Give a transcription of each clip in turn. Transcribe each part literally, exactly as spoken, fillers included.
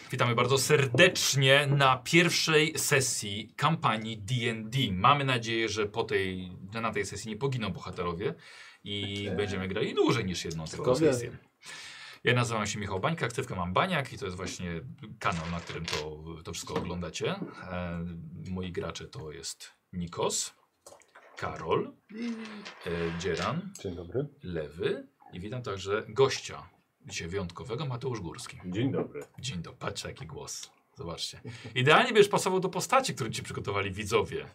Witamy bardzo serdecznie na pierwszej sesji kampanii D and D. Mamy nadzieję, że po tej, na tej sesji nie poginą bohaterowie i eee. będziemy grali dłużej niż jedną tylko sesję. Ja nazywam się Michał Bańka, ksywkę mam Baniak i to jest właśnie kanał, na którym to, to wszystko oglądacie. E, moi gracze to jest Nikos, Karol, e, Dzieran, Dzień dobry. Lewy i witam także gościa dzisiaj wyjątkowego, Mateusz Górski. Dzień dobry. Dzień dobry. Patrzcie jaki głos. Zobaczcie. Idealnie będziesz pasował do postaci, które ci przygotowali widzowie.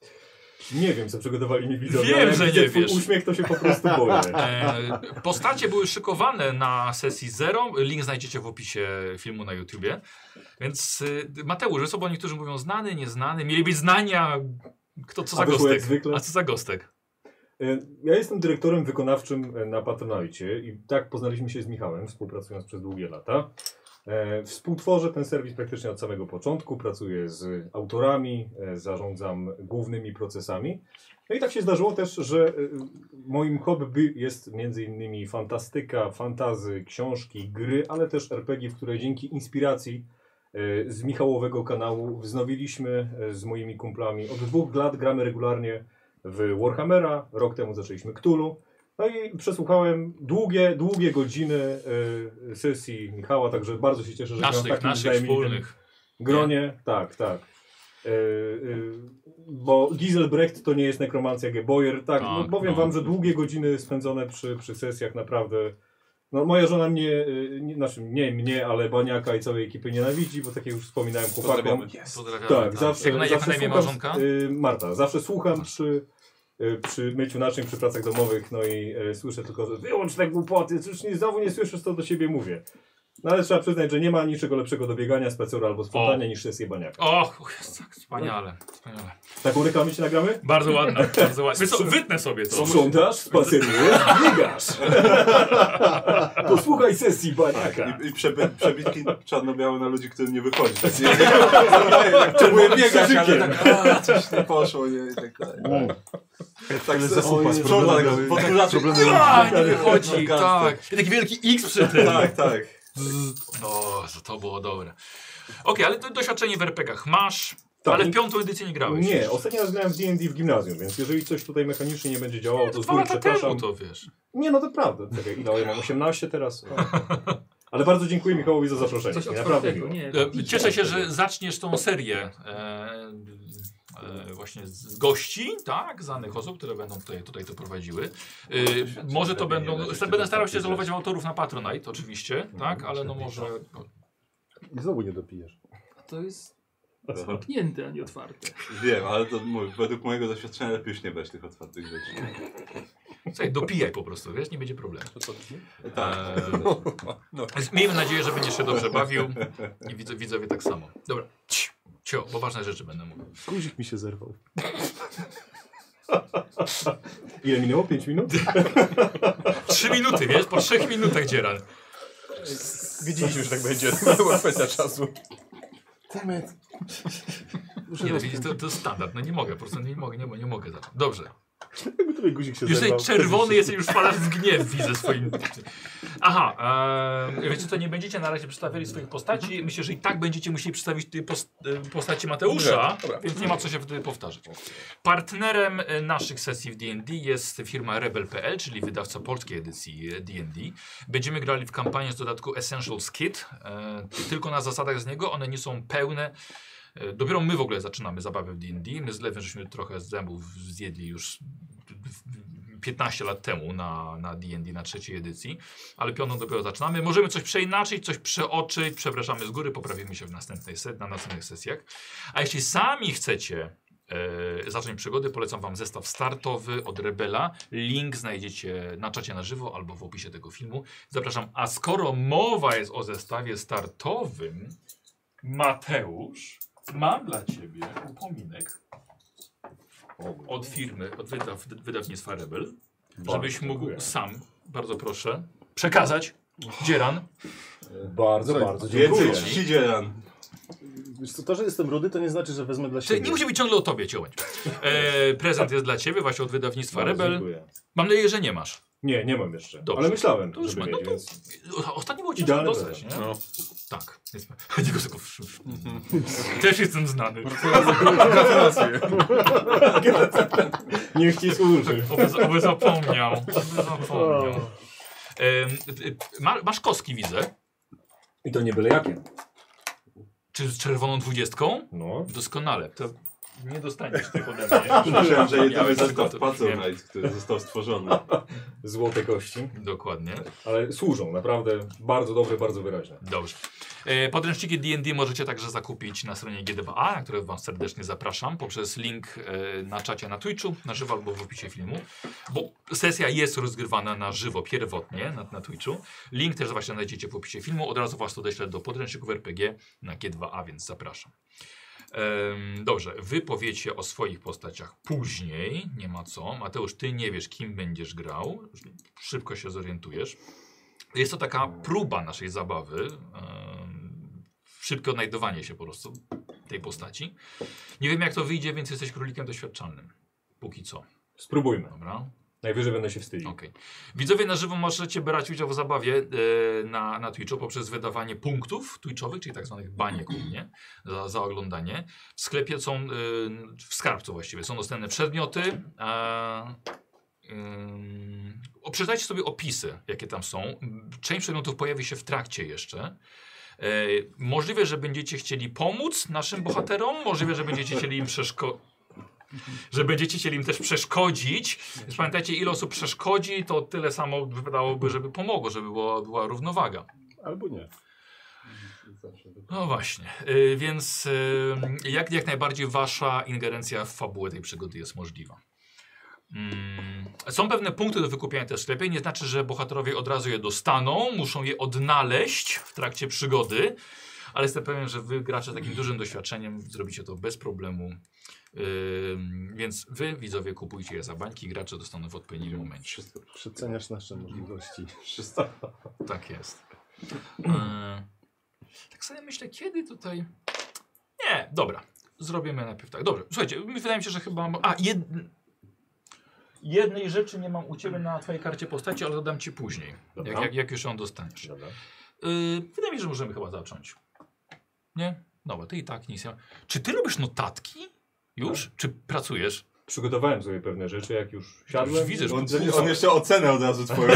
Nie wiem, co przygotowali mi widzowie. Wiem, ale że jak nie twój wiesz. uśmiech, to się po prostu boję. E, postacie były szykowane na sesji zero. Link znajdziecie w opisie filmu na YouTubie. Więc y, Mateusz, że sobą niektórzy mówią znany, nieznany. Mieli być znania. Kto co za gostek? A co za gostek? Ja jestem dyrektorem wykonawczym na Patronite i tak poznaliśmy się z Michałem, współpracując przez długie lata. Współtworzę ten serwis praktycznie od samego początku, pracuję z autorami, zarządzam głównymi procesami. No i tak się zdarzyło też, że moim hobby jest między innymi fantastyka, fantazy, książki, gry, ale też er pe gie, w które dzięki inspiracji z Michałowego kanału wznowiliśmy z moimi kumplami. Od dwóch lat gramy regularnie w Warhammera, rok temu zaczęliśmy Cthulhu. No i przesłuchałem długie, długie godziny y, sesji Michała, także bardzo się cieszę, że naszych, mam takim naszych wspólnych gronie. Nie? Tak, tak. Y, y, bo Giselbrecht to nie jest nekromancja Geboyer. Tak, tak no, powiem no. wam, że długie godziny spędzone przy, przy sesjach naprawdę... No, moja żona mnie, y, nie, znaczy nie mnie, ale Baniaka i całej ekipy nienawidzi, bo tak jak już wspominałem chłopakom. Yes. Tak, tak, zawsze, jak na, zawsze jak na imię słucham, małżonka? y, Marta, zawsze słucham przy... przy myciu naczyń, przy pracach domowych, no i e, słyszę tylko, że wyłącz te głupoty, już nie, znowu nie słyszysz, co do siebie mówię. No ale trzeba przyznać, że nie ma niczego lepszego do biegania, spaceru albo spontania niż sesję Baniaka. Och, wspaniale, wspaniale. Taką reklamę ci nagramy? Bardzo ładna, bardzo ładna. Co, wytnę sobie to. Sprzątasz, spacerujesz, biegasz. Posłuchaj sesji Baniaka. I, i przeby, przebitki czarno-białe na ludzi, którym nie wychodzi. Tak, nie, tak, próbuję biegać, ale tak, a, coś nie poszło, nie, i tak dalej. Mm. Tak, ale zakupa z problemy. A, nie wychodzi, tak. I taki wielki X przy tym. Tak, tak. O, to było dobre. Okej, okay, ale to doświadczenie w er pe gach masz, tak, ale w piątą edycję nie grałeś. Nie, ostatnio raz grałem w D and D w gimnazjum, więc jeżeli coś tutaj mechanicznie nie będzie działało, to z góry przepraszam. przepraszam. To wiesz. Nie, no to prawda. Tak, ile ja mam osiemnaście teraz. No. Ale bardzo dziękuję Michałowi za zaproszenie. Coś naprawdę miło. Nie, e, Cieszę się, że zaczniesz tą serię e, e, właśnie z gości, tak, znanych osób, które będą tutaj, tutaj to prowadziły. E, może to będą, będę starał się zalować autorów na Patronite oczywiście, tak, ale no może... I znowu nie dopijesz. To jest zamknięte, a nie otwarte. Wiem, ale to mój, według mojego doświadczenia lepiej już nie brać tych otwartych rzeczy. Słuchaj, dopijaj po prostu, wiesz, nie będzie problemu. Tak. Eee, no. Miejmy nadzieję, że będziesz się dobrze bawił i widzowie, widzowie tak samo. Dobra, cio, bo ważne rzeczy będę mówił. Guzik mi się zerwał. Ile minęło? Pięć minut? Trzy minuty, wiesz, po trzech minutach Dzieran. Widzieliśmy, że tak będzie. To była kwestia czasu. Temet. Nie, no, widzisz, to, to standard, no nie mogę, po prostu nie mogę, nie, nie mogę zacząć. Dobrze. Jakby tutaj guzik się już zerwał. tutaj czerwony jesteś, już wpadasz w gniew, widzę swoim... Aha, e, wiecie co, nie będziecie na razie przedstawiali swoich postaci. Myślę, że i tak będziecie musieli przedstawić post, postaci Mateusza, dobra, dobra. Więc nie ma co się wtedy powtarzać. Partnerem naszych sesji w D and D jest firma rebel kropka pe el, czyli wydawca polskiej edycji D and D. Będziemy grali w kampanię z dodatku Essentials Kit, e, tylko na zasadach z niego, one nie są pełne. Dopiero my w ogóle zaczynamy zabawę w D and D. My z Lewem żeśmy trochę z zębów zjedli już piętnaście lat temu na, na D and D, na trzeciej edycji, ale piątą dopiero zaczynamy. Możemy coś przeinaczyć, coś przeoczyć, przepraszamy z góry, poprawimy się w następnej se na następnych sesjach. A jeśli sami chcecie e, zacząć przygody, polecam wam zestaw startowy od Rebela. Link znajdziecie na czacie na żywo albo w opisie tego filmu. Zapraszam. A skoro mowa jest o zestawie startowym, Mateusz, mam dla ciebie upominek od firmy, od wydaw, wydawnictwa Rebel, żebyś mógł sam, bardzo proszę, przekazać Dzieran. Bardzo, Słuchaj, bardzo dziękuję. Więcej ci Dzieran. Wiesz co, to, że jestem rudy, to nie znaczy, że wezmę dla siebie. Nie musi być ciągle o tobie, ciąć. E, prezent jest dla ciebie, właśnie od wydawnictwa bardzo Rebel. Dziękuję. Mam nadzieję, że nie masz. Nie, nie mam jeszcze. Dobrze. Ale myślałem, To już żeby ma, mieć, no to więc... ostatnio było ciężko Idealny dostać, nie? prezent. No. Tak. Jest, tylko tylko też jestem znany. Gratulacje. Niech ci służy. Oby, oby zapomniał. Oby zapomniał. Em, y, ma, masz kostki, widzę. I to nie byle jakie. Czy z czerwoną dwudziestką? No. Doskonale. To nie dostaniesz tych ode mnie. Myślałem, że jedyny Miałeś zestaw tylko- Patronite, który został stworzony. Złote kości. Dokładnie. Ale służą, naprawdę bardzo dobre, bardzo wyraźne. Dobrze. E, podręczniki D and D możecie także zakupić na stronie G dwa A, na które Was serdecznie zapraszam, poprzez link e, na czacie na Twitchu, na żywo albo w opisie filmu, bo sesja jest rozgrywana na żywo, pierwotnie na, na Twitchu. Link też właśnie znajdziecie w opisie filmu, od razu Was to deślę do podręczników R P G na G dwa A, więc zapraszam. Ehm, dobrze, wy powiecie o swoich postaciach później, nie ma co. Mateusz, ty nie wiesz, kim będziesz grał, szybko się zorientujesz. Jest to taka próba naszej zabawy, um, szybkie odnajdowanie się po prostu tej postaci. Nie wiem, jak to wyjdzie, więc jesteś królikiem doświadczalnym. Póki co. Spróbujmy. Dobra. Najwyżej będę się wstydził. Okay. Widzowie na żywo możecie brać udział w zabawie e, na, na Twitchu poprzez wydawanie punktów twitchowych, czyli tak zwanych baniek u mnie, za, za oglądanie. W sklepie są, e, w skarbcu właściwie, są dostępne przedmioty. E, e, przeczytajcie sobie opisy, jakie tam są. Część przedmiotów pojawi się w trakcie jeszcze. E, możliwe, że będziecie chcieli pomóc naszym bohaterom, możliwe, że będziecie chcieli im przeszkodzić. Że będziecie chcieli im też przeszkodzić. Więc pamiętajcie, ile osób przeszkodzi, to tyle samo wypadałoby, żeby pomogło, żeby była, była równowaga. Albo nie. No właśnie, yy, więc yy, jak, jak najbardziej wasza ingerencja w fabułę tej przygody jest możliwa. Mm. Są pewne punkty do wykupienia też w sklepie, nie znaczy, że bohaterowie od razu je dostaną, muszą je odnaleźć w trakcie przygody, ale jestem pewien, że wy gracze z takim dużym doświadczeniem zrobicie to bez problemu. Yy, więc wy, widzowie, kupujcie je za bańki, gracze dostaną w odpowiednim momencie. Wszystko. Przeceniasz nasze możliwości. Wszystko. Tak jest. Yy, tak sobie myślę, kiedy tutaj... Nie, dobra. Zrobimy najpierw tak. Dobrze, słuchajcie, wydaje mi się, że chyba... A, jed... jednej rzeczy nie mam u ciebie na twojej karcie postaci, ale dodam ci później, jak, jak, jak już ją dostaniesz. Dobra. Yy, wydaje mi się, że możemy chyba zacząć. Nie? Dobra, ty i tak nic nie... Czy ty robisz notatki? Już? Czy pracujesz? Przygotowałem sobie pewne rzeczy, jak już Już siadłem. widzę, że On, po- on jeszcze ocenę od razu twoją.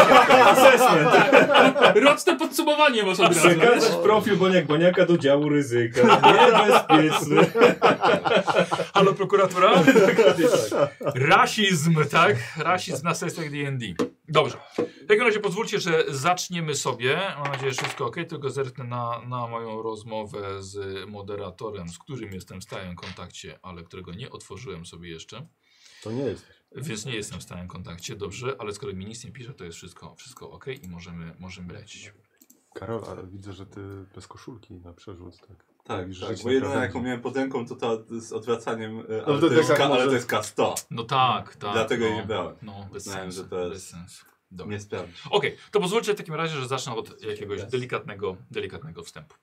Roczne podsumowanie masz od razu. Przekazać profil Boniak Boniaka do działu ryzyka. Niebezpieczny. Halo, prokuratura? Dokładnie tak. Rasizm, tak? Rasizm na sesjach D and D. Dobrze. W takim razie pozwólcie, że zaczniemy sobie. Mam nadzieję, że wszystko ok. Tylko zerknę na, na moją rozmowę z moderatorem, z którym jestem w stałym kontakcie, ale którego nie otworzyłem sobie jeszcze. To nie jesteś. Więc nie jestem w stałym kontakcie. Dobrze, ale skoro mi nic nie pisze, to jest wszystko, wszystko ok i możemy, możemy lecieć. Karol, ale widzę, że ty bez koszulki na przerzut, tak? Tak, Widzisz, tak, że ci bo jedyną naprawdę jaką idzie. miałem pod ręką to ta z odwracaniem, e, No ale, to to jest tak K, może- ale to jest K sto. No tak, tak. Dlatego no, jej nie brałem. No, bez Znałem, sensu. że to jest- Bez sensu. Dobra. Nie sprawdzić. Okej, to pozwólcie w takim razie, że zacznę od jakiegoś Yes. delikatnego, delikatnego wstępu.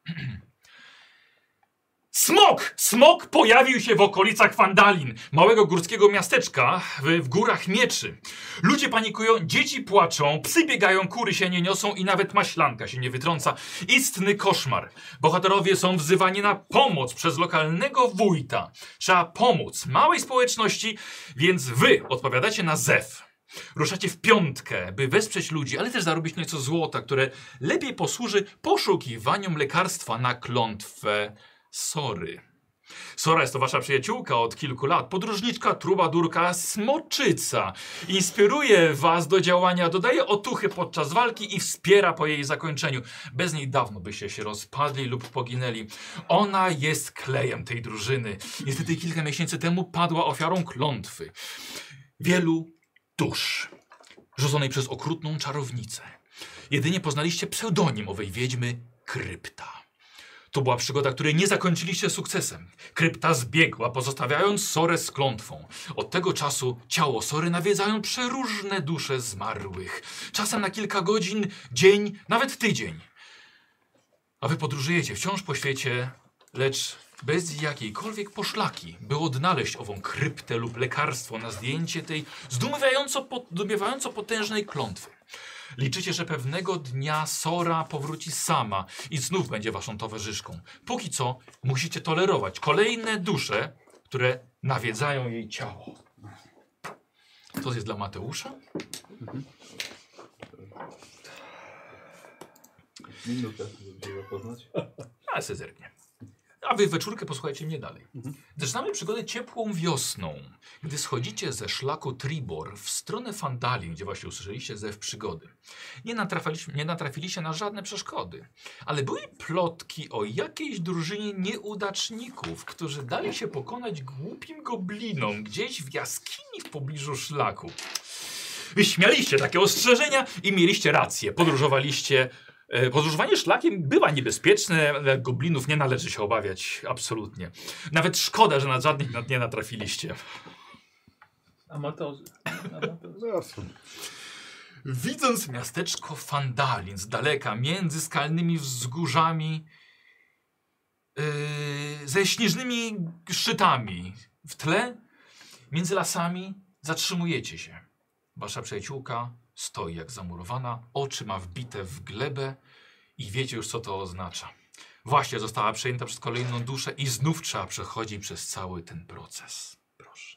Smok! Smok pojawił się w okolicach Fandalin, małego górskiego miasteczka w, w górach mieczy. Ludzie panikują, dzieci płaczą, psy biegają, kury się nie niosą i nawet maślanka się nie wytrąca. Istny koszmar. Bohaterowie są wzywani na pomoc przez lokalnego wójta. Trzeba pomóc małej społeczności, więc wy odpowiadacie na zew. Ruszacie w piątkę, by wesprzeć ludzi, ale też zarobić nieco złota, które lepiej posłuży poszukiwaniom lekarstwa na klątwę Sory. Sora jest to wasza przyjaciółka od kilku lat, podróżniczka, trubadurka, smoczyca. Inspiruje was do działania, dodaje otuchy podczas walki i wspiera po jej zakończeniu. Bez niej dawno byście się rozpadli lub poginęli. Ona jest klejem tej drużyny. Niestety kilka miesięcy temu padła ofiarą klątwy wielu dusz, rzuconej przez okrutną czarownicę. Jedynie poznaliście pseudonim owej wiedźmy, Krypta. To była przygoda, której nie zakończyliście sukcesem. Krypta zbiegła, pozostawiając Sorę z klątwą. Od tego czasu ciało Sory nawiedzają przeróżne dusze zmarłych. Czasem na kilka godzin, dzień, nawet tydzień. A wy podróżujecie wciąż po świecie, lecz bez jakiejkolwiek poszlaki, by odnaleźć ową kryptę lub lekarstwo na zdjęcie tej zdumiewająco, po, zdumiewająco potężnej klątwy. Liczycie, że pewnego dnia Sora powróci sama i znów będzie waszą towarzyszką. Póki co musicie tolerować kolejne dusze, które nawiedzają jej ciało. To jest dla Mateusza? Mhm. Minutę, żeby się zapoznać. A se zerknie. A wy we czwórkę posłuchajcie mnie dalej. Mhm. Zaczynamy przygodę ciepłą wiosną, gdy schodzicie ze szlaku Tribor w stronę Fandalin, gdzie właśnie usłyszeliście zew przygody. Nie natrafiliście, nie natrafiliście na żadne przeszkody, ale były plotki o jakiejś drużynie nieudaczników, którzy dali się pokonać głupim goblinom gdzieś w jaskini w pobliżu szlaku. Wyśmialiście takie ostrzeżenia i mieliście rację. Podróżowaliście Podróżowanie szlakiem bywa niebezpieczne, goblinów nie należy się obawiać, absolutnie. Nawet szkoda, że na żadnych nie natrafiliście. Amatorzy. Amatorzy. Widząc miasteczko Fandalin z daleka, między skalnymi wzgórzami, yy, ze śnieżnymi szczytami w tle, między lasami, zatrzymujecie się. Wasza przyjaciółka stoi jak zamurowana, oczy ma wbite w glebę i wiecie już, co to oznacza. Właśnie została przejęta przez kolejną duszę i znów trzeba przechodzić przez cały ten proces. Proszę.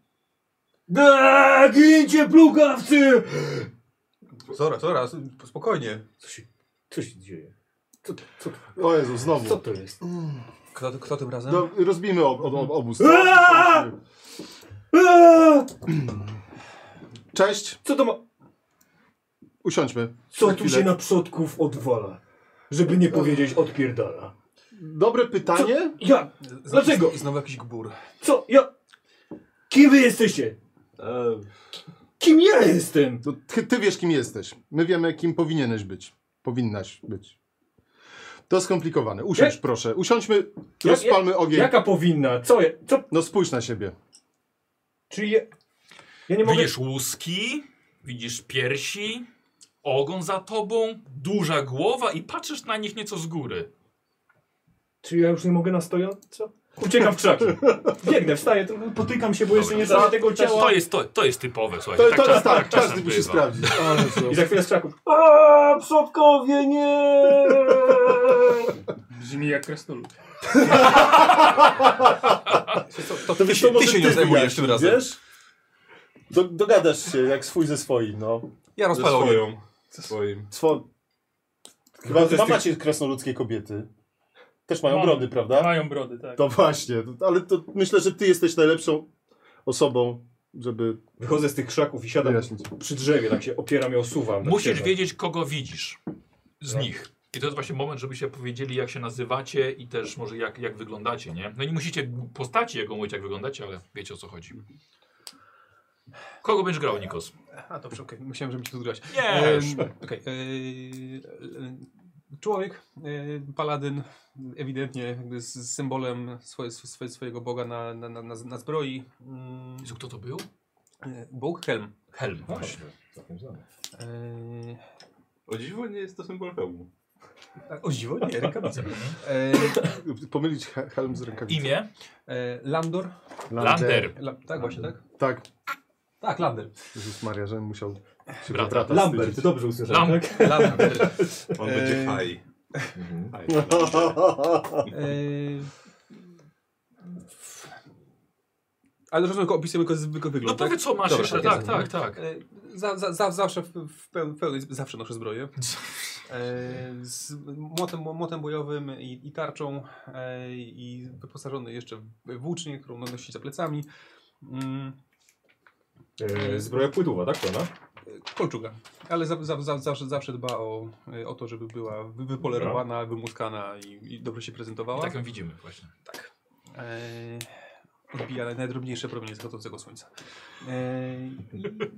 Da, gincie plugawcy! Zora, Zora, spokojnie. Co się, co się dzieje? Co, co, O Jezu, znowu. co to jest? Kto, kto tym razem? No, rozbijmy ob, ob, ob, obóz. Aaaa! Aaaa! Cześć, Co to ma... usiądźmy. Co Na tu chwilę. się na przodków odwala? Żeby nie powiedzieć odpierdala. Dobre pytanie. Ja? Dlaczego? I znowu jakiś gbur. Co? Ja? Kim wy jesteście? Eee, Kim ja jestem? No, ty, ty wiesz, kim jesteś. My wiemy, kim powinieneś być. Powinnaś być. To skomplikowane. Usiądź, Jak? proszę. Usiądźmy, Jak- rozpalmy ogień. Jaka powinna? Co? Ja, co? No spójrz na siebie. Czy ja... Ja nie mogę... Widzisz łuski, widzisz piersi, ogon za tobą, duża głowa i patrzysz na nich nieco z góry. Czy ja już nie mogę na stojąco? Uciekam w krzaki. Biegnę, wstaję, to potykam się, bo jeszcze nie znam tego ciała. To jest, to, to jest typowe, słuchajcie. To, tak, to, czas, tak, tak, czasem każdy musi bywa. sprawdzić. Ale co? I za chwilę z krzaków. Aaa, przodkowie, nie! Brzmi jak krasnolud. to, To ty, wiesz, się, to może ty się nie ty zajmujesz tym wyjaśnij, razem. wiesz? Do, dogadasz się, jak swój ze swoim, no. Ja Ze rozpalę ogień. swoją. Ze swoim. Two... Chyba Chyba to jest ma macie krasnoludzkie kobiety. Też mają Mam. brody, prawda? Mają brody, tak. To właśnie, to- ale to myślę, że ty jesteś najlepszą osobą, żeby Wychodzę z tych krzaków i siadam wyjaśnić. przy drzewie, tak się opieram i osuwam. tak Musisz siedzę. wiedzieć, kogo widzisz z No. nich. I to jest właśnie moment, żebyście powiedzieli, jak się nazywacie i też może jak, jak wyglądacie, nie? No nie musicie postaci jego mówić, jak wyglądacie, ale wiecie, o co chodzi. Kogo będziesz grał, Nikos? A, dobrze, okej. Myślałem, że mi się tu zgrać. Nie, Em, Okej. eee, e, Człowiek, e, paladyn, ewidentnie jakby z, z symbolem swoje, swoje, swojego boga na, na, na, na na zbroi. Mm, Jezu, kto to był? e, Bóg Helm. Helm, No, właśnie. całkiem znany. Eee, O dziwo nie jest to symbol hełmu. tak, o dziwo, nie, rękawica. E, Pomylić he- helm z rękawicą. Imię? e, Landor. Lander. La, tak, właśnie, tak? Tak. Tak, Lander. Jezus Maria, żebym musiał się Brata. brata Lambert, wstydzić. dobrze usłyszałem, Lam- tak? Lander. On Eee. będzie high. Mhm. high. Eee, ale rozumiem, tylko opisujemy tylko zwykły No wygląd, tak? powiedz, co masz Dobra, jeszcze. tak Tak, jest. tak, tak. E, Za, za, za, zawsze w, w peł- pełnej, zawsze noszę zbroję. E, z młotem, młotem bojowym i, i tarczą e, i wyposażony jeszcze w włócznię, którą nosi za plecami. Mm, E, zbroja płytowa, tak? Pełna? kolczuga. Ale za, za, za, zawsze, zawsze dba o, o to, żeby była wy- wypolerowana, wymuskana i, i dobrze się prezentowała. Tak ją widzimy właśnie. E, odbija najdrobniejsze promienie zachodzącego słońca. E, i,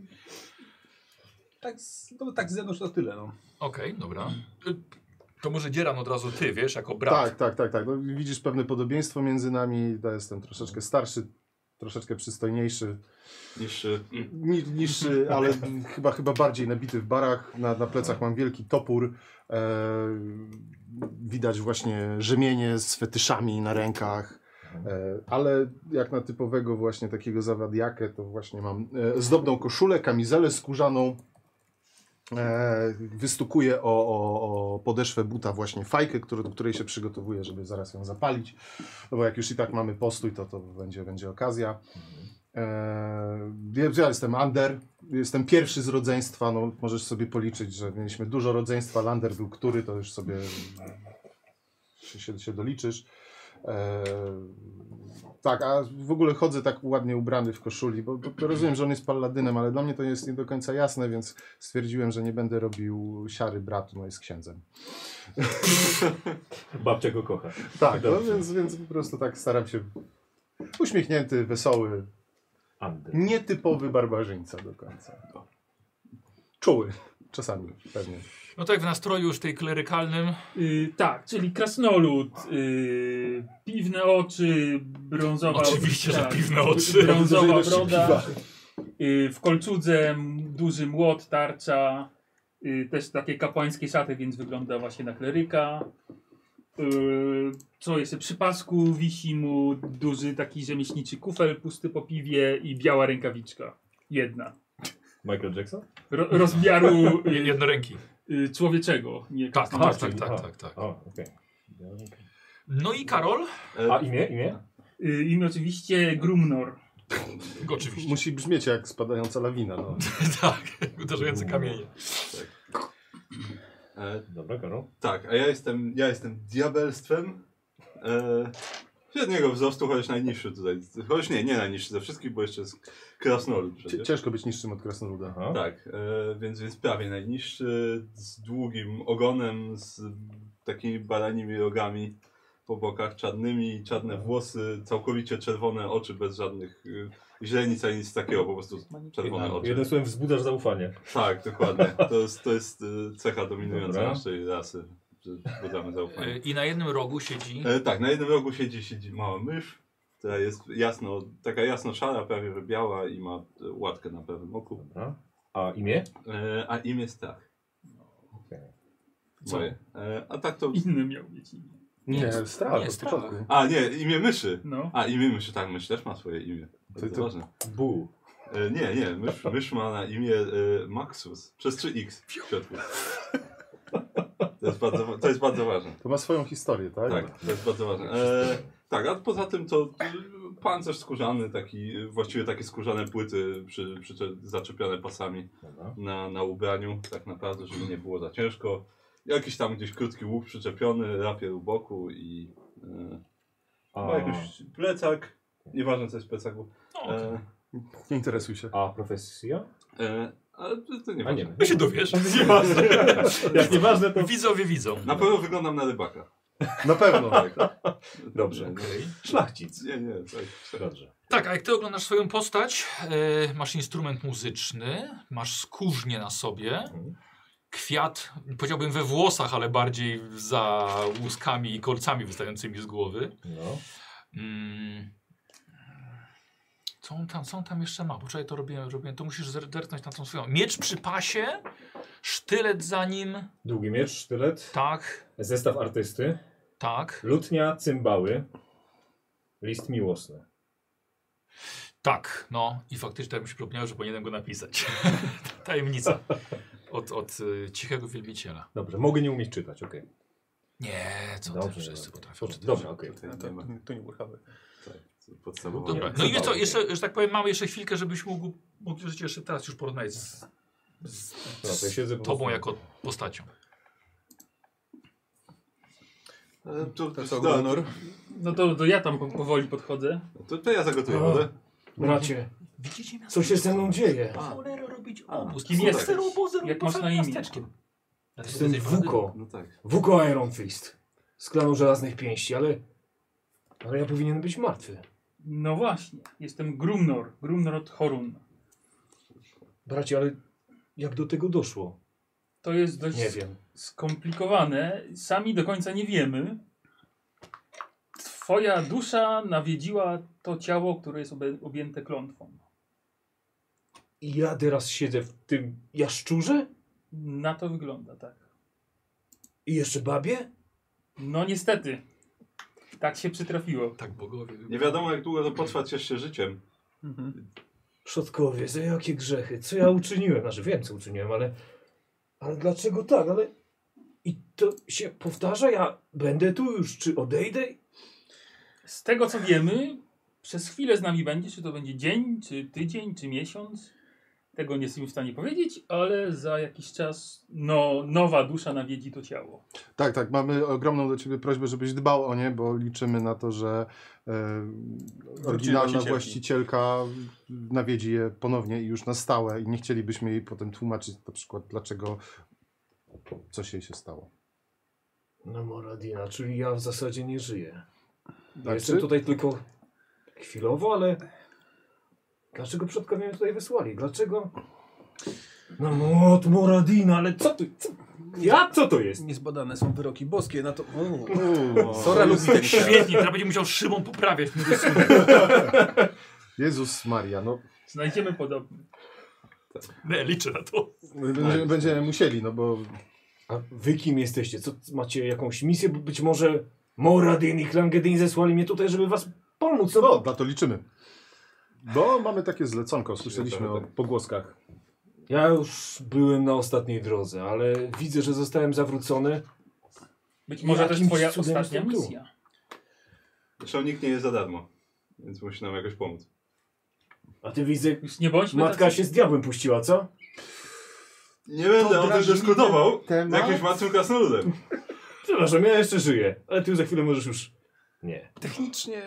tak, z, no, tak z zewnątrz to tyle. No. Okej, dobra. Y, To może Dzieran od razu ty, wiesz, jako brat. Tak, tak, tak, tak. No, widzisz pewne podobieństwo między nami. Ja jestem troszeczkę starszy. troszeczkę przystojniejszy. Niższy. Ni, niższy, ale chyba, chyba bardziej nabity w barach. Na, na plecach mam wielki topór. E, widać właśnie rzemienie z fetyszami na rękach. E, ale jak na typowego właśnie takiego zawadiakę, to właśnie mam e, zdobną koszulę, kamizelę skórzaną. E, wystukuję o, o, o podeszwę buta właśnie fajkę, który, do której się przygotowuję, żeby zaraz ją zapalić. No bo jak już i tak mamy postój, to to będzie, będzie okazja. Eee, ja jestem Ander, jestem pierwszy z rodzeństwa, no możesz sobie policzyć, że mieliśmy dużo rodzeństwa, Lander był który, to już sobie się, się, się doliczysz. Eee, tak, a w ogóle chodzę tak ładnie ubrany w koszuli, bo, bo rozumiem, że on jest palladynem, ale dla mnie to jest nie do końca jasne, więc stwierdziłem, że nie będę robił siary bratu, no jest księdzem. Babcia go kocha. Tak, no, więc, więc po prostu tak staram się uśmiechnięty, wesoły, Ander. nietypowy barbarzyńca do końca. Czuły, czasami pewnie. No tak w nastroju już tej klerykalnym. Yy, tak, czyli krasnolud, yy, piwne oczy, brązowa... Oczywiście, że tak, piwne oczy. Brązowa Dużej ilości broda, piwa. yy, w kolczudze m, duży młot, tarcza, yy, też takie kapłańskie szaty, więc wygląda właśnie na kleryka. Yy, co jeszcze? Przy pasku wisi mu duży taki rzemieślniczy kufel pusty po piwie i biała rękawiczka. Jedna. Michael Jackson? Ro, rozmiaru Je- Jednoręki. yy, człowieczego. Nie Tak, Aha, tak, tak, czyli- tak, aha. tak, tak. O, okej. No i Karol? A imię, imię? Yy, imię oczywiście Grumnor. Oczywiście. Musi brzmieć jak spadająca lawina. No. Tak, uderzające kamienie. E, Dobra, Karol. tak, a ja jestem, ja jestem diabelstwem. E, średniego wzrostu, chociaż najniższy tutaj. Chociaż nie, nie najniższy ze wszystkich, bo jeszcze jest krasnolud Cie- przecież. Ciężko być niższym od krasnoluda. Aha. Tak, e, więc, więc prawie najniższy, z długim ogonem, z takimi baranimi rogami po bokach, czarnymi, czarne włosy, całkowicie czerwone oczy, bez żadnych y, źrenic ani nic takiego, po prostu czerwone oczy. Jednym słowem wzbudzasz zaufanie. Tak, dokładnie. To jest, to jest y, cecha dominująca Dobra. naszej rasy, że wzbudzamy E, zaufanie. I na jednym rogu siedzi. E, tak, na jednym rogu siedzi, siedzi mała mysz, która jest jasno, taka jasno-szara, prawie że biała i ma e, łatkę na prawym oku. Dobra. A imię? E, a imię Strach. Okej. Co? Moje. E, a tak to... Inny miał być imię. Nie, strach nie, od strach. początku. A nie, imię myszy. No. A imię myszy, tak, mysz też ma swoje imię. To, To- to to- ważne. Bu. E, nie, nie, mysz, mysz ma na imię e, Maxus, przez trzy X w środku. To jest bardzo, wa- to jest bardzo ważne. To ma swoją historię, tak? Tak, to jest bardzo ważne. E, tak, a poza tym to y, pancerz skórzany, taki, właściwie takie skórzane płyty przy, przy, zaczepione pasami Dobra. na, na ubraniu, tak naprawdę, żeby nie było za ciężko. Jakiś tam gdzieś krótki łuk przyczepiony, rapier u boku i e, A, ma jakiś plecak, nieważne co jest w plecaku. No, okej. E, Nie interesuj się. a profesja? e, ale to, to A nie nieważne. wiem. Ty się dowiesz. Nieważne. Jak nieważne, to... Widzowie widzą. Na pewno wyglądam na rybaka. Na pewno. Tak. Dobrze. Okej. Szlachcic. Nie, nie, tak. Dobrze. Tak, a jak ty oglądasz swoją postać, e, masz instrument muzyczny, masz skórznię na sobie, Mhm. kwiat, powiedziałbym we włosach, ale bardziej za łuskami i kolcami wystającymi z głowy. No. Mm. Co on tam, co on tam jeszcze ma? Poczekaj, to robiłem, robiłem. To musisz zerknąć na tą swoją. Miecz przy pasie, sztylet za nim, Długi miecz, sztylet, tak, zestaw artysty, tak, lutnia, cymbały, list miłosny. tak, no i faktycznie tak mi się przypomniało, że powinienem go napisać. Tajemnica od, od y, cichego wielbiciela. Dobrze, mogę nie umieć czytać, okej. Nie, co Dobrze, ty, wszyscy dobra. potrafią czytać. Dobrze, okej. Tutaj To, nie ma. to nie Warhammer. Tak, podstawowo. Dobra, no i wiesz co, jeszcze, że tak powiem, mamy jeszcze chwilkę, żebyś mógł, mógł jeszcze teraz już porozmawiać z, z, No, to ja siedzę po tobą prostu- jako postacią. E, To, To to, co, to, Gunnar? No to, to ja tam po- powoli podchodzę. to, to ja zagotuję O. wodę. Bracie, Widzicie miasto? co się ze mną dzieje? Po cholerę robić A, obóz. kim Po jesteś? celu obozu, Jak po masz całym na imię? miasteczkiem. Jestem Wuko. No tak. Wuko Iron Fist. Z klanu Żelaznych Pięści, ale... Ale ja powinienem być martwy. No właśnie, jestem Grumnor, Grumnor od Horun. Bracie, ale jak do tego doszło? To jest dość Nie wiem. skomplikowane. Sami do końca nie wiemy. Twoja dusza nawiedziła to ciało, które jest obie- objęte klątwą. I ja teraz siedzę w tym jaszczurze? Na to wygląda, tak. I jeszcze babie? No niestety. Tak się przytrafiło. Tak bogowie. Nie wiadomo jak długo to potrwać jeszcze życiem. Mhm. Przodkowie, za jakie grzechy? Co ja uczyniłem? Znaczy wiem, co uczyniłem, ale... Ale dlaczego tak? Ale... I to się powtarza? Ja będę tu już, czy odejdę? Z tego co wiemy, przez chwilę z nami będzie, czy to będzie dzień, czy tydzień, czy miesiąc. Tego nie jesteśmy w stanie powiedzieć, ale za jakiś czas no, nowa dusza nawiedzi to ciało. Tak, tak, mamy ogromną do Ciebie prośbę, żebyś dbał o nie, bo liczymy na to, że e, oryginalna właścicielki. właścicielka nawiedzi je ponownie i już na stałe i nie chcielibyśmy jej potem tłumaczyć na przykład dlaczego coś jej się stało. No Moradina, czyli ja w zasadzie nie żyję. Ja Tak, jestem czy- tutaj tylko chwilowo, ale... Dlaczego przodkowie mnie tutaj wysłali? Dlaczego... No młot Moradina, ale co tu... Co? Ja? Co to jest? Niezbadane są wyroki boskie na to... Uuu. Sora lubi ten świat. Świetnie, teraz będzie musiał Szymon poprawiać. Jezus Maria, no Znajdziemy podobny. Nie, liczę na to. będziemy, będziemy musieli, no bo A wy kim jesteście? Co, macie jakąś misję? Bo być może Moradin i Klangedin zesłali mnie tutaj, żeby was pomóc. No, no, bo... na to liczymy. Bo mamy takie zleconko, słyszeliśmy o pogłoskach. Ja już byłem na ostatniej drodze, ale widzę, że zostałem zawrócony. Być może to jest Jakimś twoja cudem ostatnia jestem tu. misja. Zresztą nikt nie jest za darmo, więc musi nam jakoś pomóc. A ty widzę, Już nie bądźmy matka tacy- się z diabłem puściła, co? Nie będę o tym drażliwy dyskutował z temat. jakimś martwym krasnoludem. Przepraszam, ja jeszcze żyję, ale ty za chwilę możesz już... Nie. Technicznie...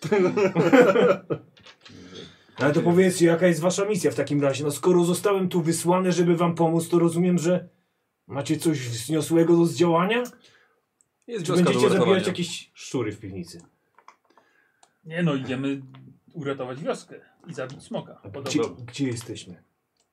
Ale to powiedzcie, jaka jest wasza misja w takim razie? No skoro zostałem tu wysłany, żeby wam pomóc, to rozumiem, że macie coś wzniosłego do zdziałania? Jest Czy wioska do będziecie zabijać uratowania. jakieś szczury w piwnicy? Nie no, idziemy uratować wioskę i zabić smoka. Gdzie, Podobno. gdzie jesteśmy?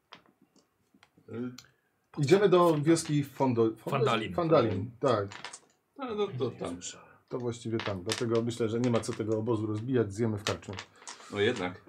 Idziemy do wioski Fondo... Fondo- Fandalin. Fandalin, tak. No, no to tam. To właściwie tam. Dlatego myślę, że nie ma co tego obozu rozbijać, zjemy w karczmie. No jednak.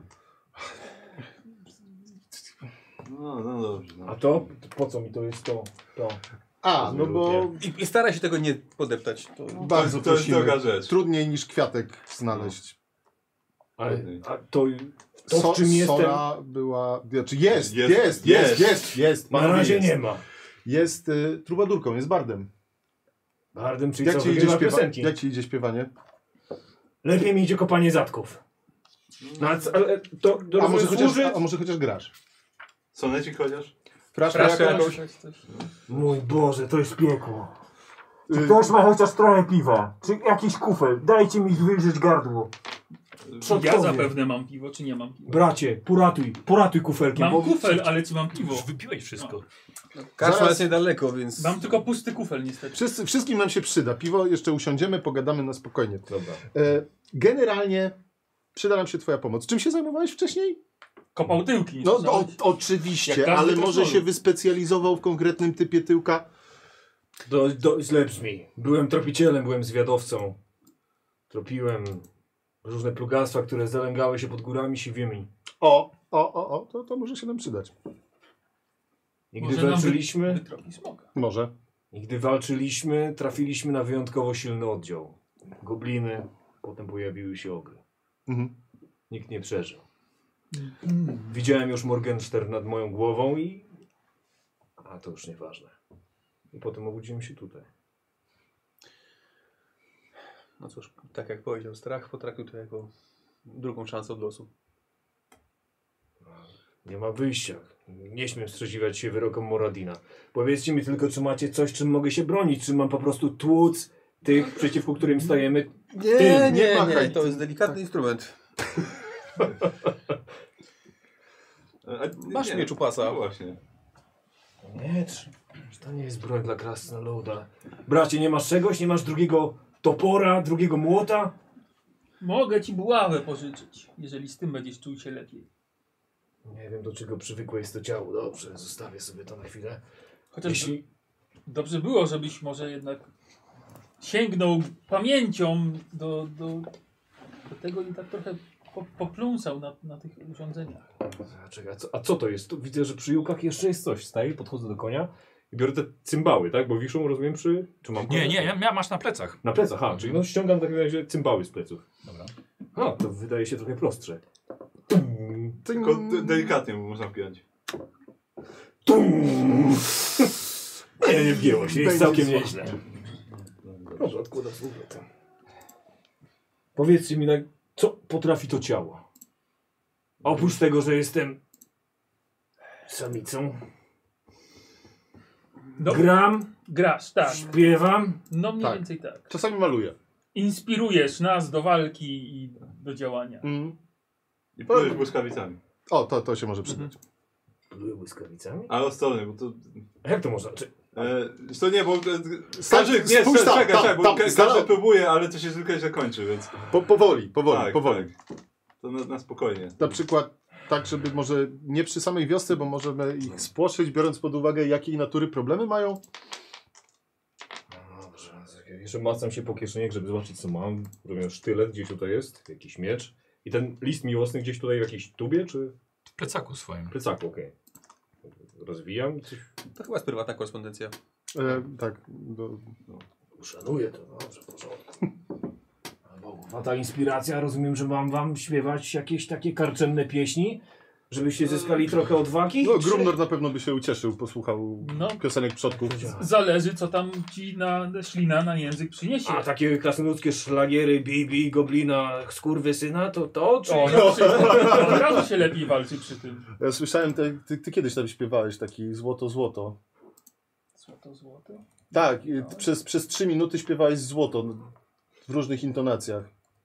No, no dobrze. No. A to? Po co mi to jest to? to? A, no bo I, I staraj się tego nie podeptać. To... bardzo to jest prosimy. droga rzecz. Trudniej niż kwiatek znaleźć. Ale, a to, to So, w czym jestem? Sora była... Znaczy jest, Jest, jest, jest, jest, jest. jest, jest. Na panowie, razie jest. nie ma. Jest y, trubadurką, jest bardem. Bardem, czyli Jak co, ci, idzie wygrywa śpiewa... piosenki. Jak ci idzie śpiewanie? Lepiej mi idzie kopanie zatków. No, a, co- ale to, to A może, służy? chociaż, a może chociaż grasz? Sonecik chociaż? Fraszkę Fraszkę jakąś? jakąś? Mój Boże, to jest piekło. Czy Y, ktoś ma chociaż trochę piwa? Czy jakiś kufel? Dajcie mi wyjrzeć gardło. Ja Przodkowie. zapewne mam piwo, czy nie mam piwa? Bracie, poratuj, poratuj kufelkiem. Mam bo- kufel, ale czy mam piwo? Już wypiłeś wszystko. Karczma Zaraz- jest niedaleko, więc... Mam tylko pusty kufel niestety. Wszyscy, wszystkim nam się przyda. Piwo jeszcze usiądziemy, pogadamy na spokojnie. Dobra. E, generalnie przyda nam się twoja pomoc. Czym się zajmowałeś wcześniej? Kopał tyłki. nie No, o, słyszałeś? oczywiście, Jak każdy ale może krasnolud. się wyspecjalizował w konkretnym typie tyłka. Do, do, źle brzmi. Byłem tropicielem, byłem zwiadowcą. Tropiłem różne plugastwa, które zalęgały się pod górami siwymi. O, o, o, o, to, to może się nam przydać. I gdy Może nam walczyliśmy, wy- wytropi smoka. Może. i gdy walczyliśmy, trafiliśmy na wyjątkowo silny oddział. Gobliny, potem pojawiły się ogry. Mhm. Nikt nie przeżył. Widziałem już Morgenstern nad moją głową i... A to już nieważne. I potem obudziłem się tutaj. No cóż, tak jak powiedział, strach potraktuj to jako drugą szansę od losu. Nie ma wyjścia. Nie śmiem wstrzeziwać się wyrokom Moradina. Powiedzcie mi tylko, czy macie coś, czym mogę się bronić? Czy mam po prostu tłuc tych, przeciwko którym stajemy? Nie, Ty, nie, nie nie, machaj. to jest delikatny instrument. A, Masz miecz u pasa. No właśnie. Nie, czy, czy to nie jest broń dla krasnoluda? Bracie, nie masz czegoś? Nie masz drugiego topora, drugiego młota? Mogę ci buławę pożyczyć, jeżeli z tym będziesz czuł się lepiej. Nie wiem, do czego przywykłe jest to ciało. Dobrze, zostawię sobie to na chwilę. Chociaż Jeśli... dobrze było, żebyś może jednak sięgnął pamięcią do, do Dlatego i tak trochę po, popląsał na, na tych urządzeniach. Czekaj, a co, a co to jest? Tu widzę, że przy Jukach jeszcze jest coś. Staję, podchodzę do konia i biorę te cymbały, tak? Bo wiszą, rozumiem, przy... Czy mam Nie, nie, ja, masz na plecach. Na plecach, aha, czyli no ściągam w takim razie cymbały z pleców. Dobra. A, to wydaje się trochę prostsze. Tylko de delikatnie można wpiąć. Nie, nie wgięło się, jest Będzie całkiem słabo. nieźle. Dobrze, odkładam z powrotem. Powiedzcie mi, na co potrafi to ciało? Oprócz tego, że jestem samicą, No, gram, grasz, tak. śpiewam. No mniej Tak. więcej tak. Czasami maluję. Inspirujesz nas do walki i do działania. Mm. I plujesz błyskawicami. O, to, to się może przydać. Były błyskawicami? Ale ostrożnie, bo to... A jak to można? Czy... E, to nie, bo... e, Stań, Każdy, nie, spójrz tam, czekaj, tam, czekaj, bo tam, ka z dala- każdy próbuje, ale to się zwykle źle kończy, więc... Po, powoli, powoli, tak, powoli. tak. To na, na spokojnie. Na przykład tak, żeby może nie przy samej wiosce, bo możemy ich spłoszyć, biorąc pod uwagę, jakiej natury problemy mają. No dobrze, jeszcze macam się po kieszeniach, żeby zobaczyć, co mam. Rozumiem, sztylet gdzieś tutaj jest, jakiś miecz. I ten list miłosny gdzieś tutaj w jakiejś tubie, czy W plecaku swoim. w plecaku, okej. Rozwijam i coś... To chyba jest prywatna korespondencja. E, tak, do, Szanuję to, dobrze, w porządku. A ta inspiracja, rozumiem, że mam wam śpiewać jakieś takie karczemne pieśni, żebyście zyskali trochę odwagi? no, Czy- Grumnor na pewno by się ucieszył, posłuchał No. piosenek przodków. Zależy, co tam ci na ślina na język przyniesie. A takie krasnoludzkie szlagiery, Bibi, Goblina, skurwysyna, to to, czy... O, no, czy, od razu się lepiej walczy przy tym. Ja słyszałem, te, ty, ty kiedyś tam śpiewałeś taki złoto, złoto. Złoto, złoto. Tak, i przez, przez trzy minuty śpiewałeś złoto w różnych intonacjach.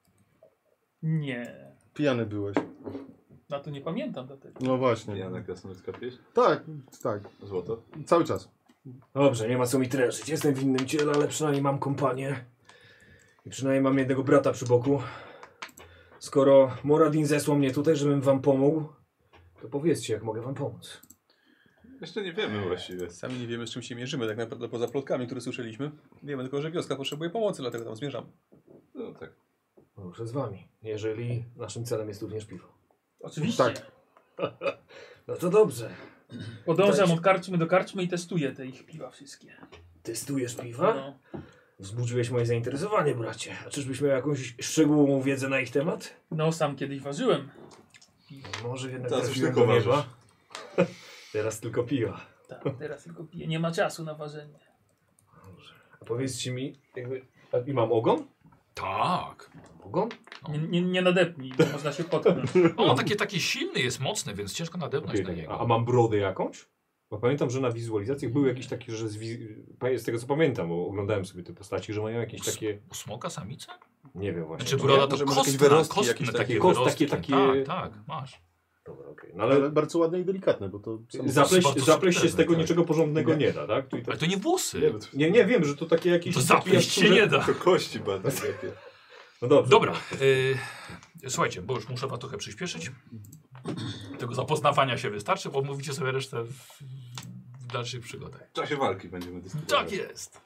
Nie. Pijany byłeś. Na to nie pamiętam dlatego. No właśnie. Jana Krasnoludzka pieśń. Tak, tak. Złoto. Cały czas. Dobrze, nie ma co mi trężyć. Jestem w innym ciele, ale przynajmniej mam kompanię. I przynajmniej mam jednego brata przy boku. Skoro Moradin zesłał mnie tutaj, żebym wam pomógł, to powiedzcie, jak mogę wam pomóc. Jeszcze nie wiemy właściwie. Sami nie wiemy, z czym się mierzymy, tak naprawdę poza plotkami, które słyszeliśmy. Wiemy tylko, że wioska potrzebuje pomocy, dlatego tam zmierzamy. No tak. Dobrze z wami, jeżeli naszym celem jest również piwo. Oczywiście. Tak. No to dobrze. Podążam Dajcie. od karczmy do karczmy i testuję te ich piwa wszystkie. Testujesz piwa? No. Wzbudziłeś moje zainteresowanie, bracie. A czyżbyś miał jakąś szczegółową wiedzę na ich temat? no, sam kiedyś ważyłem. Może jednak Teraz już trafiłem tylko do nieba. ważysz. Teraz tylko piwa. Tak, teraz tylko piję. Nie ma czasu na ważenie. A powiedzcie mi, jakby... A, i mam ogon? Tak. Ogon? Nie, nie, nie nadepnij, bo można się potknąć. On taki, taki silny jest, mocny, więc ciężko nadepnąć Okay, na tak. niego. a, a mam brodę jakąś? Bo pamiętam, że na wizualizacjach były jakieś takie, że z, wi- z tego co pamiętam, bo oglądałem sobie te postaci, że mają jakieś takie, U smoka samica? nie wiem właśnie. Znaczy czy- broda to może- może jakieś kostna, wyrostki kostne jakieś takie takie, kost- wyrostki. takie- takie- Tak, tak, masz. Dobra, okej. No Ale ale bardzo ładne i delikatne, bo to... Są... zapleść, bardzo zapleść się z subtelne, tego tak. niczego porządnego nie da, tak? Czyli to, Ale to nie włosy. Nie, bo to, nie, nie wiem, że to takie jakieś... To zapleść się nie da. to kości bardziej takie. No dobrze. Dobra, y, słuchajcie, bo już muszę was trochę przyspieszyć. Tego zapoznawania się wystarczy, bo mówicie sobie resztę w, w dalszych przygodach. W czasie walki będziemy dyskutować. Tak jest.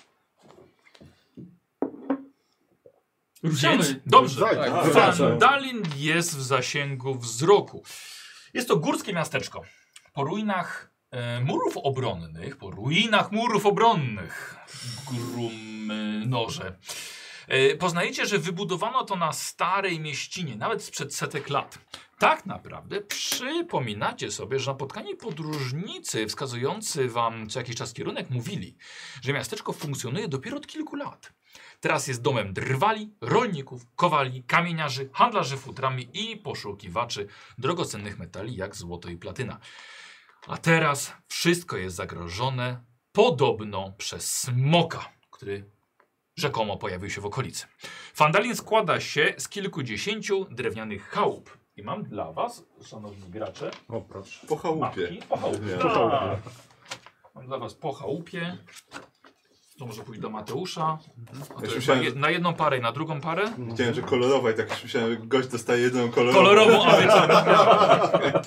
Ruszamy. Więc, dobrze. Tak, Tak, tak. wracam. Fandalin jest w zasięgu wzroku. Jest to górskie miasteczko. Po ruinach e, murów obronnych, po ruinach murów obronnych, Grumnorze, e, poznajecie, że wybudowano to na starej mieścinie, nawet sprzed setek lat. Tak naprawdę przypominacie sobie, że napotkani podróżnicy wskazujący wam co jakiś czas kierunek mówili, że miasteczko funkcjonuje dopiero od kilku lat. Teraz jest domem drwali, rolników, kowali, kamieniarzy, handlarzy futrami i poszukiwaczy drogocennych metali jak złoto i platyna. A teraz wszystko jest zagrożone podobno przez smoka, który rzekomo pojawił się w okolicy. Fandalin składa się z kilkudziesięciu drewnianych chałup. I mam dla was, szanowni gracze, O, proszę. Po chałupie. mapki. Po chałupie. Nie. Po chałupie. Mam dla was po chałupie. To może pójść do Mateusza. A to jest myślałem, na, je, na jedną parę i na drugą parę. Widziałem, że kolorowa i tak już myślałem, że gość dostaje jedną kolorową. Kolorową awyczę.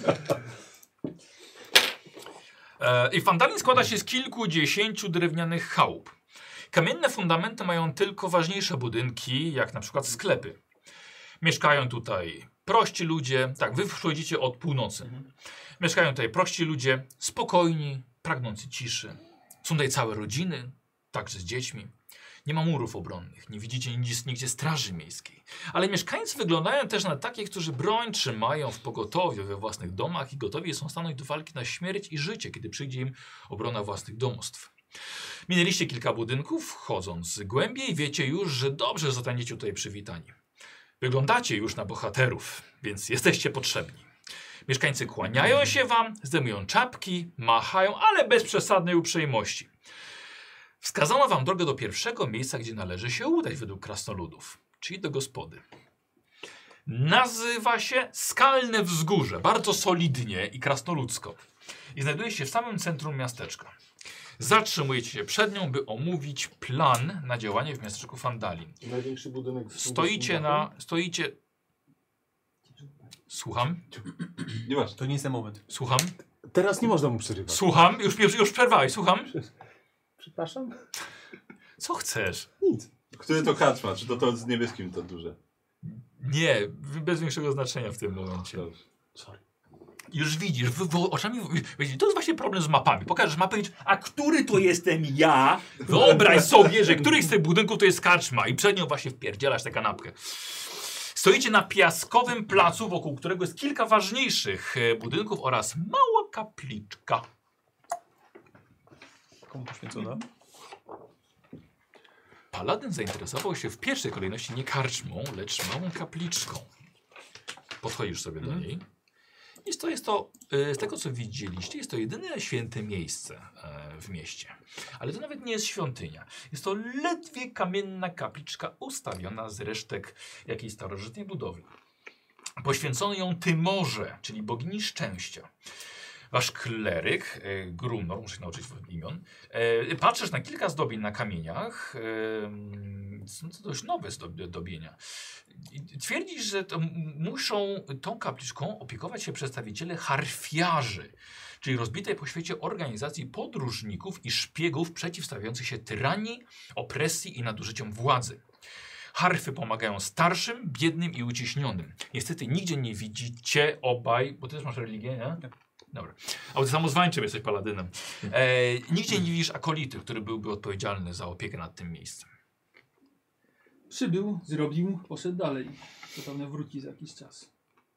e, I Fandalin składa się z kilkudziesięciu drewnianych chałup. Kamienne fundamenty mają tylko ważniejsze budynki, jak na przykład sklepy. Mieszkają tutaj prości ludzie, tak, wy wchodzicie od północy. Mhm. Mieszkają tutaj prości ludzie, spokojni, pragnący ciszy. Są tutaj całe rodziny, także z dziećmi. Nie ma murów obronnych, nie widzicie nigdzie, nigdzie straży miejskiej. Ale mieszkańcy wyglądają też na takich, którzy broń trzymają w pogotowiu we własnych domach i gotowi są stanąć do walki na śmierć i życie, kiedy przyjdzie im obrona własnych domostw. Minęliście kilka budynków, wchodząc głębiej wiecie już, że dobrze zostaniecie tutaj przywitani. Wyglądacie już na bohaterów, więc jesteście potrzebni. Mieszkańcy kłaniają się wam, zdejmują czapki, machają, ale bez przesadnej uprzejmości. Wskazano wam drogę do pierwszego miejsca, gdzie należy się udać według krasnoludów, czyli do gospody. Nazywa się Skalne Wzgórze, bardzo solidnie i krasnoludzko. I znajduje się w samym centrum miasteczka. Zatrzymujecie się przed nią, by omówić plan na działanie w miasteczku Fandalin. Największy budynek w Stoicie na... Stoicie... Słucham? Nieważne. To nie jest ten moment. Słucham? Teraz nie można mu przerywać. Słucham? Już, już, już przerwałeś, słucham? Przepraszam? Co chcesz? Nic. Który to karczma? Czy to to z niebieskim to duże? Nie, bez większego znaczenia w tym momencie. Dobrze. Sorry. Już widzisz, wy, wy, oczami, wiecie, to jest właśnie problem z mapami. Pokażesz mapę i a który to jestem ja? Wyobraź sobie, że któryś z tych budynków to jest karczma i przed nią właśnie wpierdzielasz tę kanapkę. Stoicie na piaskowym placu, wokół którego jest kilka ważniejszych budynków oraz mała kapliczka. Komu poświęcona? Paladyn zainteresował się w pierwszej kolejności nie karczmą, lecz małą kapliczką. Podchodzisz sobie do niej. Jest to, jest to, z tego co widzieliście, jest to jedyne święte miejsce w mieście. Ale to nawet nie jest świątynia. Jest to ledwie kamienna kapliczka ustawiona z resztek jakiejś starożytnej budowy. Poświęcono ją Tymorze, czyli bogini szczęścia. Wasz kleryk, e, Grunor, muszę się nauczyć imion, e, patrzysz na kilka zdobień na kamieniach, e, są to dość nowe zdobienia. I twierdzisz, że to muszą tą kapliczką opiekować się przedstawiciele harfiarzy, czyli rozbitej po świecie organizacji podróżników i szpiegów przeciwstawiających się tyranii, opresji i nadużyciom władzy. Harfy pomagają starszym, biednym i uciśnionym. Niestety nigdzie nie widzicie obaj, bo ty też masz religię, nie? Dobra. A ty samozwańczym jesteś paladynem. E, nigdzie nie widzisz akolity, który byłby odpowiedzialny za opiekę nad tym miejscem. Przybył, zrobił, poszedł dalej. Zapewne wróci za jakiś czas.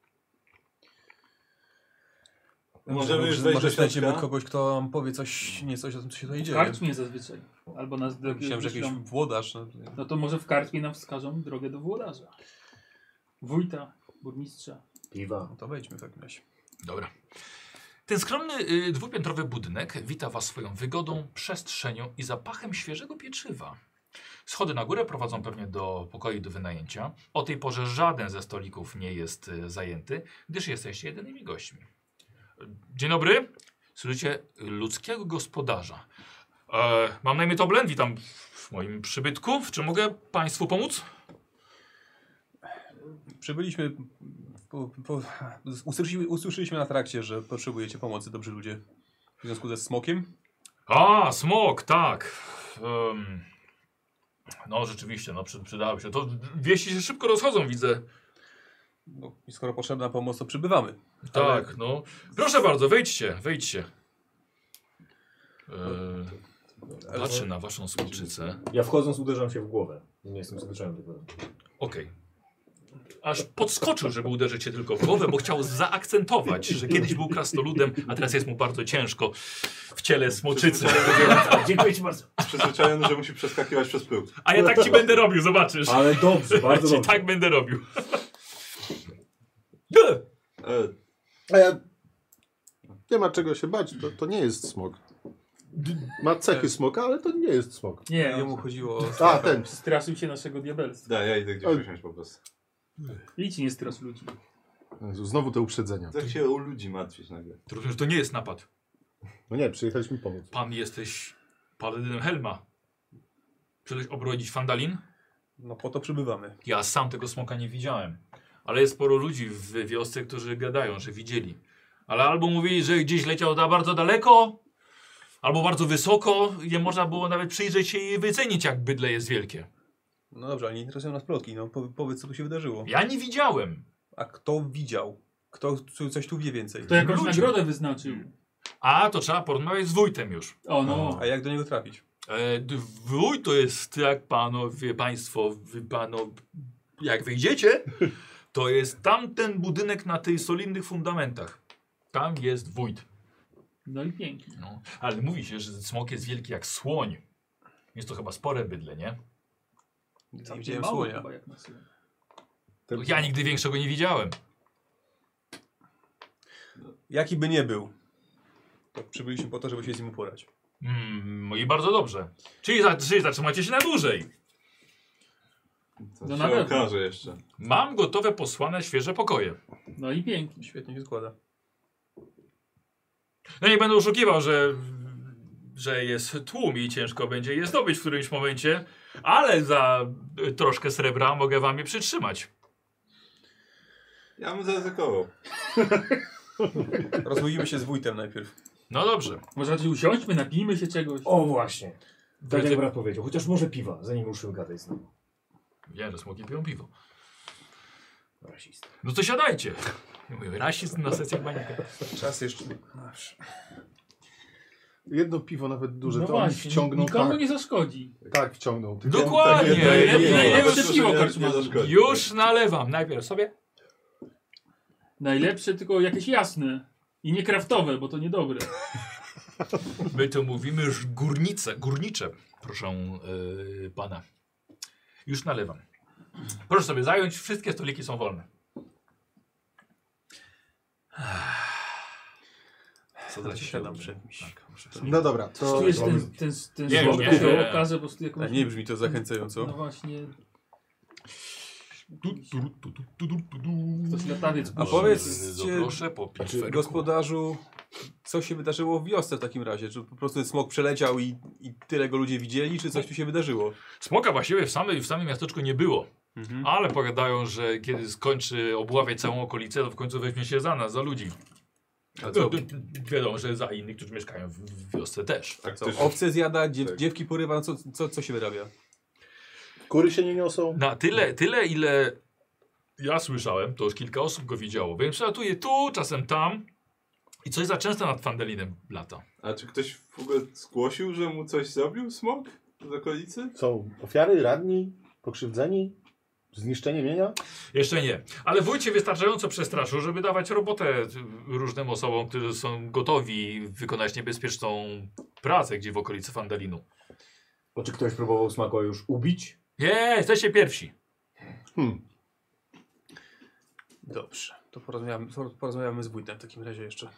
Możemy już może, wejść może do znajdziemy środka? kogoś, kto nam powie coś, nie coś o tym, co się tutaj W dzieje. karczmie zazwyczaj. Albo nas do Myślałem, że jakiś włodarz. No, No to może w karczmie nam wskażą drogę do włodarza. Wójta, burmistrza. Piwa. no to wejdźmy w takim razie. Dobra. Ten skromny y, dwupiętrowy budynek wita was swoją wygodą, przestrzenią i zapachem świeżego pieczywa. Schody na górę prowadzą pewnie do pokoju do wynajęcia. O tej porze żaden ze stolików nie jest y, zajęty, gdyż jesteście jedynymi gośćmi. Dzień dobry. Słyszycie ludzkiego gospodarza. E, mam na imię Toblen, witam w moim przybytku. W czym mogę Państwu pomóc? Przybyliśmy, po, po, usłyszeliśmy, usłyszeliśmy na trakcie, że potrzebujecie pomocy, dobrzy ludzie, w związku ze smokiem. A, smok, tak. Um, no rzeczywiście, no przy, przydało się. To wieści się szybko rozchodzą, widzę. No, i skoro potrzebna pomoc, to przybywamy. Tak, Ale- no. Proszę bardzo, wejdźcie, wejdźcie. E, patrzę na waszą smoczycę. Ja wchodząc uderzam się w głowę. Nie jestem zwyczajny do tego. Okej. Aż podskoczył, żeby uderzyć się tylko w głowę, bo chciał zaakcentować, że kiedyś był krasnoludem, a teraz jest mu bardzo ciężko w ciele smoczycy. Dziękuję ci bardzo. Przyzwyczajony, że musi przeskakiwać przez pył. A ja tak ci będę robił, zobaczysz. Ale dobrze, bardzo Ci dobrze. tak będę robił. E, E, nie ma czego się bać, to, to nie jest smok. Ma cechy smoka, ale to nie jest smok. Nie, Jemu chodziło o... A, ten. straszył się naszego diabelstwa. da, ja idę gdzieś Oj. usiąść po prostu. Idź, nie strasz ludzi. Jezu, znowu te uprzedzenia. Tak się o ludzi martwić nagle. To rozumiem, że to nie jest napad. No nie, przyjechaliśmy pomóc. Pan jesteś paladynem Helma. Przyszedłeś obrodzić Fandalin? No po to przybywamy. Ja sam tego smoka nie widziałem. Ale jest sporo ludzi w wiosce, którzy gadają, że widzieli. Ale albo mówili, że gdzieś leciał da bardzo daleko, albo bardzo wysoko i nie można było nawet przyjrzeć się i wycenić, jak bydle jest wielkie. No dobrze, ale nie interesują nas plotki, no po, powiedz co tu się wydarzyło. Ja nie widziałem. A kto widział? Kto tu- coś tu wie więcej? To jakąś Ludzie. nagrodę wyznaczył. A, to trzeba porozmawiać z wójtem już. O no. A jak do niego trafić? E, d- wójt to jest, jak panowie, państwo, wy, pano, jak wyjdziecie, to jest tamten budynek na tych solidnych fundamentach. Tam jest wójt. No i pięknie. No. Ale mówi się, że smok jest wielki jak słoń. Jest to chyba spore bydle, nie? Nie Całkiem widziałem mało słonia. chyba jak na słoń. No, ja nigdy większego nie widziałem. Jaki by nie był, to przybyliśmy po to, żeby się z nim uporać. Mm, no i bardzo dobrze. Czyli, za, czyli zatrzymacie się na dłużej. To No się na pewno. okaże jeszcze. Mam gotowe posłane świeże pokoje. No i pięknie. Świetnie się składa. No nie będę oszukiwał, że, że jest tłum i ciężko będzie je zdobyć w którymś momencie, ale za y, troszkę srebra mogę wam je przytrzymać. Ja bym zaryzykował. Rozmówimy się z wójtem najpierw. No dobrze. Może raczej usiądźmy, napijmy się czegoś. O właśnie. Tak Ty- jak brat powiedział, chociaż może piwa, zanim ruszymy gadać znowu. Wiem, że smoki piją piwo. Rasista. No to siadajcie. Mówię, rasizm na sesjach baniaka. Czas jeszcze... Jedno piwo nawet duże, No to oni właśnie, wciągną. nikomu Tak, nie zaszkodzi. tak, wciągną. Tylko Dokładnie. Tak, jedno- Najlepiej- jedno- najlepsze nawet piwo nie- karczmarskie. nie zaszkodzi. Już nalewam. Najpierw sobie. Najlepsze, tylko jakieś jasne. I nie kraftowe, bo to niedobre. My tu mówimy już górnice, górnicze. Proszę yy, pana. Już nalewam. Proszę sobie zająć, wszystkie stoliki są wolne. Co Ja za siadam się- przed czymś. Tak, muszę No dobra, to Tu jest ten, ten, ten Nie, złom, nie, który nie. okaże po prostu jakąś... Tak, nie brzmi to zachęcająco. No właśnie, Tu, tu, tu, tu, tu, tu, tu, tu. ktoś latawiec A puści. powiedzcie, Proszę po Czy piferku. gospodarzu, co się wydarzyło w wiosce w takim razie? Czy po prostu ten smok przeleciał i, i tyle go ludzie widzieli, czy coś tu się wydarzyło? Smoka właściwie w, samej, w samym miasteczku nie było. Mhm. Ale powiadają, że kiedy skończy obławiać całą okolicę, to w końcu weźmie się za nas, za ludzi. A co? No, wiadomo, że za innych, którzy mieszkają w, w wiosce też. A Co, ktoś, owce zjada, dziew, Tak. dziewki porywa, co, co, co się wyrabia? kury się nie niosą. Na tyle, tyle ile ja słyszałem, to już kilka osób go widziało. Więc przelatuje tu, czasem tam i coś za często nad Fandelinem lata. a czy ktoś w ogóle zgłosił, że mu coś zrobił smok z okolicy? Są ofiary, radni, pokrzywdzeni, zniszczenie mienia. Jeszcze nie. Ale wójt się wystarczająco przestraszył, żeby dawać robotę różnym osobom, którzy są gotowi wykonać niebezpieczną pracę gdzieś w okolicy Fandelinu. O, czy ktoś próbował Smaka już ubić? Nie, jesteście pierwsi. Hmm. Dobrze, to porozmawiamy, porozmawiamy z wójtem w takim razie jeszcze.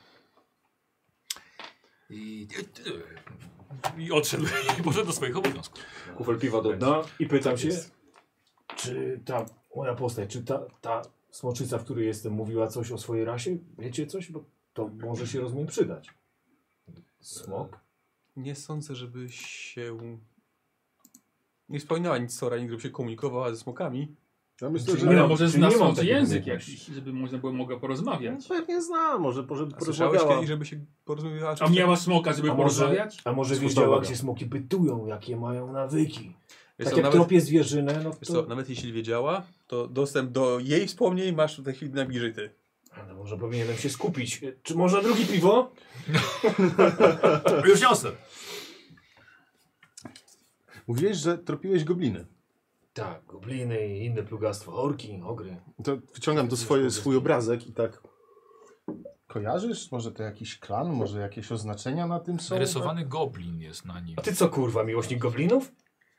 I, i odszedł i poszedł do swoich obowiązków. Kufel piwa do dna i pytam się, czy ta moja postać, czy ta, ta smoczyca, w której jestem, mówiła coś o swojej rasie? Wiecie coś? Bo to może się, rozumiem, przydać. Smok? Nie sądzę, żeby się... Nie wspominała nic Sora, nigdy by się komunikowała ze smokami. Ja myślę, Czyli że nie Ale mam- może czyli zna nie mam smoczy takiej język umiejętności. jakiś, żeby można było mogła porozmawiać. pewnie zna, może, może A słyszałeś porozmawiała. kiedyś, żeby się porozumiewała? A miała smoka, żeby A może, porozmawiać? a może Z wiedziała, podstawowa. gdzie smoki bytują, jakie mają nawyki. Wiesz Tak co, jak nawet, tropie zwierzynę, no wiesz co, to... nawet jeśli wiedziała, to dostęp do jej wspomnień masz w tej chwili najbliżej ty. Ale może powinienem się skupić. Czy można drugie piwo? Już niosę. Mówiłeś, że tropiłeś gobliny. Tak, gobliny i inne plugastwa, orki, ogry. To wyciągam do swoje, swój obrazek i tak... Kojarzysz? Może to jakiś klan? Może jakieś oznaczenia na tym są? Rysowany goblin jest na nim. A ty co, kurwa, miłośnik goblinów?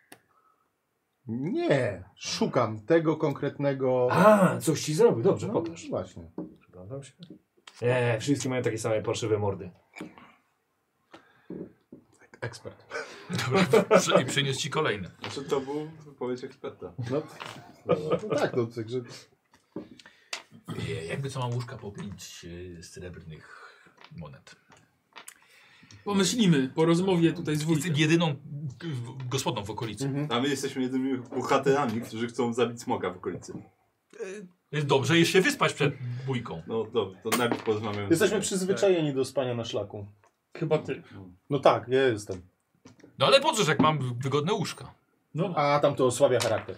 Nie, szukam tego konkretnego... A, coś ci zrobił. Dobrze, no, pokaż. właśnie. Przyglądam się. Nie, wszystkie mają takie same parszywe mordy. Ekspert. Dobra, przy- i przyniósł ci kolejny. Znaczy to był wypowiedź eksperta. No, no, no tak, no także... Nie, jakby co mam łóżka po pięć e, srebrnych monet. Pomyślimy po rozmowie tutaj z Jestem wójtem. jedyną g- gospodą w okolicy. Mhm. A my jesteśmy jedynymi bohaterami, którzy chcą zabić smoka w okolicy. Jest dobrze jest się wyspać przed bójką. No dobrze, to najpierw porozmawiamy. Jesteśmy przyzwyczajeni do spania na szlaku. Chyba ty. No tak, ja jestem. No ale po co, że jak mam wygodne łóżka? No A tam to osłabia charakter.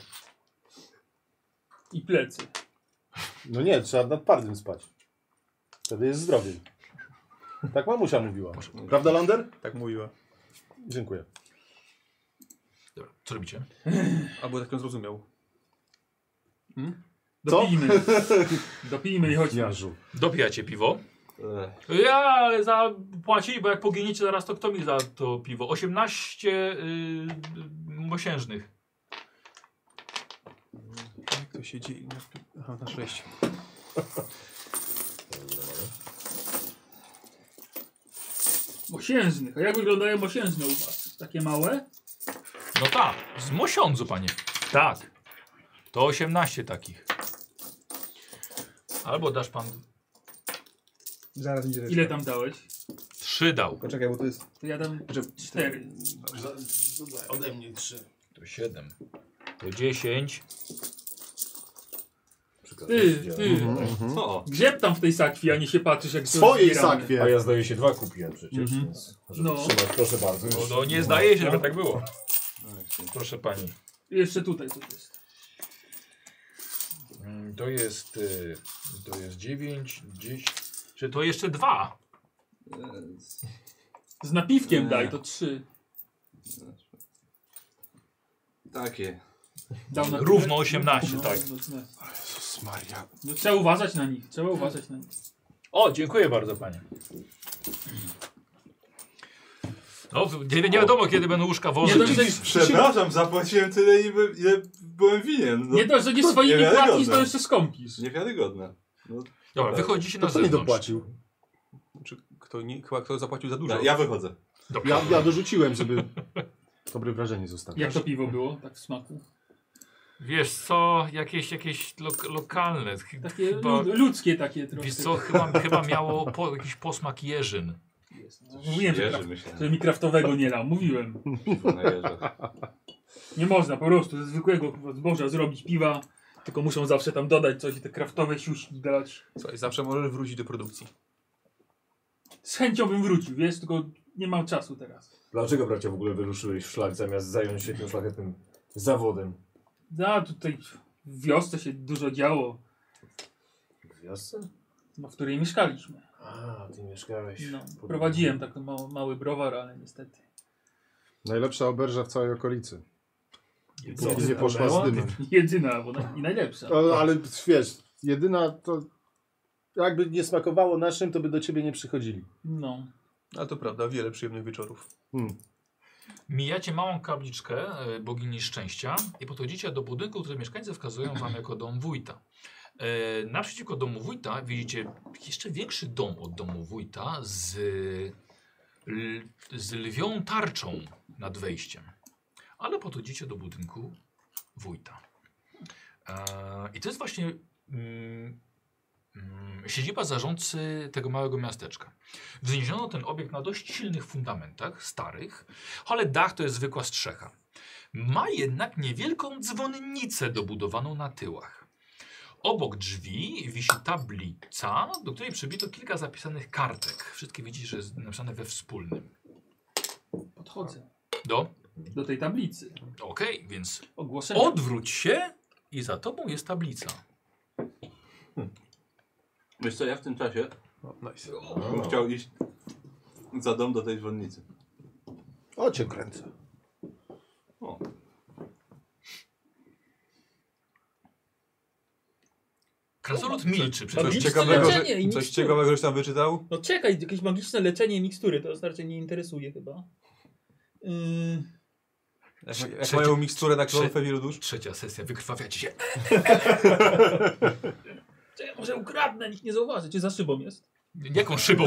i plecy. No nie, trzeba nad twardym spać. Wtedy jest zdrowiej. Tak mamusia mówiła. Prawda, Lander? Tak mówiła. Dziękuję. Dobra, co robicie? Albo tak ją zrozumiał. Hmm? Dopijmy. Dopijmy i chodźmy. Jarzu. Dopijacie piwo. Ech. Ja zapłacili, bo jak poginiecie zaraz, to kto mi za to piwo? osiemnaście yy, mosiężnych. Jak to się dzieje? Aha, na sześć. Mosiężnych. A jak wyglądają mosiężne u was? Takie małe? No tak, z mosiądzu, panie. Tak. To osiemnaście takich. Albo dasz pan Zaraz będzie Ile tam dałeś? trzy dał. Poczekaj, bo to jest... To ja dam cztery. Ode mnie trzy. To siedem. To dziesięć. Ty, ty. Mhm. Co? Grzeb tam w tej sakwie, a nie się patrzysz jak to Swojej zbieramy. sakwie. A ja zdaje się dwa kupiłem przecież, Mhm. więc żeby No. trzymać, proszę bardzo. No, już- no nie zdaje się, żeby tak było. Ech, Proszę pani. I jeszcze tutaj coś jest. Mm, To jest. y, To jest dziewięć, dziesięć. Czy to jeszcze dwa? Z napiwkiem Nie. daj, to trzy. Takie. Dał napiwek? Równo osiemnaście, No, tak. no, no. Jezus Maria. No, trzeba uważać na nich, trzeba uważać na nich. O, dziękuję bardzo, panie. No, nie, nie wiadomo, kiedy będą łóżka Nie wozy. dość, że, Przepraszam, zapłaciłem tyle, ile, ile byłem winien. No, nie dość, że nie swoimi niewiarygodne. płacisz, to jeszcze skąpisz. Niewiarygodne. No, Dobra, wychodzicie na To kto mi zewnątrz. dopłacił? Czy kto, nie, chyba kto zapłacił za dużo? ja, ja wychodzę. Dobra. Ja, ja dorzuciłem, żeby dobre wrażenie zostawić. Jak to piwo było, tak w smaku? Wiesz co, jakieś, jakieś lok lokalne. Ch- Takie chyba, lud, ludzkie takie trochę. wiesz co, chyba, chyba miało po, jakiś posmak jeżyn. Jest. No, mówiłem, że, Jerzy, kraft, myślałem. że mi kraftowego nie dał, mówiłem. Na jeżach. Nie można po prostu ze zwykłego zboża zrobić piwa, tylko muszą zawsze tam dodać coś i te kraftowe siuśki dać. Słuchaj, zawsze możesz wrócić do produkcji. Z chęcią bym wrócił, wiesz, tylko nie mam czasu teraz. Dlaczego, bracia, w ogóle wyruszyłeś w szlak, zamiast zająć się tym szlachetnym zawodem? No, tutaj w wiosce się dużo działo, W wiosce? no, w której mieszkaliśmy. A, ty mieszkałeś. No, pod- prowadziłem taki mały, mały browar, ale niestety. Najlepsza oberża w całej okolicy. Co? Póki nie poszła z dymem. Jedyna, bo na, i najlepsza. Ale, ale wiesz, jedyna to... Jakby nie smakowało naszym, to by do ciebie nie przychodzili. No. Ale to prawda, wiele przyjemnych wieczorów. Hmm. Mijacie małą kapliczkę e, bogini szczęścia i podchodzicie do budynku, który mieszkańcy wskazują wam jako dom wójta. E, naprzeciwko domu wójta widzicie jeszcze większy dom od domu wójta z, l, z lwią tarczą nad wejściem. Ale podchodzicie do budynku wójta. E, I to jest właśnie mm, mm, siedziba zarządcy tego małego miasteczka. Wzniesiono ten obiekt na dość silnych fundamentach, starych, ale dach to jest zwykła strzecha. Ma jednak niewielką dzwonnicę dobudowaną na tyłach. Obok drzwi wisi tablica, do której przybito kilka zapisanych kartek. Wszystkie widzicie, że jest napisane we wspólnym. Podchodzę Do? do tej tablicy. Okej, więc Ogłoszenie. odwróć się i za tobą jest tablica. Wiesz co, ja w tym czasie No, nice. bym chciał iść za dom do tej dzwonnicy. O, cię kręcę. O. Krasolud milczy. Coś Przecież ciekawego, leczenie że, i coś mikstury. ciekawego żeś tam wyczytał? No czekaj, jakieś magiczne leczenie i mikstury, to starcie nie interesuje chyba. Yy, Jak, Trze- jak trzeci- mają miksturę na trze- klątwę wielu dusz? Trzecia sesja, wykrwawiacie się. czekaj, może ukradnę, nikt nie zauważy, czy za szybą jest. Jaką szybą?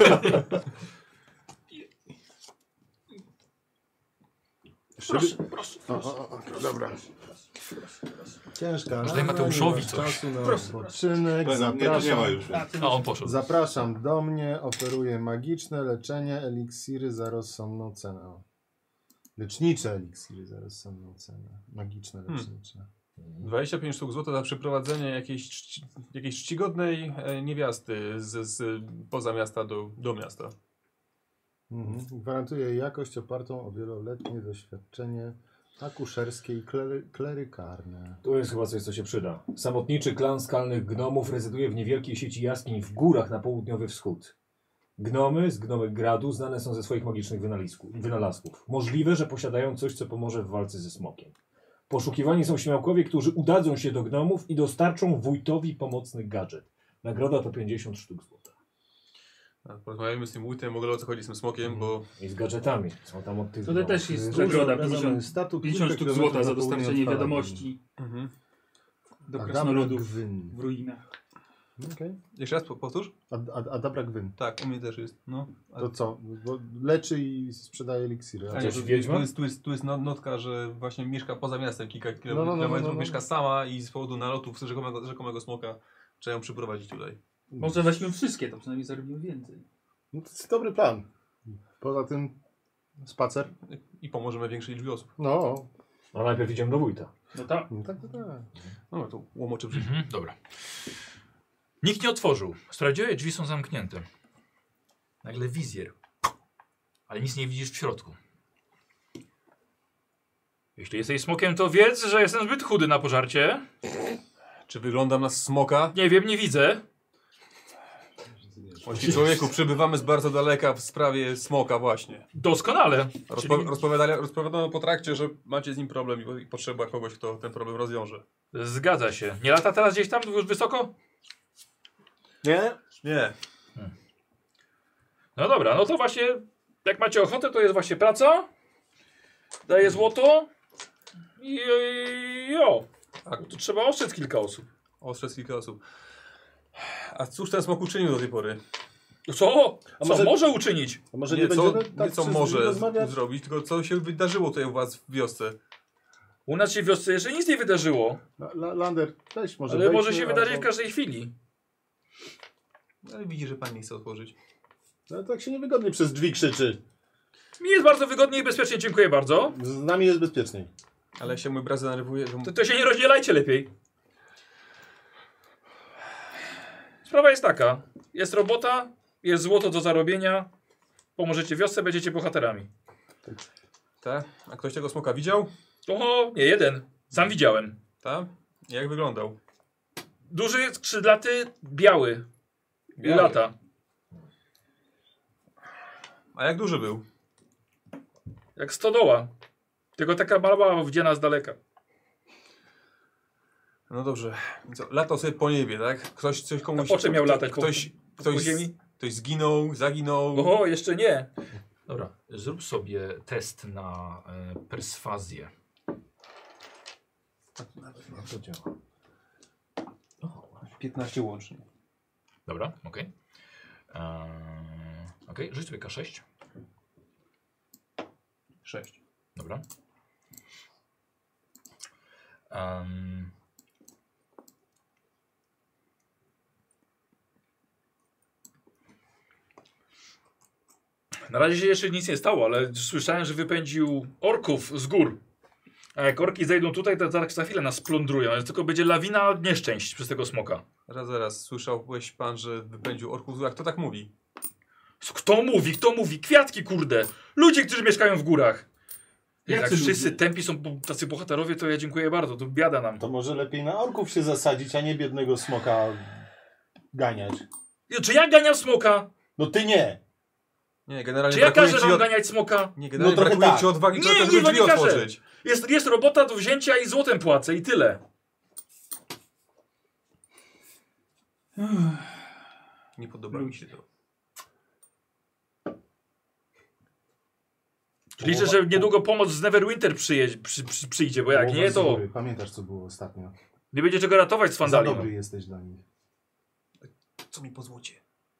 Proszę, proszę, O, o, o, dobra. Ciężka. Może daj rana, Mateuszowi nie masz coś. czasu na Proszę, odpoczynek. Powiem, nie, to nie ma Zapraszam. już. A, ty A on poszedł. Zapraszam do mnie, oferuję magiczne leczenie, eliksiry za rozsądną cenę. O. Lecznicze eliksiry za rozsądną cenę. Magiczne Hmm. lecznicze. dwadzieścia pięć sztuk złota za przeprowadzenie jakiejś, czci, jakiejś czcigodnej e, niewiasty z, z poza miasta do, do miasta. Mhm. Gwarantuję jakość opartą o wieloletnie doświadczenie Akuszerskie i klery, klerykarne. Tu jest chyba coś, co się przyda. Samotniczy klan skalnych gnomów rezyduje w niewielkiej sieci jaskiń w górach na południowy wschód. Gnomy z Gnomek Gradu znane są ze swoich magicznych wynalazków. Możliwe, że posiadają coś, co pomoże w walce ze smokiem. Poszukiwani są śmiałkowie, którzy udadzą się do gnomów i dostarczą wójtowi pomocny gadżet. Nagroda to pięćdziesiąt sztuk złota. Porozmawiajmy z tym wójtem, w ogóle o co chodzi z tym smokiem, bo... I z gadżetami. Są tam od tych Tutaj też jest Dużo nagroda, wracamy. pięćdziesiąt, pięćdziesiąt sztuk złota za dostarczenie wiadomości Mhm. do Adabra krasnoludów Gwyn. w ruinach. Okay. Jeszcze raz powtórz? Ad, ad, Adabra Gwyn. Tak, u mnie też jest. No. A... To co? Bo leczy i sprzedaje eliksiry. A A nie, coś tu, wiedźma? tu, jest, tu, jest, tu jest not- notka, że właśnie mieszka poza miastem kilka kilo- No, no, no, kilometrów, no, no. mieszka sama i z powodu nalotów rzekomego, rzekomego smoka trzeba ją przyprowadzić tutaj. Może weźmy wszystkie, to przynajmniej zarobimy więcej. No to jest dobry plan. Poza tym spacer. I pomożemy większej liczbie osób. No. No najpierw idziemy do wójta. No tak. No tak, tak, tak. No to łomoczy w życiu. Mhm, dobra. Nikt nie otworzył. Sprawdziłeś, drzwi są zamknięte. Nagle wizjer. Ale nic nie widzisz w środku. Jeśli jesteś smokiem, to wiedz, że jestem zbyt chudy na pożarcie. Czy wyglądam na smoka? Nie wiem, nie widzę. Właśnie człowieku, przybywamy z bardzo daleka w sprawie smoka właśnie. Doskonale. Rozpo, Czyli rozpowiadali- rozpowiadano po trakcie, że macie z nim problem i, i potrzeba kogoś, kto ten problem rozwiąże. zgadza się. Nie lata teraz gdzieś tam już wysoko? Nie? Nie. No dobra, no to właśnie jak macie ochotę, to jest właśnie praca. Daje złoto. I, i o. Tak. Tu trzeba ostrzec kilka osób. Ostrzec kilka osób. A cóż ten smok uczynił do tej pory? Co? A Co może- może uczynić? A może nie, Nie, co, będziemy tak nie co przez może drzwi rozmawiać? zrobić, tylko co się wydarzyło tutaj u was w wiosce. U nas się w wiosce jeszcze nic nie wydarzyło. La, la, Lander, weź może Ale wejdźmy, może się wydarzyć w albo- każdej chwili. Ale widzi, że pan nie chce otworzyć. No tak się niewygodnie przez drzwi krzyczy. Mi jest bardzo wygodnie i bezpiecznie, dziękuję bardzo. Z nami jest bezpieczniej. Ale się mój brat denerwuje, że... To, to się nie rozdzielajcie lepiej. Sprawa jest taka. Jest robota, jest złoto do zarobienia. Pomożecie wiosce, będziecie bohaterami. Tak? A ktoś tego smoka widział? Oho, nie jeden. Sam widziałem. Tak? Jak wyglądał? Duży, skrzydlaty, biały. Biały. Lata. A jak duży był? Jak stodoła. Tylko taka mała wdziana z daleka. No dobrze. Co, latał sobie po niebie, tak? Ktoś coś komuś... A po czym miał latać? Po- Ktoś, ktoś, po ziemi? ktoś zginął, zaginął. Oho, jeszcze nie. Dobra, zrób sobie test na e, perswazję. To działa. piętnaście łącznie. Dobra, okej. Okay. Okej, okay, rzuć sobie K sześć. sześć. Dobra. Um, na razie się jeszcze nic nie stało, ale słyszałem, że wypędził orków z gór. A jak orki zejdą tutaj, to zaraz za chwilę nas splądrują, więc tylko będzie lawina nieszczęść przez tego smoka. Zaraz, zaraz. Słyszałeś pan, że wypędził orków? Jak to tak mówi? Kto mówi? Kto mówi? Kwiatki, kurde! Ludzie, którzy mieszkają w górach. Jak Jacy wszyscy ludzie? tępi są bo- tacy bohaterowie, to ja dziękuję bardzo, to biada nam. To może lepiej na orków się zasadzić, a nie biednego smoka ganiać. Czy ja ganiam smoka? No ty nie! Nie, generalnie Czy ja brakuje każę ci wam od... ganiać smoka? Nie, generalnie No trochę brakuje tak. ci odwagi, Nie, żeby nie, te no drzwi nie każę. otworzyć. Jest, jest robota do wzięcia i złotem płacę i tyle. Nie podoba mi się to. Liczę, że niedługo pomoc z Neverwinter przyjedzie, przy, przy, przyjdzie, bo jak Połowa nie, to zły. Pamiętasz, co było ostatnio? nie będzie czego ratować z Za Fandalią. dobry jesteś dla nich. Co mi po złocie?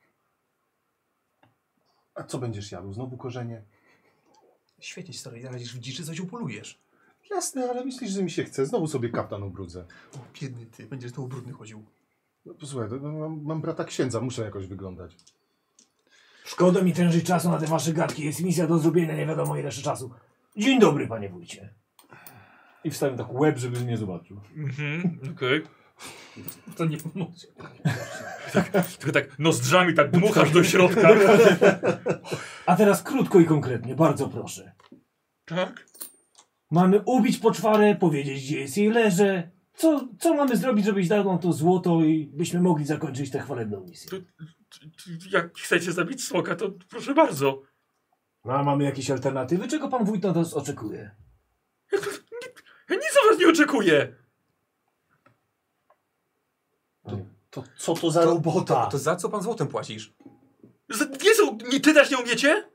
A co będziesz jadł? Znowu korzenie? Świetnie, stary, radzisz w dziczy, coś upolujesz. Jasne, ale myślisz, że mi się chce? Znowu sobie kaftan ubrudzę. O, biedny ty, będziesz tu brudny chodził. No, posłuchaj, to, no, mam, mam brata księdza, muszę jakoś wyglądać. Szkoda mi tężyć czasu na te wasze gadki. Jest misja do zrobienia, nie wiadomo ile jeszcze czasu. Dzień dobry, panie wójcie. I wstawiam tak łeb, żeby mnie zobaczył. Mhm, okej. To nie pomoże. Tylko tak nozdrzami tak dmuchasz do środka. A teraz krótko i konkretnie, bardzo proszę. Tak? Mamy ubić poczwarę, powiedzieć, gdzie jest jej leże. Co, co mamy zrobić, żebyś dał nam to złoto i byśmy mogli zakończyć tę chwalebną misję? Jak chcecie zabić smoka, to proszę bardzo. No, a mamy jakieś alternatywy? Czego pan wójt na nas oczekuje? Ja nic od was nie oczekuję. To co to za To, robota? to, to za co pan złotem płacisz? Z- Nie są, nie, ty też nie umiecie?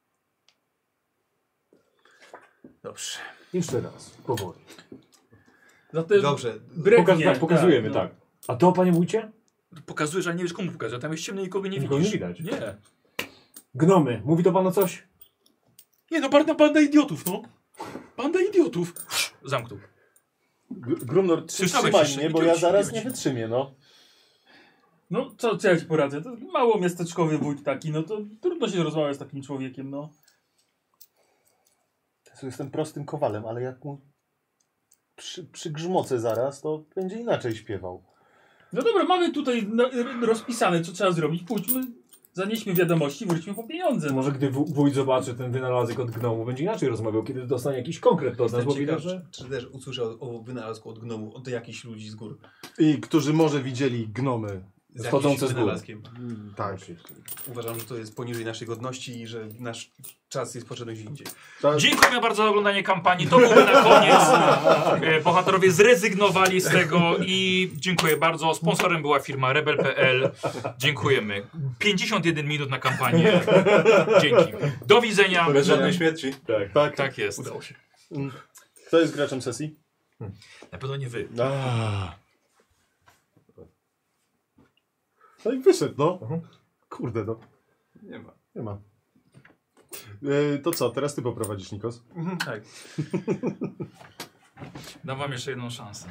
Dobrze. Jeszcze raz, powoli. Zatem Dobrze. brednie, Pokaz, tak, pokazujemy, no. tak. A to, panie wójcie? Pokazujesz, ale nie wiesz komu pokazać. Tam jest ciemno i nikogo nie Nikogo widzisz. nie widać. Nie. Gnomy, mówi to panu coś? Nie no, banda, banda idiotów, no. Banda idiotów. Zamknął. G- Grumnor, Słyszałeś trzymaj jeszcze, mnie, bo ja idioci, zaraz idioci. nie wytrzymię, no. No co, co ja ci poradzę? To mało miasteczkowy wójt taki, no to trudno się rozmawiać z takim człowiekiem, no. Ja jestem prostym kowalem, ale jak mu przy, przygrzmocę zaraz, to będzie inaczej śpiewał. No dobra, mamy tutaj no, rozpisane, co trzeba zrobić. Pójdźmy, zanieśmy wiadomości, wróćmy po pieniądze. No. Może gdy wó- wójt zobaczy ten wynalazek od gnomu, będzie inaczej rozmawiał, kiedy dostanie jakiś konkret od nas, Jestem bo ciekaw, widać, że... czy, czy też usłyszał o wynalazku od gnomów, od jakichś ludzi z gór. I którzy może widzieli gnomy. Z Schodzące jakimś z góry. wynalazkiem. Tak. Uważam, że to jest poniżej naszej godności i że nasz czas jest potrzebny gdzie indziej. Tak. Dziękujemy bardzo za oglądanie kampanii. To byłby na koniec. E, Bohaterowie zrezygnowali z tego i dziękuję bardzo. Sponsorem była firma rebel kropka p l. Dziękujemy. pięćdziesiąt jeden minut na kampanię. Dzięki. Do widzenia. Bez żadnej śmierci. Tak. Tak. Tak jest. Udało się. Kto jest graczem sesji? Na pewno nie wy. Ah. No i wyszedł, no. Kurde, no. Nie ma. Nie ma. E, to co, teraz ty poprowadzisz, Nikos? Mhm, tak. Dam wam jeszcze jedną szansę.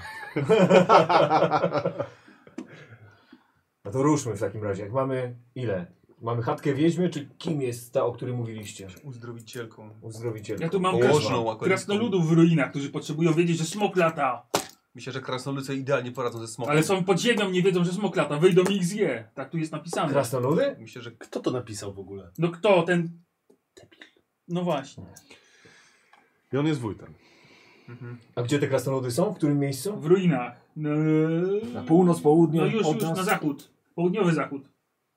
No to ruszmy w takim razie. Jak mamy ile? Mamy chatkę wiedźmy, czy kim jest ta, o której mówiliście? Uzdrowicielką. Uzdrowicielką. Ja tu mam Położną kras- akolitką. krasnoludów w ruinach, którzy potrzebują wiedzieć, że smok lata. Myślę, że krasnoludy idealnie poradzą ze smokiem. Ale są pod ziemią, nie wiedzą, że smok lata. Wyjdą i ich zje. Tak tu jest napisane. Krasnoludy? Myślę, że Kto to napisał w ogóle? No kto? Ten... No właśnie. I on jest wójtem. mhm. A gdzie te krasnoludy są? W którym miejscu? W ruinach. No, Na północ, południe, no już, od już nas? na zachód. Południowy zachód.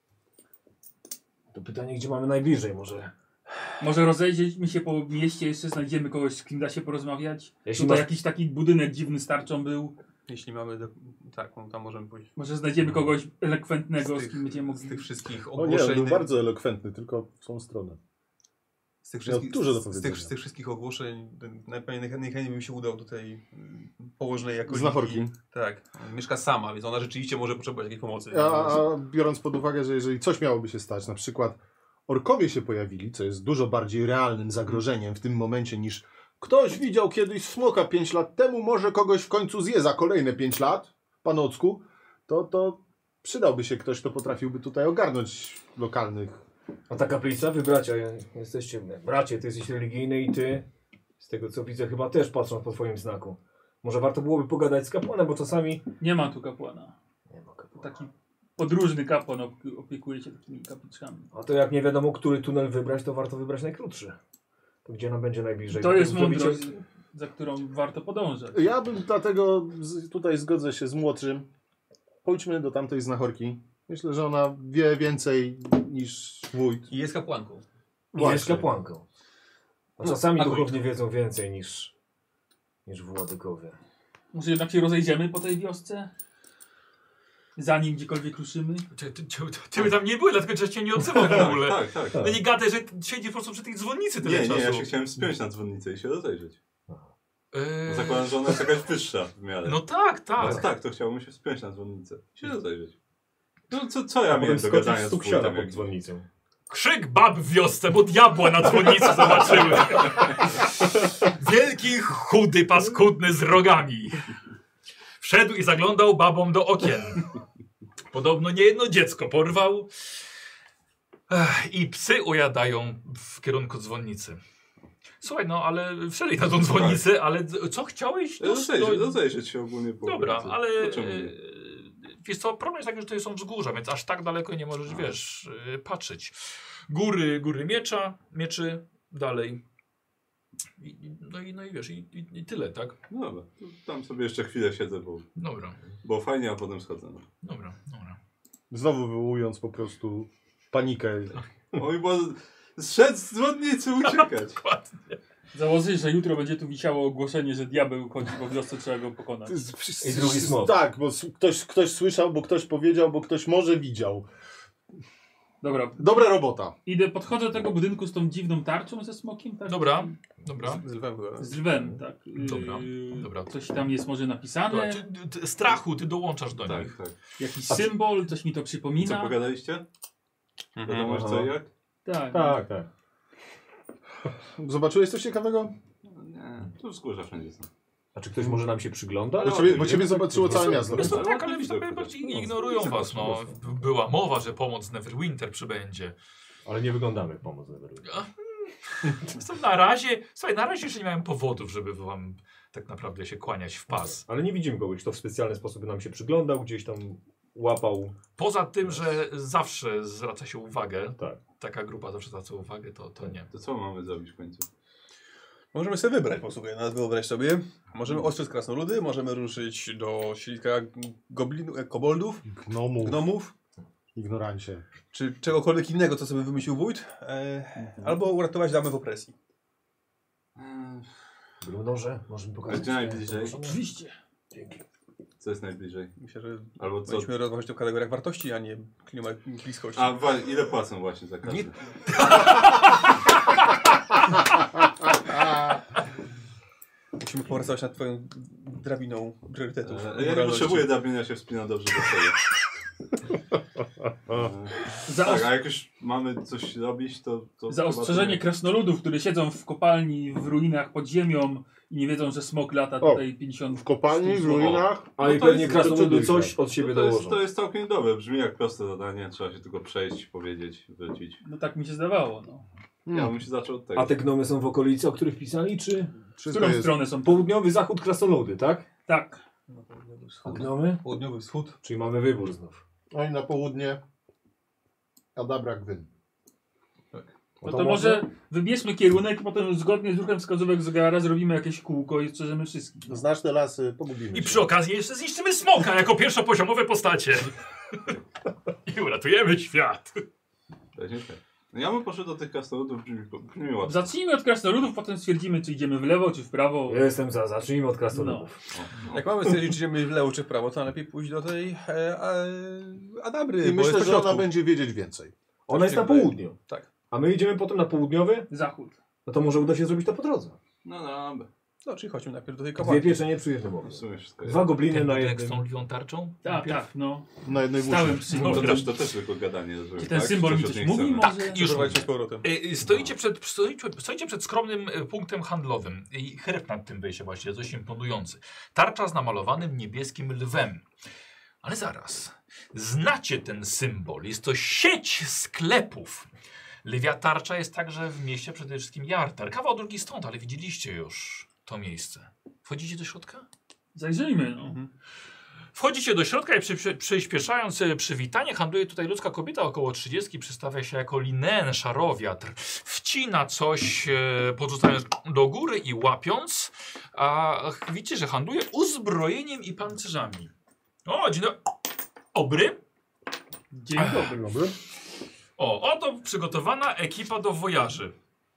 To pytanie, gdzie mamy najbliżej może? Może rozejrzyjmy się po mieście, jeszcze znajdziemy kogoś, z kim da się porozmawiać. Jeśli Tutaj masz- jakiś taki budynek dziwny z tarczą był. jeśli mamy... Do... Tak, no, tam możemy pójść. Może znajdziemy kogoś elokwentnego, z, Z tych- kim będziemy Z mogli... tych wszystkich O nie, on ogłoszeń... był bardzo elokwentny, tylko w tą stronę. Z tych Miał wszystkich, dużo do z, z, tych, powiedzenia. z tych wszystkich ogłoszeń najpewniej najchętniej bym się udał do tej mm, położnej jakoś. Znachorki. Tak. Mieszka sama, więc ona rzeczywiście może potrzebować jakiejś pomocy. A, a biorąc pod uwagę, że jeżeli coś miałoby się stać, na przykład orkowie się pojawili, co jest dużo bardziej realnym zagrożeniem w tym momencie niż ktoś widział kiedyś smoka pięć lat temu, może kogoś w końcu zje za kolejne pięć lat, panocku, to, to przydałby się ktoś, kto potrafiłby tutaj ogarnąć lokalnych. A ta kaplica? Wy bracia jesteście... Bracie, ty jesteś religijny i ty, z tego co widzę, chyba też patrząc po twoim znaku. Może warto byłoby pogadać z kapłanem, bo czasami... Nie ma tu kapłana. Nie ma kapłana. Taki podróżny kapłan op- opiekuje się takimi kapliczkami. A to jak nie wiadomo, który tunel wybrać, to warto wybrać najkrótszy. To gdzie nam będzie najbliżej? To jest Zrobicie- mądrość, za którą warto podążać. Ja bym dlatego z, tutaj zgodzę się z młodszym. Pójdźmy do tamtej znachorki. Myślę, że ona wie więcej niż wójt. I jest kapłanką. I jest kapłanką. A No, czasami a duchowni wiedzą więcej niż, niż władykowie. Może jednak się rozejdziemy po tej wiosce? Zanim gdziekolwiek ruszymy? Ty, ty, ty, ty by tam nie były, dlatego że cię nie odzywał w ogóle. Tak, tak. No nie gadaj, że siedzisz po prostu przy tej dzwonnicy tyle Nie, czasu. nie, ja się chciałem wspiąć na dzwonnicę i się rozejrzeć. Eee, Bo zakładam, że ona jest jakaś wyższa w miarę. No tak, tak. No tak, to chciałbym się wspiąć na dzwonnicę. Się rozejrzeć. No co, co ja A miałem potem do skoczyć gadania z z tuksiora wójtem, pod jak- dzwonnicą. Krzyk bab w wiosce, bo diabła na dzwonnicy zobaczyły. Wielki, chudy, paskudny z rogami. Wszedł i zaglądał babom do okien. Podobno niejedno dziecko porwał. Ech, I psy ujadają w kierunku dzwonnicy. Słuchaj, no ale wszedłeś na tą dzwonnicę, ale d- co chciałeś? No, Rozejrzeć, no, rozejrzeć się ogólnie po dobra, okolicy. ale Dlaczego nie? e, wiesz co, problem jest taki, że to są wzgórza, więc aż tak daleko nie możesz, wiesz, e, patrzeć. Góry, góry miecza, mieczy, dalej I, no, i, no i wiesz, i, i, i tyle, tak? No dobra, to tam sobie jeszcze chwilę siedzę, bo, Dobra, bo fajnie, a potem schodzę. No. dobra, dobra. Znowu wywołując po prostu panikę. Oj, bo zszedł z dzwonnicy uciekać. Dokładnie. Założę, że jutro będzie tu wisiało ogłoszenie, że diabeł chodzi po wiosce, trzeba go pokonać. I drugi smok. Tak, bo s- ktoś, ktoś słyszał, bo ktoś powiedział, bo ktoś może widział. Dobra, Dobra robota. idę, podchodzę do tego budynku z tą dziwną tarczą ze smokiem, tak? Dobra, dobra. Z lwem chyba. Z lwem, tak. Yy, Dobra, dobra. Coś tam jest może napisane, Dobra, ty, ty, strachu, ty dołączasz do Tak, nich. tak. jakiś symbol, coś mi to Co przypomina. pogadaliście? Wiadomo już Aha. co i jak? Tak, Tak, tak. Zobaczyłeś coś ciekawego? No nie, tu wzgórza wszędzie są. A czy ktoś może nam się przygląda? Bo ciebie, bo ciebie zobaczyło całe miasto. Wiesz co, No, tak, ale no, wiesz, no, tak, no, bardziej no, ignorują no, was, no. Była mowa, że pomoc z Neverwinter przybędzie. Ale nie wyglądamy jak pomoc Neverwinter. A, Zresztą na razie, słuchaj, na razie jeszcze nie miałem powodów, żeby wam tak naprawdę się kłaniać w pas. Ale nie widzimy kogoś, kto w specjalny sposób nam się przyglądał, gdzieś tam łapał. Poza tym, że zawsze zwraca się uwagę, Tak. taka grupa zawsze zwraca uwagę, to, to nie. To co mamy zrobić w końcu? Możemy sobie wybrać, posłuchaj, nawet wyobraź sobie. Możemy ostrzec krasnoludy, możemy ruszyć do silnika goblinów, e, koboldów, Gnomu, gnomów, ignorancie. czy czegokolwiek innego, co sobie wymyślił wójt, e, albo uratować damę w opresji. Brunarze, możemy A pokazać. gdzie najbliżej? Oczywiście. Dzięki. Co jest najbliżej? Myślę, że Albo co? powinniśmy rozmawiać tu w kategoriach wartości, a nie klimat bliskości. A wa- ile płacą właśnie za każdy? Nie- Musimy popracować nad twoją drabiną priorytetów. E, ja nie potrzebuję drabienia, się wspina dobrze do siebie. Za, Tak, os a jak już mamy coś robić, to... to za chyba ostrzeżenie to krasnoludów, które siedzą w kopalni w ruinach pod ziemią i nie wiedzą, że smok lata O, tutaj pięćdziesiąt... W kopalni, w ruinach. A No i to pewnie jest- krasnoludy to- to- coś od nie. siebie No to, jest, dołożą. to jest całkiem dobre, brzmi jak proste zadanie, trzeba się tylko przejść, powiedzieć, wrócić. No tak mi się zdawało, no. Ja bym się zaczął od tego. A te gnomy są w okolicy, o których pisali, czy W Wszystko którą jest. stronę są? południowy zachód krasnoludy, tak? Tak. A gnomy? Południowy wschód. Czyli mamy wybór znów. Oni na południe. Adabra Gwyn. No to może wybierzmy kierunek i potem zgodnie z ruchem wskazówek zegara zrobimy jakieś kółko i strzeżemy wszystkich. Znasz te lasy, pogubimy I się. przy okazji jeszcze zniszczymy smoka jako pierwszopoziomowe postacie. I uratujemy świat. Będzie tak. No ja bym poszedł do tych krasnoludów, brzmi, brzmi łatwo. Zacznijmy od krasnoludów, potem stwierdzimy, czy idziemy w lewo, czy w prawo. Ja jestem za, zacznijmy od krasnoludów. Jak mamy stwierdzić, czy idziemy w lewo czy w prawo, to najlepiej pójść do tej e, e, Adabry, I bo myślę, jest że po ona środku. będzie wiedzieć więcej. Ona jest na południu. Tak. A my idziemy potem na południowy, Zachód. no to może uda się zrobić to po drodze. No dobra. No, czyli chodźmy najpierw do tej Dwie kopalni. pieczenie przy jednym ogniu. W sumie wszystko Dwa gobliny Ten na budynek z jednym. tą lwią tarczą? Tak, Najpierw? tak, no. Na jednej Stałem włóczy. przy No, to, symbolu. też, to też tylko gadanie. Rozumiem, Czy ten tak? symbol mi Coś od coś niej mówi? chcemy. Może? Już Przeprowadź się z powrotem. Y, Stoicie przed, stoicie, stoicie przed skromnym y, punktem handlowym i herb nad tym wejście właściwie dość imponujący. Tarcza z namalowanym niebieskim lwem. Ale zaraz. Znacie ten symbol. Jest to sieć sklepów. Lwia tarcza jest także w mieście przede wszystkim Jartar. Kawał drugi stąd, ale widzieliście już to miejsce. Wchodzicie do środka? Zajrzyjmy, no. Mhm. Wchodzicie do środka i przy, przy, przyspieszając e, przywitanie, handluje tutaj ludzka kobieta około trzydziestki, przedstawia się jako Linen, szarowiatr. Wcina coś, e, podrzucając do góry i łapiąc, a widzicie, że handluje uzbrojeniem i pancerzami. O, dzień dobry. Dobry. Dzień dobry. Dobry. O, oto przygotowana ekipa do wojaży.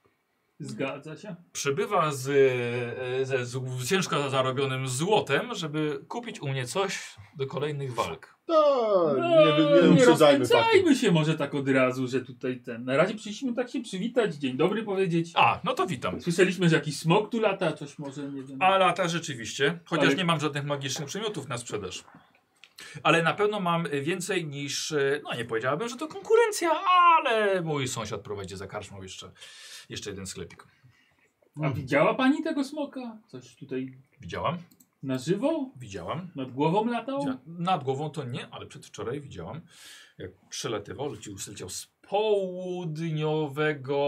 Zgadza się. Przybywa z, e, ze z ciężko zarobionym złotem, żeby kupić u mnie coś do kolejnych walk. Tak, No, nie, wy- nie, nie uprzedzajmy faktu. rozpędzajmy się może tak od razu, że tutaj ten... Na razie przyszliśmy tak się przywitać, dzień dobry powiedzieć. A, no to witam. Słyszeliśmy, że jakiś smok tu lata, coś może, nie wiem. A lata rzeczywiście, chociaż Ale- nie mam żadnych magicznych przedmiotów na sprzedaż. Ale na pewno mam więcej niż, e, no nie powiedziałabym, że to konkurencja, ale mój sąsiad prowadzi za karczmą jeszcze, jeszcze jeden sklepik. A widziała pani tego smoka? Coś tutaj Widziałam, na żywo? widziałam. Nad głową latał? Widzia- Nad głową to nie, ale przedwczoraj widziałam, jak przelatywał, leciał, leciał z południowego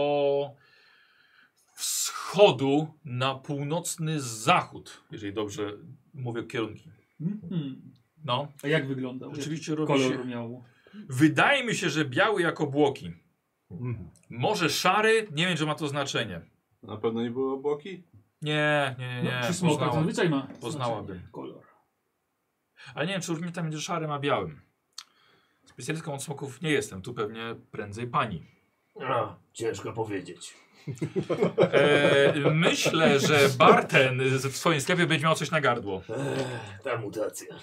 wschodu na północny zachód, jeżeli dobrze mówię kierunki. Mhm. No, A jak wyglądał? rzeczywiście Jaki robi kolor się... miał? Wydaje mi się, że biały jak obłoki. Mhm. Może szary, nie wiem, czy ma to znaczenie. Na pewno nie było obłoki? Nie, nie, nie, nie. No, przy smokach Poznała- zazwyczaj ma. Poznałabym. znaczenie, kolor. Ale nie wiem, czy różnica między szarym a białym. Specjalistką od smoków nie jestem, tu pewnie prędzej pani. A, ciężko powiedzieć. E, myślę, że Barten w swoim sklepie będzie miał coś na gardło. Ech, ta mutacja.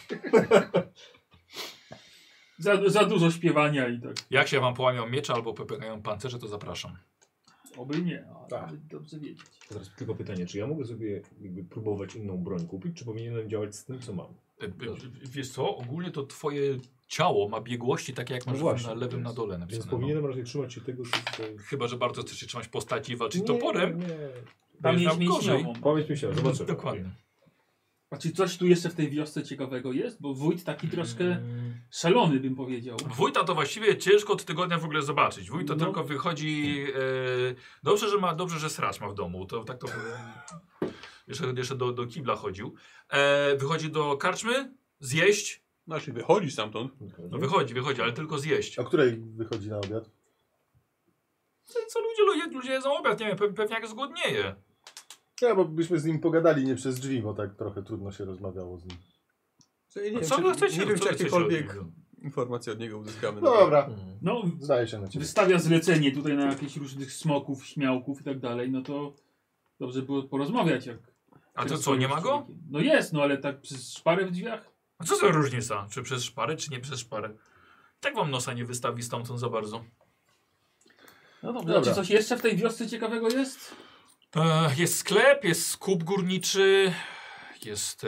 Za, za dużo śpiewania i tak. Jak się wam połamią miecze albo popykają pancerze, to zapraszam. Oby nie, ale Tak. dobrze wiedzieć. Teraz tylko pytanie, czy ja mogę sobie jakby próbować inną broń kupić, czy powinienem działać z tym, co mam? E, e, wiesz co, ogólnie to twoje ciało ma biegłości takie jak No masz właśnie, na lewym więc- na dole Więc napisane. powinienem raczej trzymać się tego, co tutaj... Chyba, że bardzo chcesz się trzymać postaci i walczyć Nie, toporem. Nie, Będziesz miał Pamięć gorzej. mięśniową. Pamięć mi się, zobaczymy. Dokładnie. A czy coś tu jeszcze w tej wiosce ciekawego jest? Bo wójt taki troszkę Mm. szalony, bym powiedział. Wójta to właściwie ciężko od tygodnia w ogóle zobaczyć. Wójt to No. tylko wychodzi... E, dobrze, że ma, dobrze, że sracz ma w domu. To tak to... jeszcze jeszcze do, do kibla chodził. E, wychodzi do karczmy, zjeść. Znaczy wychodzi stamtąd. No wychodzi, wychodzi, ale tylko zjeść. O której wychodzi na obiad? Co, co ludzie, ludzie, ludzie jedzą obiad, nie wiem, pe, pewnie jak zgłodnieje. Ja, bo byśmy z nim pogadali nie przez drzwi, bo tak trochę trudno się rozmawiało z nim. Ja nie A wiem, co czy, wy chcecie? nie wiem, Co czy wy chcecie jakiekolwiek od niego? informacje od niego uzyskamy. No dobra, No, zdaje się na ciebie. wystawia zlecenie tutaj na jakieś różnych smoków, śmiałków i tak dalej, no to dobrze było porozmawiać. Jak A to co, nie ma go? No jest, no ale tak przez szparę w drzwiach? A co za różnica? Czy przez szparę, czy nie przez szparę? Tak wam nosa nie wystawi stamtąd za bardzo. No dobrze, Dobra. a czy coś jeszcze w tej wiosce ciekawego jest? E, jest sklep, jest skup górniczy, jest... E,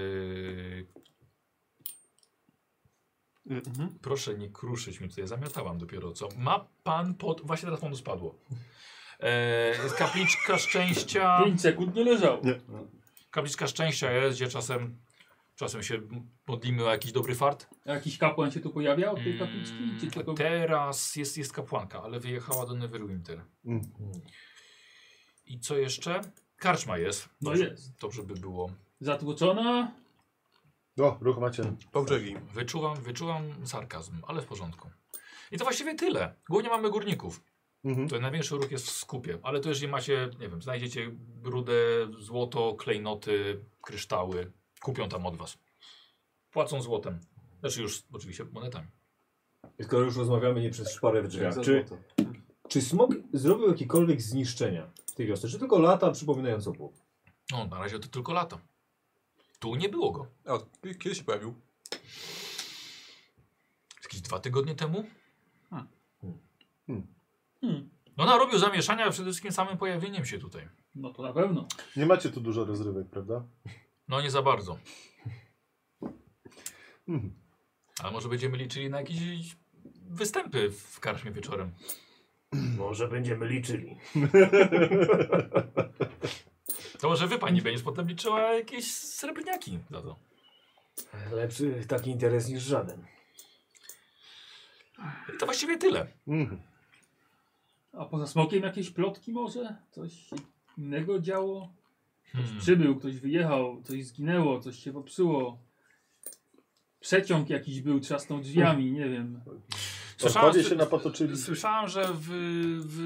Mhm. proszę nie kruszyć mi tutaj, zamiatałam dopiero co. Ma pan pod... Właśnie teraz panu spadło. E, jest kapliczka szczęścia. pięć sekund nie leżał. Nie. Kapliczka szczęścia jest, gdzie czasem, czasem się modlimy o jakiś dobry fart. A jakiś kapłan się tu pojawiał od tej kapliczki? Czy Mm, tylko... teraz jest, jest kapłanka, ale wyjechała do Neverwinter. Mm. I co jeszcze? Karczma jest. No Dobrze- jest. Dobrze by było. Zatłoczona? O, ruch macie. Po brzegi. Wyczuwam, wyczuwam sarkazm, ale w porządku. I to właściwie tyle. Głównie mamy górników. Mhm. To największy ruch jest w skupie, ale to jeżeli macie, nie wiem, znajdziecie rudę, złoto, klejnoty, kryształy, kupią tam od was. Płacą złotem. Znaczy już oczywiście monetami. I skoro już rozmawiamy nie przez szparę w drzwiach, Za czy, złoto. czy smok zrobił jakiekolwiek zniszczenia w tej wiosce, czy tylko lata przypominając obłok? No, na razie to tylko lata. Tu nie było go. A kiedy się pojawił? Jakieś dwa tygodnie temu? Hmm. No narobił zamieszania przede wszystkim samym pojawieniem się tutaj. No to na pewno. Nie macie tu dużo rozrywek, prawda? No nie za bardzo. Mhm. Ale może będziemy liczyli na jakieś występy w karczmie wieczorem. Może będziemy liczyli. To może wy pani będziesz potem liczyła jakieś srebrniaki za to. Lepszy taki interes niż żaden. I to właściwie tyle. Mhm. A poza smokiem jakieś plotki może? Coś się innego działo? Ktoś Hmm. przybył, ktoś wyjechał, coś zginęło, coś się popsuło. Przeciąg jakiś był, trzasnął drzwiami, nie wiem. Orkowie że- się napatoczyli. Słyszałem, że w, w,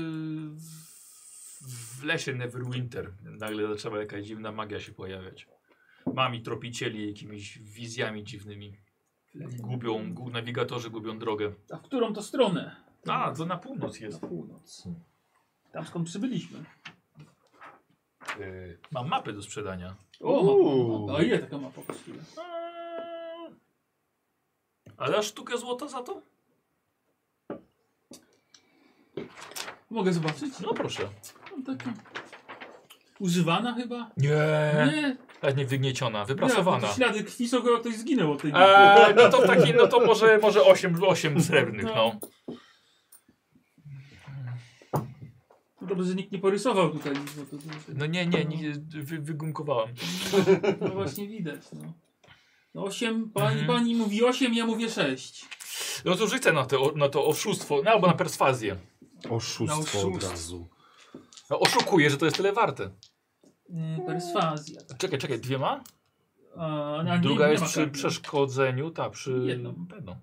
w lesie Neverwinter nagle zaczęła jakaś dziwna magia się pojawiać. Mami tropicieli jakimiś wizjami dziwnymi. Gubią, gu, nawigatorzy gubią drogę. A w którą to stronę? A, to na północ Na jest. północ. Tam skąd przybyliśmy. Yy, mam mapy do sprzedania. O, Uuu. a ile taka mapa kosztuje? Eee, ale dasz sztukę złota za to? Mogę zobaczyć? No proszę. No, taka... Używana chyba? Nie, Nie. ale nie wygnieciona, Nie, wyprasowana. to ślady krwi są, jak ktoś zginął od tej Eee, no to taki, no to może, może osiem, osiem srebrnych, no. No dobrze, że nikt nie porysował tutaj. Bo to, to, to, No nie, nie, nie wy, wygumkowałem. no właśnie widać, no. No osiem, pani, Mhm. pani mówi osiem, ja mówię sześć. No to rzucę na to, na to oszustwo, no albo na perswazję. Oszustwo Na od oszustwo. razu. No, oszukuję, że to jest tyle warte. Yy, perswazja. Czekaj, czekaj, dwie ma? A, a nie, Druga nie jest ma przy karty. przeszkodzeniu, tak, przy... Jedną. Jedną.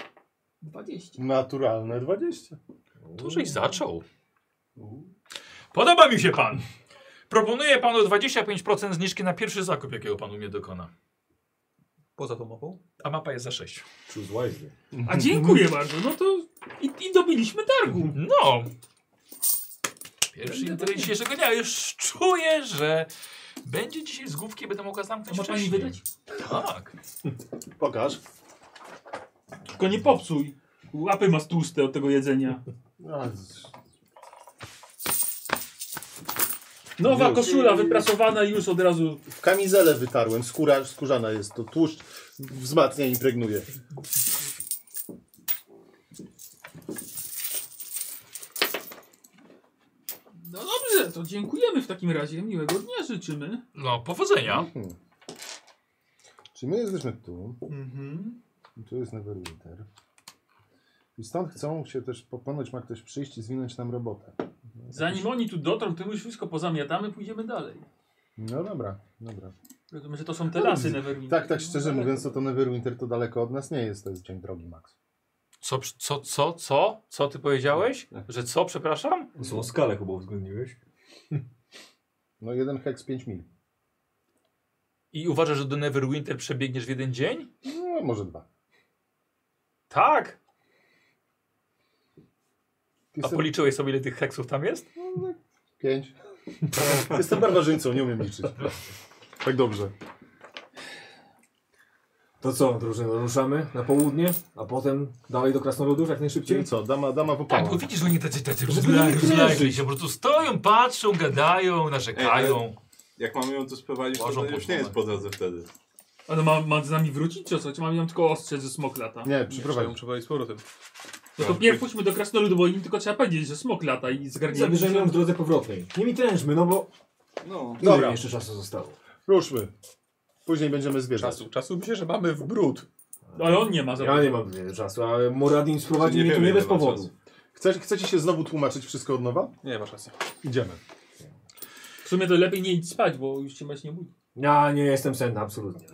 dwadzieścia. Naturalne dwadzieścia. To żeś zaczął. Podoba mi się pan. Proponuję panu dwadzieścia pięć procent zniżki na pierwszy zakup, jakiego pan u mnie dokona. Poza tą mapą? A mapa jest za sześć. Choose wisely. A dziękuję bardzo, no to i, i dobiliśmy targu. No. Pierwszy interes dzisiejszego dnia. Już czuję, że będzie dzisiaj z główki, będę mogła zamknąć A ma pani wcześniej. wydać? Tak. Pokaż. Tylko nie popsuj. Łapy masz tłuste od tego jedzenia. A, Nowa Już. koszula wyprasowana i już od razu. w kamizelę wytarłem, skóra skórzana jest, to tłuszcz wzmacnia i impregnuje. No dobrze, to dziękujemy w takim razie. Miłego dnia życzymy. No, powodzenia. Mhm. Czyli my jesteśmy tu, Mhm. i tu jest Neverwinter. I stąd chcą się też, ponoć ma ktoś przyjść i zwinąć nam robotę. Zanim oni tu dotrą, to już wszystko pozamiatamy, pójdziemy dalej. No dobra, dobra. Wiadomo, że to są te lasy Neverwinter. Tak, tak szczerze mówiąc, to, to Neverwinter to daleko od nas nie jest, to jest cień drogi, Max. Co, co, co, co? Co ty powiedziałeś? Że co, przepraszam? Złą skalę chyba uwzględniłeś. No jeden heks, pięć mil. I uważasz, że do Neverwinter przebiegniesz w jeden dzień? No, może dwa. Tak. A Jestem... policzyłeś sobie, ile tych heksów tam jest? Pięć. Jestem barbarzyńcą, nie umiem liczyć. Tak dobrze. To co, drużyno, ruszamy na południe, a potem dalej do Krasnoludów jak najszybciej? Czyli co, dama, dama w Tak, opałach. bo widzisz, że oni tacy, tacy Żeby rozla- nie rozlegli wierzyć. się, po prostu stoją, patrzą, gadają, narzekają. Jak mamy ją tu sprowadzić, to, Łażą to po już nie jest szkole. po drodze wtedy. Ale ma, ma z nami wrócić, czy co? Czy mamy ją tylko ostrzec, że smok lata? Nie, Trzeba ją przyprowadź. przeprowadzić z powrotem. No to pierw pójdźmy do Krasnoludu, bo im tylko trzeba powiedzieć, że smok lata i zgarniemy. Zabierzemy ją w drodze powrotnej. Nie mi trężmy, no bo... No. Ile Dobra. jeszcze czasu zostało? Ruszmy. Później będziemy zwierzać. Czasu. Czasu myślę, że mamy w brud. Ale on nie ma za Ja nie mam wiele czasu, ale Moradin sprowadzi Nie mnie tu wiemy, nie bez ile ma powodu. czasu. Chce, chcecie się znowu tłumaczyć wszystko od nowa? Nie, masz rację. Idziemy. W sumie to lepiej nie idź spać, bo już cię mać nie budzi. Ja nie jestem senny, absolutnie.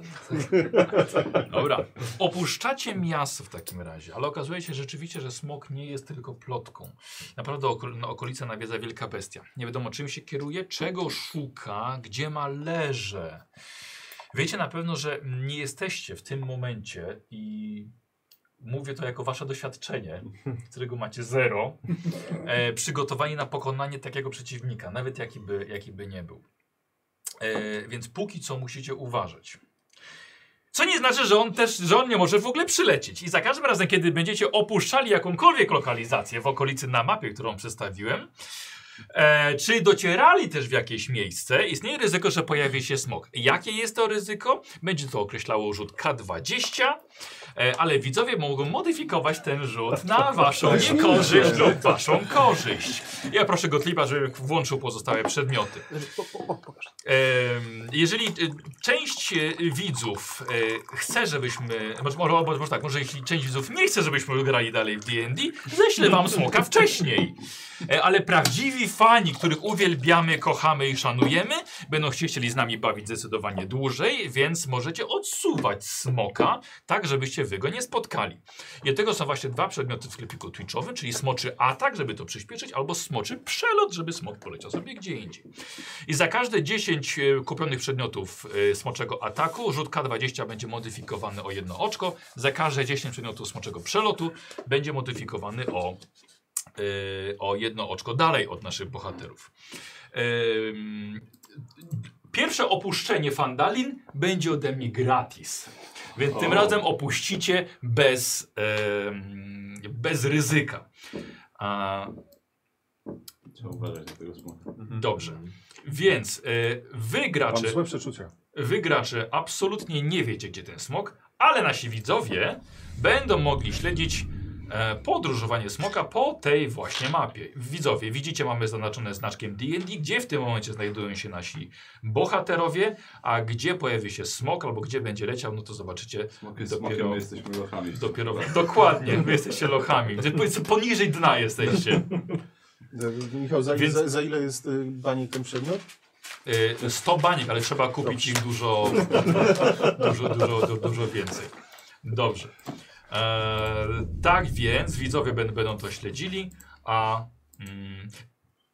Dobra. Opuszczacie miasto w takim razie, ale okazuje się rzeczywiście, że smok nie jest tylko plotką. Naprawdę oko- na okolice nawiedza wielka bestia. Nie wiadomo, czym się kieruje, czego szuka, gdzie ma leże. Wiecie na pewno, że nie jesteście w tym momencie i mówię to jako wasze doświadczenie, którego macie zero, e, przygotowani na pokonanie takiego przeciwnika, nawet jaki by, jaki by nie był. E, więc póki co musicie uważać. Co nie znaczy, że on też, że on nie może w ogóle przylecieć. I za każdym razem, kiedy będziecie opuszczali jakąkolwiek lokalizację w okolicy na mapie, którą przedstawiłem, e, czy docierali też w jakieś miejsce, istnieje ryzyko, że pojawi się smok. Jakie jest to ryzyko? Będzie to określało rzut K dwadzieścia, e, ale widzowie mogą modyfikować ten rzut na waszą niekorzyść lub waszą korzyść. Ja proszę Gottlieba, żeby włączył pozostałe przedmioty. Em, Jeżeli e, część e, widzów e, chce, żebyśmy, może, może, może tak, może jeśli część widzów nie chce, żebyśmy grali dalej w D and D, ześlę wam smoka wcześniej. E, Ale prawdziwi fani, których uwielbiamy, kochamy i szanujemy, będą się chcieli z nami bawić zdecydowanie dłużej, więc możecie odsuwać smoka, tak żebyście wy go nie spotkali. I do tego są właśnie dwa przedmioty w sklepiku twitchowym, czyli smoczy atak, żeby to przyspieszyć, albo smoczy przelot, żeby smok poleciał sobie gdzie indziej. I za każde dziesięć e, kupionych przedmiotów e, smoczego ataku, rzut K dwadzieścia będzie modyfikowany o jedno oczko, za każde dziesięć przedmiotów smoczego przelotu będzie modyfikowany o Yy, o jedno oczko dalej od naszych bohaterów. Yy, pierwsze opuszczenie Fandalin będzie ode mnie gratis. Więc tym O. razem opuścicie bez, yy, bez ryzyka. A, Trzeba uważać na tego smoka. dobrze. Więc yy, wy Mam gracze, złe przeczucia. wy gracze absolutnie nie wiecie, gdzie ten smok, ale nasi widzowie będą mogli śledzić e, podróżowanie smoka po tej właśnie mapie. Widzowie, widzicie, mamy zaznaczone znaczkiem D and D, gdzie w tym momencie znajdują się nasi bohaterowie, a gdzie pojawi się smok albo gdzie będzie leciał, no to zobaczycie Smok jest dopiero, smokiem, my jesteśmy lochami. dopiero dokładnie, wy jesteście lochami. Wy poniżej dna jesteście. E, Michał, za, Więc- za, za ile jest y, banik ten przedmiot? Y, sto baniek, ale trzeba kupić ich dużo, dużo, dużo, du, dużo więcej. Dobrze. E, tak więc widzowie będą, będą to śledzili, a mm,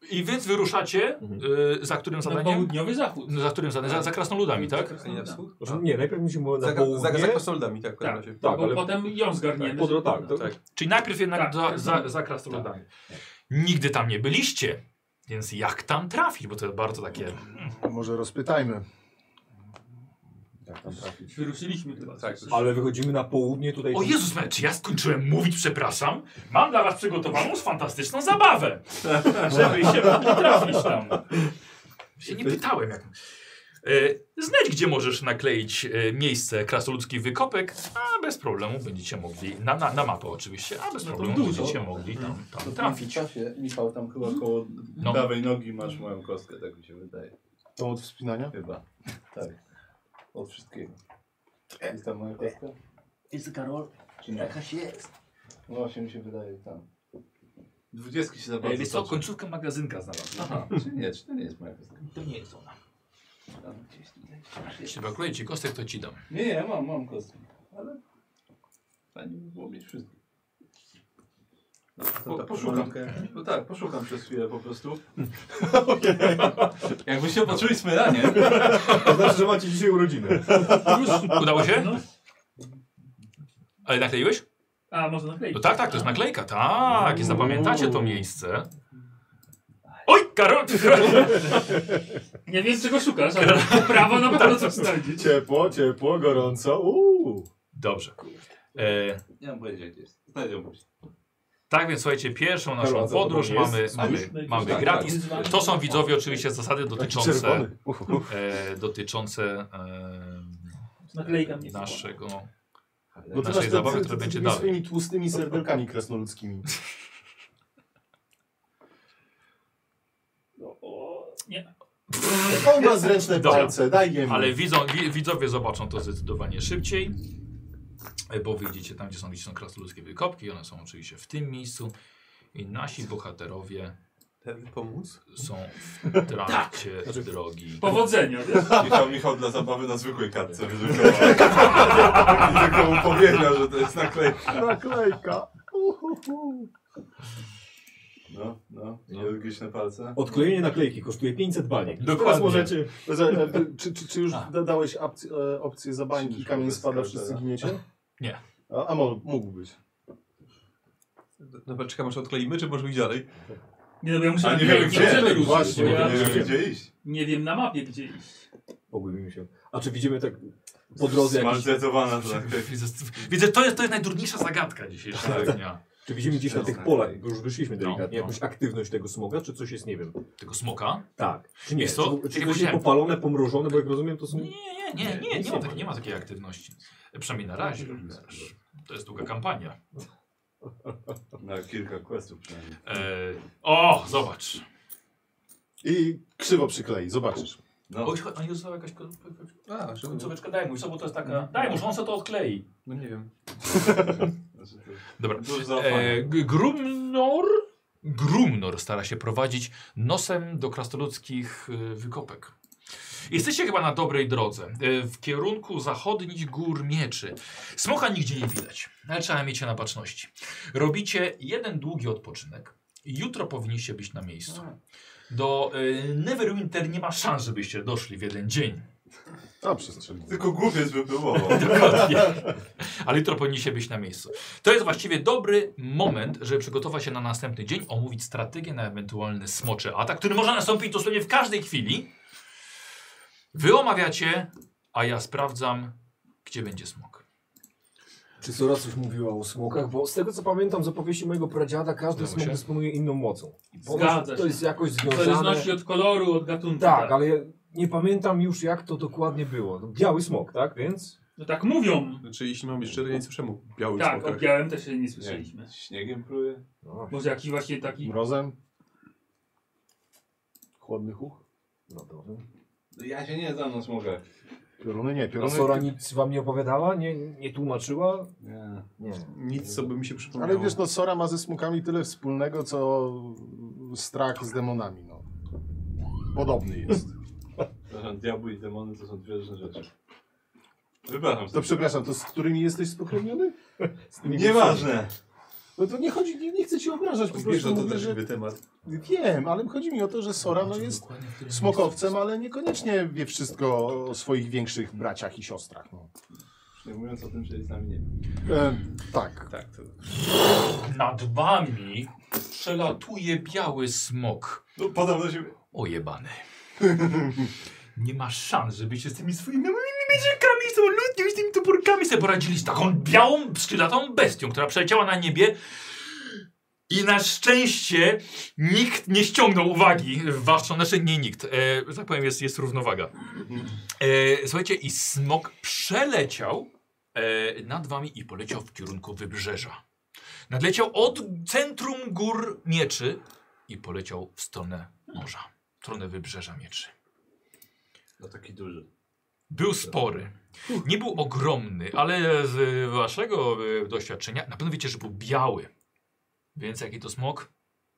I więc wyruszacie, Mhm. y, za którym Na zadaniem? południowy zachód. Za którym zadaniem? Za, za krasnoludami, tak? A nie na wschód? Znaczy, nie, najpierw musimy na Za, za, południe. za krasnoludami, tak. w każdym Tak, razie. Tak, bo ale- potem ją zgarniemy. Podro- żeby- tak, to- Tak. Czyli najpierw jednak Tak, za, tak. za, za krasnoludami. Nigdy tam nie byliście, więc jak tam trafić? Bo to jest bardzo takie... Może rozpytajmy. Jak tam trafić? Wyruszyliśmy chyba. Tak, Ale wychodzimy na południe tutaj. O Jezus, Maria, czy ja skończyłem mówić, przepraszam? Mam dla was przygotowaną fantastyczną zabawę, żebyście mogli trafić tam. Się nie pytałem jak... E, znajdź, gdzie możesz nakleić e, miejsce krasnoludzki wykopek, a bez problemu będziecie mogli, na, na, na mapę oczywiście, a bez No to problemu dużo. będziecie mogli tam, To tam w trafić. czasie, Michał, tam chyba koło No. prawej nogi masz moją kostkę, tak mi się wydaje. To od wspinania? Chyba. Tak. Od wszystkiego. Jest tam moja kostka? Jest Karol? Czy nie? Jakaś jest. No właśnie mi się wydaje tam. Dwudziestki się za E, bardzo wiesz co, toczą. końcówkę magazynka znalazłem. Aha, czy nie, czy to nie jest moja kostka? To nie jest ona. Tam gdzieś tutaj. Jeśli brakuje ci kostek, to ci dam. Nie, nie, mam, mam kostkę. Ale fajnie by było mieć wszystko. No, po, poszukam. No tak, poszukam przez chwilę po prostu. Jakbyście poczuli smyranie. To znaczy, że macie dzisiaj urodziny. Udało się? No. Ale nakleiłeś? A, można nakleić. No tak, tak, to jest naklejka, tak, i zapamiętacie to miejsce. Oj, Karol! Nie wiem czego szukasz, ale prawo na pewno coś znajdzie. Ciepło, ciepło, gorąco. Uuu. Dobrze. E, Nie mam pojęcia gdzie jest. Znajdę musi. tak więc słuchajcie, pierwszą naszą Karol, za podróż tobą jest? mamy, Już mamy, najpierw- mamy tak, gratis. tak. To są widzowie oczywiście zasady dotyczące, Czerwony. Uhu. e, dotyczące Naklejka e, mnie naszego... Bo ty naszej masz te- zabawy, ty- która ty- będzie tymi dalej. swoimi tłustymi serdelkami krasnoludzkimi. Nie. On ma zręczne Dobra. palce, daj jemu. Ale widzą, wi, widzowie zobaczą to zdecydowanie szybciej, e, bo wyjdziecie tam, gdzie są, gdzie są krasnoludzkie wykopki. One są oczywiście w tym miejscu. I nasi bohaterowie Ten pomóc? są w trakcie drogi. Powodzenia, wiesz? Michał, Michał dla zabawy na zwykłej kartce wydrukował. I tylko mu powiedział, że to jest naklejka. Naklejka. Uhuhu. No, no, nielogiczne palce. Odklejenie naklejki kosztuje pięćset baniek. Dokładnie. Teraz możecie... Za- e, Czy, czy, czy już A. da- dałeś opcję, e, opcję za bańki, Książka kamień bez spada, skarżenia. wszyscy giniecie? Nie. A, a mo- mógł być. Dobra, czekam aż odkleimy, czy możemy iść dalej? Nie no, bo ja muszę A nie nie wiem, wiem, gdzie. gdzie ruszyć, Właśnie, bo nie ja Nie wiem gdzie iść. nie wiem na mapie gdzie iść. Pogubimy się. A czy widzimy tak po drodze jakiś... Smalcecowana ta naklejka. Widzę, widzę to, jest, to jest najdurniejsza zagadka dzisiejszego dnia. Czy widzimy gdzieś na tych polach, bo już wyszliśmy delikatnie, No, no. jakąś aktywność tego smoga, czy coś jest, nie wiem. Tego smoka? Tak. Czy nie? Wiesz co? Czy, Tak czy jak coś jest powiedziałem. popalone, pomrożone, bo jak rozumiem to są... Nie, nie, nie, nie, nie, nie, ma, takiej, nie ma takiej aktywności. Przynajmniej na razie. Wiesz, to jest długa kampania. Na kilka questów przynajmniej. E, o, zobacz. I krzywo przyklei, zobaczysz. No, Oj, a nie została jakaś ko- A, że... końcóweczka, daj mu, co, bo to jest taka... Daj mu, że on sobie to odklei. No nie wiem. znaczy to Dobra. dużo zaufania. E, G- Grumnor? Grumnor stara się prowadzić nosem do krasnoludzkich y, wykopek. Jesteście chyba na dobrej drodze. E, w kierunku zachodnich gór mieczy. Smoka nigdzie nie widać, ale trzeba mieć się na baczności. Robicie jeden długi odpoczynek. Jutro powinniście być na miejscu. Do y, Neverwinter nie ma szans, żebyście doszli w jeden dzień. A, przestrzeli. Tylko głupiec by było. Dokładnie. Ale jutro powinniście być na miejscu. To jest właściwie dobry moment, żeby przygotować się na następny dzień, omówić strategię na ewentualny smoczy atak, który może nastąpić dosłownie w każdej chwili. Wy omawiacie, a ja sprawdzam, gdzie będzie smok. Czy Sora coś mówiła o smokach? Bo z tego co pamiętam z opowieści mojego pradziada, każdy Zgadza smok się. dysponuje inną mocą. I ponoć Zgadza to się. jest jakoś W związane... zależności od koloru, od gatunku. Tak, ale ja nie pamiętam już jak to dokładnie było. No, biały smok, tak? Więc... No tak mówią. Znaczy, jeśli mam być szczery, ja nie słyszałem o białych Tak, o smokach. białym też się nie słyszeliśmy. Nie, śniegiem pluje. No, Może jakiś właśnie taki... Mrozem. Chłodny huch. no dobrze. Ja się nie znam na smogach. Pioruny nie, A pioruny. Sora nic wam nie opowiadała? Nie, nie tłumaczyła? Nie. Nie. Nic, co by mi się przypomniało. Ale wiesz, no Sora ma ze smokami tyle wspólnego, co strach z demonami, no. Podobny jest. Przepraszam, diabły i demony to są dwie różne rzeczy. Wypraszam. To przepraszam, to z którymi jesteś spokrewniony? Nieważne. No to nie chodzi, nie, nie chcę ci obrażać, po prostu to mówię, że... temat. Wiem, ale chodzi mi o to, że Sora no jest smokowcem, ale niekoniecznie wie wszystko o swoich większych braciach i siostrach. No. Nie mówiąc o tym, że jest z nami nie. E, tak. Tak, to... Nad wami przelatuje biały smok. No, podam do siebie. Ojebany. Nie ma szans, żebyście z tymi swoimi małymi mieczykami, z tą ludźmi, z tymi toporkami sobie poradzili z taką białą, skrzydlatą bestią, która przeleciała na niebie. I na szczęście nikt nie ściągnął uwagi w waszą, znaczy nie nikt, e, że tak powiem jest, jest równowaga. E, słuchajcie, i smok przeleciał e, nad wami i poleciał w kierunku wybrzeża. Nadleciał od centrum gór mieczy i poleciał w stronę morza, w stronę wybrzeża mieczy. No taki duży. Był spory. Nie był ogromny, ale z waszego e, doświadczenia na pewno wiecie, że był biały. Więc jaki to smok?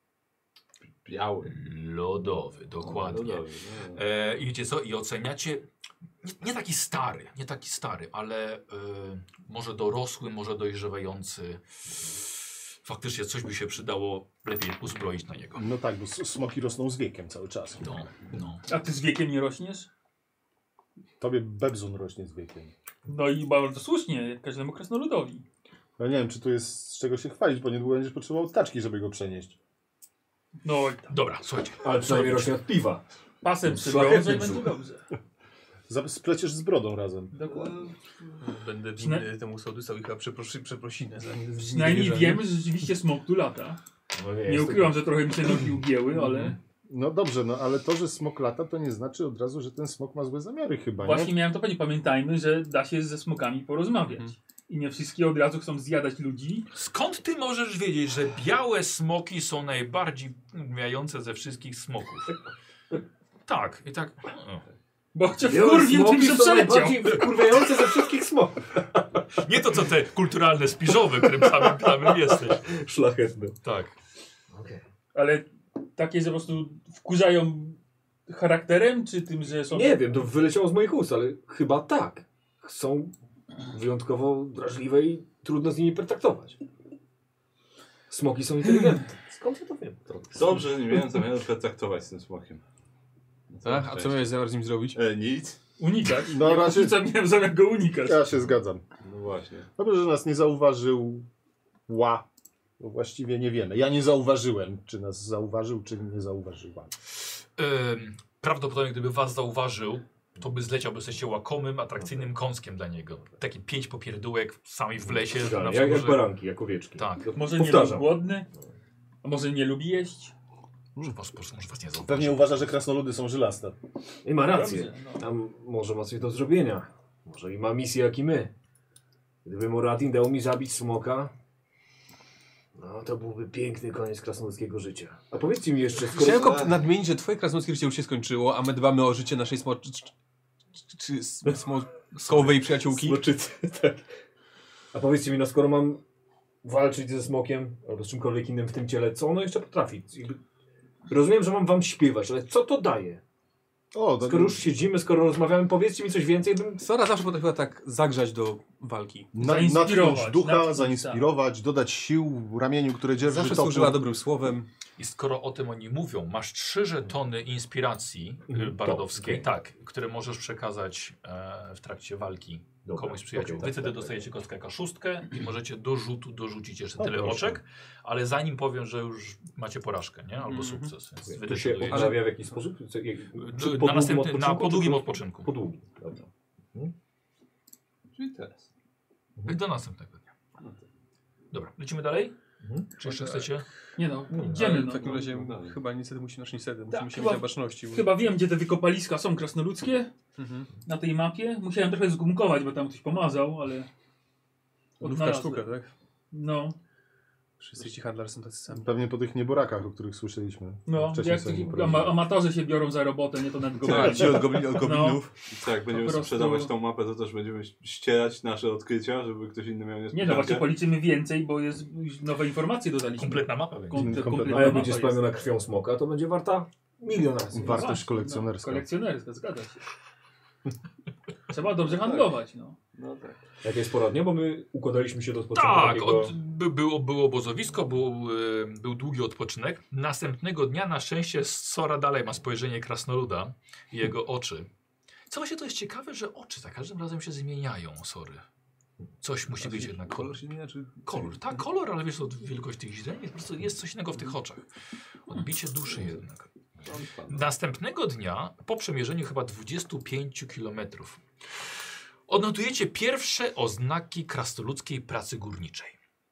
Biały. Lodowy, dokładnie. Lodowy, no. E, I wiecie co? I oceniacie, nie, nie taki stary, nie taki stary, ale e, może dorosły, może dojrzewający. Faktycznie coś by się przydało lepiej uzbroić na niego. No tak, bo s- smoki rosną z wiekiem cały czas. No, no. A ty z wiekiem nie rośniesz? Tobie bebzun rośnie z wiekiem. No i bardzo słusznie, jak każdemu krasnoludowi. Ja nie wiem, czy tu jest z czego się chwalić, bo niedługo będziesz potrzebował taczki, żeby go przenieść. No i tam. Dobra, słuchajcie. Ale przynajmniej rośnie od piwa. Pasem Szlachetny przywiążę i brzuch. będzie dobrze. Zap- Spleciesz z brodą razem. Dokładnie. Będę Przyna- winny temu Sodusowi chyba przeprosi, przeprosinę za nie Przynajmniej wiemy, że rzeczywiście smok tu lata. No Nie jest ukrywam, że trochę mi się nogi ugięły, ale No dobrze, no ale to, że smok lata, to nie znaczy od razu, że ten smok ma złe zamiary chyba, właśnie nie? miałem to powiedzieć. Pamiętajmy, że da się ze smokami porozmawiać. Mhm. I nie wszystkie od razu chcą zjadać ludzi. Skąd ty możesz wiedzieć, że białe smoki są najbardziej miające ze wszystkich smoków? Tak, i tak. O. Bo cię Białe wkurwił tym, smoki że są przeleciał. najbardziej wkurwiające ze wszystkich smoków. Nie to co te kulturalne spiżowe, którym samym, samym jesteś. Szlachetne. Tak. Okay. Ale takie, że po prostu wkurzają charakterem, czy tym, że są... Nie wiem, to wyleciało z moich ust, ale chyba tak. Są wyjątkowo drażliwe i trudno z nimi pertraktować. Smoki są inteligentne. Skąd ja to wiem? To... Dobrze, nie miałem zamiaru pretraktować z tym smokiem. Tak? A co miałeś zamiar z nim zrobić? E, nic. Unikać. No Ja raczej- raczej... miałem zamiar go unikać. Ja się zgadzam. No właśnie. Dobrze, że nas nie zauważył ła. Bo właściwie nie wiemy. Ja nie zauważyłem, czy nas zauważył, czy nie zauważyła. Ym, prawdopodobnie gdyby was zauważył, to by zleciał, bo jesteście łakomym, atrakcyjnym kąskiem dla niego. Taki pięć popierdółek sami w lesie. Idealnie, na jak, jak przykład, że- baranki, jak owieczki. Tak. To Może nie jest powtarzam. głodny? A może nie lubi jeść? Może was, może was nie zauważył. Pewnie uważa, że krasnoludy są żylaste. I ma rację. Dobrze, no. Tam może ma coś do zrobienia. Może i ma misję jak i my. Gdyby Moradin dał mi zabić smoka, no to byłby piękny koniec krasnoludzkiego życia. A powiedzcie mi jeszcze, skoro... Chciałem tylko nadmienić, że twoje krasnoludzkie życie już się skończyło, a my dbamy o życie naszej smo... czy- czy- czy smokowej przyjaciółki. Smoczycy, tak. A powiedzcie mi, no skoro mam walczyć ze smokiem, albo z czymkolwiek innym w tym ciele, co ono jeszcze potrafi? Jakby... Rozumiem, że mam wam śpiewać, ale co to daje? O, Skoro już siedzimy, skoro rozmawiamy, powiedzcie mi coś więcej, bym... Sora zawsze potrafiła tak zagrzać do walki. Na, Zainspirować, natchnąć ducha, natchnąć, zainspirować, dodać sił ramieniu, które dzierży Zawsze topór. służyła dobrym słowem. I skoro o tym oni mówią, masz trzy żetony inspiracji Mhm. y, bardowskiej, To, okej. tak, które możesz przekazać e, w trakcie walki Dobra, komuś z przyjaciół. okej, Wy tak, wtedy tak, dostajecie kostkę jako szóstkę i możecie do rzutu dorzucić jeszcze O, tyle proszę. oczek, ale zanim powiem, że już macie porażkę, nie? Albo Mhm. sukces. Więc wy To się decydujecie. odnawia w jakiś sposób? Co, jak, D- na następny- na po długim odpoczynku. Po długim, dobra. Czyli teraz. Do następnego dnia. Dobra, lecimy dalej? Mhm. Czy jeszcze chcecie? Nie no, No, idziemy W no. takim razie no. chyba niestety musimy, znaczy niestety, musimy Tak, się chyba- mieć na baczności. bo- Chyba wiem, gdzie te wykopaliska są krasnoludzkie Mhm. na tej mapie. Musiałem trochę zgumkować, bo tam ktoś pomazał, ale... Nówka odnalazłem. sztuka, tak? No, Wszyscy ci handlarze są tacy sami. Pewnie po tych nieborakach, o których słyszeliśmy. no, Wcześniej jak sobie nie ama poradziłem. amatorzy się biorą za robotę, nie to nawet go Tak, ci od, goblin, od goblinów. I tak, będziemy Po prostu- sprzedawać tą mapę, to też będziemy ścierać nasze odkrycia, żeby ktoś inny miał Nie niespodziankę. no, właśnie policzymy więcej, bo jest już nowe informacje dodaliśmy. Kompletna mapa będzie. Kom- Kompletna. kompletna A jak mapa będzie jest. spełniona krwią smoka, to będzie warta milion razy. Wartość Właśnie, kolekcjonerska. No, kolekcjonerska, zgadza się. Trzeba dobrze handlować, no. No tak. Jak jest pora dnia, bo my układaliśmy się do spoczynku Tak, takiego... od, by, było, było obozowisko, był, y, był długi odpoczynek. Następnego dnia na szczęście Sora dalej ma spojrzenie krasnoluda i jego oczy. Co właśnie to jest ciekawe, że oczy za każdym razem się zmieniają, Sory. Coś musi być jednak kolor. Kolor się zmienia, czy... Kolor, tak, kolor, ale wiesz, od wielkość tych źreni, po prostu jest coś innego w tych oczach. Odbicie duszy jednak. Następnego dnia, po przemierzeniu chyba dwudziestu pięciu kilometrów, odnotujecie pierwsze oznaki krasnoludzkiej pracy górniczej.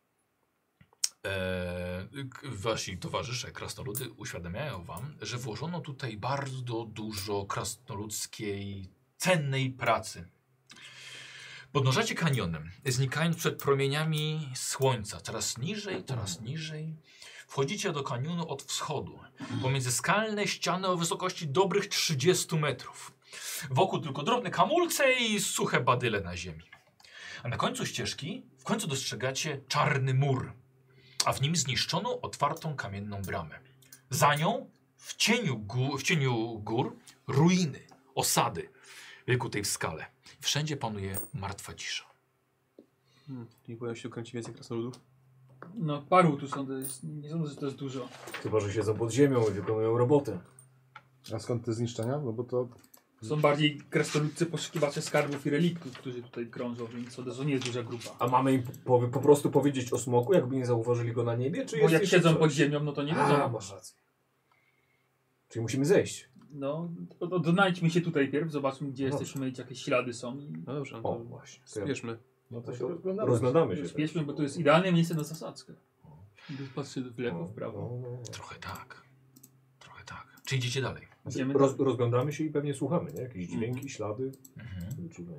Eee, wasi towarzysze krasnoludy uświadamiają wam, że włożono tutaj bardzo dużo krasnoludzkiej, cennej pracy. Podążacie kanionem, znikając przed promieniami słońca, coraz niżej, coraz niżej. Wchodzicie do kanionu od wschodu, pomiędzy skalne ściany o wysokości dobrych trzydziestu metrów. Wokół tylko drobne kamulce i suche badyle na ziemi. A na końcu ścieżki w końcu dostrzegacie czarny mur, a w nim zniszczoną, otwartą kamienną bramę. Za nią, w cieniu, gó w cieniu gór, ruiny, osady, wykutej w skale. Wszędzie panuje martwa cisza. Hmm, nie powiem się kręci więcej krasnoludów. No paru tu są, to jest, nie sądzę, że to jest dużo. Chyba, że siedzą pod ziemią i wykonują robotę. A skąd te zniszczenia? No bo to... Są bardziej krasnoludcy poszukiwacze skarbów i reliktów, którzy tutaj krążą, więc to nie jest duża grupa. A mamy im po, po prostu powiedzieć o smoku, jakby nie zauważyli go na niebie? Czy Bo jest jak jeszcze siedzą coś? pod ziemią, no to nie A, wiedzą. masz rację. Czyli musimy zejść. No, to, to donajdźmy się tutaj pierw, zobaczmy gdzie Dobrze. jesteśmy, gdzie jakieś ślady są. I No dobrze, no O, to właśnie. spieszmy. No to To się rozglądamy. Rozglądamy się. spieszmy, bo to jest idealne miejsce na zasadzkę. Patrzę w lewo, No, w prawo. no, no. Trochę tak. Trochę tak. Czy idziecie dalej? Znaczy, Idziemy roz, dalej. rozglądamy się i pewnie słuchamy, nie? Jakieś dźwięki, Mhm. ślady. Mhm. Wyczuwanie.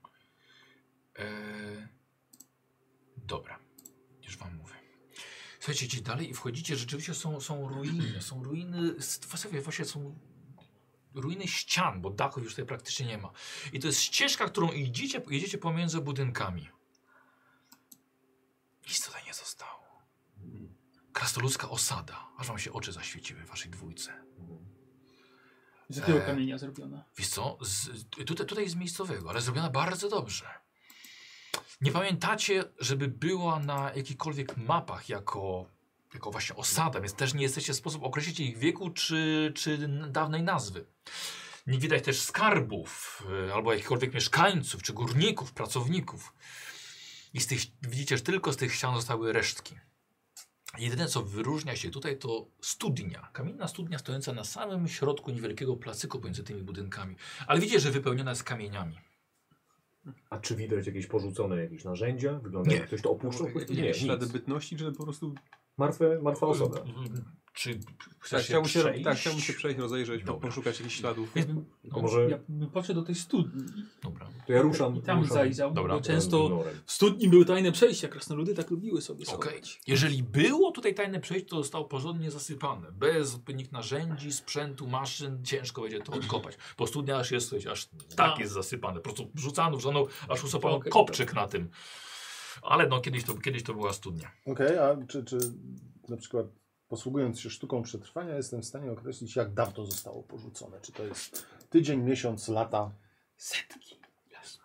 Eee, dobra, już wam mówię. Słuchajcie, idziecie dalej i wchodzicie, rzeczywiście są, są ruiny, są ruiny, z- właściwie właśnie są ruiny ścian, bo dachów już tutaj praktycznie nie ma. I to jest ścieżka, którą idziecie, jedziecie pomiędzy budynkami. Nic tutaj nie zostało. Krasnoludzka osada, aż wam się oczy zaświeciły w waszej dwójce. Z jakiego Eee. kamienia zrobiona? Wiesz co, z, tutaj, tutaj jest miejscowego, ale zrobiona bardzo dobrze. Nie pamiętacie, żeby była na jakichkolwiek mapach jako, jako właśnie osada, więc też nie jesteście w sposób określić ich wieku czy, czy dawnej nazwy. Nie widać też skarbów, y, albo jakichkolwiek mieszkańców, czy górników, pracowników. I z tych, widzicie, że tylko z tych ścian zostały resztki. Jedyne, co wyróżnia się tutaj, to studnia. Kamienna studnia stojąca na samym środku niewielkiego placyku pomiędzy tymi budynkami. Ale widzicie, że wypełniona jest kamieniami. A czy widać jakieś porzucone jakieś narzędzia? Wygląda Nie. jak ktoś to opuszczał? Jakieś Nie, ślady nic. bytności, czy po prostu... Martwe, martwa osoba. Czy chcesz Tak, się chciałbym się, przejść? tak, chciałbym się przejść, rozejrzeć, Dobra. poszukać jakichś śladów. Więc bym, To może ja bym podszedł do tej studni Dobra. to ja ruszam. i tam ruszam zajrzał, Dobra. bo często ignorem. w studni były tajne przejścia, krasnoludy tak lubiły sobie Okej. schować. Jeżeli było tutaj tajne przejście, to zostało porządnie zasypane. Bez odpowiednich narzędzi, sprzętu, maszyn, ciężko będzie to odkopać. Po studnia aż jest, słuchajcie, aż tak A. jest zasypane. Po prostu wrzucano, wrzucano, aż usypano Okej, kopczyk na tym. Ale no, kiedyś to, kiedyś to była studnia. Okej, a czy, czy na przykład posługując się sztuką przetrwania jestem w stanie określić, jak dawno zostało porzucone? Czy to jest tydzień, miesiąc, lata? Setki. Jasno.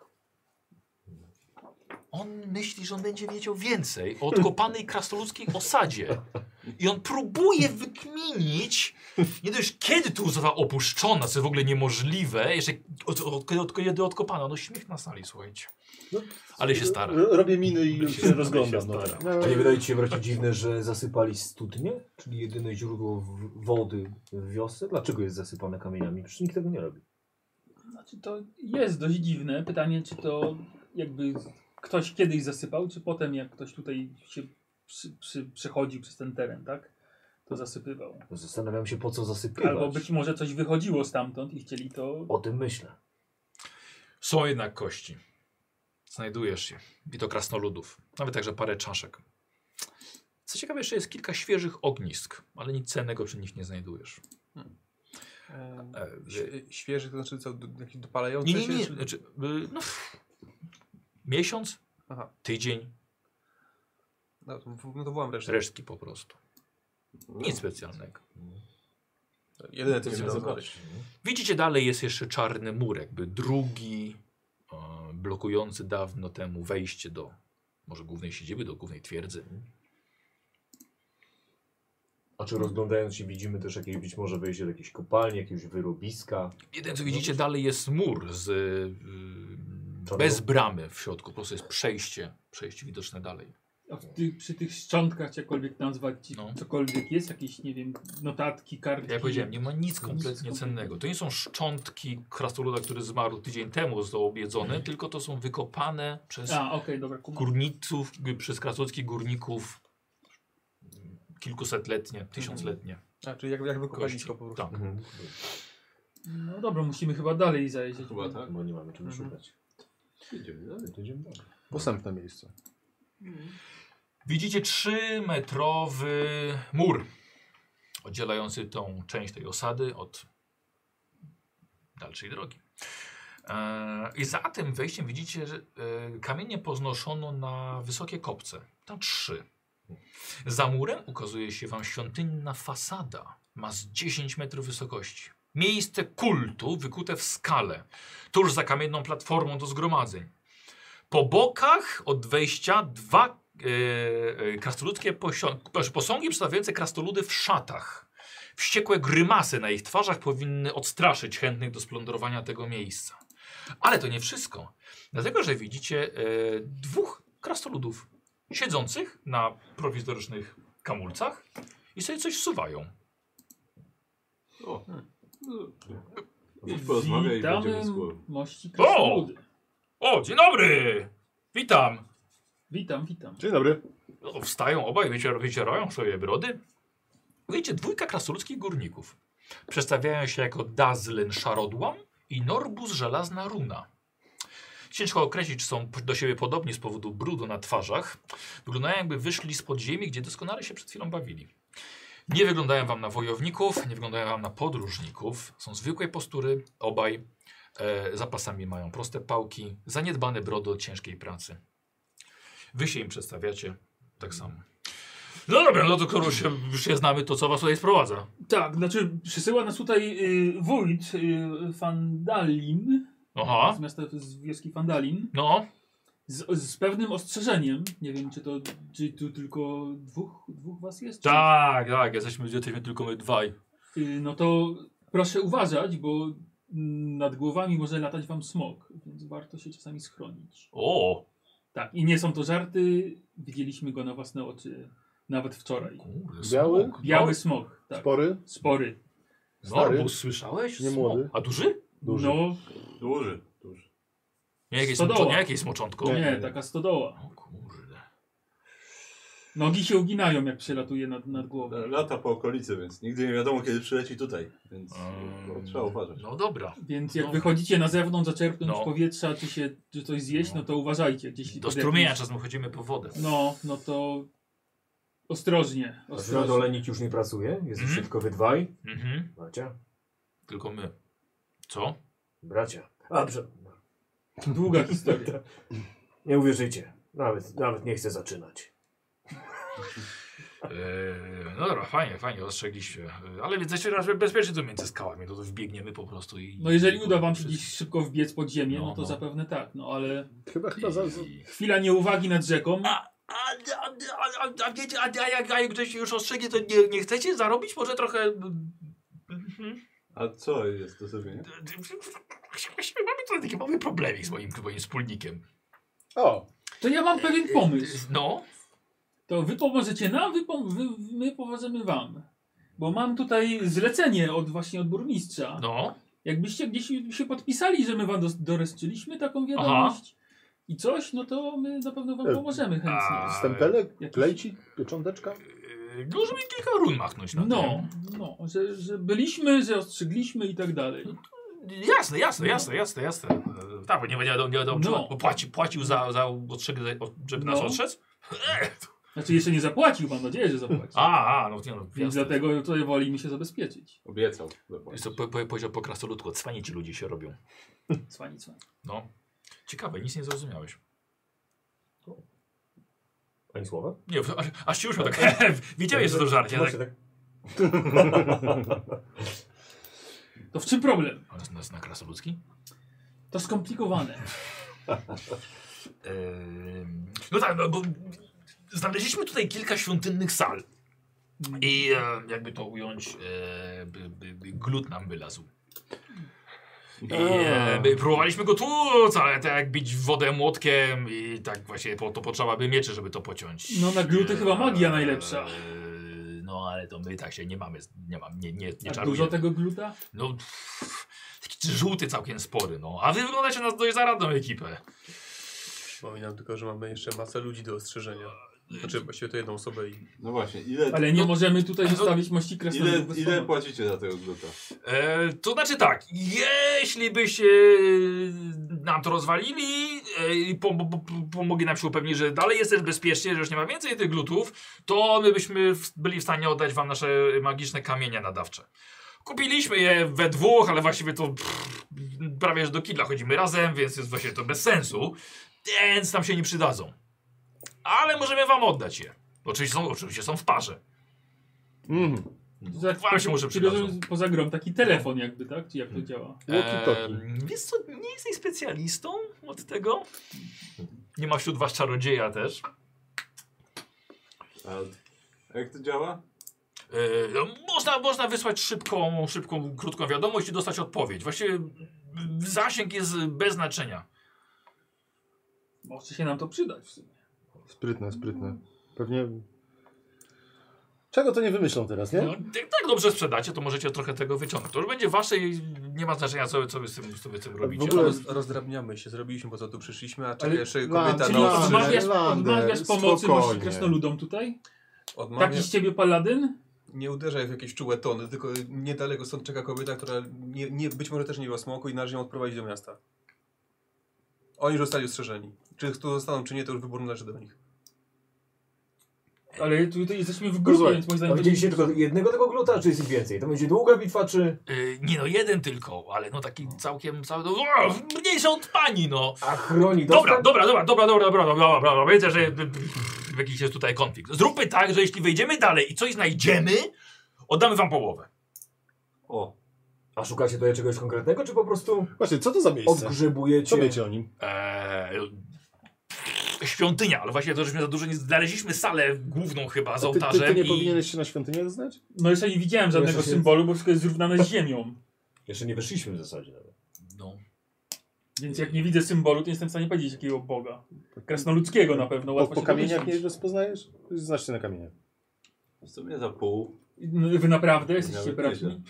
On myśli, że on będzie wiedział więcej o odkopanej krasnoludzkiej osadzie. I on próbuje wykminić, nie dość kiedy tu została opuszczona, co jest w ogóle niemożliwe, jeszcze od, od, od, kiedy odkopano. No śmiech na sali, słuchajcie. No, Ale się stara. R- Robię miny i Ale już się się stara, rozglądam. się No. stara. No, A nie wydaje ci się wreszcie dziwne, że zasypali studnie? Czyli jedyne źródło w- wody w wiosce? Dlaczego jest zasypane kamieniami? Przecież nikt tego nie robi. Znaczy to jest dość dziwne. Pytanie, czy to jakby ktoś kiedyś zasypał, czy potem jak ktoś tutaj się przy, przy, przechodził przez ten teren, tak? To zasypywał. No zastanawiam się, po co zasypywać. Albo być może coś wychodziło stamtąd i chcieli to... O tym myślę. Są jednak kości. Znajdujesz się. I to krasnoludów. Nawet także parę czaszek. Co ciekawe, jeszcze jest kilka świeżych ognisk, ale nic cennego przy nich nie znajdujesz. E, E, świe- świeży, to znaczy co, do- jakiś dopalający Nie, nie, się? nie. Czy... Znaczy, y, no, miesiąc, Aha, tydzień, no to, w- no to wołam resztę. resztki po prostu. Nic specjalnego. Jedyne co Chcemy mi zobaczyć. Widzicie, dalej jest jeszcze czarny mur, jakby drugi, e, blokujący dawno temu wejście do może głównej siedziby, do głównej twierdzy. A czy rozglądając się widzimy też jakieś być może wejście do jakiejś kopalni, jakiegoś wyrobiska? Jeden co widzicie dalej jest mur z, yy, bez bramy w środku, po prostu jest przejście, przejście widoczne dalej. A w tych, przy tych szczątkach, jakkolwiek nazwać, No. cokolwiek jest, jakieś, nie wiem, notatki, kartki. Jak powiedziałem, nie ma nic kompletnie cennego. To nie są szczątki krasnoluda, który zmarł tydzień temu, został objedzony, tylko to są wykopane przez A, okej, okay, dobra. Kumam. górniców, przez krasnoludzkich górników kilkusetletnie, tysiącletnie. A, czyli jak, jak wykopalisko po prostu. Tak. Mhm. No dobra, musimy chyba dalej zajrzeć. Chyba tak. Bo nie mamy czego Mhm. szukać. Idziemy dalej. To idziemy dalej. Posępne miejsce. Widzicie trzymetrowy mur oddzielający tą część tej osady od dalszej drogi. E, I za tym wejściem widzicie, że e, kamienie poznoszono na wysokie kopce. Tam trzy. Za murem ukazuje się wam świątynna fasada. Ma z dziesięć metrów wysokości. Miejsce kultu wykute w skale. Tuż za kamienną platformą do zgromadzeń. Po bokach od wejścia dwa e, e, krasnoludzkie posągi przedstawiające krasnoludy w szatach. Wściekłe grymasy na ich twarzach powinny odstraszyć chętnych do splądrowania tego miejsca. Ale to nie wszystko. Dlatego, że widzicie e, dwóch krasnoludów siedzących na prowizorycznych kamulcach i sobie coś wsuwają. O, no, Idź porozmawiaj i będziemy Witamy z głową. mości krasnoludy. O, dzień dobry! Witam! Witam, witam. Dzień dobry. No, wstają obaj, wycier wycierają sobie brody. Wiecie, dwójka krasnoludzkich górników. Przedstawiają się jako Dazlen Szarodłam i Norbus Żelazna Runa. Ciężko określić, czy są do siebie podobni z powodu brudu na twarzach. Wyglądają, jakby wyszli z podziemi, gdzie doskonale się przed chwilą bawili. Nie wyglądają wam na wojowników, nie wyglądają wam na podróżników. Są zwykłej postury, obaj. E, za pasami mają proste pałki, zaniedbane brody od ciężkiej pracy. Wy się im przedstawiacie tak samo. No dobra, no to skoro już się, już się znamy, to co was tutaj sprowadza? Tak, znaczy przysyła nas tutaj y, wójt y, Fandalin, Aha, z miasta, z wioski Fandalin, no. z, z pewnym ostrzeżeniem. Nie wiem, czy to, czy tu tylko dwóch, dwóch was jest? Czy... Tak, tak, jesteśmy, jesteśmy tylko my dwaj. Y, no to proszę uważać, bo mm, nad głowami może latać wam smok, więc warto się czasami schronić. O! Tak, i nie są to żarty, widzieliśmy go na własne oczy nawet wczoraj. Kurde, Biały? smok. Biały smok, tak. Spory? Spory. Stary? Norbus, słyszałeś? Nie Smok. młody. A duży? Duży. No, Duży, duży. Nie jakieś, Stodoła. smoczą, nie jakieś smoczątko? nie, Nie, nie. taka stodoła. O kurde. Nogi się uginają, jak przelatuje nad, nad głową. Lata po okolicy, więc nigdy nie wiadomo, kiedy przyleci tutaj. Więc Mm. no, trzeba uważać. No dobra. Więc jak No. wychodzicie na zewnątrz, zaczerpnąć No. powietrza, czy się czy coś zjeść, no to uważajcie. Gdzieś Do pod strumienia jakimś- czasem chodzimy po wodę. No, no to ostrożnie. A ostrożnie. Środolenik już nie pracuje? Jesteście Mhm. tylko wy dwaj? Mhm. Bracia? Tylko my. Co? Bracia. A, prze... Długa historia. Nie uwierzycie. Nawet, nawet nie chcę zaczynać. Eee, no dobra, fajnie, fajnie, ostrzegliście. Eee, ale więc jeszcze raz bezpiecznie tu między skałami, to, to wbiegniemy po prostu i... No jeżeli uda wam się Wszystko. gdzieś szybko wbiec pod ziemię, no, No, to no. zapewne tak, no ale Chyba, chyba za, za... I- chwila nieuwagi nad rzeką. A, a, a, a, a, a wiecie, a, a, jak, a jak ktoś już ostrzegnie, to nie, nie chcecie zarobić? Może trochę... Mhm. A co jest do zrobienia? Właściwie mamy tutaj taki mały problemik z moim, moim wspólnikiem. O! To ja mam pewien pomysł. No, To wy pomożecie nam, wy, pom- wy, my pomożemy wam. Bo mam tutaj zlecenie od właśnie od burmistrza. no. Jakbyście gdzieś się podpisali, że my wam dos- doręczyliśmy taką wiadomość i coś, no to my na pewno wam E, pomożemy chętnie. a- Stempelek? Jakiś- Klejci? Piecząteczka? Yy, No, żeby kilka run machnąć na No, tym. no, że, że byliśmy, że ostrzegliśmy i tak dalej. Jasne, jasne, jasne, jasne, jasne. E, Tak, bo nie wiadomo, nie wiadomo, czy No. on płaci, płacił za, za ostrzeг, żeby nas No. ostrzec? Znaczy jeszcze nie zapłacił, mam nadzieję, że zapłaci. A, a, no nie no, Więc jasne. dlatego tutaj woli mi się zabezpieczyć. Obiecał. Jest to po, po, powiedział po krasnoludku, cwani ci ludzie się robią. Cwani, cwani. No. Ciekawe, nic nie zrozumiałeś. Ani słowa? Nie, aż, aż ci uszło tak, wiedziałeś, że to żarcie. Tak. Właśnie tak. To w czym problem? A nas na krasnoludzki? To skomplikowane. no tak, no, bo znaleźliśmy tutaj kilka świątynnych sal. I e, jakby to ująć, e, by, by, by glut nam wylazł. I e, by próbowaliśmy go tłuc, ale tak jak bić w wodę młotkiem i tak właśnie po, to potrzeba by mieczy, żeby to pociąć. No na gluty e, chyba magia najlepsza. E, no ale to my tak się nie mamy, nie mam, nie, nie, nie A czarujemy. dużo tego gluta? No taki żółty całkiem spory, no. A wy wyglądacie na dość zaradną ekipę. Przypominam tylko, że mamy jeszcze masę ludzi do ostrzeżenia. Znaczy właściwie to jedną osobę i... No właśnie, ile... Ale nie no, możemy tutaj no, zostawić mości krasnoludów. Ile, ile płacicie za tego gluta? E, to znaczy tak, jeśli byście nam to rozwalili e, i pom pom pomogli nam się upewnić, że dalej jest też bezpiecznie, że już nie ma więcej tych glutów, to my byśmy w, byli w stanie oddać wam nasze magiczne kamienia nadawcze. Kupiliśmy je we dwóch, ale właściwie to pff, prawie że do kibla chodzimy razem, więc jest właściwie to bez sensu, więc nam się nie przydadzą. Ale możemy wam oddać je. Oczywiście są, oczywiście są w parze. Mhm. Tak, Wam się może przydadzą. Poza grą taki telefon jakby, tak? Czy jak to działa? Eee, wiesz co, nie jesteś specjalistą od tego? Nie ma wśród was czarodzieja też. A jak to działa? Eee, można, można wysłać szybką, szybką, krótką wiadomość i dostać odpowiedź. Właściwie zasięg jest bez znaczenia. Może się nam to przydać w sumie. Sprytne, sprytne. Pewnie... Czego to nie wymyślą teraz, nie? No, jak tak dobrze sprzedacie, to możecie trochę tego wyciągnąć. To już będzie wasze i nie ma znaczenia, co, co, wy, z tym, co wy z tym robicie. W ogóle Roz, rozdrabniamy się, zrobiliśmy po co tu przyszliśmy, a czeka Ale- jeszcze Lan- kobieta czyli na Odmawiasz, Lander, odmawiasz pomocy spokojnie. mości krasnoludom tutaj? Odmawiam, Taki z ciebie paladyn? nie uderzaj w jakieś czułe tony, tylko niedaleko stąd czeka kobieta, która nie, nie, być może też nie była smoku i należy ją odprowadzić do miasta. Oni już zostali ostrzeżeni. Czy tu zostaną, czy nie, to już wybór należy do nich. Ale tutaj jesteśmy w grupie, Słuchaj, więc moim A zdaniem... widzieliście tylko jednego tego gluta, czy jest ich więcej? To będzie długa bitwa, czy... Yy, nie no, jeden tylko, ale no taki całkiem, cały, no, o, mniejszy od pani, no. A chroni Dobra, dostęp? dobra, dobra, dobra, dobra, dobra, dobra, dobra, dobra. Widzę, że jakiś jest tutaj konflikt. Zróbmy tak, że jeśli wejdziemy dalej i coś znajdziemy, oddamy wam połowę. O, A szukacie tutaj czegoś konkretnego, czy po prostu Właśnie, co to za miejsce? odgrzebujecie? Co wiecie o nim? Eee, świątynia, ale właśnie to, żeśmy za dużo nie znaleźliśmy salę główną chyba z A ty, ty, ołtarzem ty nie i... powinieneś się na świątynię znać? No jeszcze nie widziałem żadnego Jeszcze się- symbolu, bo wszystko jest zrównane z ziemią. Jeszcze nie weszliśmy w zasadzie nawet. No. Więc jak nie widzę symbolu, to nie jestem w stanie powiedzieć jakiego Boga. Krasnoludzkiego na pewno, Po, łatwo po się kamieniach nie domyślić. rozpoznajesz? Znasz się na kamieniach. w sumie za pół. No, wy naprawdę jesteście Nawet braćmi? nieźle.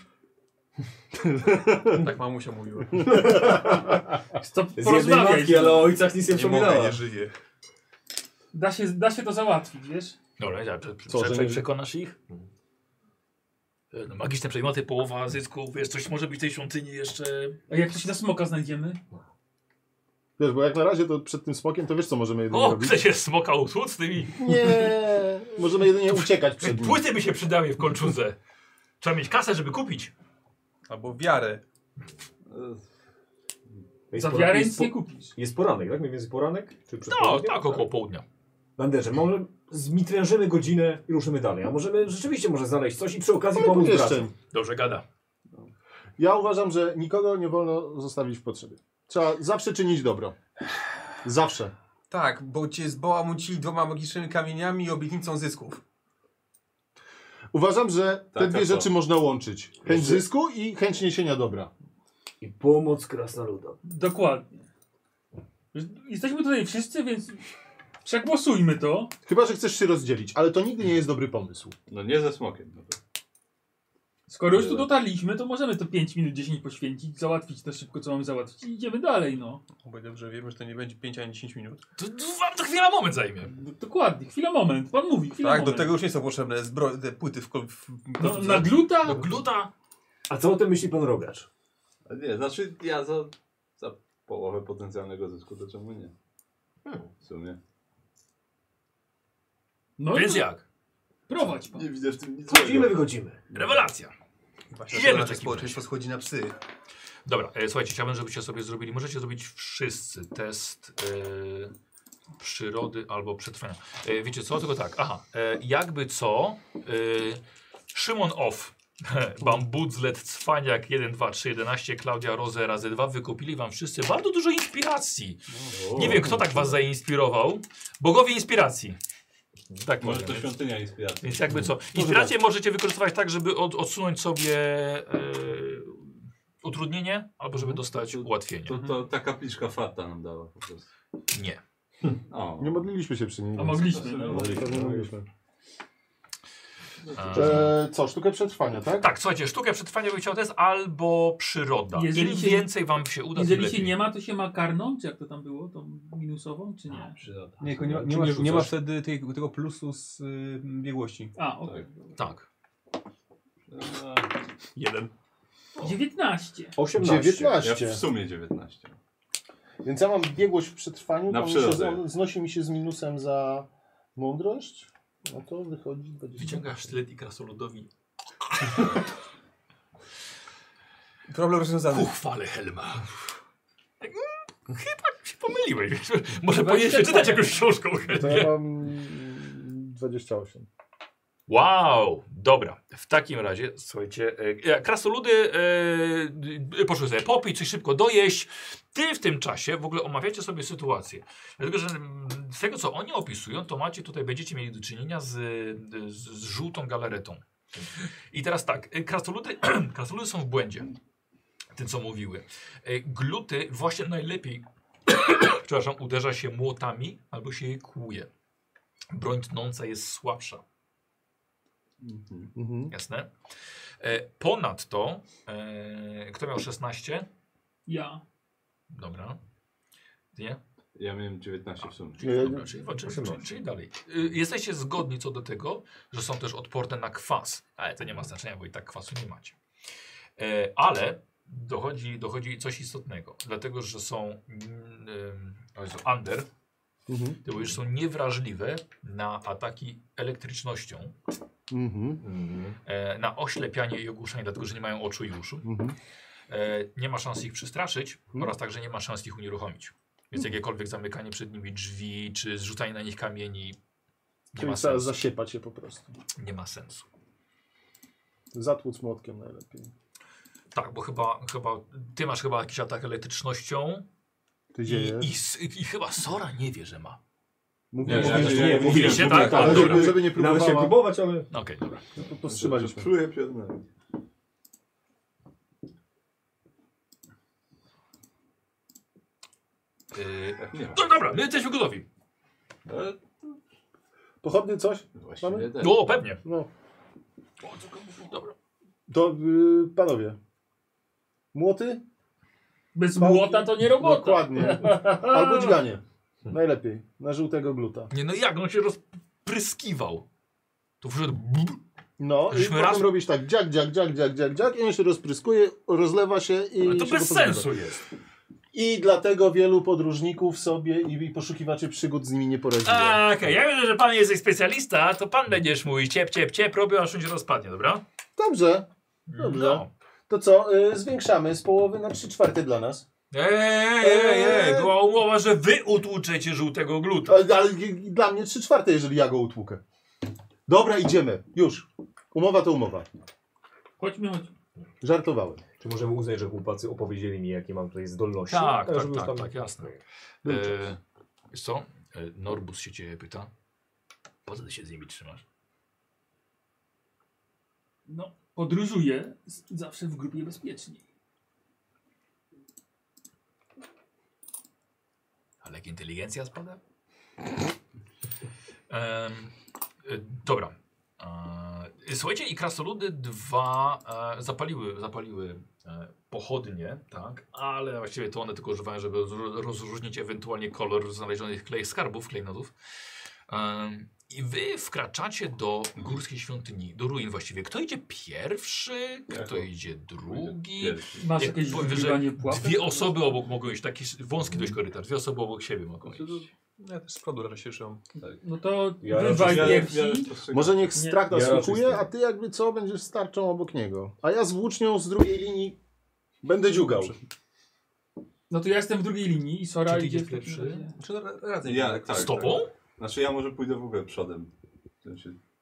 Tak mamusia mówiła. To Z jednej porozmawiaj. matki, ale o ojcach nic nie Nie mogę, wspominała. nie żyje. Da się, da się to załatwić, wiesz? Dobra, ja, prze, prze, Co, prze, że prze, nie- przekonasz ich? No, magiczne przedmioty, połowa zysków, wiesz, coś może być w tej świątyni jeszcze... A jak coś na smoka znajdziemy? Wiesz, bo jak na razie to przed tym smokiem, to wiesz co możemy jedynie O, robić? chce się smoka utłuc z tymi... Nie, możemy jedynie uciekać przed nim. Płyty by się przydały w kolczudze. Trzeba mieć kasę, żeby kupić. Albo wiarę. Jest Za pora- wiarę jest nic po- nie kupisz. Jest poranek, tak? Mniej więcej poranek? Czy przed No, południem? tak, około południa. Landerze, może zmitrężymy godzinę i ruszymy dalej. A możemy rzeczywiście może znaleźć coś i przy okazji Ale pomóc jeszcze. braciom. Dobrze gada. Ja uważam, że nikogo nie wolno zostawić w potrzebie. Trzeba zawsze czynić dobro. Zawsze. Tak, bo cię zbałamucili dwoma magicznymi kamieniami i obietnicą zysków. Uważam, że te Tak, dwie a co? rzeczy można łączyć. Chęć Jeszcze- zysku i chęć niesienia dobra. I pomoc krasnoludom. Dokładnie. Jesteśmy tutaj wszyscy, więc przegłosujmy to. Chyba, że chcesz się rozdzielić, ale to nigdy nie jest dobry pomysł. No nie ze smokiem. No to. Skoro już tu dotarliśmy, to możemy to pięć minut, dziesięć poświęcić, załatwić to szybko, co mamy załatwić i idziemy dalej, no. Bo dobrze wiemy, że to nie będzie pięć ani dziesięć minut. To, to wam to chwila moment zajmie. D- Dokładnie, chwila, moment. Pan mówi, chwila, Tak, do moment. tego już nie są potrzebne zbro- te płyty w, kol- w No, na gluta? Do gluta. A co o tym myśli pan Rogacz? A nie, znaczy ja za, za połowę potencjalnego zysku, to czemu nie? W sumie. No Więc to jak? prowadź pan. Nie widzę w tym nic Wchodzimy, złego. wychodzimy. Rewelacja. Właśnie Idziemy w nasze takim społeczeństwo schodzi na psy. Dobra, e, słuchajcie, chciałbym, żebyście sobie zrobili, możecie zrobić wszyscy test e, przyrody albo przetrwania. E, wiecie co? Tylko tak, aha, e, jakby co, e, Szymon off Bambudzlet, Cwaniak, jeden, dwa, trzy, jedenaście, Klaudia Rose razy dwa. Wykupili wam wszyscy bardzo dużo inspiracji. Nie wiem, kto tak was zainspirował. Bogowie inspiracji. Tak Może powiem. to świątynia inspiracji. Więc jakby co. Inspirację możecie wykorzystywać tak, żeby od, odsunąć sobie e, utrudnienie, albo żeby dostać ułatwienie. To, to ta kapliczka farta nam dała po prostu. Nie. O. Nie modliliśmy się przy niej. A więc- mogliśmy, no. Mogliśmy. mogliśmy. A, E, co, sztukę przetrwania, tak? tak, słuchajcie, sztukę przetrwania bym chciał, to jest albo przyroda. Jeżeli Im się- więcej wam się uda, tym Jeżeli lepiej. się nie ma, to się ma karną? Czy jak to tam było? Tą minusową, czy A, nie? przyroda. Nie, tylko nie, ma- Czy nie, nie ma, nie ma rzucasz? wtedy tej, tego plusu z y, biegłości. A, okej. Tak. Przyroda. Jeden. dziewiętnaście. osiemnaście. Ja dziewiętnaście. w sumie dziewiętnaście. Więc ja mam biegłość w przetrwaniu, Na to mi się przyrodę. z, znosi mi się z minusem za mądrość. No to wychodzi dwadzieścia. Wyciągasz sztylet i krasoludowi. Problem rozwiązany. Ku chwale Helma. Chyba się pomyliłeś. wiesz. Może Chyba powinieneś się czytać tak. jakąś książkę o To Helmie. ja mam dwadzieścia osiem. Wow, dobra. W takim razie, słuchajcie, e, krasoludy e, poszły sobie popić, coś szybko dojeść. Ty w tym czasie w ogóle omawiacie sobie sytuację. Dlatego, że mm, z tego, co oni opisują, to macie tutaj, będziecie mieli do czynienia z, z, z żółtą galaretą. I teraz tak, e, krasoludy, krasoludy są w błędzie. Tym, co mówiły. E, Gluty właśnie najlepiej, przepraszam, uderza się młotami albo się je kłuje. Broń tnąca jest słabsza. Mhm. Mhm. Jasne. E, ponadto, e, kto miał szesnaście? Ja. Dobra. Nie? Ja miałem dziewiętnaście w sumie. Ja- Dobra, czyli, czyli, czyli, czyli dalej. Y, jesteście zgodni co do tego, że są też odporne na kwas. Ale to nie ma znaczenia, bo i tak kwasu nie macie. E, ale dochodzi, dochodzi coś istotnego. Dlatego, że są mm, y, o Jezu, under, Mhm. to już są niewrażliwe na ataki elektrycznością, Mhm. Mhm. e, na oślepianie i ogłuszenie, dlatego że nie mają oczu i uszu. Mhm. E, nie ma szans ich przestraszyć oraz także nie ma szans ich unieruchomić. Więc jakiekolwiek zamykanie przed nimi drzwi, czy zrzucanie na nich kamieni nie Czyli ma trzeba sensu. zasiepać je po prostu. Nie ma sensu. Zatłuc młotkiem najlepiej. Tak, bo chyba, chyba ty masz chyba jakiś atak elektrycznością Ty i, dzieje. i, s- i chyba Sora nie wie, że ma. Mówię, Nie, mówię, ja- że ja- nie, ja- mówiliście, mówię, tak? ale A, żeby, dobra. żeby nie Nawet się próbowała, próbować, ale... Okej, dobra. to powstrzymaliśmy. Pluję piernę. Yy, Nie ma. no dobra, my jesteśmy gotowi. Ale Pochodnie coś? właściwie Mamy? też. No, pewnie. No. Dobra. To y, panowie. Młoty? Bez Pałki? młota to nie robota. Dokładnie. Albo dźganie. Najlepiej. Na żółtego gluta. Nie no jak, on się rozpryskiwał. To wszedł... No i Żeśmy potem raz- robisz tak dziak, dziak, dziak, dziak, dziak, dziak i on się rozpryskuje, rozlewa się i Ale to się bez go pozbywa. sensu jest. I dlatego wielu podróżników sobie i, i poszukiwaczy przygód z nimi nie poradziło. A, Okej, ja wiem, że pan jest specjalista, to pan będziesz mój ciep, ciep, ciep robił, aż on się rozpadnie, dobra? Dobrze. Dobrze. No. To co, y, zwiększamy z połowy na trzy czwarte dla nas. Ej, ej, ej, była umowa, że wy utłuczecie żółtego gluta. Ale, ale i- i dla mnie trzy czwarte, jeżeli ja go utłukę. Dobra, idziemy. Już. Umowa to umowa. Chodźmy, chodź. Żartowałem. Czy możemy uznać, że chłopacy opowiedzieli mi, jakie mam tutaj zdolności? Tak, Ale tak, żeby już tak, tak, jasne. Był E, czas. wiesz co? E, Norbus się ciebie pyta. Po co ty się z nimi trzymasz? No, podróżuję z- zawsze w grupie bezpieczniej. Ale jak inteligencja spada? Em, e, dobra. E, słuchajcie, i krasnoludy dwa e, zapaliły, zapaliły e, pochodnie, tak? Ale właściwie to one tylko używają, żeby roz- rozróżnić ewentualnie kolor znalezionych klej skarbów, klejnotów. Em, I wy wkraczacie do górskiej świątyni, do ruin właściwie. Kto idzie pierwszy? Kto Jako- idzie drugi? Pierwszy. Masz Jak jakieś powiem, że wygrywanie pułapek? Dwie osoby obok mogą iść, taki wąski dość korytarz, dwie osoby obok siebie mogą iść. Ja też z przodu raczej się szłam. No to Ja wy raczej- dwaj Ja- pierwsi. ja spostrzegam. Może niech strach Ja nas raczej łukuje, z tym. a ty jakby co, będziesz starczą obok niego. A ja z włócznią z drugiej linii będę dziugał. No to ja jestem w drugiej linii i Sora Czy ty idzie idziesz w takim pierwszy? razie. Czy ra- razem Ja, idziemy. tak, Z tobą? Znaczy ja może pójdę w ogóle przodem. W sensie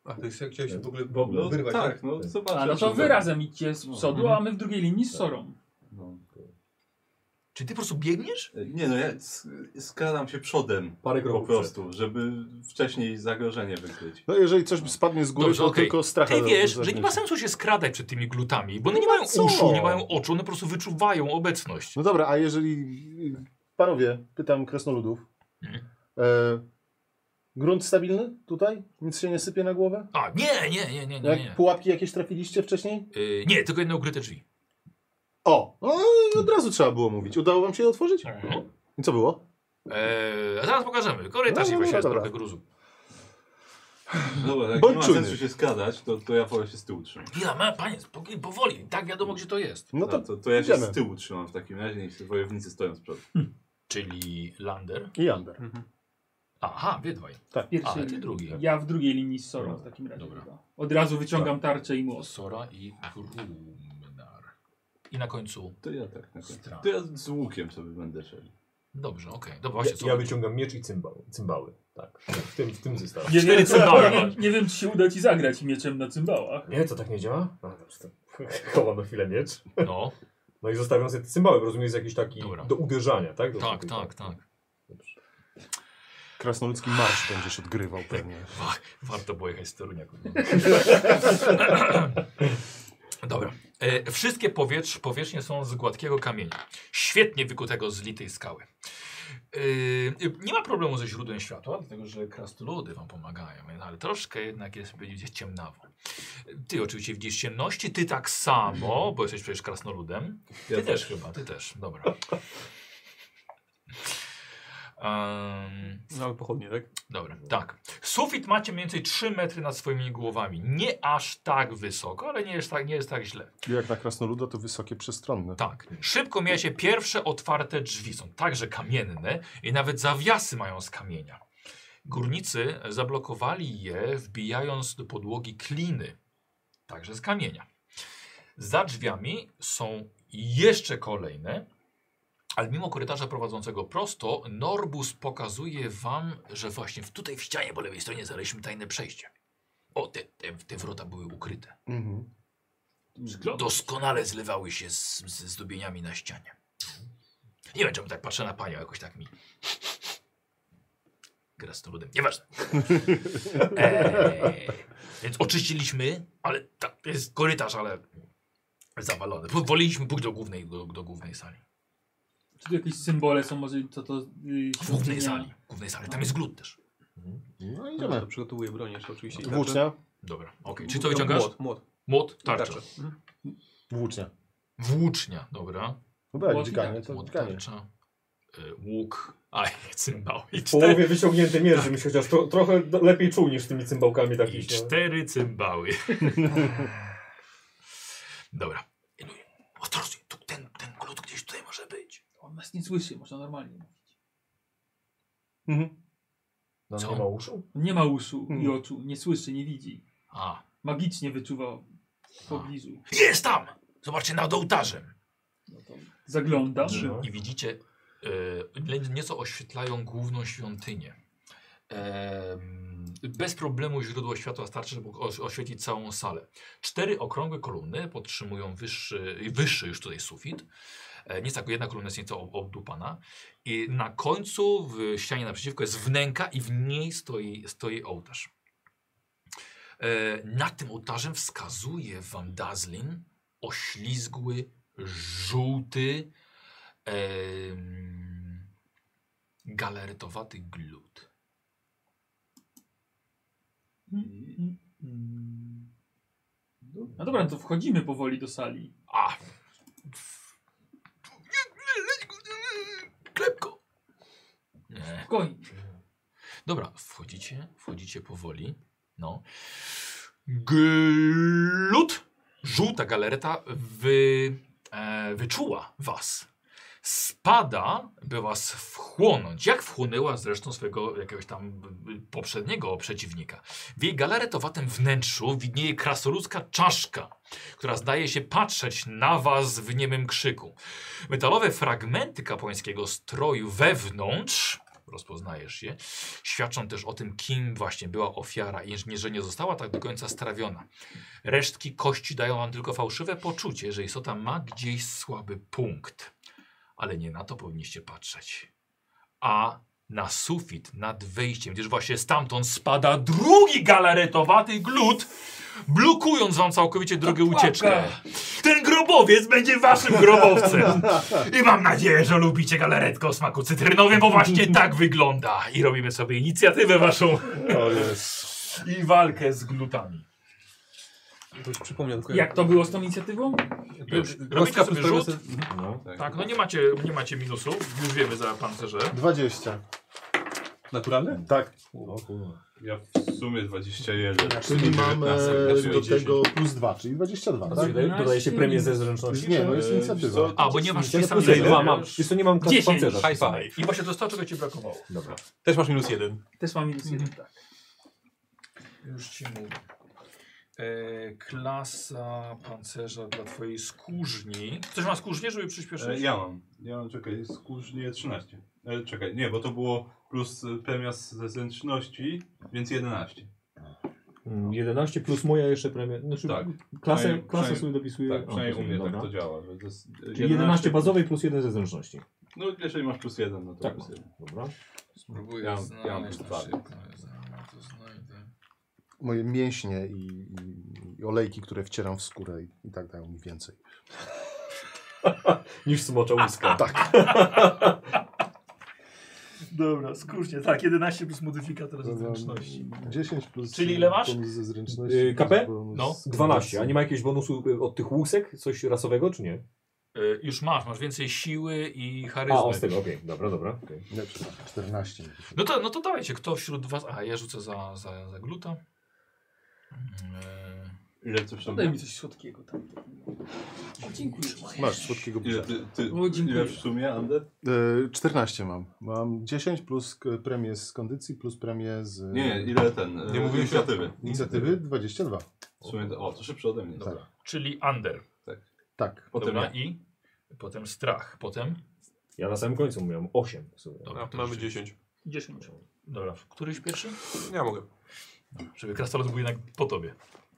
A to jest jak chciałeś w ogóle, W ogóle. No wyrwać, tak, tak? no zobacz. A no to wy razem idźcie z przodu, a my w drugiej linii z Sorą. No. Czy ty po prostu biegniesz? Nie no, ja sk- skradam się przodem Parę po kroków prostu, żeby wcześniej zagrożenie wykryć. No jeżeli coś spadnie z góry, Dobrze, to okej. tylko strach. Ty wiesz, że nie ma sensu się skradać przed tymi glutami, bo one nie No mają co? uszu, nie mają oczu, one po prostu wyczuwają obecność. No dobra, a jeżeli... Panowie, pytam krasnoludów. Mhm. E, grunt stabilny tutaj? Nic się nie sypie na głowę? A, nie, nie, nie, nie, nie. Jak nie. pułapki jakieś trafiliście wcześniej? Yy, nie, tylko jedne ukryte drzwi. O! No i od razu trzeba było mówić. Udało wam się je otworzyć? Mhm. I co było? Eee, a zaraz pokażemy. Korytarz No, i no, właśnie no, jest dobra. trochę gruzu. Dobra, jak Bądź nie ma czujny. sensu się skradać, to, to ja wolę się z tyłu trzymać. Chwila, ma, panie, spokojnie, powoli. Tak wiadomo, gdzie to jest. No No to, to, to ja się idziemy. z tyłu trzymam w takim razie, niech wojownicy stoją z przodu. Czyli Lander. I Ander. Aha, wy dwaj. Pierwszy, Ale ty drugi. ja w drugiej linii z Sorą w takim razie. Dobra. chyba. Od razu wyciągam tarczę i młot. Sora i Grumnar. I na końcu. To ja tak na końcu. Strach. To ja z łukiem sobie będę szedł. Dobrze, okej. Dobra, Ja, właśnie co? ja wyciągam miecz i cymbał, cymbały. Tak, w tym, w tym zestawie. Nie Cztery wiem, cymbały nie, masz. nie wiem, czy się uda ci zagrać mieczem na cymbałach. Nie, to tak nie działa? No, dobrze, to chowam na chwilę miecz. No, No i zostawiam sobie te cymbały, bo rozumiem, jest jakiś taki Dobra. do uderzania, tak? Do tak, tej- tak, tak. Dobrze. Krasnoludzki marsz będziesz odgrywał pewnie. Wa- warto było jechać z Torunia. Dobra. E, wszystkie powietrz, powierzchnie są z gładkiego kamienia. Świetnie wykutego z litej skały. E, nie ma problemu ze źródłem światła, dlatego że krasnoludy wam pomagają, ale troszkę jednak jest gdzieś ciemnawo. Ty oczywiście widzisz ciemności, ty tak samo, bo jesteś przecież krasnoludem. Ty Ja też chyba, ty też, dobra. Um, Mamy pochodnie, tak? Dobra, tak. Sufit macie mniej więcej trzy metry nad swoimi głowami. Nie aż tak wysoko, ale nie jest tak, nie jest tak źle. I jak na krasnoluda to wysokie, przestronne. Tak. Szybko mija się pierwsze otwarte drzwi. Są także kamienne i nawet zawiasy mają z kamienia. Górnicy zablokowali je, wbijając do podłogi kliny. Także z kamienia. Za drzwiami są jeszcze kolejne. Ale mimo korytarza prowadzącego prosto, Norbus pokazuje wam, że właśnie tutaj w ścianie po lewej stronie znaleźliśmy tajne przejście. O, te, te, te wrota były ukryte. Mhm. Doskonale zlewały się z, ze zdobieniami na ścianie. Nie wiem, czemu tak patrzę na panią, jakoś tak mi... Gra z ludem. Nieważne. Eee, więc oczyściliśmy, ale tak, to jest korytarz, ale zawalony. Woleliśmy pójść do głównej, do, do głównej sali. Czy tu jakieś symbole są, może to to... Yy, W głównej sali. W głównej sali. Tam jest glut też. No Ja idziemy. to przygotowuję broń jeszcze oczywiście. i Włócznia? Dobra, okej. Czy co wyciągasz? Młot, młot. Młot, tarcza. Tarczę. Mhm. Włócznia. Włócznia, dobra. No bo jak Młot i dźganie, tarcza. to Młot, dźganie. tarcza. Y, łuk. Aj, cymbał. I W cztery, połowie wyciągnięty miecz, żebym się chociaż tro, trochę do, lepiej czuł niż z tymi cymbałkami i takimi. cztery cymbały. Dobra. Iluję. Ostrożnie, tu ten, ten glut gdzieś tutaj może być. On nas nie słyszy, można normalnie mówić. Mhm. No, Co? nie ma uszu? Nie ma uszu i Hmm. oczu, nie słyszy, nie widzi. A. Magicznie wyczuwa w pobliżu. Jest tam! Zobaczcie nad ołtarzem. No to zagląda. No. I widzicie, e, nieco oświetlają główną świątynię. E, bez problemu źródło światła starczy, żeby oś- oświecić całą salę. Cztery okrągłe kolumny podtrzymują wyższy, wyższy już tutaj sufit. E, nieco, jedna kolumna jest nieco ob- obdupana. I na końcu w ścianie naprzeciwko jest wnęka i w niej stoi, stoi ołtarz. E, nad tym ołtarzem wskazuje wam Dazlin oślizgły, żółty, em, galarytowaty glut. No dobra, no to wchodzimy powoli do sali. A! Klepko! Nie. Spokojnie. Dobra, wchodzicie, wchodzicie powoli. No. Glut! Żółta galereta wy, e, wyczuła was. Spada, by was wchłonąć. Jak wchłonęła zresztą swojego jakiegoś tam y, poprzedniego przeciwnika. W jej galaretowatym wnętrzu widnieje krasnoludzka czaszka, która zdaje się patrzeć na was w niemym krzyku. Metalowe fragmenty kapłańskiego stroju wewnątrz rozpoznajesz je. Świadczą też o tym, kim właśnie była ofiara i że nie została tak do końca strawiona. Resztki kości dają wam tylko fałszywe poczucie, że istota ma gdzieś słaby punkt. Ale nie na to powinniście patrzeć. A na sufit nad wejściem, gdyż właśnie stamtąd spada drugi galaretowaty glut, blokując wam całkowicie drogę ucieczkę. Ten grobowiec będzie waszym grobowcem. I mam nadzieję, że lubicie galaretkę o smaku cytrynowym, bo właśnie tak wygląda. I robimy sobie inicjatywę waszą. O jest. I walkę z glutami. Ktoś przypomniał tylko... Jak to było z tą inicjatywą? Już. Robicie sobie rzut. No. Tak, no nie macie, nie macie minusów. Już wiemy za pancerze. dwadzieścia. Naturalne? Tak. Ja w sumie dwadzieścia jeden. Czyli mamy dziewiętnaście, do dziesięć. tego plus dwa, czyli dwadzieścia dwa, tak? Dodaje się premię ze zręczności? Nie, no jest Eee, inicjatywa. co? A, bo nie masz Ja wpisanego. plus mam, mam. Wiesz co, nie mam klasy dziesięć. pancerza. High five. I właśnie to jest to, czego ci brakowało. Dobra. Też masz minus jeden. Też mam minus jeden, tak. Już ci mówię. E, klasa pancerza dla twojej skórzni. Ktoś ma skórznię, żeby przyspieszyć? E, ja mam. Ja mam, czekaj, skórznie trzynaście. E, czekaj, nie, bo to było plus e, premia ze zręczności, więc jedenaście. Mm, jedenaście plus moja jeszcze premia. Znaczy, Tak. Klasę, Przynajmniej- klasę przynajmniej- sobie dopisuję. Tak, przynajmniej O, u mnie dobra. tak to działa. Że to jest Czyli jedenaście bazowej plus jeden ze zręczności. No jeżeli masz plus jeden, no to Tak. plus jeden. Dobra. Spróbuję Ja- znaleźć ja mam na dwa. szybko. Ja to znajdę. Moje mięśnie i, i, i olejki, które wcieram w skórę i, i tak dają mi więcej. Niż smocza łuska. Tak. Dobra, skórznie. Tak, jedenaście plus modyfikator ze To mam zręczności. dziesięć plus... Czyli ile masz? bonus ze zręczności. Y, K P? plus bonus No. z dwanaście. A kondycji. nie ma jakiegoś bonusu y, od tych łusek? Coś rasowego, czy nie? Y, już masz, masz więcej siły i charyzmy. A, o, z tego, okej. Dobra, dobra. Okay. Nie, przepraszam, czternaście. No to, no to dawajcie, kto wśród was... A, ja rzucę za, za, za gluta. Yy, Ile ty w Daj sumie? mi coś słodkiego tam. O, dziękuję. Masz słodkiego Ile, bucia. ty, ty, O, dziękuję. ile w sumie, Ander? E, czternaście mam. Mam dziesięć plus k- premię z kondycji, plus premię z... Nie, nie, ile ten? Nie Nie mówiłeś inicjatywy. Inicjatywy dwadzieścia dwa. W sumie, to- o, to szybsze ode mnie. Tak. czyli under. Tak. Potem Dobra, ja. i potem strach. Potem... Ja na samym końcu miałem osiem w sumie. Dobra, to mamy już- dziesięć. dziesięć. Dobra, któryś pierwszy? Ja mogę. Żeby krasnolud był jednak po tobie.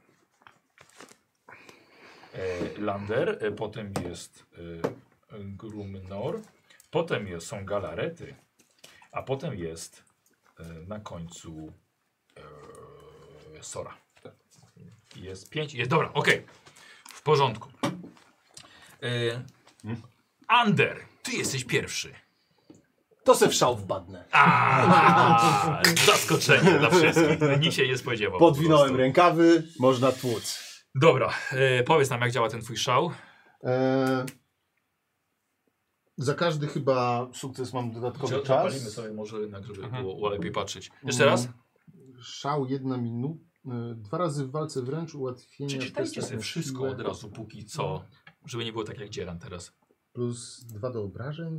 E, Lander, e, potem jest e, Grumnor, potem jest, są galarety, a potem jest e, na końcu e, Sora. Jest pięć, jest dobra, okej, w porządku. E, Ander, ty jesteś pierwszy. To se w szał wpadnę. A, zaskoczenie dla wszystkich. No, nikt się nie spodziewał. po Podwinąłem prostu. rękawy, można tłuc. Dobra, e, powiedz nam, jak działa ten twój szał. E, za każdy chyba sukces mam dodatkowy czas. Zapalimy sobie może jednak, żeby Mhm. było lepiej patrzeć. Jeszcze raz? Szał jedna minuta. Dwa razy w walce wręcz ułatwienia. w Przeczytajcie testach sobie na wszystko siłę. od razu, póki co. Żeby nie było tak jak Dzieran teraz. Plus dwa do obrażeń.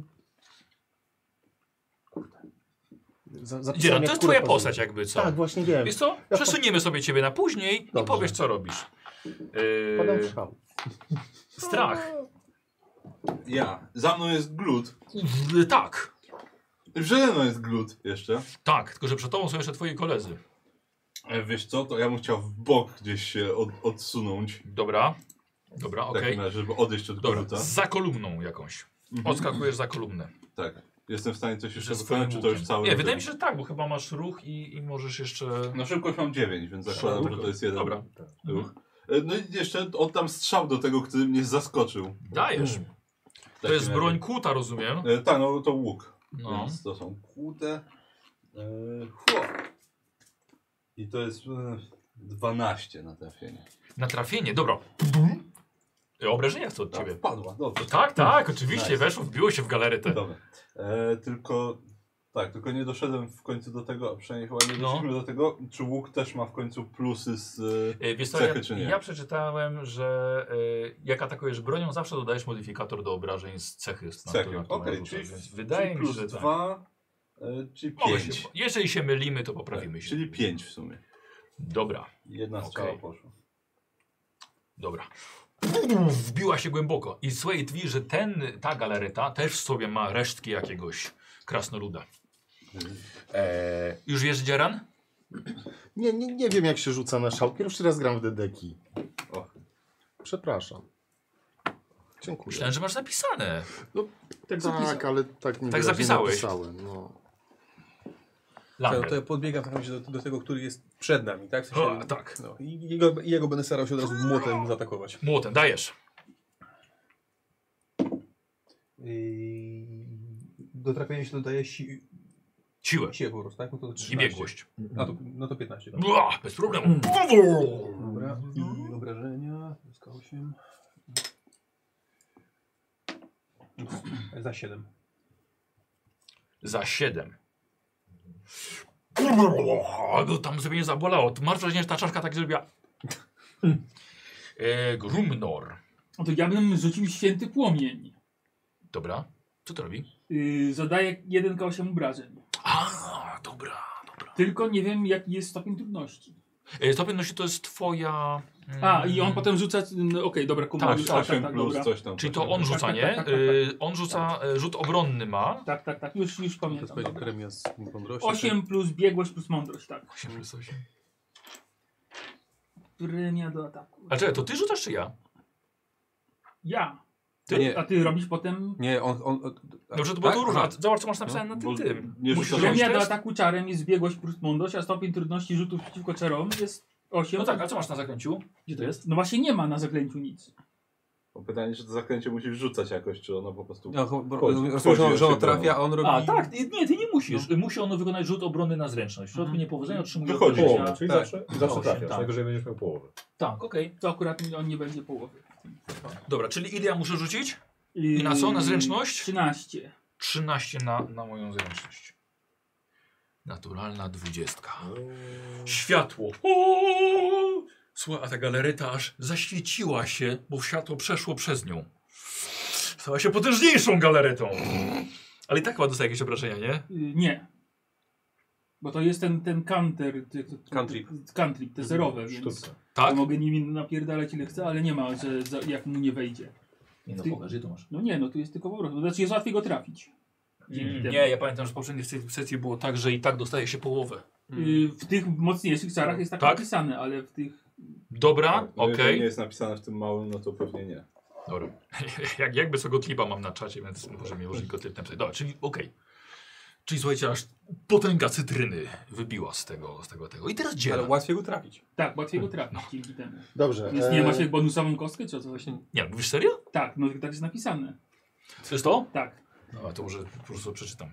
Kurde. Za, zapisałem, Dzieran, to jak jest które twoja poziomy. postać jakby co. Tak, właśnie wiem. Wiesz co? Przesuniemy sobie ciebie na później i Dobrze. powiesz co robisz. Padam Yy, w szał. strach. Ja. Za mną jest glut. Yy, tak, Przede mną jest glut jeszcze. tak, tylko że przed tobą są jeszcze twoi koledzy. E, Wiesz co, to ja bym chciał w bok gdzieś się od, odsunąć. Dobra, dobra, W okej. takim razie, żeby odejść od Dobra, gluta. za kolumną jakąś. Mhm. Odskakujesz za kolumnę. Tak. Jestem w stanie coś jeszcze Ze swoim wykonać, czy to już łukiem. cały Nie, ruch? wydaje mi się, że tak, bo chyba masz ruch i, i możesz jeszcze... No szybkość mam dziewięć, więc zakładam, Szybko. że to jest jeden Dobra. ruch. E, No i jeszcze oddam strzał do tego, który mnie zaskoczył. Dajesz. W To takim jest razie. broń kłuta, rozumiem? E, tak, no to łuk. No. Więc to są kłute. E, chło. I to jest e, dwanaście na trafienie. Na trafienie, dobra. E, Obrażenia chcę od Tak, ciebie. wpadła, dobrze. Tak, tak, oczywiście, Nice. weszło, wbiło się w galaretę. Dobra. E, tylko, tak, tylko nie doszedłem w końcu do tego, a przynajmniej chyba nie No. doszliśmy do tego, czy łuk też ma w końcu plusy z... E, E, Wiesz co, Cechy, ja, czy nie? ja przeczytałem, że e, jak atakujesz bronią, zawsze dodajesz modyfikator do obrażeń z cechy. z cechy. natury, Okej, którą czyli, rzucasz, więc czyli wydaje mi plus się, że tak. dwa, e, czyli Mogę pięć. się, jeżeli się mylimy, to poprawimy Tak, się. czyli pięć w sumie. Dobra, Jedna Okej. strzała poszła. dobra. Wbiła się głęboko. I słuchaj, ty widzisz, że ten, ta galareta też w sobie ma resztki jakiegoś krasnoluda. Eee, już wiesz, Dzieran? Nie, nie, nie wiem jak się rzuca na szał. Pierwszy raz gram w dedeki. O. Przepraszam. Dziękuję. Myślałem, że masz zapisane. No, Tak, tak, ale tak nie Tak zapisałeś. Napisałem, no. To, to ja podbiegam w takim razie do, do tego, który jest przed nami, tak? W sensie, O, tak. No, i jego, i jego będę starał się od razu młotem zaatakować. Młotem, dajesz. Yy, do trafienia się dodaje si Siłę siłę po prostu, tak? No to i trzynaście. biegłość. A to, no to piętnaście. Dobra. Bła, bez problemu. Dobra. I obrażenia. Zyska osiem. Za siedem. Za siedem. Go tam sobie nie zabolało. Masz wrażenie, że ta czaszka tak zrobiła. E, Grumnor. No to ja bym rzucił święty płomień. Dobra. Co to robi? Yy, zadaje jeden K osiem obrażeń. A, dobra, dobra. Tylko nie wiem jaki jest stopień trudności. E, stopień trudności to jest twoja... Mm, A, i on potem rzuca... No, okej, okay, dobra, kumuluj. Tak, tak, osiem tak, plus dobra. coś tam. czyli coś to on tam. rzuca, Tak, nie? tak, tak, tak, E, on rzuca, e, rzut obronny ma. Tak, tak, tak, już, już To pamiętam. jest powiedział Dobra. premia z mądrości. osiem plus biegłość plus mądrość, tak. osiem plus osiem. Premia do ataku. A czekaj, to ty rzucasz czy ja? Ja. Ty? Nie. A ty robisz potem... Nie, on... on, on Dobrze, to było tak? to różne. Aha. Zobacz, co masz napisane No, na tym bo tym. nie Musisz rzucasz- zrobić Premia do test? ataku czarem jest biegłość plus mądrość, a stopień trudności rzutów przeciwko czarom jest osiem. No tak, a co masz na zaklęciu? Gdzie to jest? No właśnie nie ma na zaklęciu nic. Bo pytanie, czy to zaklęcie musisz rzucać jakoś, czy ono po prostu... No, bo, Chodzi- rozumiem, chodzi że on, że on o siebie, trafia, a on robi... A, tak, nie, ty nie musisz. Musi ono wykonać rzut obronny na zręczność. W przypadku Mhm. niepowodzenia otrzymuje Wychodzi. obrażenia. Połowę, czyli Tak. zawsze, zawsze osiem, trafiasz. tak. Najwyżej będziesz miał połowę. Tak, okej. To akurat on nie będzie połowy. Dobra, czyli ile ja muszę rzucić? I na co? Na zręczność? trzynaście. trzynaście na, na moją zręczność. Naturalna dwudziestka. Światło. O! Słuchaj, a ta galereta aż zaświeciła się, bo światło przeszło przez nią. Stała się potężniejszą galaretą. Ale i tak chyba dostaje jakieś obrażenia, nie? Y, nie. Bo to jest ten, ten counter. Ty, ty, ty, Cantrip. Cantrip, te zerowe, więc Sztuczka. Tak? ja mogę nimi napierdalać ile chcę, ale nie ma, że za, jak mu nie wejdzie. Nie no, Ty- pokaż, gdzie to masz? No nie, no tu jest tylko po prostu. Znaczy jest łatwiej go trafić. Dzięki Mm, temu. nie, ja pamiętam, że w poprzedniej se- sesji było tak, że i tak dostaje się połowę. Y, w tych mocniejszych czarach jest tak, Tak? napisane, ale w tych... Dobra, Tak, no okej. jeżeli nie jest napisane w tym małym, no to pewnie nie. Dobra. Jak, jakby co Gottlieba mam na czacie, więc może mi użyć Gottlieb napisać. Dobra, czyli okej. Czyli słuchajcie, aż potęga cytryny wybiła z tego, z tego, tego. I teraz Ale dzielam. łatwiej go trafić. Tak, łatwiej go trafić dzięki temu. Dobrze. Więc e, nie masz jak bonusową kostkę, czy o co właśnie? Nie, mówisz serio? Tak, no tak jest napisane. To jest to? Tak. No, to może po prostu przeczytam.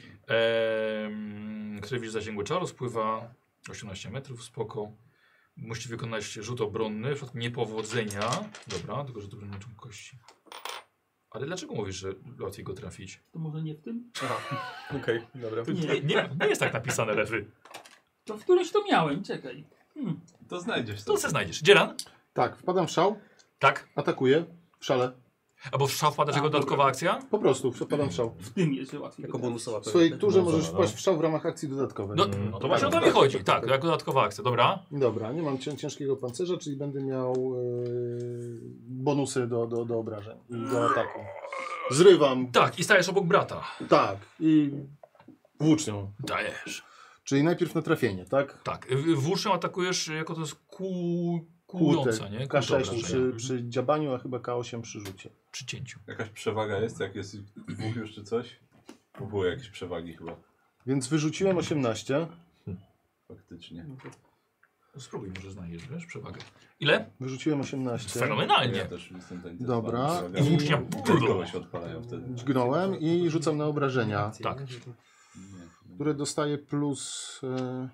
Ehm, Krewicz zasięgu czaru spływa osiemnaście metrów, spoko. Musi wykonać rzut obronny, w przypadku niepowodzenia. Dobra, tylko że dobrze na czym kości. Ale dlaczego mówisz, że łatwiej go trafić? To może nie w tym? Aha, okej, dobra. To nie, nie, nie jest tak napisane, lewy. To w którymś to miałem, czekaj. Hmm. To znajdziesz To to. co znajdziesz? Dzieran? Tak, wpadam w szał, Tak? atakuję w szale. Albo w szał wpadasz A, jako dodatkowa dobra. akcja? Po prostu wpadam w szał. W tym jest, że łatwiej Jako go trafić. bonusowa W to swojej jest. turze No, możesz no. wpaść w szał w ramach akcji dodatkowej. No, Mm. no to właśnie o to mi chodzi. Tak, jako dodatkowa akcja. Dobra. Dobra, nie mam cię- ciężkiego pancerza, czyli będę miał yy, bonusy do, do, do obrażeń i do ataku. Zrywam, Tak, i stajesz obok brata. tak, i włócznią. Dajesz. Czyli najpierw na trafienie, tak? Tak, w- włócznią atakujesz jako to jest kół... kłująca, nie? K Kłuta sześć obrażenia. przy, przy dziabaniu, a chyba K osiem przy rzucie. Przy cięciu. Jakaś przewaga jest, jak jest dwóch już czy coś? Bo były jakieś przewagi chyba, Więc wyrzuciłem osiemnaście, faktycznie. Spróbuj, może znajdziesz, wiesz, przewagę. Ile? wyrzuciłem osiemnaście, Fenomenalnie. Ja też jestem zainteresowany Dobra. przewagami. I włócznia- Tylko się odpalają wtedy. dźgnąłem i rzucam na obrażenia, Tak. Nie, które dostaję plus e,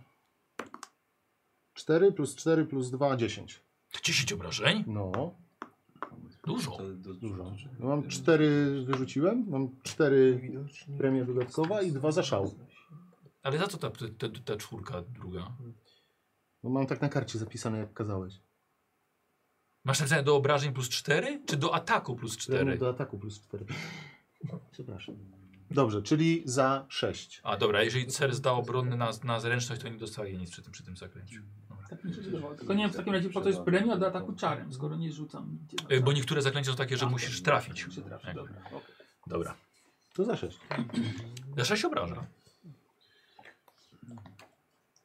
cztery, plus cztery, plus dwa, dziesięć. dziesięć obrażeń? No, Dużo. To do- dużo. No, mam cztery wyrzuciłem, mam cztery premie dodatkowa i dwa za szał. Ale za co ta, ta, ta czwórka druga? No, mam tak na karcie zapisane, jak kazałeś. Masz napisane do obrażeń plus cztery? Czy do ataku plus Premie cztery? do ataku plus cztery. Przepraszam. Dobrze, czyli za sześć. A dobra, jeżeli ser zdał obronny na, na zręczność, to nie dostaje nic przy tym, przy tym zakręciu. Dobra. Tak mi się wydawało. Tylko nie wiem w takim razie po co jest premia do ataku czarem, skoro nie rzucam nigdzie. na Y, Bo czar. niektóre zaklęcia są takie, że musisz trafić. Muszę trafić, Jak- dobra. okej. Dobra. To za sześć. Za sześć obraża.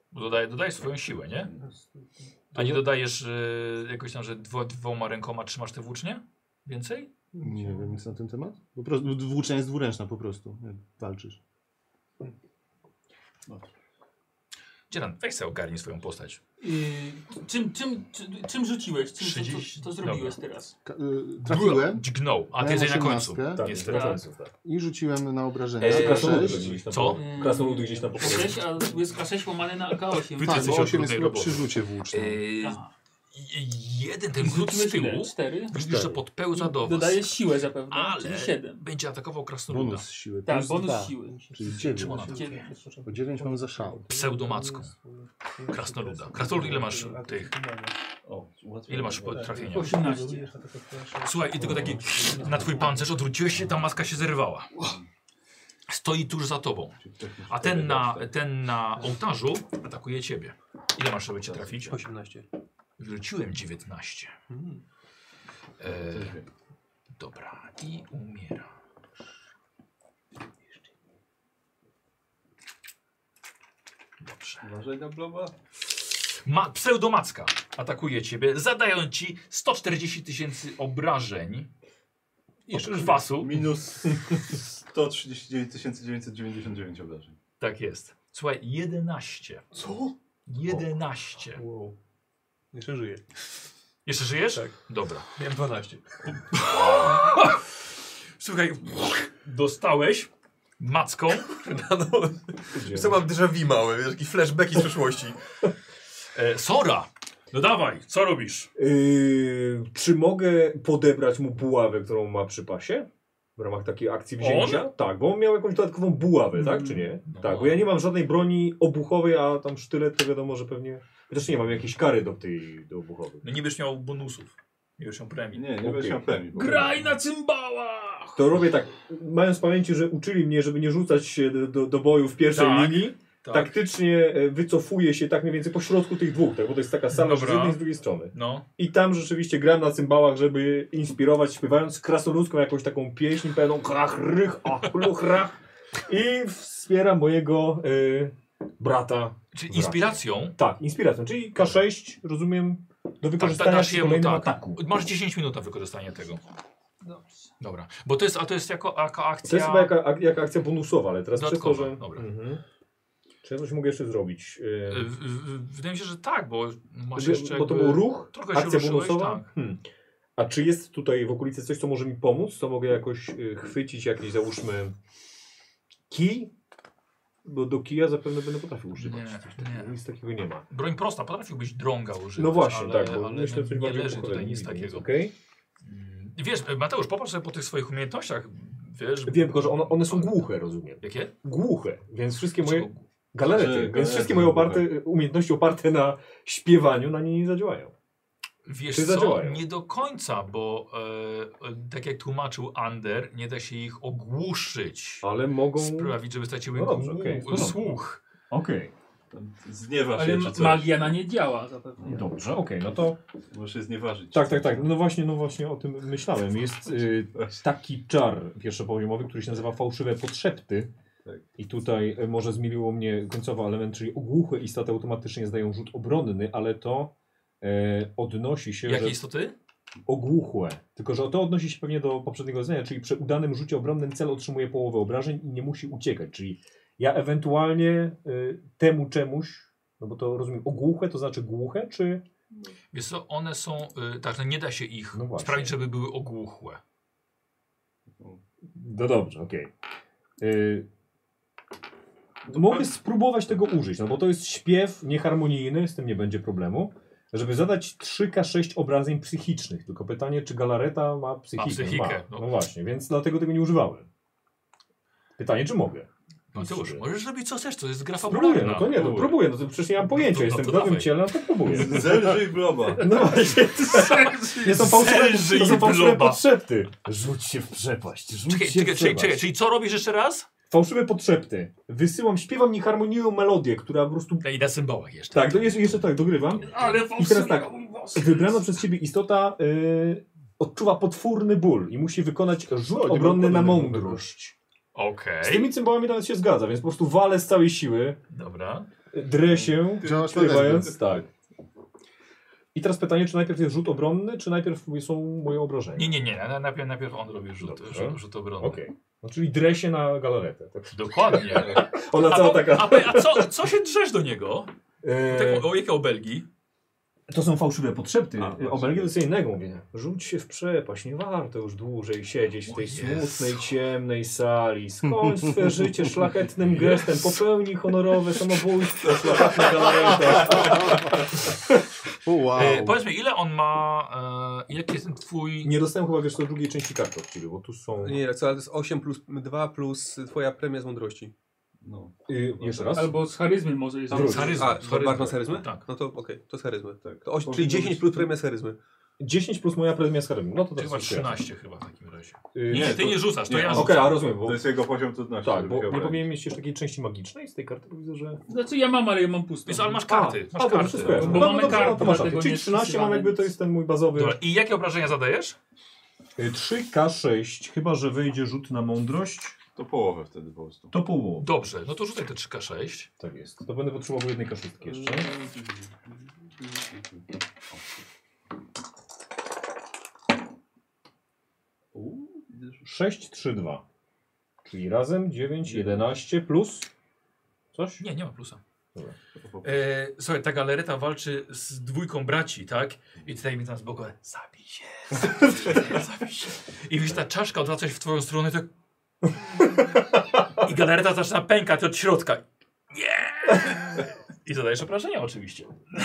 Dodaje, dodajesz swoją siłę, nie? A nie dodajesz y, jakoś tam, że dwo, dwoma rękoma trzymasz te włócznie? Więcej? Nie wiem nic na ten temat. Po prostu włócznia jest dwuręczna po prostu, jak walczysz. Dzieran, weź sobie ogarnij swoją postać. Yy, czym, czym, czym, czym rzuciłeś? Czym, co, trzydzieści. co, co zrobiłeś Dobra. teraz? Ka- y, trafiłem Dźgnął, a ty Miałem jesteś na końcu. osiemnastkę. Tak, Niestety. jest na końcu, tak. i rzuciłem na obrażenia. Eee, Krasnoludy sześć. gdzieś tam Co? po- Krasnoludy gdzieś tam po K sześć, a jest K sześć łamane na A K osiem. Wy Tak, jesteś bo od osiem jest trudnej chyba przy roboty. rzucie włócznym. Yy, Aha. jeden ten I gród z rzuciłeś ile? tyłu, Cztery? widzisz, że podpełza do was. Dodajesz siłę zapewne, Ale czyli siedem. będzie atakował krasnoluda. Bonus siły. Tak, plus bonus dwa, siły. Czyli dziewięć. Czym ona to? dziewięć. Bo dziewięć mam za szał. Pseudomacką. Krasnoluda. Krasnolud, ile masz tych? O, łatwiej. Ile masz trafienia? osiemnaście. Słuchaj, i tylko taki na twój pancerz odwróciłeś się, ta maska się zerwała. Stoi tuż za tobą. A ten na, ten na ołtarzu atakuje ciebie. Ile masz, żeby cię trafić? osiemnaście. Wrzuciłem dziewiętnaście. Mm. E, dobra. I umiera. Dobrze. Uważaj na bloba. Ma, pseudomacka atakuje ciebie, zadając ci sto czterdzieści tysięcy obrażeń. Jeszcze kwasu. Minus sto trzydzieści dziewięć tysięcy dziewięćset dziewięćdziesiąt dziewięć obrażeń. Tak jest. Słuchaj, jedenaście. Co? jedenaście. Wow. Jeszcze żyję. Jeszcze żyjesz? Tak. Dobra. Miałem dwanaście. Słuchaj, dostałeś macką. Wiesz co, mam déjà vu małe, wiesz, taki flashbacki z przeszłości. E, Sora! No dawaj, co robisz? Yy, czy mogę podebrać mu buławę, którą ma przy pasie? W ramach takiej akcji wzięcia? Tak, bo on miał jakąś dodatkową buławę, tak czy nie? No. Tak, bo ja nie mam żadnej broni obuchowej, a tam sztylet to wiadomo, że pewnie... Chociaż nie mam jakiejś kary do tej do obuchowej. No nie będziesz miał bonusów. Nie będziesz miał premii. Nie, nie Okej. będziesz miał premii. bo- Graj na cymbałach! To robię tak, mając w pamięci, że uczyli mnie, żeby nie rzucać się do, do, do boju w pierwszej Tak, linii, tak. taktycznie e, wycofuję się tak mniej więcej po środku tych dwóch, tak, bo to jest taka sala z Dobra. jednej i z drugiej strony. No. I tam rzeczywiście gram na cymbałach, żeby inspirować, śpiewając krasnoludzką jakąś taką pieśń pełną krach, rych, ach, luch, rach. I wspieram mojego e, brata. Czyli Wraca. inspiracją. Tak, inspiracją, czyli K sześć, rozumiem, do Tak, wykorzystania dasz przy jemu kolejnym tak. ataku. Masz dziesięć minut na wykorzystanie tego. Dobrze. Dobra. Bo to jest, a to jest jako, jako akcja. To jest chyba jaka, ak- jaka akcja bonusowa, ale teraz przez to, Dodatkowa, że... dobra. Mhm. Czy ja coś mogę jeszcze zrobić? E, E, w- w- Wydaje mi się, że tak, bo masz Że- jeszcze. bo to jakby- był ruch, Trochę się akcja ruszyłeś, bonusowa. tak. Hmm. A czy jest tutaj w okolicy coś, co może mi pomóc? Co mogę jakoś y, chwycić, jakiś załóżmy kij? Bo do kija zapewne będę potrafił używać. Nie, Coś takiego. nie. Nic takiego nie ma. Broń prosta, potrafiłbyś drąga używać. No właśnie, ale, tak, bo ale myślę, coś nie bardziej leży tutaj pochodzi, nic nic takiego. okej? Mm, Wiesz, Mateusz, popatrz sobie po tych swoich umiejętnościach. Wiesz, Wiem, tylko że one, one są głuche, rozumiem. Jakie? Głuche, więc wszystkie moje... Czego? Galerety, Że więc galerety wszystkie moje głuche. oparte, umiejętności oparte na śpiewaniu na nie nie zadziałają. Wiesz Czy co? zadziałają? Nie do końca, bo e, e, tak jak tłumaczył Ander, nie da się ich ogłuszyć. Ale mogą... Sprawić, żeby straciły No dobrze, głu- okej, no dobrze. słuch. Okej, Znieważ Ale je czy coś. magia na nie działa zapewne. dobrze, okej, no to... Możesz je znieważyć. Tak, tak, tak. No właśnie, no właśnie o tym myślałem. Jest y, taki czar pierwszopoziomowy, który się nazywa fałszywe podszepty. Tak. I tutaj y, może zmieliło mnie końcowy element, czyli ogłuche istoty automatycznie zdają rzut obronny, ale to y, odnosi się, Jakie że istoty? ogłuchłe. Tylko, że to odnosi się pewnie do poprzedniego zdania, czyli przy udanym rzucie obronnym cel otrzymuje połowę obrażeń i nie musi uciekać. Czyli ja ewentualnie y, temu czemuś, no bo to rozumiem, ogłuche to znaczy głuche, czy... Wiesz co, one są, y, tak, że nie da się ich No właśnie. sprawić, żeby były ogłuchłe. No dobrze, okej. Y, Mogę spróbować tego użyć, no bo to jest śpiew nieharmonijny, z tym nie będzie problemu, żeby zadać trzy K sześć obrażeń psychicznych. Tylko pytanie, czy galareta ma psychikę? psychikę, Ma. no. No właśnie, więc dlatego tego nie używałem. Pytanie, czy mogę? Mateusz, możesz robić co chcesz, to jest gra Spróbuję, fabularna. no to nie, no próbuję, no to przecież nie mam pojęcia, No to- no jestem to w nowym dawaj. ciele, no to próbuję. Zelżyj bloba. No właśnie, nie są fałszywe, Zelżyj to są fałszywe bloba. podszepty. Rzuć się w przepaść, rzuć Czekaj, się czekaj, w czekaj, przepaść. czekaj, czyli co robisz jeszcze raz? Fałszywe podszepty. Wysyłam, śpiewam nieharmonijną melodię, która po prostu... I na cymbałach jeszcze. Tak, to jest, jeszcze tak, dogrywam. Ale I teraz tak, wybrana przez ciebie istota y, odczuwa potworny ból i musi wykonać rzut O, nie obronny na mam mądrość. Okej. Z tymi cymbałami nawet się zgadza, więc po prostu walę z całej siły. Dobra. drę się, Działasz śpiewając. Tak. I teraz pytanie, czy najpierw jest rzut obronny, czy najpierw są moje obrażenia? Nie, nie, nie. Najpierw, najpierw on robi rzut, Dobrze. rzut, rzut obronny. Okej. Okay. No, czyli drę się na galaretę. Tak. Dokładnie. Ona a, cała po, taka... a, a co, co się drzesz do niego? Eee... Tak, o jakie obelgi? To są fałszywe podszepty. A, Obelgi to co innego mówię. Rzuć się w przepaść, nie warto już dłużej siedzieć w tej smutnej, ciemnej sali. Skończ swe życie szlachetnym gestem, popełnij honorowe samobójstwo w szlachetnych galarentach. Wow. E, powiedz mi, ile on ma, e, jaki jest ten twój... Nie dostałem chyba wiesz do drugiej części karty od ciebie, bo tu są... Nie, co, to jest osiem plus dwa plus twoja premia z mądrości. No. Y, jeszcze raz? Albo z charyzmy może jest. Z charyzmy. A, z charyzmy. bardzo z charyzmy? Tak. No to okej, okay, to z charyzmy. Tak. To oś, czyli dziesięć plus premia z charyzmy. dziesięć plus moja premia z charyzmy. No to Ty tak masz trzynaście chyba w takim razie. Y, Nie, ty to- nie rzucasz, to nie, ja okej, rzucam. Okej, a rozumiem, bo... To jest jego poziom trudności. Tak, żeby bo się nie obrać. powinienem mieć jeszcze takiej części magicznej z tej karty, bo widzę, że... Znaczy ja mam, ale ja mam pustą. Więc, ale masz karty, A, masz a, to karty. wszystko jest. Bo No, mamy no dobrze, karty, no to masz dlatego rację. Czyli nie trzynaście mam wpisywane. jakby, to jest ten mój bazowy... Dobra, i jakie obrażenia zadajesz? Y, trzy K sześć, chyba że wejdzie rzut na mądrość, To połowę wtedy po prostu. to połowę. Dobrze, no to rzucaj te trzy K sześć. Tak jest. To będę potrzebował jednej K sześć jeszcze. sześć, trzy, dwa. Czyli razem dziewięć, jedenaście plus... Coś? Nie, nie ma plusa. Dobra. E, słuchaj, ta galereta walczy z dwójką braci, tak? I tutaj mi tam z boku, zabij się, zabij się. I widzisz, ta czaszka odwraca się w twoją stronę, tak... I galereta zaczyna pękać od środka. Nie! I zadajesz obrażenia oczywiście.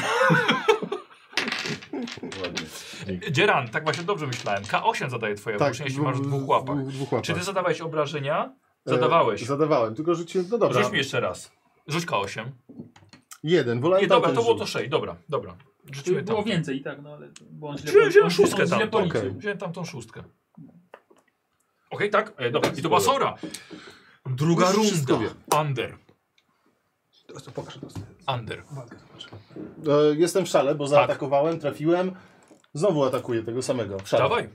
Ładnie. Dzieran, tak właśnie dobrze myślałem. K osiem zadaje twoje obrażenia, jeśli masz w dwóch łapach. W dwóch łapach. Czy ty zadawałeś obrażenia? E, Zadawałeś. Zadawałem, tylko rzuciłem, no dobra. Rzuć mi jeszcze raz. Rzuć K osiem. Jeden, wolałem Nie, dobra, tamten to było to rzut. sześć, dobra, dobra. Rzucimy Było tam. więcej, tak, no ale bo on źle Wziąłem, wziąłem on- szóstkę on źle tam. policzył. Okej. Wziąłem tam tą szóstkę. Okej, tak? E, dobra, i to była Sora. Druga Już wszystko runda. wiem. Under. To, to pokaż to. Under. E, jestem w szale, bo zaatakowałem, trafiłem. Znowu atakuję tego samego. W szale. Dawaj.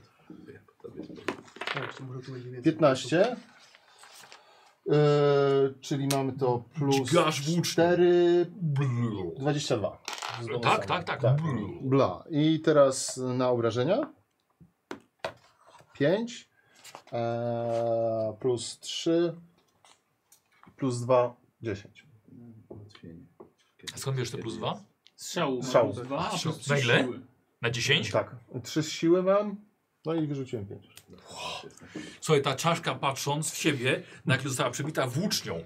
piętnaście. E, czyli mamy to plus Gasz włócznie. cztery, dwadzieścia dwa. Znowu Tak, samo. tak, tak. Bla. I teraz na obrażenia. pięć. E, plus trzy. Plus dwa. dziesięć. Ułatwienie. A skąd bierzesz te plus dwa? Strzału. Strzału. Mam dwa, a Strzał. plus Na trzy ile? siły. Na dziesięć? Tak. trzy z siły mam. No i wyrzuciłem pięć. Słuchaj, ta czaszka patrząc w siebie, nagle została przybita włócznią.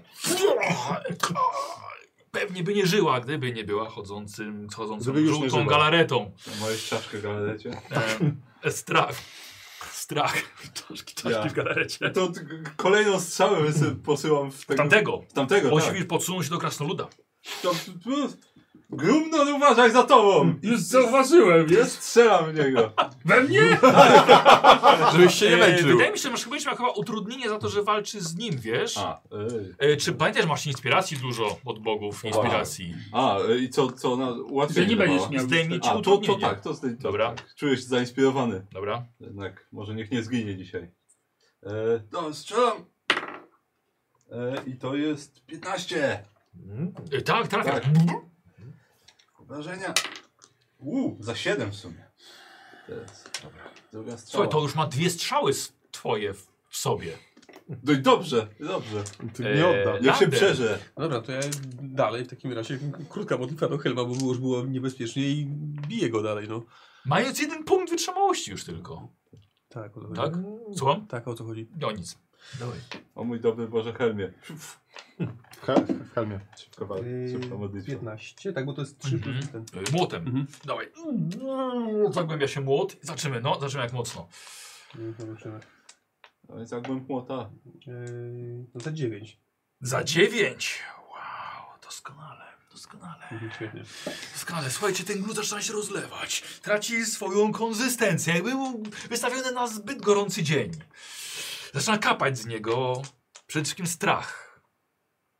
Pewnie by nie żyła, gdyby nie była chodzącym, chodzącą Gdyby już nie żółtą żyła. galaretą. Moje czaszkę galerecie. E, strach. Strach. Czaszki, czaszki Ja. w galarecie. To t- kolejną strzałę sobie posyłam w tego. Tamtego. W tamtego, Bo tak. musisz podsunąć się do krasnoluda. To, to, Grumnon, uważaj za tobą! Już zauważyłem, wiesz? Strzelam w niego. We mnie? Żebyś się nie E, męczył. wydaje mi się, że masz chyba, miał chyba utrudnienie za to, że walczy z nim, wiesz? A, ej. E, czy pamiętasz, masz inspiracji dużo od bogów, inspiracji? A, i co, co na ułatwienie Że nie będziesz dawała? miał. Zdejmij ci A, to, to utrudnienie. tak, to zdej, to Dobra. tak. Czuję się zainspirowany. Dobra. Jednak może niech nie zginie dzisiaj. E, no, strzelam. E, I to jest piętnaście. E, tak, trafia. Tak. Obrażenia. Uuu, za siedem w sumie. Teraz, dobra. Druga strzała. Słuchaj, to już ma dwie strzały s- twoje w w sobie. No i dobrze, dobrze. Ty nie odda. Eee, Jak się Lander. przeże. Dobra, to ja dalej w takim razie krótka modlitwa do Helma, bo było już było niebezpiecznie i biję go dalej, no. Mając jeden punkt wytrzymałości już tylko. Tak, o co chodzi. Tak? Słucham? Tak, o co chodzi. No nic. Dawaj. O mój dobry Boże Helmie. W, he- w helmie. Szybko, wa- szybko modlitwa. piętnaście, tak, bo to jest trzy Mhm. plus ten. E, Młotem. Mhm. Dawaj. Zagłębia się młot. Zaczymy, no. Zaczymy jak mocno. Nie, zobaczymy. No więc jakbym młota. Yy, no to dziewięć. Za dziewięć. Wow, doskonale. Doskonale. Mhm, świetnie. Doskonale. Słuchajcie, ten glut zaczyna się rozlewać. Traci swoją konsystencję. Jakby był wystawiony na zbyt gorący dzień. Zaczyna kapać z niego przede wszystkim strach.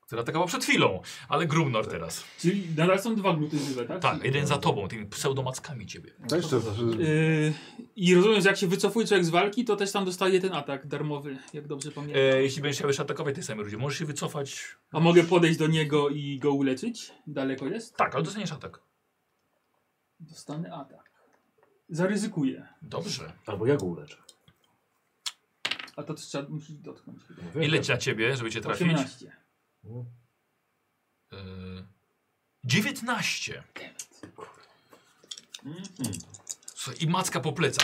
który atakował przed chwilą, ale Grumnor teraz. Czyli nadal są dwa gluty żywe, tak? Tak, jeden za tobą, tymi pseudomackami ciebie. Weź to, Yy, I rozumiem, że jak się wycofuje człowiek z walki, to też tam dostaje ten atak darmowy, jak dobrze pamiętam. E, jeśli będziesz chciał jeszcze atakować tej samej ludzie, możesz się wycofać. A mogę podejść do niego i go uleczyć? Daleko jest? Tak, ale dostaniesz atak. Dostanę atak. Zaryzykuję. Dobrze. Albo ja go uleczę. A to trzeba, musisz dotknąć. I leć na ciebie, żeby cię trafić. osiemnaście. Yy, dziewiętnaście. Słuchaj, i macka po plecach.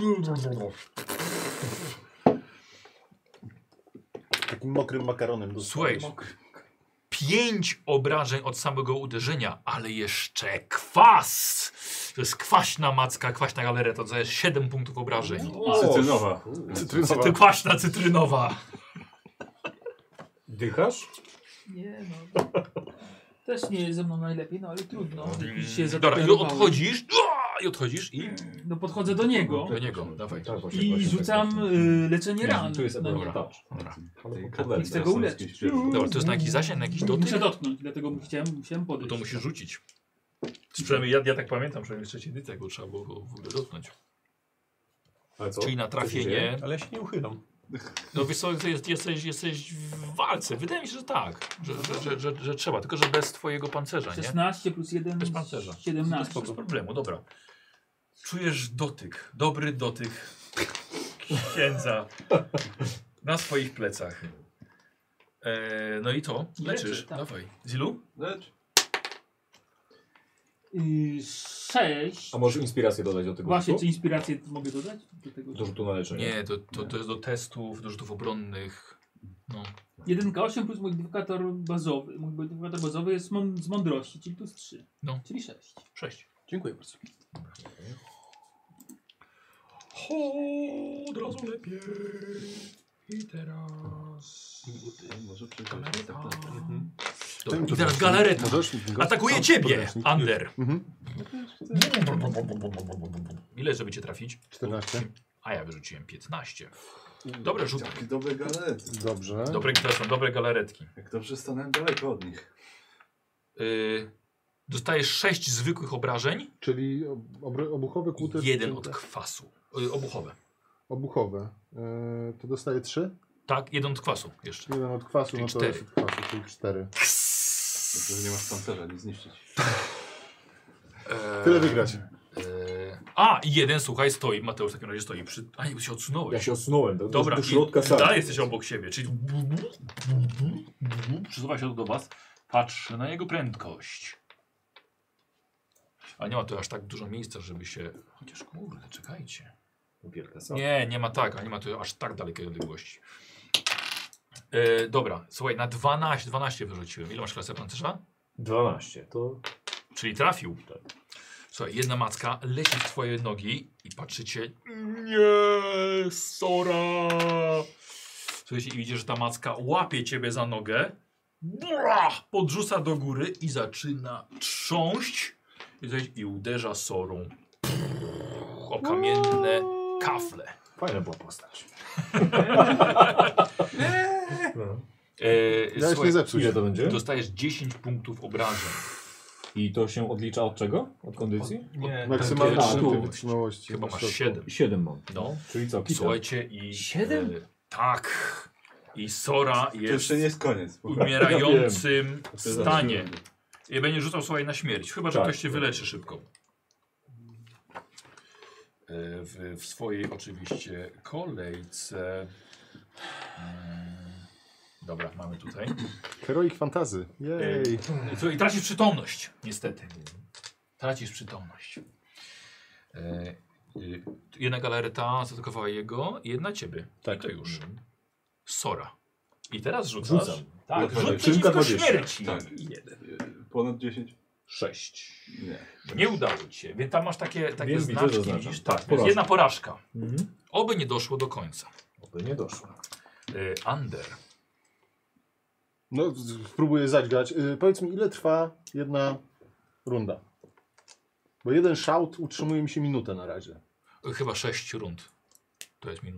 takim mokrym makaronem. Słuchaj, pięć obrażeń od samego uderzenia, ale jeszcze kwas. To jest kwaśna macka, kwaśna galereta, to jest siedem punktów obrażeń. O, cytrynowa. Cytrynowa. Ty, kwaśna cytrynowa. Dychasz? Nie no. Też nie jest ze mną najlepiej, no ale trudno. Się Dobra, i odchodzisz, uaa, i odchodzisz i... No podchodzę do niego. Do niego, dawaj. Tak, właśnie, I właśnie, rzucam tak, y, leczenie ran. Tu jest na dobra. niego. Dobra. I chcę go uleczyć. Dobra, to jest na jakiś zasięg, na jakiś dotyk? Muszę dotknąć, dlatego chciałem, musiałem No podejść. to musisz rzucić. Przynajmniej ja, ja tak pamiętam, przynajmniej w trzeciej edycji, bo trzeba było go w ogóle dotknąć. Ale co? Czyli na Co się trafienie... dzieje? Ale ja się nie uchylam. No wiesz co, jest, jesteś, jesteś w walce. Wydaje mi się, że tak. Że, że, że, że, że trzeba, tylko że bez twojego pancerza, nie? szesnaście plus jeden, Bez pancerza. siedemnaście. Bez problemu, dobra. Czujesz dotyk, dobry dotyk księdza na swoich plecach. E, no i to, leczysz. Leczy, tak. Dawaj. Zilu? Lecz. Yy, sześć. A może inspirację dodać do tego Właśnie, rzutu? czy inspirację mogę dodać? Do tego Do rzutu na leczenie. Nie, to, to, to jest do testów, do rzutów obronnych. No. jeden K osiem plus modyfikator bazowy. Mój modyfikator bazowy jest mą- z mądrości, czyli plus trzy. No. Czyli sześć. Sześć. Dziękuję bardzo. O, od razu lepiej. I teraz... Może Galareta. Mhm. Dobra, i teraz galareta. Możesz? Atakuje ciebie, Ander. Mhm. Ile żeby cię trafić? czternaście. A ja wyrzuciłem piętnaście. Dobre rzuty. Jakie dobre galety. Dobrze. Dobre, to są dobre galaretki. Jak dobrze stanąłem daleko od nich. Yy, dostajesz sześć zwykłych obrażeń, Czyli ob- obuchowe kłute. jeden czy- od kwasu. Yy, obuchowe. Obuchowe. Yy, to dostaje trzy? Tak, jeden od kwasu jeszcze. Jeden od kwasu, Czyli no to cztery. od kwasu, czyli cztery. Dobrze, że nie masz pancerza, nie zniszczyć. Eee, Tyle wygrać. eee, a, i jeden, słuchaj, stoi. Mateusz w takim razie stoi przy... A nie, bo się odsunąłeś. Ja się odsunąłem do, Dobra, do środka i sali. dalej jesteś obok siebie, czyli przesuwa się do was, patrzy na jego prędkość. Ale nie ma tu aż tak dużo miejsca, żeby się... Chociaż kurde, czekajcie. Wielka sala. Nie, nie ma tak, a nie ma tu aż tak dalekiej odległości. E, dobra, słuchaj, na dwanaście, dwanaście wyrzuciłem. Ile masz klasę pancerza? dwanaście, to... Czyli trafił. Słuchaj, jedna macka leci w twoje nogi i patrzycie. Nie, Sora! Słuchajcie, i widzisz, że ta macka łapie ciebie za nogę, bra, podrzuca do góry i zaczyna trząść i, słuchaj, i uderza Sorą o kamienne kafle. Fajna była postać. no. E, Dałeś nie zepsuć. Ile to będzie? dostajesz dziesięć punktów obrażeń. I to się odlicza od czego? Od kondycji? Nie, Maksymalny tak, punkt tu. wytrzymałości. Chyba na masz środku. siedem. siedem mam. No. Czyli co? Kita. Słuchajcie i... Siedem? E, tak. I Sora to jest jeszcze nie jest koniec. w umierającym To stanie. zaraz I będzie rzucał, słuchaj, na śmierć. Chyba, że Tak. ktoś się wyleczy szybko. E, W, w swojej oczywiście kolejce. Mm, dobra, mamy tutaj. Heroic Fantazy. Jej. E, co, I tracisz przytomność, niestety. Tracisz przytomność. E, e, jedna galareta zaatakowała jego, jedna ciebie. Tak. I to już. Sora. I teraz rzucasz. Rzucam. Tak, Dobra, rzuć czynka przeciwko dwadzieścia. śmierci. Tak. Ponad dziesięć? sześć. Nie. Nie udało ci się, więc tam masz takie, takie Więc widzę, znaczki, zaznaczam. widzisz? Tak, Tak, więc porażka. jedna porażka. Mhm. Oby nie doszło do końca. Oby nie doszło. Y, Ander. No, z- spróbuję zadźgać. Yy, powiedz mi, ile trwa jedna runda? Bo jeden shout utrzymuje mi się minutę na razie. Y, Chyba sześć rund. To jest minuta.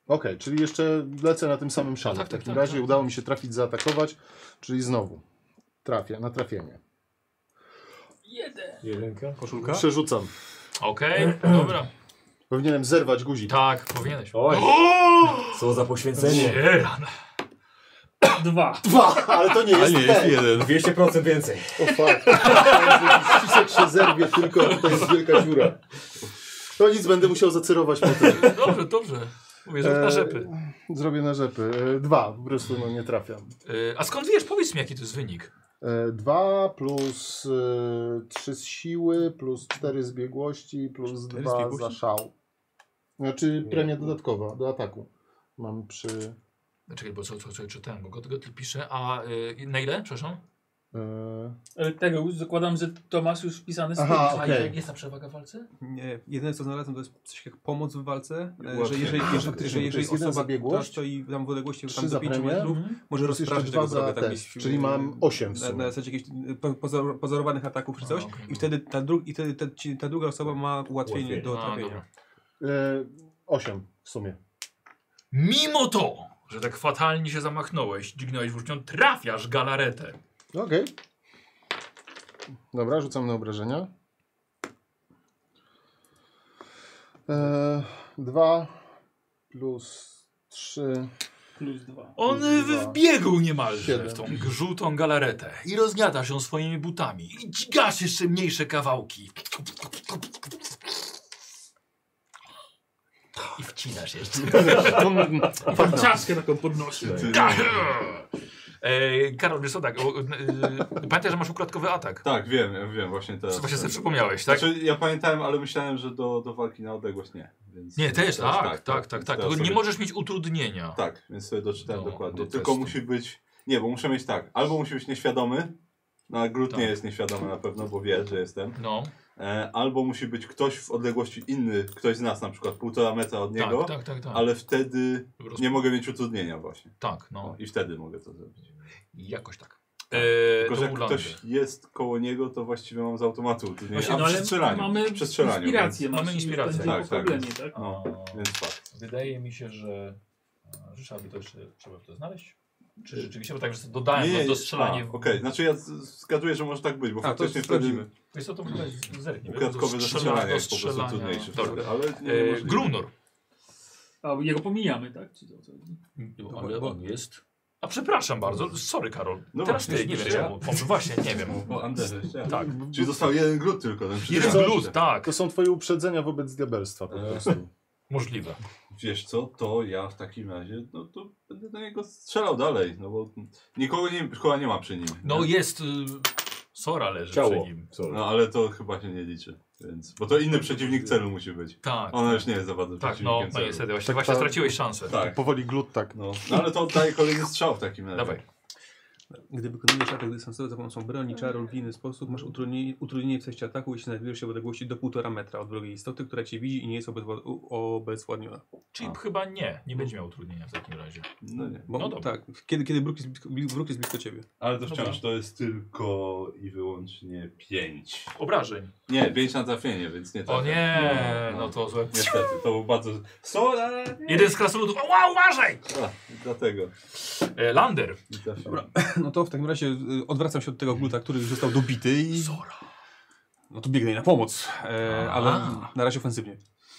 Okej, czyli jeszcze lecę na tym samym szale. tak, W tak, takim tak, razie tak, udało tak. mi się trafić, zaatakować, czyli znowu trafię, na trafienie. Jeden. Jedynka. Koszulka? Przerzucam. Okej, dobra. Powinienem zerwać guzik. Tak, powinieneś. Oj, co za poświęcenie. Dzieran. Dwa. Dwa, ale to nie A jest nie, jest ten. jeden. dwieście procent więcej. O fuck. Ściszek się zerwie tylko, to jest wielka dziura. To nic, będę musiał zacerować potem. Dobrze, dobrze. Mówię, zrób na rzepy. E, zrobię na rzepy. E, dwa, po prostu no, nie trafiam. Y, a skąd wiesz? Powiedz mi, jaki to jest wynik. E, dwa plus e, trzy z siły, plus cztery z biegłości, plus cztery z dwa biegłości? za szał. Znaczy premia dodatkowa do ataku. Mam przy... Czekaj, bo co, co, co czytałem, bo go, go pisze. A y, na ile? Przepraszam? E, Ale tego już zakładam, że to masz już wpisane z Aha, tym. A okej. jak jest ta przewaga w walce? Nie, jedyne co znalazłem to jest coś jak pomoc w walce, e, że Łatwiej. jeżeli, A, jeżeli, faktycznie, że to jeżeli jest jeden osoba, za biegłość, która stoi tam w odległości trzy tam za do pięciu premię, metrów, Mhm. może plus jeszcze rozpraszyć dwa tego za wroga, tak test, jakieś, czyli mam osiem w na, sumie. na zasadzie jakichś po- pozor, pozorowanych ataków czy coś A, okej. i wtedy ta, dru i wtedy ta, ci- ta druga osoba ma ułatwienie Ułatwienie. do A, trafienia. dobra. E, osiem w sumie. Mimo to, że tak fatalnie się zamachnąłeś, dźgnąłeś włócznią, trafiasz galaretę. Okej. Dobra, rzucam na obrażenia. E, dwa plus trzy. Plus dwa. On Dwa. wbiegł niemalże Siedem. w tą żółtą galaretę i rozgniatasz ją swoimi butami i dźgasz jeszcze mniejsze kawałki. I wcinasz jeszcze. Tam czaszkę taką podnosi. E, Karol, wiesz co, tak, o, e, pamiętaj, że masz ukradkowy atak. Tak, wiem, wiem, właśnie teraz. Właśnie sobie przypomniałeś, tak? Znaczy, ja pamiętałem, ale myślałem, że do, do walki na odległość nie. Więc Nie, też, teraz tak, tak, tak, tak. więc tak. teraz Tylko nie sobie- możesz mieć utrudnienia. Tak, więc sobie doczytałem No, dokładnie. do Tylko testu. musi być... Nie, bo muszę mieć tak, albo musi być nieświadomy, no a Groot Tak. nie jest nieświadomy na pewno, bo wie, że jestem. No, E, albo musi być ktoś w odległości inny, ktoś z nas na przykład półtora metra od niego, tak, tak, tak, tak. ale wtedy Roz- nie mogę mieć utrudnienia właśnie. Tak, No. no, I wtedy mogę to zrobić. jakoś tak. Tak. E, Tylko, to że jak Ulander. ktoś jest koło niego, to właściwie mam z automatu utrudnienia. Właśnie, A no przy ale strzelaniu. mamy przy strzelaniu, inspirację. Mamy masz, już inspirację. będzie Tak, po tak, problemie, więc- tak? No, A, więc fakt. Wydaje mi się, że, e, że trzeba by to jeszcze trzeba by to znaleźć. Czy rzeczywiście, bo tak, że dodałem Nie, do, nie, do strzelania. a, Okej, znaczy ja z- zgaduję, że może tak być, bo A, to faktycznie wtedy sprawdzimy. Wiesz co, to wygląda zerknie. ukradkowe Do zastrzelanie do jest po prostu strzelania. trudniejsze Dobra. wtedy, ale nie E, niemożliwe. Grunor. A jego pomijamy, tak? Czy to, co? Ale on jest... A przepraszam bardzo, sorry Karol. No Teraz właśnie, ty, nie wiem jeszcze ja. czemu. Może właśnie, nie wiem. Bo Anders jeszcze. Tak. Czyli został jeden glut tylko. Ten Jeden przyszły. glut, tak. To są twoje uprzedzenia wobec diabelstwa po E. prostu. Możliwe. Wiesz co, to ja w takim razie, no to będę do niego strzelał dalej, no bo nikogo nie, chyba nie ma przy nim. No nie? jest... Y, Sora leży przy Ciało. nim. Sorry. No ale to chyba się nie liczy, więc, bo to inny przeciwnik celu musi być. Tak. Ona już nie jest za bardzo Tak, no, przeciwnikiem no celu. niestety, właśnie, Tak, właśnie ta- straciłeś szansę. Tak, Powoli glut tak. no. no ale to oddaję kolejny strzał w takim razie. Dawaj. Gdy wykonujesz atak dystansowy za pomocą broni, czaru lub w inny sposób, masz utrudnienie, utrudnienie w przejściu ataku, jeśli znajdujesz się w odległości do półtora metra od wrogiej istoty, która cię widzi i nie jest obezwła- u- obezwładniona. Czyli A. chyba nie, nie będzie miał utrudnienia w takim razie. No nie. Bo, No dobra. tak, kiedy, kiedy bruk jest, blisko, bruk jest blisko ciebie. Ale to Dobra. wciąż to jest tylko i wyłącznie pięć. Obrażeń. Nie, pięć na trafienie, więc nie O tak. nie, no to złe. Niestety, to był bardzo... Sola! Jeden z krasnoludów. Ła, uważaj! A, dlatego. E, Lander. Nie trafiłem. Dobra. No to w takim razie y, odwracam się od tego gluta, który już został dobity i Sora. no to biegnę na pomoc, e, ale A. na razie ofensywnie.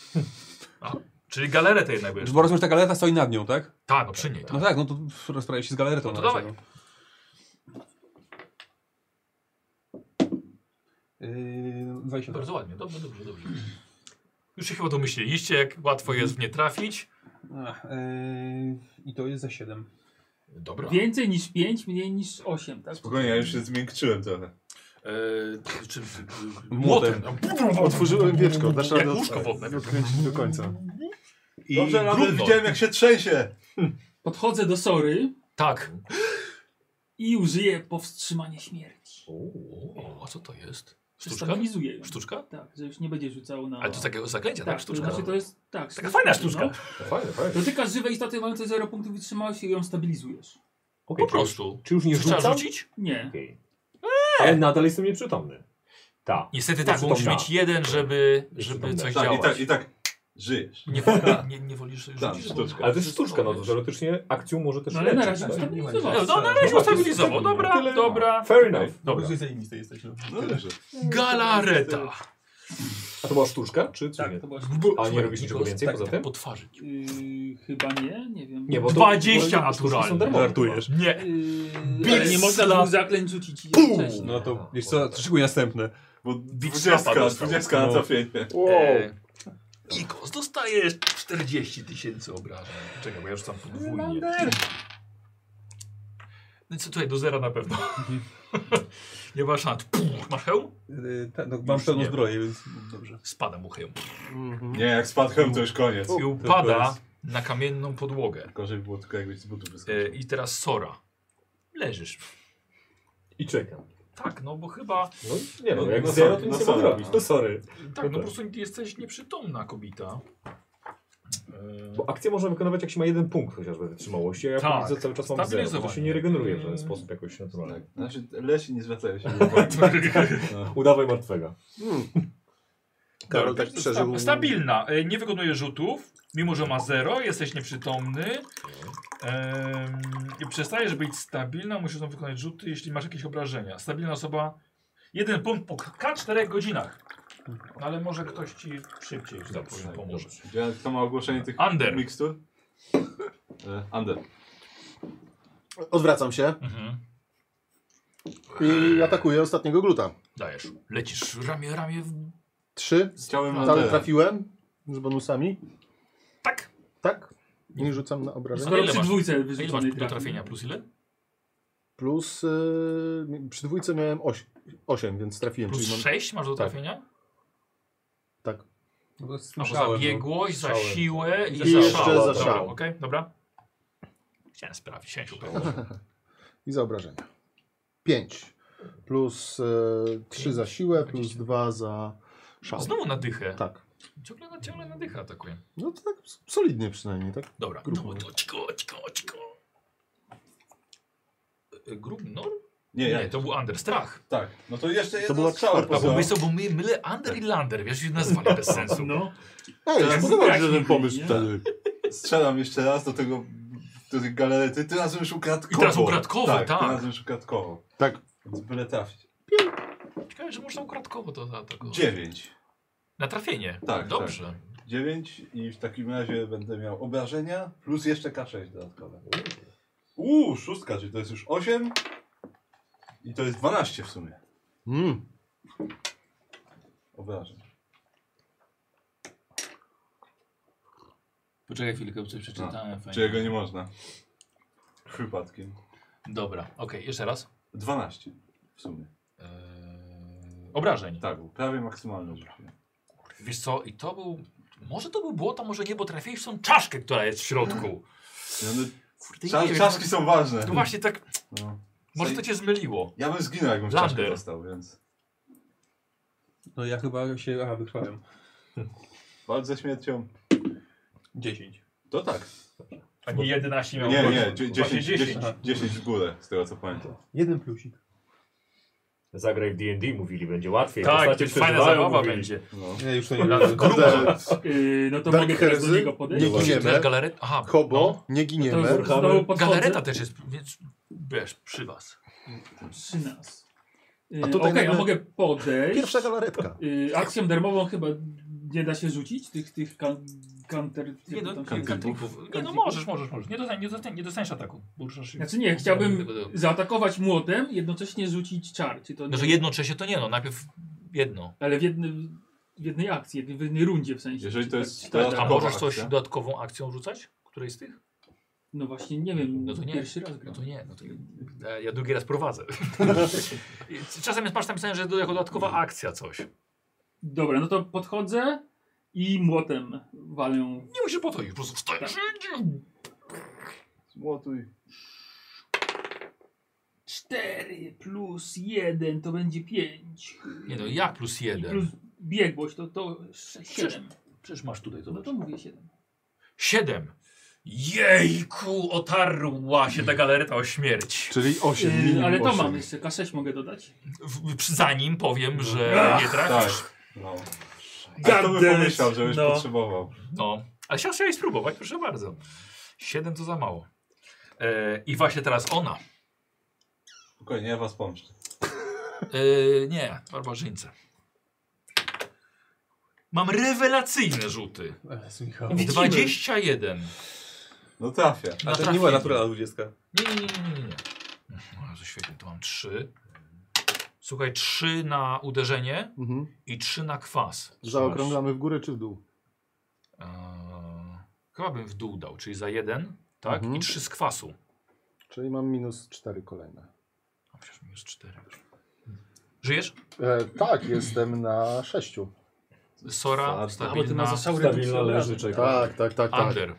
Czyli galaretę jednak będziesz. Bo rozumiem, że ta galereta stoi nad nią, tak? Tak, no przy niej. Tak. No tak, no to rozprawię się z galeretą No to na razie. dawaj. No. Yy, dwadzieścia dwa. Bardzo ładnie, dobrze, dobrze, dobrze. Już się chyba domyśliliście, jak łatwo jest w nie trafić. Ach, yy, I to jest za siedem. Dobra. Więcej niż pięć, mniej niż osiem, tak? Spokojnie, ja już się zmiękczyłem trochę. E, czy, Młotem. Otworzyłem wieczko, dasz Jak radę łóżko wodne. odkręcić do końca. I Dobrze, nawet Grunwald. widziałem jak się trzęsie. Podchodzę do Sory Tak. i użyję powstrzymania śmierci. O, a co to jest? Sztuczka? Stabilizuję ją. Sztuczka? Tak, że już nie będzie rzucał na... Ale to z takiego zaklęcia, tak? tak, Sztuczka. To znaczy to jest... Tak, Taka fajna sztuczka. No. Fajne, fajne. Dotykasz żywej istoty mającej zero punktów wytrzymałości i ją stabilizujesz. Okay, Po prostu. Czy już nie Czy trzeba rzucam? rzucić? Nie. Okay. Ale nadal jestem nieprzytomny. Tak. Niestety tak, bo Nieprzytomna. musi mieć jeden, żeby, żeby Nieprzytomna. coś Tak, i działać. tak, i tak. Żyjesz. Nie, nie, nie wolisz Tak, rzucić? sztuczka. Ale to jest sztuczka, no to teoretycznie akcją może też No ale na leczyć, razie tak? ustabilizował. No, no na razie ustabilizował. Dobra, dobra. Fair enough. Dobra. Że zajebiste jesteś. No. No dobrze. Galareta. A to była sztuczka, czy co? Tak, nie? to była A nie robisz niczego więcej tak, poza tym? Po twarzy. Yy, chyba nie, nie wiem. Nie, bo to- dwadzieścia bo sztuczki są naturalnie. darmowe. Żartujesz. Nie. Yy, ale nie można dwóch zaklęć rzucić jednocześnie. No to wiesz co, szykuj następne. Bo Beat dwudziestka, slapa dostał. dwudziestka na No. trafienie. E, Nikos, dostajesz czterdzieści tysięcy obrażeń. Czekaj, bo ja rzucam podwójnie. No co tutaj, do zera na pewno. Nie ma szans. Puh, masz hełm? Yy, ta, no, mam Już pełną nie. zbroję, więc dobrze. Spada mu hełm. Nie, jak spadłem to już koniec. I upada na kamienną podłogę. Gorzej było tylko jakbyś z butów E, wyskoczył. I teraz Sora. Leżysz. I czekam. Tak, no bo chyba... No nie no, No, jak no zero to sorry, nic no nie mogę sorry. robić. No sorry. Tak, no po prostu jesteś nieprzytomna, kobita. E, Bo akcję można wykonywać jak się ma jeden punkt chociażby wytrzymałości, a ja Tak. widzę cały czas mam zero. To Stabilizowanie. się nie regeneruje w żaden sposób jakoś naturalnie. Tak. Znaczy, leci nie zwracają się uwagi. No. Udawaj martwego. Karol tak przeżył. Stabilna. E, Nie wykonuje rzutów, mimo że ma zero, jesteś nieprzytomny. Ehm, i przestajesz być stabilna, musisz tam wykonać rzuty, jeśli masz jakieś obrażenia. Stabilna osoba, jeden punkt po K czterech godzinach. Ale może ktoś ci szybciej, że tak powiem, pomoże. Gdzie- Kto ma ogłoszenie tych Under. mikstur? E, Under. Odwracam się Mhm. i atakuję ostatniego gluta. Dajesz. Lecisz ramię, ramię. W... Trzy. Chciałem Ale Undera. trafiłem z bonusami. Tak. Tak? Nie rzucam na obrażenia. Ale Skoro ile przy masz? dwójce A ile masz wyrzuconej do trafi. trafienia? Plus ile? Plus yy, przy dwójce miałem osiem, więc trafiłem. Plus czyli mam, sześć masz do tak. trafienia? tak. No to A za słyszałem, no. biegłość, za Słyszałem. siłę i, I za jeszcze szał. za Dobra, szał. okej, dobra. Chciałem sprawdzić, chciałem się upewnić. I za obrażenia. pięć. Plus yy, trzy za siłę, plus dwa za szał. Znowu na dychę. Tak. Ciągle na, ciągle na dychę atakuje. No to tak solidnie przynajmniej, tak? Dobra, Grubo. no to ciko, ciko, ciko. E, Grubnor? Nie, Nie, ja. to był Under. Strach. Tak. No to jeszcze jedno była strzała czwarta. A bo poza. my sobie my mylę Under i Lander, wiesz, się nazwali bez sensu. No. Ej, Teraz podobał mi się strach ten mi pomysł byli, wtedy. Strzelam jeszcze raz do tego, do tej galerety. Ty razem już ukradkowo. I teraz ukradkowo, tak. tak. Ty razem już ukradkowo. Tak. Więc byle trafić. Ciekawe, że można ukradkowo to zaatakować. Dziewięć. Na trafienie. Tak, Dobrze. Dziewięć i w takim razie będę miał obrażenia plus jeszcze K sześć dodatkowe. Uuu, szóstka, czyli to jest już osiem. I to jest dwanaście w sumie. Mm. Obrażeń. Poczekaj chwilkę, coś przeczytałem. fajnie. Czego nie można. Przypadkiem. Dobra, okej, jeszcze raz. dwanaście w sumie. Eee, obrażeń. Tak, był prawie maksymalny rzucie. Wiesz co, i to był... Może to był błoto, może nie, bo trafiłeś w tą czaszkę, która jest w środku. No, no, Kurde, czas, nie wiem, czaszki są ważne. To właśnie tak... No. Może to cię zmyliło. Ja bym zginął, jakbym w Lander. czaszkę dostał, więc... No ja chyba się... Aha, wytrwałem. Walcz ze śmiercią. dziesięć. To tak. A nie jedenaście miał. Nie, gość. nie, dzie- Właśnie dziesięć, dziesięć, dziesięć w górę, z tego co pamiętam. Jeden plusik. Zagraj w D and D, mówili, będzie łatwiej. Tak, Postacie to fajna przeżywają, zabawa mówili. będzie. No. Nie, już to nie Dobra, będę. grubo. Yy, no to Dark mogę teraz do Heresy? niego podejść. Nie Właśnie, giniemy. teraz galaret... Aha, Hobo, nie No giniemy. to znowu podchodzę. Galareta też jest, więc wiesz, przy was. Przy nas. Yy, A tutaj Okej, a nagle- mogę podejść. Pierwsza galaretka. Yy, akcją darmową chyba nie da się rzucić tych, tych kan counter... Nie, no, tam się- kantrików. Nie, no możesz, możesz, możesz. Nie dostaniesz, nie dostaniesz, nie dostaniesz ataku. Bo ruszasz się. Znaczy nie, chciałbym zaatakować młotem, jednocześnie rzucić czar. Czy to No, że jednocześnie to nie, no najpierw jedno. Ale w, jednym, w jednej akcji, w jednej rundzie w sensie. Jeżeli Czy to tak- jest czy teraz- tak, A tak. Dodatkowa możesz coś akcja? dodatkową akcją rzucać? Której z tych? No właśnie, nie wiem, No to nie. pierwszy raz No gram. to nie, no to ja, ja drugi raz prowadzę. Czasem jest, masz tam pisane, że to jako dodatkowa akcja coś. Dobra, no to podchodzę i młotem walę. Nie musisz po to już, po prostu wstajesz. Złotuj. cztery plus jeden to będzie pięć. Nie no, jak plus I jeden? plus biegłość to, to siedem. Przecież masz tutaj, No zobacz. to mówię siedem. Siedem. Jejku, otarła się ta galereta o śmierć. Czyli osiem. Yy, minimum ale to osiem. mam jeszcze, K sześć mogę dodać. W, w, zanim powiem, że Ach, nie trafisz. Tak. No. A to by pomyślał, żebyś No. potrzebował. No, ale chciał chciałeś spróbować, proszę bardzo. Siedem to za mało. E, I właśnie teraz ona. Spokojnie, ja was pomszczę. E, nie, barbarzyńca. Mam rewelacyjne rzuty. dwadzieścia jeden. No trafia. A to nie była naturalna dwudziestka. Nie, nie, nie, nie, nie. nie. No, to świetnie, tu mam trzy. Słuchaj, trzy na uderzenie Mhm. i trzy na kwas. Zaokrąglamy w górę czy w dół? Eee, chyba bym w dół dał, czyli za jeden, tak? Mhm. I trzy z kwasu. Czyli mam minus cztery kolejne. A przecież minus cztery. Żyjesz? E, tak, jestem na sześciu. Sora, A, A, bo ty stabilna, masz za Stabilna leży, czeka. Tak, tak, tak, tak. under.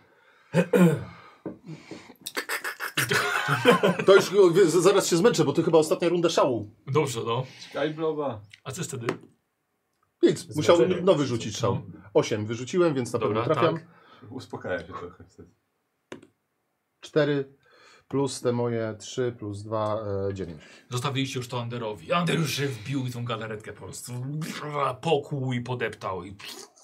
To już wie, zaraz się zmęczę, bo to chyba ostatnia runda szału. Dobrze, no. Skybloba. A co jest wtedy? Nic, musiał Znaczenie. nowy rzucić szał. Osiem wyrzuciłem, więc na Dobra, pewno trafiam. tak. Uspokaja się trochę wtedy. Cztery plus te moje trzy plus dwa, e, dziewięć. Zostawiliście już to Anderowi. Ander już się wbił i tą galaretkę po prostu pokłuł i podeptał. I...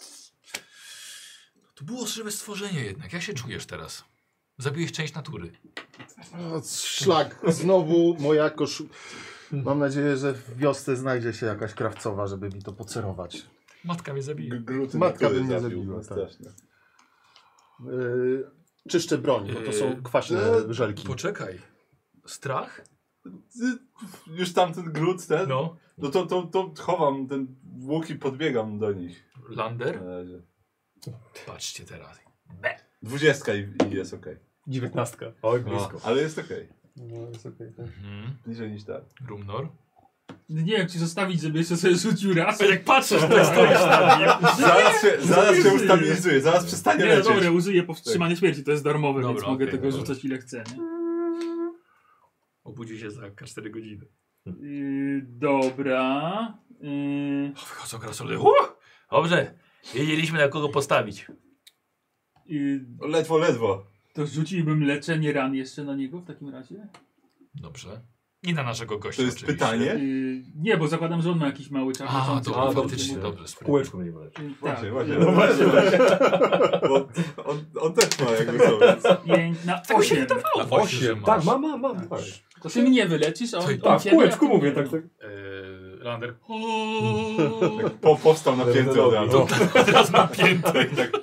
To było żywe stworzenie jednak. Jak się czujesz teraz? Zabiłeś część natury. O, szlak, znowu moja koszu... Mam nadzieję, że w wiosce znajdzie się jakaś krawcowa, żeby mi to pocerować. Matka mnie zabije. Gruty Matka natury by mnie zabił, zabiła, no tak. straszne. Yy, czyszczę broń, bo to są kwaśne Yy, żelki. Poczekaj. Strach? Już tamten glut ten, no, No. to, to, to chowam ten łuk i podbiegam do nich. Lander? Na razie. Patrzcie teraz. Be. Dwudziestka i, i jest okej. Dziewiętnastka. Oj, Okay. blisko. Ale jest okej. No, jest okej. tak. Mhm. Bliżej niż tak. Rumnor? Nie wiem, czy zostawić, żeby jeszcze sobie rzucił raz. A jak patrzysz, to stoisz na nim. Zaraz się, zaraz się żyje. ustabilizuje, zaraz przestanie Nie, no lecieć. dobra, użyję powstrzymanie śmierci, to jest darmowe, Dobra, więc mogę okej, tego dobra. rzucać ile chcę. Nie? Obudzi się za cztery godziny. Yy, dobra. Yy, Wychodzą krasnoludy. Uh! Dobrze. Wiedzieliśmy na kogo postawić. yy, Ledwo, ledwo. to rzuciłbym leczenie ran jeszcze na niego w takim razie. Dobrze. I na naszego gościa To jest oczywiście. pytanie? Yy, nie, bo zakładam, że on ma jakiś mały czas. A, leczący. dobra, A, faktycznie. dobrze. Dobrze, W kółeczku będzie leczyć. Yy, tak. Właśnie, właśnie. No właśnie, właśnie. Bo on, on też ma jakby to, więc... Pięć na Tego się osiem. wydawało właśnie, że masz. Tak, mam, mam, mam. Tak, To ty mnie wyleczysz, a on, Tak, on tak w ciebie, kółeczku a ty mówię, mnie. tak, tak. Eee, Lander. Po, powstał napięty od razu. No. Teraz napięty. Tak.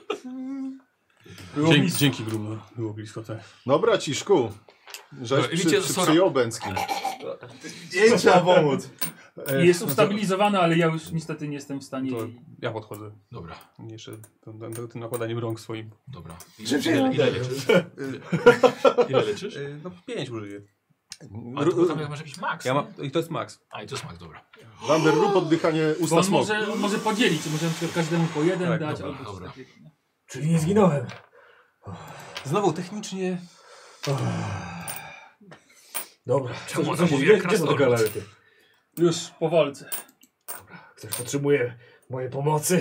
Było Dzięki- blisko. Dzięki Grumno. Było blisko, tak. No braciszku, żeś Dobra, przy, widzicie, przy, Sora- przyjął Bęcki. Jej trzeba pomóc. Jest ustabilizowana, ale ja już niestety nie jestem w stanie. To jej- ja podchodzę. Dobra, Jeszcze tym, tym, tym nakładaniem rąk swoim. dobra. Szybciej, Ile, ile Lander. leczysz? Ile leczysz? Yy, no pięć użyję. A to tam masz jakiś max. Ja nie? mam, I to jest max. A i to jest max, dobra. Lander, rób oddychanie Bo usta on smoku. może, on może podzielić, może na przykład każdemu po jeden Tak, dać, dobra, albo coś dobra. takiego. nie? Czyli nie zginąłem. Znowu technicznie. Dobra, Czemu co, ona co się mówi dzieje? jak Gdzie są te krasnolud? galarety? Już po walce. Ktoś potrzebuje mojej pomocy.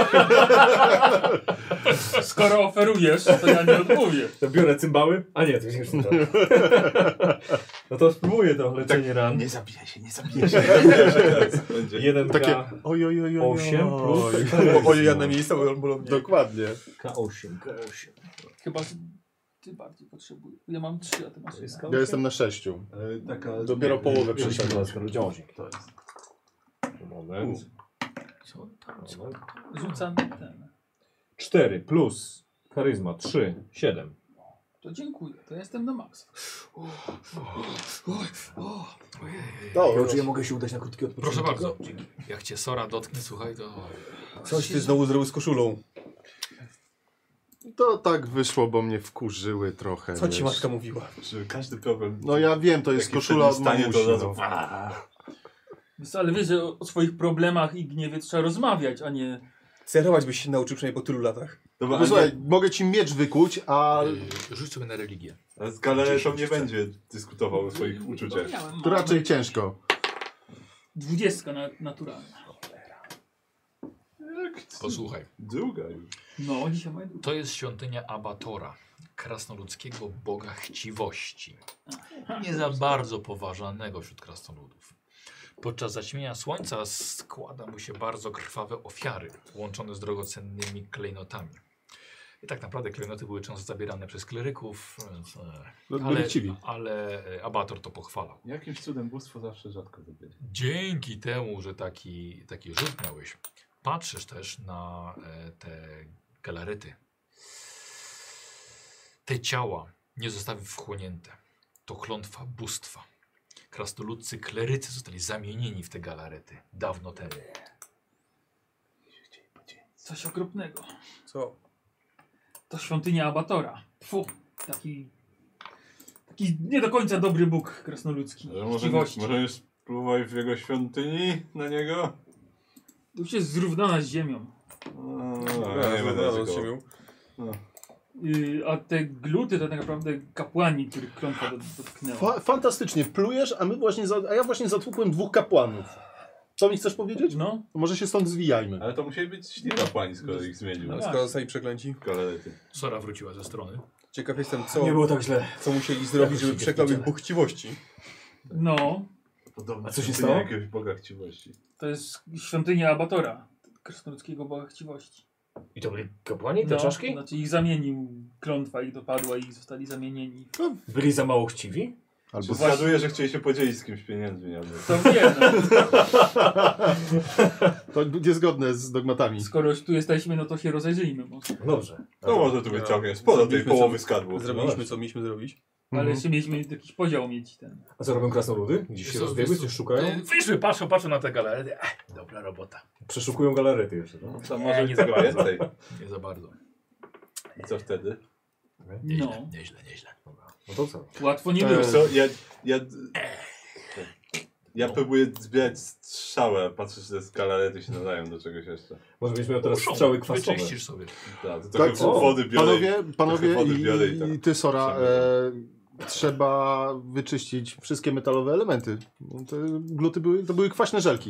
Skoro oferujesz, to ja nie odmówię. To biorę cymbały? A nie, to już nie czytam. No to spróbuję to leczenie ran. Nie zabijaj się, nie zabijaj się. Nie zabijaj się teraz będzie. jeden Takie K oj, oj, oj, oj, osiem plus O, ojej, na miejsce, bolą mnie. Dokładnie. K osiem. K osiem. Chyba, że ty bardziej potrzebujesz. Ja mam trzy, a ty masz To jest jeden. Ja jestem na sześciu. E, Taka... Dopiero nie, połowę nie, przeszedłem. Rozdziałzik. To jest. Moment. Co tam, co Moment. Rzucam ten. cztery plus charyzma trzy, siedem. To dziękuję, to ja jestem na maks. Dobra. Czy ja mogę się udać na krótki odpoczynek? Proszę bardzo. Jak cię Sora dotknie, słuchaj, to... Coś ty znowu zrobił z koszulą. To tak wyszło, bo mnie wkurzyły trochę. Co ci wiesz. matka mówiła? Że każdy problem... No ja wiem, to jest jaki koszula od wtedy stanie, mamusi. to od razu... No. Wiesz co, ale wiesz, że o, o swoich problemach i gniewie trzeba rozmawiać, a nie... Cerować byś się nauczył przynajmniej po tylu latach. Dobra, No a słuchaj, mogę ci miecz wykuć, a Yy, rzuć sobie na religię. nie- z Galaretą nie będzie dyskutował o swoich uczuciach. Miałem to małe. raczej ciężko. Dwudziestka na, naturalna. Posłuchaj. Druga już. No, dzisiaj moje drugie. To jest świątynia Abatora, krasnoludzkiego boga chciwości. Nie za bardzo poważanego wśród krasnoludów. Podczas zaćmienia słońca składa mu się bardzo krwawe ofiary, łączone z drogocennymi klejnotami. I tak naprawdę klejnoty były często zabierane przez kleryków, więc, No, ale, byli chciwi. ale abator to pochwalał. Jakimś cudem bóstwo zawsze rzadko zabiera. Dzięki temu, że taki, taki rzut miałeś, patrzysz też na e, te galarety. Te ciała nie zostały wchłonięte. To klątwa bóstwa. Krasnoludcy klerycy zostali zamienieni w te galarety dawno temu. Coś okropnego. Co? To świątynia Abatora. Fu, taki... Taki nie do końca dobry Bóg krasnoludzki. Ale może, Chciwości. może już spróbować w jego świątyni na niego? To już jest zrównana z ziemią. No, Ja nie będę z ryzykował. ziemią. No. Yy, a te gluty to tak naprawdę kapłani, których klątwa dot- dotknęła. Fa fantastycznie, plujesz, a my właśnie, za a ja właśnie zatłukłem dwóch kapłanów. Co mi chcesz powiedzieć? No, Może się stąd zwijajmy. Ale to musieli być źli kapłani, skoro ich zmienił. No A tak. skoro zostali przeklęci. Galarety. Sora wróciła ze strony. Ciekaw jestem, co, Nie było tak źle. co musieli zrobić, żeby przeklał ich Bóg chciwości. no, Podobno A co się świątynia stało? jakiegoś boga chciwości. to jest świątynia Abatora, krasnoludzkiego Boga chciwości. I to byli kapłani, te No, czaszki? znaczy ich zamienił, klątwa ich dopadła i zostali zamienieni. Byli za mało chciwi? Albo Zgaduję, że chcieli się podzielić z kimś pieniędzmi, ale... To wie, no. to niezgodne z dogmatami. Skoro już tu jesteśmy, no to się rozejrzyjmy może. Dobrze. No może tu być No. całkiem sporo tej Zrobiliśmy połowy co- skarbów. Zrobiliśmy, co mieliśmy zrobić. Ale Mhm. jeszcze mieliśmy jakiś podział mieć ten. A co robią krasnoludy? Gdzieś się Co, rozbiegły, co- coś szukają? E, Wyszły, patrzą, patrzą na te galarety. Ech, dobra robota. Przeszukują galarety jeszcze. No. To Nie, może nie nie za tego bardzo. więcej. Nie za bardzo. I co wtedy? Nieźle, No, nieźle, nieźle. No to co? łatwo nie To było. jest- Co, ja... ja... Ja próbuję zbierać strzałę, a patrzę, że te galarety się nadają do czegoś jeszcze. Może byś miał teraz Muszą, strzały kwasowe. Wyczyścisz sobie. Tak, to trochę Tak, o, wody biorę. Panowie, panowie wody i, biorę i tak. i ty, Sora, Przemyślam. e, trzeba wyczyścić wszystkie metalowe elementy. No, te gluty były, to były kwaśne żelki.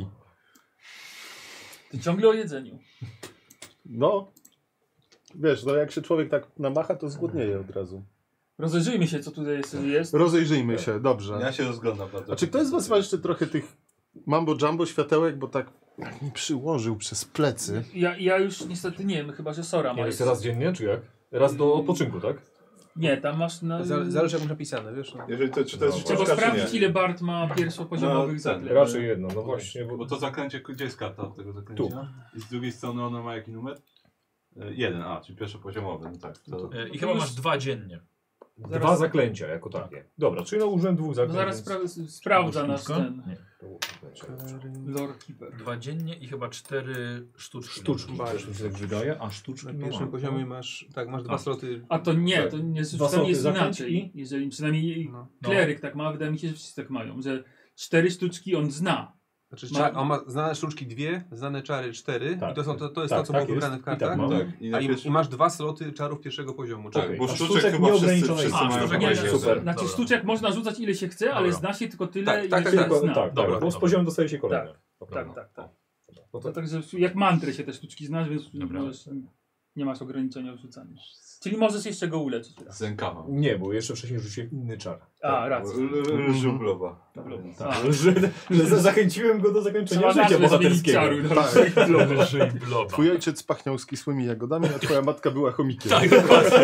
Ty ciągle o jedzeniu. No, wiesz, no jak się człowiek tak namacha, to zgłodnieje od razu. Rozejrzyjmy się, co tutaj jest. jest. Rozejrzyjmy się, dobrze. Ja się rozglądam bardzo. A czy ktoś z was ma jeszcze trochę tych mambo jumbo światełek, bo tak mi przyłożył przez plecy. Ja, ja już niestety nie wiem, chyba że Sora Nie ma. jest raz dziennie, czy jak? Raz do odpoczynku, tak? Nie, tam masz na... Zale- Zależy jak masz napisane, wiesz. No. Jeżeli to, czy to jest No, Trzeba książka, czy sprawdzić, nie? ile Bart ma pierwszopoziomowych No, zaklep. Raczej jedno, no właśnie. Bo... Bo to zaklęcie, gdzie jest karta od tego zaklęcia? I z drugiej strony ono ma jaki numer? E, Jeden, a, czyli pierwszopoziomowy, no tak. To... E, I chyba masz dwa dziennie. Dwa Zaraz- zaklęcia jako takie. Dobra, czyli no użyłem dwóch No zaklęć. zaraz więc- spra sprawdza nasz Sztuczka? ten Nie, to było zaklęcie. Lord Keeper. Dwa dziennie i chyba cztery sztuczki. Sztuczki Bardzo. też mi się tak wydaje, a sztuczki Na no pierwszym mam. poziomie masz, tak, masz dwa A. sloty. A to nie, Tak. to nie Dwa tam sloty jest zaklęć inaczej. i- Jeżeli przynajmniej No. kleryk tak ma, wydaje mi się, że wszyscy tak mają, że cztery sztuczki on zna. Znaczy, Ma- cza- on ma znane sztuczki dwie, znane czary cztery. Tak. I to, są, to, to jest Tak, to, co tak było wybrane jest. w kartach. I tak mam. Tak, i A na i, pierwszym... i masz dwa sloty czarów pierwszego poziomu. Tak, Czary. bo A sztuczek, sztuczek chyba wszyscy, nieograniczonej wszyscy A, mają sztuczek chyba nie, jeden. super. Znaczy Dobra. sztuczek można rzucać ile się chce, ale Dobra. zna się tylko tyle, Tak, ile tak, tak, się tak, Tylko, zna. tak, Dobra, tak, bo z dobra. poziomu dostaje się kolejne. Tak, tak, tak. No To to także jak mantrę się te sztuczki znasz, więc Dobra. możesz, nie masz ograniczenia w rzucaniu. Czyli możesz jeszcze go uleczyć. Zękawa. nie, bo jeszcze wcześniej rzuciłem inny czar. A, racja. Żublowa. Tak, A. że, że zachęciłem go do zakończenia Trzeba życia nazwę zmienić bohaterskiego. czaru. No. Lżej bloba. Twój ojciec pachniał skisłymi jagodami, a twoja matka była chomikiem. Tak, dokładnie.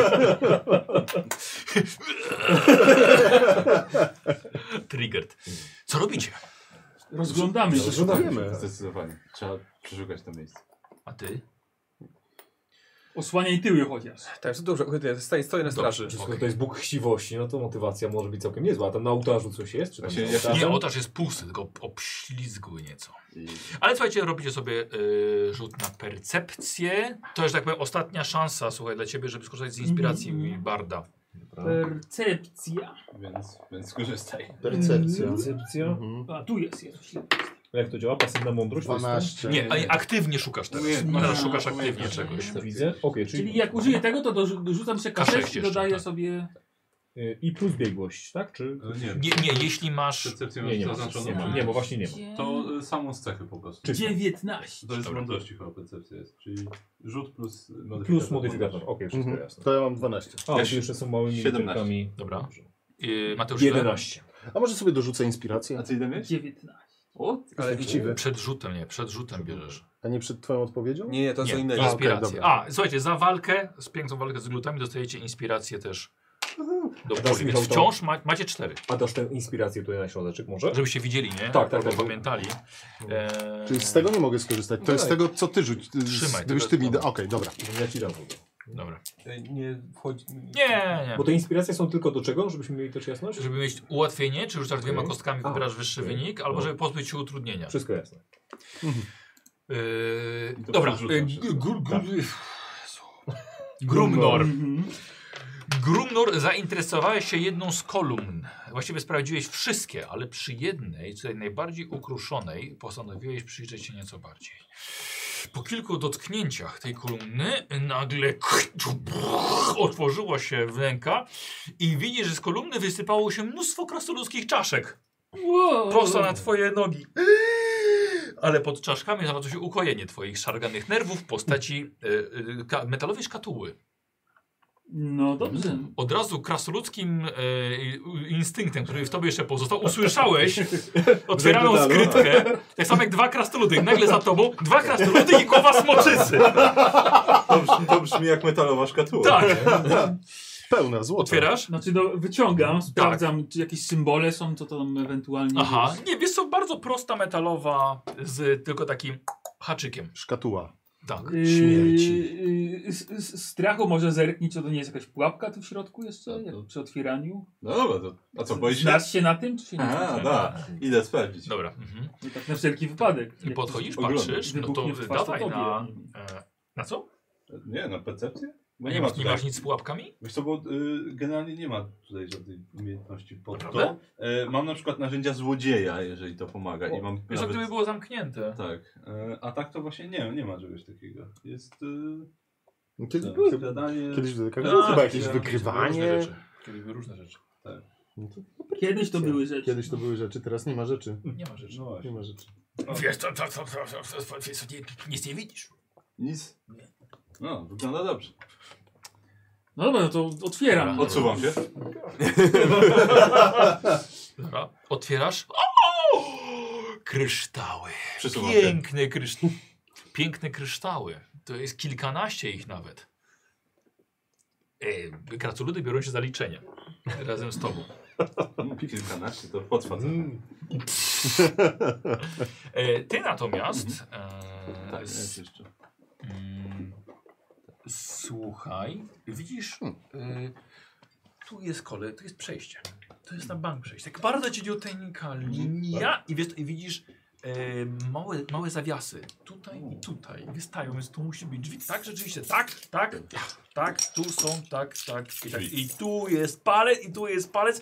Triggered. Co robicie? Rozglądamy się. Rozglądamy. Zdecydowanie. Trzeba przeszukać to miejsce. A ty? Osłaniaj tyły chociaż. Tak, to dobrze, ja stoję, stoję na straży. Skoro Okej. to jest Bóg chciwości, no to motywacja może być całkiem niezła. A tam na ołtarzu coś jest? Czy tam Właśnie, jest ja się- ołtarzem? Nie, ołtarz jest pusty, tylko obślizgły nieco. I... Ale słuchajcie, robicie sobie y, rzut na percepcję. To jest, tak powiem, ostatnia szansa, słuchaj, dla ciebie, żeby skorzystać z inspiracji Mhm. Barda. Percepcja. Więc, więc skorzystaj. Percepcja. Percepcja. Mhm. A tu jest jest. Jak to działa? Pasywna mądrość? to jest dwanaście. Nie, a aktywnie szukasz teraz. Umiejętność. Teraz szukasz aktywnie czegoś. to? Widzę. Okej, czyli, Czyli jak użyję tego, to dorzu- dorzucam się K K sześć sześć i jeszcze, dodaję tak. sobie... y, i plus biegłość, tak? Czy... Nie, Nie, nie, jeśli masz... percepcję Nie, nie masz ma. zaznaczoną. Nie, ma. nie, bo właśnie nie ma. To y, samą z cechy po prostu. Czysto. dziewiętnaście. To jest Dobra. mądrości chyba percepcja jest, czyli rzut plus modyfikator. Plus modyfikator. Okej, wszystko Mhm. jasne. To ja mam dwanaście. A, Ja tu jeszcze są małymi siedemnaście. literkami. Dobra. Dobrze. Y, Mateusz, jedenaście. A może sobie dorzucę inspirację? A ty ile miałeś? dziewiętnaście. O, Ale Chciwy. Przed rzutem, nie, przed rzutem bierzesz. A nie przed twoją odpowiedzią? Nie, nie, to co Nie, innego. inspirację. okej, dobra. A, słuchajcie, za walkę, z piękną walkę z glutami dostajecie inspirację też do teraz puli, Michał więc to- wciąż ma, macie cztery. A dasz tę inspirację tutaj na środeczek może? Żebyście widzieli, nie? Tak, tak, tak. Pamiętali. Eee, Czyli z tego nie mogę skorzystać. To jest z tak. tego, co ty rzuć. z- Trzymaj, Gdybyś to ty jest mi da... dobra. Okej, dobra. Ja ci dam wodę. Dobra. Nie wchodzi... Nie, nie. Bo te inspiracje są tylko do czego, żebyśmy mieli też jasność? Żeby mieć ułatwienie, czy rzucasz dwiema Okej. kostkami, A, wybierasz wyższy okej. wynik, albo No. żeby pozbyć się utrudnienia. Wszystko jasne. Eee, I to dobra. przerzucam Eee, wszystko. gr, gr, Grumnor. Mhm. Grumnor, zainteresowałeś się jedną z kolumn. Właściwie sprawdziłeś wszystkie, ale przy jednej, tej najbardziej ukruszonej, postanowiłeś przyjrzeć się nieco bardziej. Po kilku dotknięciach tej kolumny nagle otworzyła się wnęka i widzisz, że z kolumny wysypało się mnóstwo krasnoludzkich czaszek. Wow. Prosto na twoje nogi. Ale pod czaszkami znalazło się ukojenie twoich szarganych nerwów w postaci y, y, ka- metalowej szkatuły. No dobrze. Od razu krasnoludzkim e, instynktem, który w tobie jeszcze pozostał, usłyszałeś otwieraną Metalu. skrytkę, tak samo jak dwa krasnoludy, nagle za tobą dwa krasnoludy i głowa smoczycy. To brzmi, to brzmi jak metalowa szkatuła. Tak. Pełna złota. Otwierasz? Znaczy no, wyciągam, sprawdzam, czy jakieś symbole są, co to tam ewentualnie Aha, jest. nie, wiesz co, bardzo prosta metalowa z tylko takim haczykiem. Szkatuła. Tak. Yy, Śmierci. yy, z, z strachu może zerknij, czy to nie jest jakaś pułapka tu w środku jeszcze, No jak to- przy otwieraniu. No dobra, to, a co, boisz się? Znasz się na tym, czy się nie A, znasz? da, idę sprawdzić. Dobra. Mhm. No tak na wszelki wypadek. I Jak podchodzisz, oglądasz. patrzysz, no to wybuchnie w twarz, to dawaj tobie, na... a nie- E, na co? Nie, na percepcję? Bo A nie, masz, nie tutaj- masz nic z pułapkami? Wiesz co, bo y, generalnie nie ma tutaj żadnej umiejętności pod to. Naprawdę? E, mam na przykład narzędzia złodzieja, jeżeli to pomaga. I mam Wiesz, nawet... gdyby było zamknięte. Tak. E, a tak to właśnie nie, nie ma czegoś takiego. Jest y, No, Kiedyś tak, były, skradanie... kiedyś było Tak, chyba jakieś tak, wykrywanie. Różne rzeczy. Kiedyś były różne rzeczy. No to- Kiedyś to były rzeczy. Kiedyś to były rzeczy, teraz nie ma rzeczy. Nie ma rzeczy. No Nie właśnie. ma rzeczy. Wiesz, to, to, to, to, to, to, to, to nie, nic nie widzisz. Nic? No, wygląda dobrze. No dobra, no to otwieram. Odsuwam się. Dobra. Otwierasz. O! Kryształy. Przesuwam się. Piękne kryształy. Piękne kryształy. To jest kilkanaście ich nawet. E, krasnoludy biorą się za liczenie. Razem z tobą. Mm, Kilkanaście, to potrwa. Mm. E, ty natomiast... E, Tak, s- jest jeszcze. Mm, słuchaj, widzisz, y, tu jest kole, tu jest przejście. To jest na bank przejście. Tak bardzo cieniuteńka linia i, wiesz, i widzisz y, małe, małe zawiasy. Tutaj i tutaj wystają, więc tu musi być drzwi. Tak, rzeczywiście, tak, tak, tak, tu są, tak, tak i tak. I tu jest palec, i tu jest palec.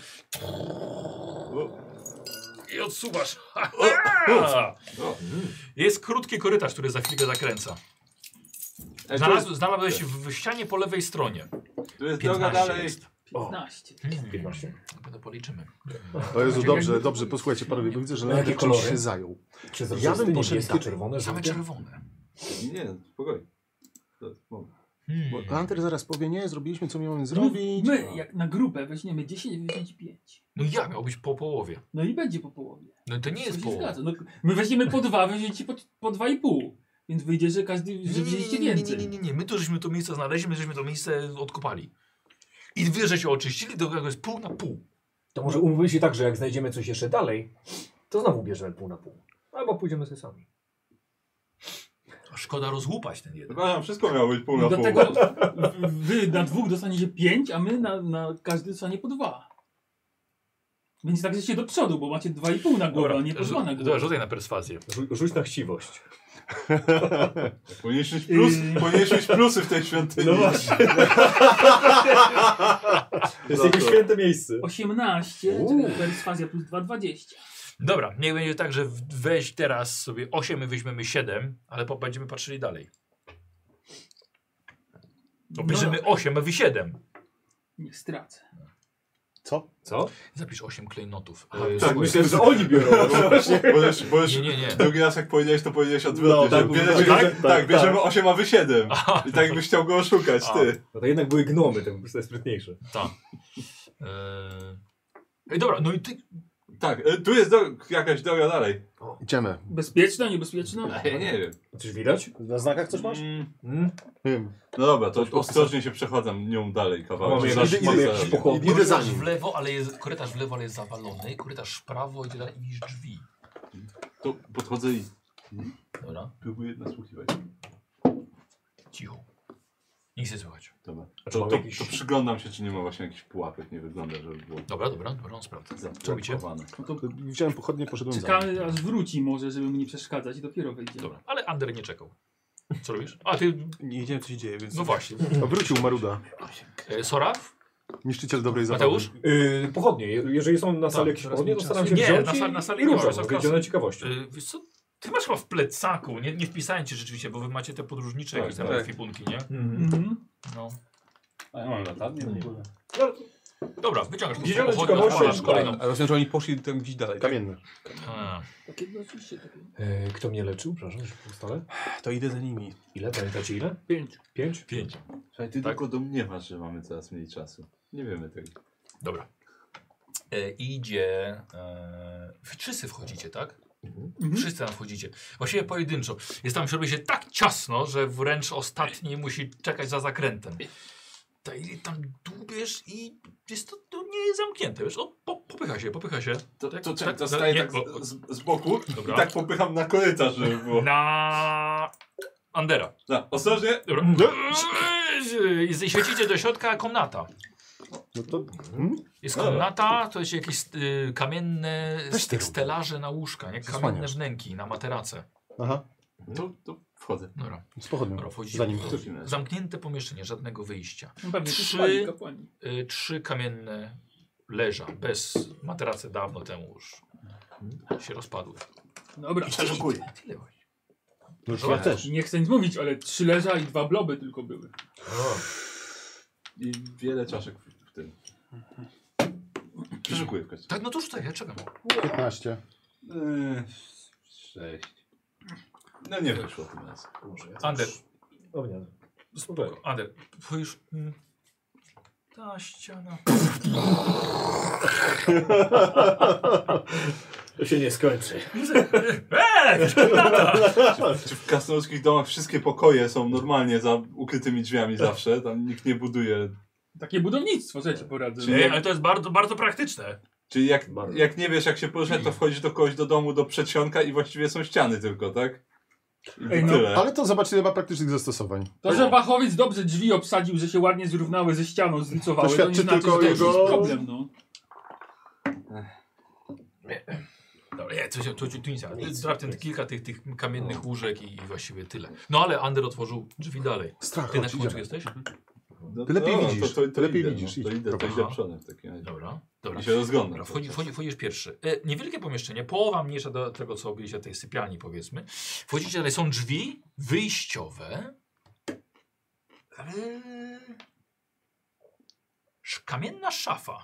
I odsuwasz. O, Jest krótki korytarz, który za chwilkę zakręca. e, Znalazł, tu, znalazłeś w, w ścianie po lewej stronie. tu jest droga piętnaście dalej. jest. piętnaście. piętnaście. Będę policzymy. O Jezu, dobrze, dobrze, posłuchajcie panowie, bo widzę, że Na jakie Lender czymś kolory? się zajął. Przezroczysty, Ja bym poszedł niebieskie, tak. czerwone, Same żółte. czerwone. Nie, spokojnie. To, mogę. Hmm. Bo Hunter zaraz powie, nie, zrobiliśmy co miałem zrobić. My, jak na grupę weźmiemy dziesięć, dziesięć, pięć. No ja miał być po połowie. No i będzie po połowie. No to nie To jest się połowa. zgadza. No, my weźmiemy po dwa, weźmiecie po, po dwa i pół. Więc wyjdzie, że każdy, że wzięliście nie, nie, więcej. nie, nie, nie. My to żeśmy to miejsce znaleźli, my żeśmy to miejsce odkopali. I wy, że się oczyścili, to jest pół na pół. To może umówmy się tak, że jak znajdziemy coś jeszcze dalej, to znowu bierzemy pół na pół. Albo pójdziemy sobie sami. To szkoda rozłupać ten jeden. Przepraszam, wszystko miało być pół na Do pół. tego wy na dwóch dostaniecie pięć, a my na, na każdy dostanie po dwa. Więc tak jesteście do przodu, bo macie dwa i pół na głowę, a nie po dwa na rzu- głowę. dobra, rzucaj na perswazję. Rzu- Rzuć na chciwość. Powinieneś mieć, plus, Yy. powinieneś mieć plusy w tej świątyni. No właśnie. To jest Za jego to. święte miejsce. osiemnaście, Uuu. czyli perswazja plus dwa, dwadzieścia. Dobra, niech będzie tak, że w- weź teraz sobie osiem, my weźmiemy siedem, ale po, będziemy patrzyli dalej. To bierzemy osiem, a wy siedem. Niech stracę. Co? Co? Zapisz osiem klejnotów. A, E, tak, słuchaj, myślę, że oni biorą. Możesz, możesz, Nie, nie, nie. drugi raz jak powiedziałeś, to powiedziałeś odwrotnie. No, że tak, bierzemy, tak, tak, tak, bierzemy tak. osiem, a wy siedem. Aha. I tak byś chciał go oszukać, A. ty. No to jednak były gnomy, to po prostu jest sprytniejsze. Tak. Eee... Ej, dobra, no i ty Tak, e, tu jest do, jakaś droga dalej. Idziemy. Bezpieczna, niebezpieczna? Ja nie wiem. Coś widać? Na znakach coś masz? Mm, Hmm? Wiem. no dobra, to ostrożnie się przechadzam nią dalej kawałek. Mamy Zaraz jakieś- mam idę- zaraz. jakieś pochodnie. Idę za Korytarz nim. w lewo, ale jest, korytarz w lewo, ale jest zawalony. Korytarz w prawo i dalej widzisz drzwi. To podchodzę i Dobra, próbuję nasłuchiwać. cicho. Nic nie słychać. Dobra. A czy To, mamy to, jakiś... to przyglądam się, czy nie ma właśnie jakichś pułapek, nie wygląda, żeby było Dobra, dobra, dobra, on sprawdza. Co robicie? zablokowane. No to Wziąłem pochodnie, poszedłem za nim. czekamy aż wróci może, żeby mu nie przeszkadzać i dopiero wejdzie. Dobra, ale Ander nie czekał. Co robisz? A ty, Nie wiedziałem, co się dzieje, więc... no właśnie. O, wrócił Maruda. E, Soraw? Niszczyciel dobrej zabawy. Mateusz? Yy, pochodnie. Je- Jeżeli są na sali Tak, jakieś teraz pochodnie, mi to czas. staram się Nie, wziąć na i, sali- na sali i nie ma, ruszam, jest bo okaz. wiedzione ciekawości. E, wiesz co? Ty masz chyba w plecaku, nie, nie wpisałem cię rzeczywiście, bo wy macie te podróżnicze Tak, jakieś tam tak. ekwipunki, nie? Mhm. Mhm. No. A ja mam latarnię? No nie. Dobra, wyciągasz po Widziałem pochodnię, ciekawości, odpalasz tak. kolejną. A rozumiem, że oni poszli tam gdzieś dalej. Tak? Kamienny. A, Takie, no oczywiście takie. E, kto mnie leczył? Przepraszam, że ustalę. To idę za nimi. Ile? Pamiętacie ile? Pięć. Pięć? pięć. Słuchaj, ty Tak? tylko domniewasz, że mamy coraz mniej czasu. Nie wiemy tego. Dobra. E, idzie... E, wy wszyscy wchodzicie, tak? Mhm. Wszyscy tam wchodzicie. Właściwie pojedynczo. Jest tam, robi się tak ciasno, że wręcz ostatni musi czekać za zakrętem. Ta, i tam dłubiesz i jest to, to nie jest zamknięte, wiesz? O, po, popycha się, popycha się. To, Tak, to, tak, tak, to za- staję nie, tak bo- z, z, z boku Dobra. i tak popycham na korytarz, żeby było. Na... Andera. No, ostrożnie. Dobra. I świecicie do środka komnata. No to... Hmm? Jest Dobra. komnata, to jest jakieś y, kamienne Weź ty rób. stelaże na łóżka, nie? Kamienne Zasłaniasz. wnęki na materace. Aha, To, to wchodzę. Dobra, z pochodnią. dobra wchodzicie. Za nim. Zamknięte pomieszczenie, żadnego wyjścia. No pewnie, Trzy- tu spali kapłani. Y, trzy kamienne leża, bez materace dawno temu już się rozpadły. Dobra. Tyle właśnie. No, Dobra. ja też. Nie chcę nic mówić, ale trzy leża i dwa bloby tylko były. I wiele czaszek w, w tym. Przeszukuję w końcu. Tak, no to rzucaj, ja czekam. piętnaście. Yy, sześć. No nie wyszło tym razem. Ander, O nie. spoko. Ander, wchodzisz... mm, Ta ściana... To się nie skończy. Eee! Czy w krasnoludzkich domach wszystkie pokoje są normalnie za ukrytymi drzwiami zawsze? Tam nikt nie buduje. Takie budownictwo, co ja ci poradzę. Czyli- Nie, ale to jest bardzo, bardzo praktyczne. Czyli jak, Bardzo. jak nie wiesz jak się poruszać, to wchodzisz do kogoś do domu, do przedsionka i właściwie są ściany tylko, tak? I Ej, no, tyle. Ale to zobacz, ile ma praktycznych zastosowań. To, że Wachowiec dobrze drzwi obsadził, że się ładnie zrównały ze ścianą, zlicowały, To to, nie świadczy znaczy, tylko że to jego- jest problem, no. Dobra, nie, coś, to, tu nic. Trafia kilka tych, tych kamiennych łóżek i, i właściwie tyle. No ale Ander otworzył drzwi dalej. Strach, Ty na chodź, końcu idziemy. jesteś? No, Ty lepiej no, widzisz, To, to, to ty lepiej idę, widzisz, No, to idź. idę, to Dobra. idę przodem w takim razie. Dobra, dobra. I się rozglądam. Dobra, wchodzi, wchodzi, wchodzisz pierwszy. E, niewielkie pomieszczenie, połowa mniejsza do tego, co byliście tej sypialni, powiedzmy. Wchodzicie, dalej są drzwi wyjściowe. Ale... Sz- Kamienna szafa.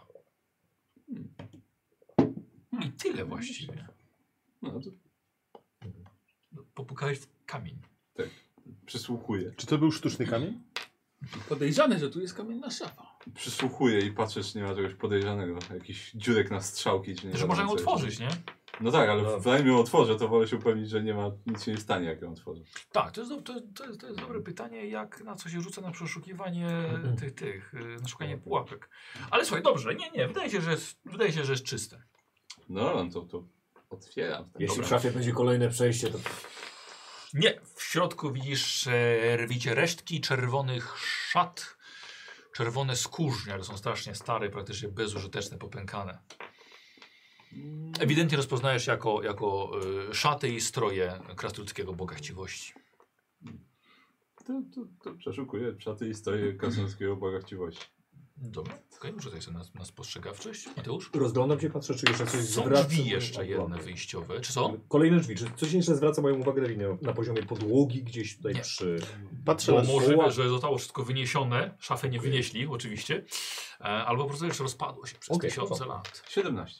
I tyle właściwie. No, to Popukałeś w kamień. przysłuchuję. Czy to był sztuczny kamień? Podejrzane, że tu jest kamienna szafa. Przysłuchuję i patrzę, czy nie ma czegoś podejrzanego. Jakiś dziurek na strzałki, czy nie Że wiadomo można ją co jest. otworzyć, nie? No tak, ale No. zanim ją otworzę, to wolę się upewnić, że nie ma, nic się nie stanie, jak ją otworzę. Tak, to jest, do- to, jest- to, jest, to jest dobre pytanie, jak na co się rzuca na przeszukiwanie tych, tych, y, na szukanie pułapek. Ale słuchaj, dobrze, nie, nie, wydaje się, że jest, wydaje się, że jest czyste. No, no to, to otwieram. Tak. Jeśli w Dobra. szafie będzie kolejne przejście, to... Nie, w środku widzisz, e, widzicie resztki czerwonych szat, czerwone skórznie, ale są strasznie stare, praktycznie bezużyteczne, popękane. Ewidentnie rozpoznajesz jako, jako y, szaty i stroje krasnoludzkiego boga chciwości. To, to, to przeszukuję szaty i stoję krasnoludzkiego boga chciwości. Dobra, okej, okay, rzucaj sobie na, na spostrzegawczość. Mateusz? Rozglądam się, patrzę, czy jeszcze coś Są zwraca... drzwi moją jeszcze uwagę. jedne wyjściowe, czy co? Kolejne drzwi. Czy coś jeszcze zwraca moją uwagę na, linie, na poziomie podłogi gdzieś tutaj Nie. przy... Patrzę Bo na możliwe, że zostało wszystko wyniesione, szafę nie wynieśli oczywiście, e, albo po prostu jeszcze rozpadło się przez Okej, tysiące dobra. lat. siedemnaście.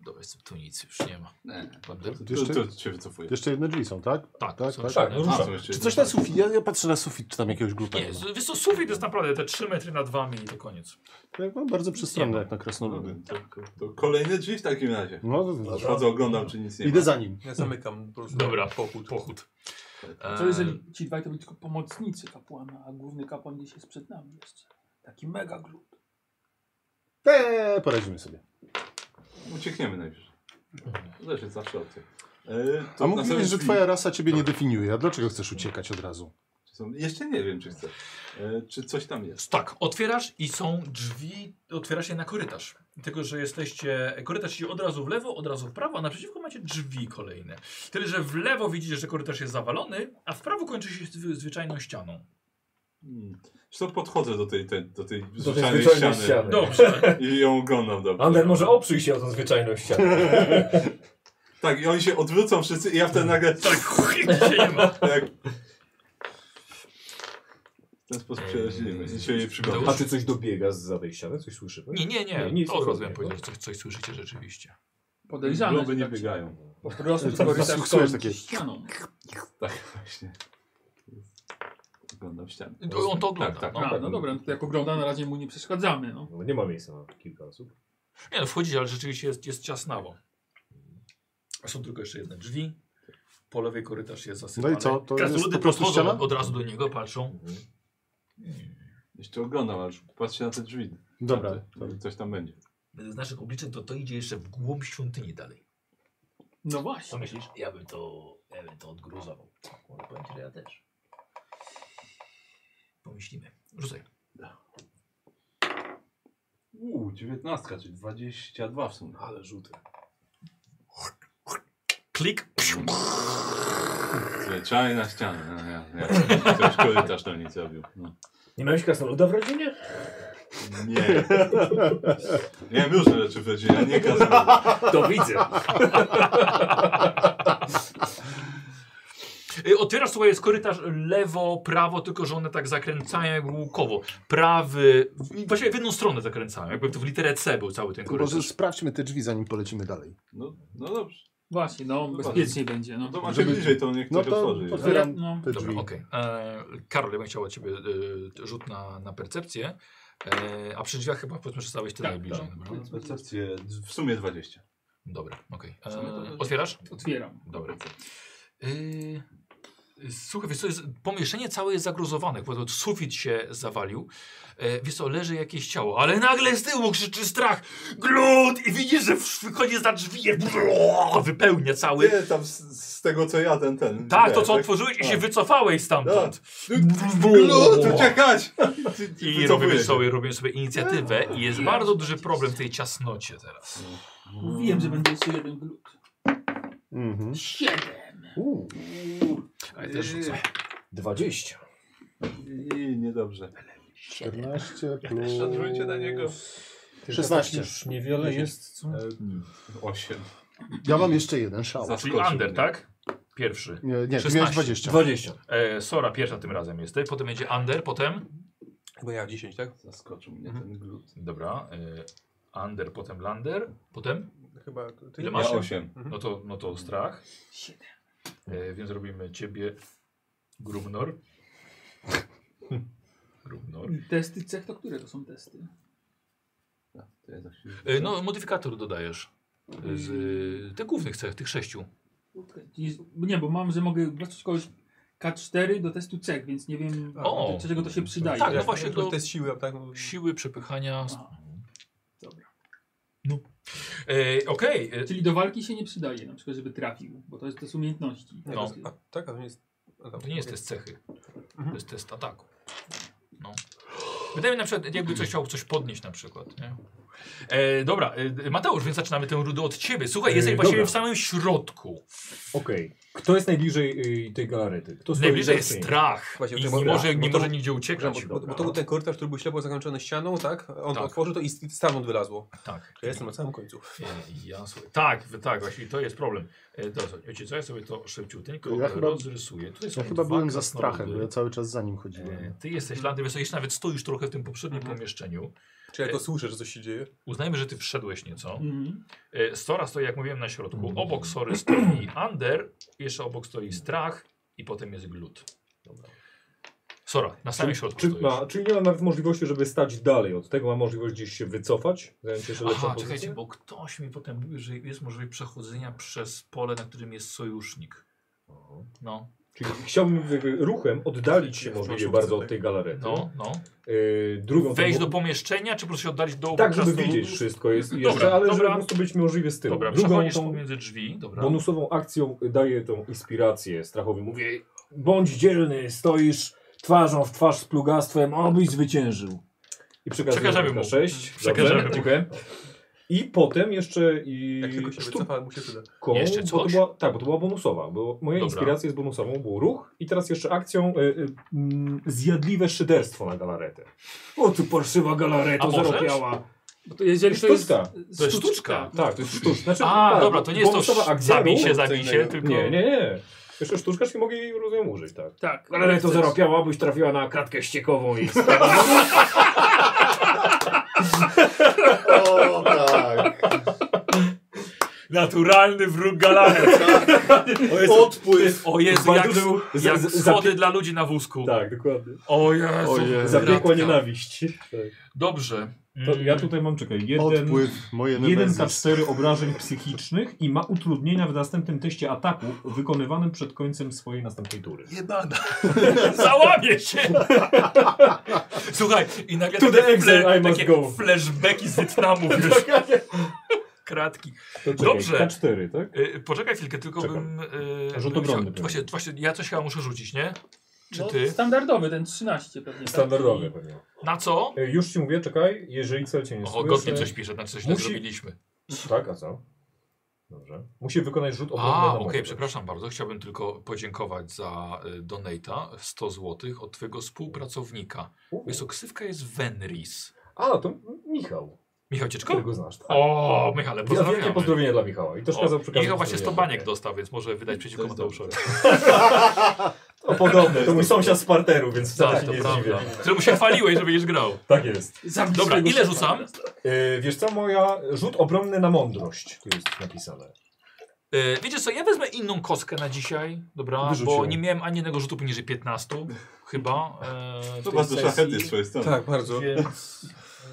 Dobra, tu nic już nie ma. Nie, Wander? to, Jeszcze- to, to się wycofuje. Jeszcze jedne drzwi są, tak? Tak, tak, są tak. trzy. Tak, no A, ruszam. są jeszcze Czy jedne. coś na sufit? Ja, ja patrzę na sufit, czy tam jakiegoś gluta Nie, nie ma. z- wiesz co, sufit jest naprawdę te trzy metry nad wami i to koniec. Tak, no, bardzo przestronne Nie ma. jak na krasnoludy. To, to, to kolejne drzwi w takim razie. No, to- to- Chodzę, oglądam, czy nic nie idę ma. za nim. Ja zamykam po prostu. Dobra, pochód. pochód. Co jeżeli ci dwaj to byli tylko pomocnicy kapłana, a główny kapłan gdzieś jest przed nami jeszcze. Taki mega glut. Eee, poradzimy sobie. Uciekniemy najwyżej. To też jest zawsze opcja. E, to A na mówiłeś, samym że drzwi- twoja rasa ciebie nie definiuje. A dlaczego chcesz uciekać od razu? Są, jeszcze nie wiem, czy chcę. E, czy coś tam jest. Tak, otwierasz i są drzwi, otwierasz je na korytarz. Tylko, że jesteście, korytarz idzie od razu w lewo, od razu w prawo, a naprzeciwko macie drzwi kolejne. Tyle, że w lewo widzicie, że korytarz jest zawalony, a w prawo kończy się zwy- zwyczajną ścianą. Hmm. Zresztą podchodzę do tej, tej, do tej Do tej zwyczajnej zwyczajnej ściany. ściany. Dobrze. I ją oglądam dobrze. Ander, może oprzyj się o tą zwyczajną ścianę. Tak, i oni się odwrócą wszyscy i ja wtedy nagle... Tak, się nie ma. Tak. W ten sposób się rozdzielimy. Nic się nie przygląda. A czy coś dobiega zza tej ściany? Coś słyszymy? Nie, nie, nie. Nie, nic Od razu podobnego. bym powiedział, że coś, coś słyszycie rzeczywiście. Podejrzane, Globy że nie tak się- biegają. Po prostu Co- korytarz co- co jest kończy takie? ścianą. Tak, właśnie. Oglądam ścianę. On to ogląda. Tak, tak. no. A, no dobra, no to jak ogląda, na razie mu nie przeszkadzamy. No. No, nie ma miejsca na kilka osób. Nie no, wchodzicie, ale rzeczywiście jest, jest ciasnawo. A są tylko jeszcze jedne drzwi. Po lewej korytarz jest zasypany. No i co? To Krasnoludy jest po prostu podchodzą ściana? od razu do niego, patrzą. Jeszcze oglądam, aż patrzcie na te drzwi. Dobra. To, coś tam będzie. Z naszych obliczeń to to idzie jeszcze w głąb świątyni dalej. No Co właśnie. myślisz? Ja bym to, ja bym to odgruzował. Może powiem ci, że ja też. Pomyślimy. Rzucaj. Uuu, dziewiętnastka, czyli dwadzieścia dwa w sumie. Ale rzuty. Klik. Zwyczajna ściana. No, ja, ja, ktoś korytarz tam nic zrobił. No. Nie miałeś krasnoluda w rodzinie? Nie. Miałem różne rzeczy w rodzinie, a nie krasnoluda. To widzę. Y, Otwierasz, słuchaj, jest korytarz lewo, prawo, tylko że one tak zakręcają jakby łukowo. Prawy, w- właściwie w jedną stronę zakręcają, jakby to w literę C był cały ten Może korytarz. sprawdźmy te drzwi, zanim polecimy dalej. No, no dobrze. Właśnie, no bezpieczniej będzie. No. No to macie Żeby- bliżej, to niech No ktoś to otworzy. otwieram No. te Dobra, drzwi. okej. E, Karol, ja bym chciał od ciebie e, rzut na, na percepcję, e, a przy drzwiach chyba powiedzmy, że stałeś ty Tak, najbliżej. No, Dobra, percepcję w sumie dwadzieścia. Dobra, okej. W sumie to- E, Otwierasz? Otwieram. Dobra. Yy, słuchaj, wiesz co, jest, pomieszczenie całe jest zagruzowane, bo to sufit się zawalił. E, wiesz co, leży jakieś ciało, ale nagle z tyłu krzyczy strach. Glut! I widzisz, że wychodzi za drzwi, je wypełnia cały. Nie, tam z, z tego co ja, ten, ten. Tak, nie, to co otworzyłeś i się A. wycofałeś stamtąd. Glut, uciekać! I Wycofuję robimy się. sobie, robimy sobie inicjatywę i jest bardzo duży problem w tej ciasnocie teraz. Mówiłem, że będzie jeszcze jeden glut. Mhm. Siedem. Uuu. Ale też rzucę. dwadzieścia. I niedobrze. czternaście plus... Szanujcie na niego. szesnaście. Już niewiele jest, co? osiem. Ja mam jeszcze jeden szał. Za- Czyli Skoczył Under, mnie. tak? Pierwszy. Nie, nie, ty szesnaście. miałeś dwadzieścia. dwadzieścia. E, Sora pierwsza tym razem jesteś, potem będzie Under, potem... Chyba ja dziesięć, tak? Zaskoczył mnie ten glut. Dobra. E, under, potem Lander, potem... Chyba ty. Ile Ja masz? osiem. No to, no to strach. Siedem. E, więc robimy ciebie Grubnor. Grubnor. I testy cech to które to są testy? Tak, to ja za chwilę- E, no, modyfikator dodajesz. E, Z e, tych głównych cech, tych sześciu. Okay. Nie, bo mam, że mogę wrzucić kogoś K cztery do testu cech, więc nie wiem O! do czego to się przydaje. Tak, no Ja- właśnie ja- do- To jest siły, tak? Siły, przepychania. A, dobra. E, Okej. e, Czyli do walki się nie przydaje, na przykład żeby trafił, bo to jest test umiejętności. Nie, No. to jest, a, tak, a to nie jest. A, tam, To nie jest test cechy. To jest test ataku. No. Wydaje mi się, na przykład, jakby coś chciał coś podnieść na przykład, nie? E, dobra, e, Mateusz, więc zaczynamy tę rudę od ciebie. Słuchaj, E, jesteś właściwie dobra. w samym środku. Okej. Kto jest najbliżej y, tej galarety? Kto stoi Najbliżej za jest drzwiami? strach. Właśnie, I bo- nie bo- może, bo nie to- może nigdzie Bo, uciekać. bo, bo to był ten korytarz, który był ślepo zakończony ścianą, tak? On Tak. to otworzył to i st- stamtąd wylazło. Tak. Ja jestem na samym końcu. E, Ja, słuchaj, tak, tak, właśnie to jest problem. E, Dobrze, wiecie co, ja sobie to szybciutko Ja chyba- rozrysuję. Tutaj są Ja chyba dwa byłem za krasnoludy. strachem, bo ja cały czas za nim E, chodziłem. Ty jesteś Landy, wiesz co, jeszcze nawet stoisz trochę w tym poprzednim Mhm. pomieszczeniu. Czy ja to słyszę, że coś się dzieje? uznajmy, że ty wszedłeś nieco. Mhm. E, Sora stoi, jak mówiłem, na środku. Obok Sory stoi Ander, jeszcze obok stoi Strach i potem jest Glut. Sora, na samym Czy, środku czy, stoisz. ma, czyli nie ma nawet możliwości, żeby stać dalej od tego, ma możliwość gdzieś się wycofać, zająć jeszcze lepszą Aha, pozycję? czekajcie, bo ktoś mi potem mówił, że jest możliwość przechodzenia przez pole, na którym jest sojusznik. No, Czyli chciałbym jakby ruchem oddalić się możliwie bardzo od tej galarety. no, no. Yy, drugą Wejść to- do pomieszczenia, czy po prostu się oddalić do Tak, żeby krasnoludu? widzieć wszystko jest Dobra, jeszcze, ale dobra. żeby po prostu być możliwie z tyłu. Dobra, Drugą przechodzisz tą pomiędzy drzwi, dobra. bonusową akcją daję tą inspirację Strachowi. Mówię, Bądź dzielny, stoisz twarzą w twarz z plugastwem, obyś zwyciężył. i przekazuję Przekażemy na mu. sześć. Przekażemy Dobrze, mu. dziękuję. I potem jeszcze i Jak tylko się sztuką, wycofa, mu się przyda. Jeszcze bo to coś? była, tak, bo to była bonusowa, bo moja Dobra. inspiracja jest bonusową, był ruch i teraz jeszcze akcją y, y, mm, zjadliwe szyderstwo na galaretę. O tu parszywa galareta A możesz? zarobiała. Bo to jeżeli to jest Sztuczka. To jest sztuczka. Tak, to jest sztuczka. Znaczy, A, tak, dobra, to nie jest to bonusowa akcja, zabij ruch. się, zabij się, tylko... Nie, nie, nie. Jeszcze sztuczka, czyli mogę jej rozumiem użyć, tak. tak. Galareta zaropiała, byś trafiła na kratkę ściekową i O tak. Naturalny wróg galaret. Odpływ. O Jezu, Bardzo jak, był za- jak za- schody zapie- dla ludzi na wózku. Tak, dokładnie. O Jezu, O Jezu. Zapiekła kratka. nienawiść. Tak. Dobrze. To Mm. ja tutaj mam, czekaj, jeden, Odpływ. Moje jeden Nemezis. K cztery obrażeń psychicznych i ma utrudnienia w następnym teście ataku wykonywanym przed końcem swojej następnej tury. Jebana. Załamie się. Słuchaj, i nagle To takie, the exile I must takie go. flashbacki z Wietnamu, wiesz. Kratki. To czekaj, Dobrze. K cztery, tak? Y, poczekaj chwilkę, tylko Czekam. bym... Y, Rzut bym obronny chciał- pewnie. właśnie, właśnie, ja coś chyba muszę rzucić, nie? Czy No, ty? standardowy, ten trzynaście pewnie. tak? Standardowy pewnie. Na co? E, Już ci mówię, czekaj, jeżeli cel cię nie O, słyszy... godnie coś pisze, znaczy coś źle Musi- zrobiliśmy. Tak, a co? Dobrze. Musi wykonać rzut obronny A, na okej, mądrość. przepraszam bardzo. Chciałbym tylko podziękować za y, donata sto złotych od twojego współpracownika. U. Wiesz co, ksywka jest Venris. A, to Michał, Michał Cieczko? którego znasz. Tak. O, Michale, Wielkie pozdrawiamy. pozdrowienia dla Michała. I też O, kazał przekazać. Michał właśnie sto pozdrowienia. baniek dostał, więc może wydać przeciwko To jest Mateuszowi. O, podobne, to mój sąsiad z parteru, więc wcale Tak, się to nie prawda. zdziwię. Któremu się chwaliłeś, że będziesz grał. Tak jest. Zabij Dobra, swojego ile szefa. rzucam? Yy, wiesz co, moja rzut obronny na mądrość. Tu jest napisane. E, wiecie co, ja wezmę inną kostkę na dzisiaj, dobra, Wyrzuć bo ją. nie miałem ani jednego rzutu poniżej piętnastu, chyba. E, w To tej bardzo sesji, szlachetny z twojej strony. Tak, bardzo. Więc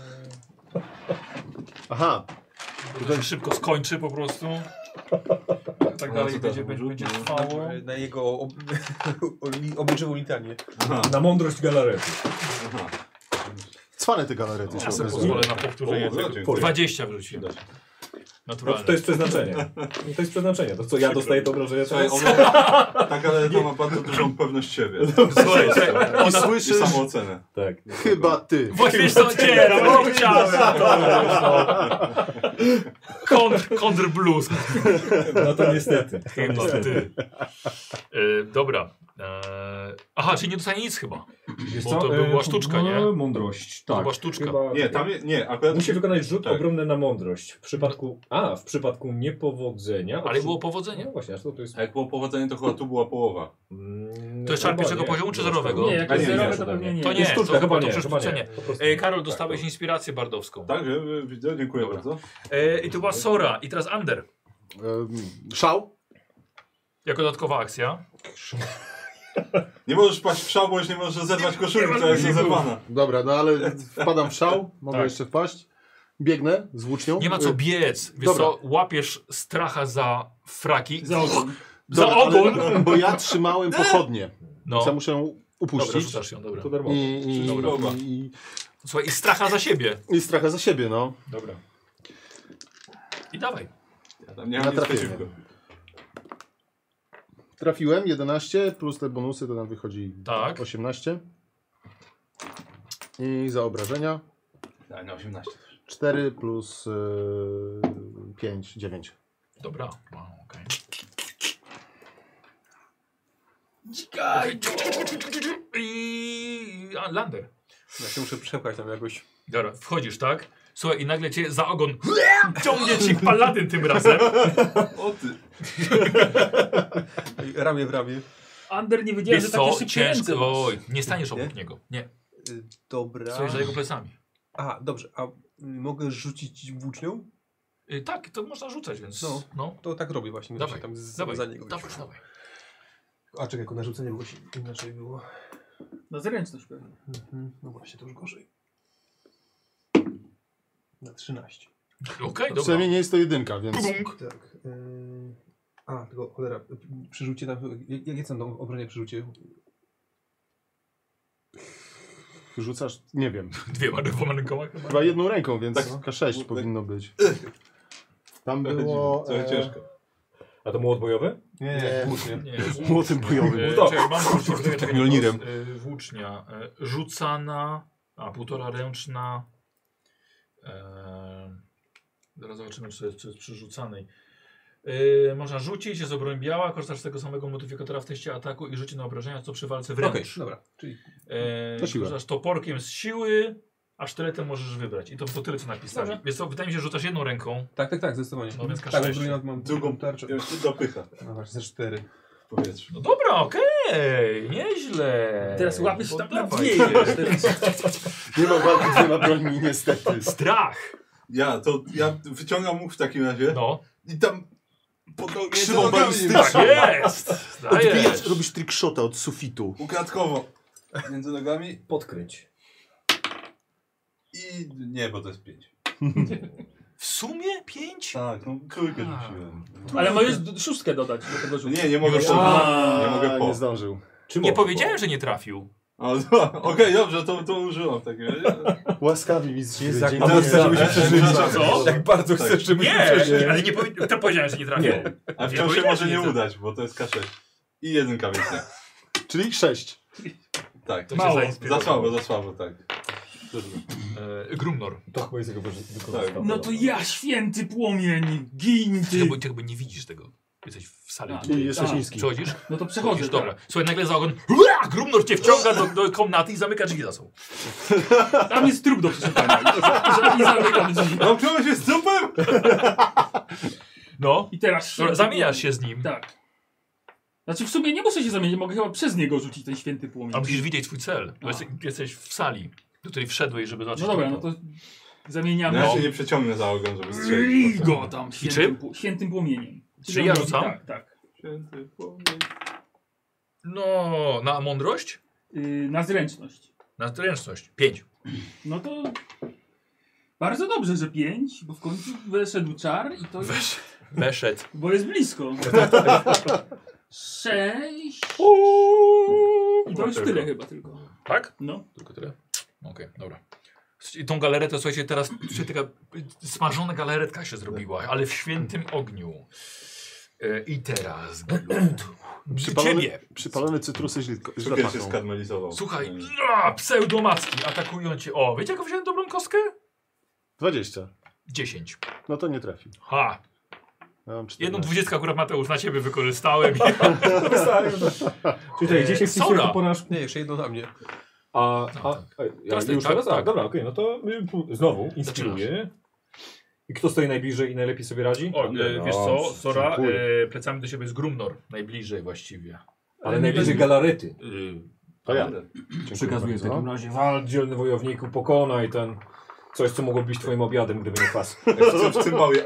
Aha. e, to się szybko skończy po prostu. Tak A dalej co będzie, teraz będzie, będzie rzut? trwało. Na jego ob... obyczywą litanię. Aha, Na mądrość galarety. aha. Cwane te galarety Ja się sobie okazują. pozwolę na powtórzenie O, tego. dziękuję. dwadzieścia wróciłem. Widać. No, Naturalnie. to jest przeznaczenie. No, to jest przeznaczenie. To co ja dostaję to obrażenie, to Słuchaj, jest... ona, ta galereta ma bardzo dużą pewność siebie. Słuchaj, słuchaj, I I słyszysz, samoocenę. Tak. chyba ty. Właśnie wiesz co, nie, no nie chciałem. Kontr, kontr blues. No to niestety. To Chyba niestety. ty. E, dobra. E, aha, czyli nie dostanie nic chyba. Wiesz Bo co? to była E, sztuczka, no, nie? Mądrość, To tak. była sztuczka. Chyba- Nie, tam je, nie, akurat... Musi wykonać rzut Tak. obronny na mądrość. W przypadku... A, w przypadku niepowodzenia... Ale było powodzenie. No właśnie, aż to, to jest... A jak było powodzenie, to chyba tu była połowa. Mm, To jest czar chyba pierwszego nie. poziomu czy Było zerowego? sztuka. Nie, jak A jest nie, nie, zerowe, to to pewnie nie. To nie, jest sztuczka, to, chyba to nie, przerzucenie. chyba nie. Po prostu- E, Karol, tak, dostałeś to- inspirację bardowską. Tak, że widzę, dziękuję Dobra. bardzo. E, I tu była Sora i teraz Ander. Em, Szał? Jako dodatkowa akcja. Nie możesz paść w szał, bo już nie możesz zerwać koszuli, która jest rozerwana. Dobra, no ale wpadam w szał, mogę Tak. jeszcze wpaść. Biegnę z włócznią. Nie ma co Y, biec. Wiesz Dobra. co, łapiesz stracha za fraki. Za ogon. Za dobra, ogon! ale- Bo ja trzymałem pochodnie. No. Więc ja muszę ją Dobra, upuścić. rzucasz ją, dobra. To darmowo. I, i, Dobra. i, i, Słuchaj, i stracha za siebie. I stracha za siebie, no. Dobra. I dawaj. Ja tam nie Na mam nic trafienie. przeciwko. Trafiłem jedenaście, plus te bonusy to nam wychodzi Tak. osiemnaście. I za obrażenia Tak, na osiemnaście też. cztery plus y, pięć, dziewięć. Dobra. Wow, okej. I a, Lander. Ja się muszę przepchać tam jakoś. Dobra, wchodzisz, tak? Słuchaj, i nagle cię za ogon ciągnie ci paladyn tym razem. O ty. Ramię w ramię. Ander nie wiedziałem, Wiesz że takie co, szybkie ręce ciężko. masz. Oj, nie staniesz obok Nie? niego. Nie, Y, Dobra. stoisz za jego plecami. A, dobrze. A mogę rzucić włócznią? Y, tak, to można rzucać, więc No. no. To tak robię właśnie. Dawaj, tam z, dawaj, za niego dawaj, wyszło. dawaj. A czekaj, jako narzucenie było się inaczej było. Na zręczność pewnie. Mhm. No właśnie, to już gorzej. Na trzynaście. Okej, okay, dobra. Przynajmniej nie jest to jedynka, więc... Tak. Yy... A, tylko cholera. Przerzucie tam... Jak, jakie są tam obrania przerzucie? Rzucasz? Nie wiem. Dwiema, dwoma rękoma chyba. Chyba jedną ręką, więc Tak. K sześć Tak. powinno być. Tam było... Trochę e, ciężko. A to młot bojowy? Nie, Nie. włócznie. Nie. Młotem bojowym. E, to. czekaj, mam wrócić, czekaj, czekaj, Mjolnirem. e, Włócznia. E, rzucana. A, półtora ręczna. E, zaraz zobaczymy, co jest, co jest przy rzucanej. E, można rzucić, jest obroń biała, korzystasz z tego samego modyfikatora w teście ataku i rzuci na obrażenia, co przy walce wręcz. Okej, dobra. Czyli E, To siła. korzystasz toporkiem z siły, a sztyletem możesz wybrać. I to, to tyle, co napisali. Dobrze. Więc to, wydaje mi się, że rzucasz jedną ręką. tak, tak, tak, zdecydowanie. No więc tak, K sześć. bo mam, mam drugą tarczę. Ja się dopycha No właśnie, ze cztery. w powietrzu. No dobra, okej, nieźle. Teraz łapiesz tam na Poddawaj dwie. się. Nie ma walki z dwiema brońmi, niestety. Strach. Ja, to ja wyciągam łuk w takim razie No. i tam pod no, Krzywą nogami balistyczną. Tak jest. Odbijasz, Dajesz. robisz trickshota od sufitu. ukradkowo między nogami Podkręć. i nie, bo to jest pięć. W sumie pięć? Tak, no trójkę A. rzuciłem. Ale możesz d- szóstkę dodać do tego rzutu. Nie, nie mogę Już- po. A, Nie mogę po. Nie zdążył. Czy Nie mogę? powiedziałem, że nie trafił. O, no, Okej, dobrze, to, to użyłam w takim razie. Łaskawi mistrz. Jest gry. jak- Dziękuję. A chcesz, żebyśmy przeżyli. Co? Jak bardzo Tak. chcesz, żebyśmy Nie, przeżyli. ale nie powie... to powiedziałem, że nie trafił. Nie. A Nie wciąż się powiedziałem, może że nie nie udać, bo to jest K sześć. I jedynka więcej. Czyli sześć. Tak. To Mało. się Za zainspirował. słabo, za słabo, tak. Trudno. E, Grumnor. To chyba jest jego wykorzystanie. No to ja, święty płomień, gin Ty ty. bo, ty chyba nie widzisz tego. Jesteś w sali. A, Czyli jesteś tak. niski. Przechodzisz? No to przechodzę. Przechodzisz, dobra. Tak. Słuchaj, nagle za ogon. Ua! Grumnor cię wciąga do, do komnaty i zamyka drzwi za sobą. Tam jest trup do przeszukania. I zamykam drzwi. Zamknąłeś się z trupem? No. I teraz Dobra, zamieniasz się z nim. Tak. Znaczy w sumie nie muszę się zamienić, mogę chyba przez niego rzucić ten święty płomień. A musisz widzieć swój cel. Bo A. jesteś, jesteś w sali, do której wszedłeś, żeby zobaczyć. No dobra, no to. to zamieniamy. No ja No. się nie przeciągnę za ogon, żeby I strzelić. go tam czym? świętym, pł- świętym płomieniem. Czy ja rzucam? Tak, tak. Święty płomień. No, na mądrość? Yy, na zręczność. Na zręczność. Pięć. No to bardzo dobrze, że pięć, bo w końcu weszedł czar i to jest, Wesz, weszedł. bo jest blisko. Sześć. I to już Tylko. tyle chyba tylko. Tak? No. Tylko tyle? Okej, dobra. I tą galaretę, słuchajcie, teraz słuchajcie, taka smażona galaretka się zrobiła, ale w świętym ogniu. E, I teraz glut. Przypalony, Ciebie. przypalone cytrusy źle, źle Cukier się pachną. skarmelizował. Słuchaj, no, pseudomacki atakują cię. O, wiecie jaką wziąłem dobrą kostkę? dwadzieścia. Dziesięć. No to nie trafił. Ha! Ja mam Jedną czternaście. dwudziestkę akurat Mateusz na ciebie wykorzystałem. Czyli tutaj dziesięć Sora. wpisuje porażki. Nie, jeszcze jedno na mnie. A, a, a ja Teraz ty, już tak, teraz? tak. Tak, dobra, okej, no to y, pu- znowu inspiruję. I kto stoi najbliżej i najlepiej sobie radzi? O, e, wiesz co, No, Sora, dziękuję. e, plecami do siebie jest Grumnor. Najbliżej właściwie. Ale najbliżej galarety. Y, To ja. Przekazuję w bardzo. takim razie. Walcz, dzielny wojowniku, pokonaj ten... Coś, co mogło być twoim obiadem, gdyby nie kwas. Jak w cymbałie.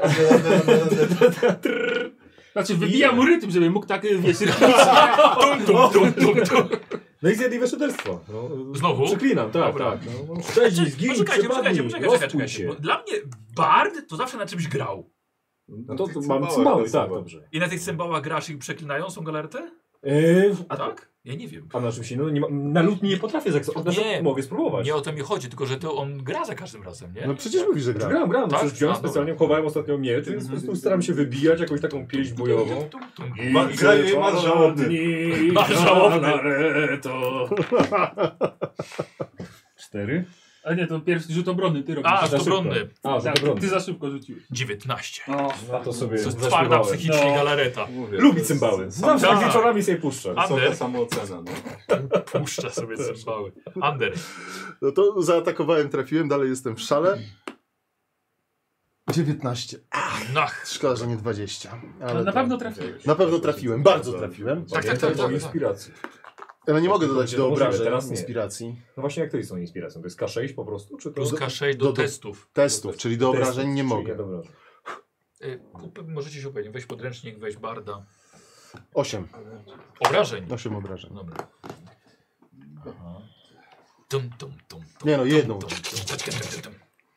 Znaczy wybija mu rytm, żeby mógł tak, wiesz, tum, tum, tum, tum, tum. No i zjadliwe szyderstwo. No, Znowu? Przeklinam, tak, Dobra. tak. No, no, Szczęść, zgin, Poczekajcie, przepadnij, poczekajcie, poczekajcie, rozpój poczekajcie. się. Bo dla mnie Bard to zawsze na czymś grał. No to, to mam cymbały, tak, dobrze. I na tych cymbałach grasz i przeklinają są galaretę? Yy, a, Tak? Ja nie wiem. a na czym się, no nie ma, na lutni nie potrafię zaksować. Nie. Mogę spróbować. Nie o to mi chodzi, tylko że to on gra za każdym razem, nie? No przecież mówisz, że gra. Gram, gram, no Tak? przecież wziąłem A, dobra. specjalnie, chowałem ostatnio miecz, więc po prostu staram się wybijać jakąś taką pieśń bojową. Tum, tum, tum. Ma- Graje jej masz żałobny. Masz żałobny. To... Cztery? A nie, to pierwszy rzut obrony ty robisz. A, Za to obronny. A, że tak, to ty za szybko rzuciłeś. dziewiętnaście. No, No to sobie To jest twarda zaśpiewałem. psychicznie No. galareta. Mówię, Lubi to jest cymbały. sam- Zawsze Tak. wieczorami sobie puszczę. A- Wysoka Ander. samoocena, no. Puszcza sobie cymbały. Ander. No to zaatakowałem, trafiłem, dalej jestem w szale. dziewiętnaście. Nach. Szkoda, że nie dwadzieścia. Ale no na to- pewno trafiłeś. Na pewno trafiłem, bardzo trafiłem. Tak, tak, Pamiętaj tak, o tak. inspiracji. Ale nie mogę dodać to do możliwe, obrażeń teraz nie. inspiracji. No właśnie, jak to jest tą inspiracją? To jest K sześć po prostu? Czy to Plus K sześć do, do- do- testów. Testów, czyli do testów, obrażeń nie czyli mogę. do obrażeń. Y, możecie się upewnić. Weź podręcznik, weź barda. osiem. Obrażeń. osiem obrażeń. Dobra. Aha. Tum, tum, tum, tum, Nie no, tum, jedną. tum, tum, tum, tum, tum, tum.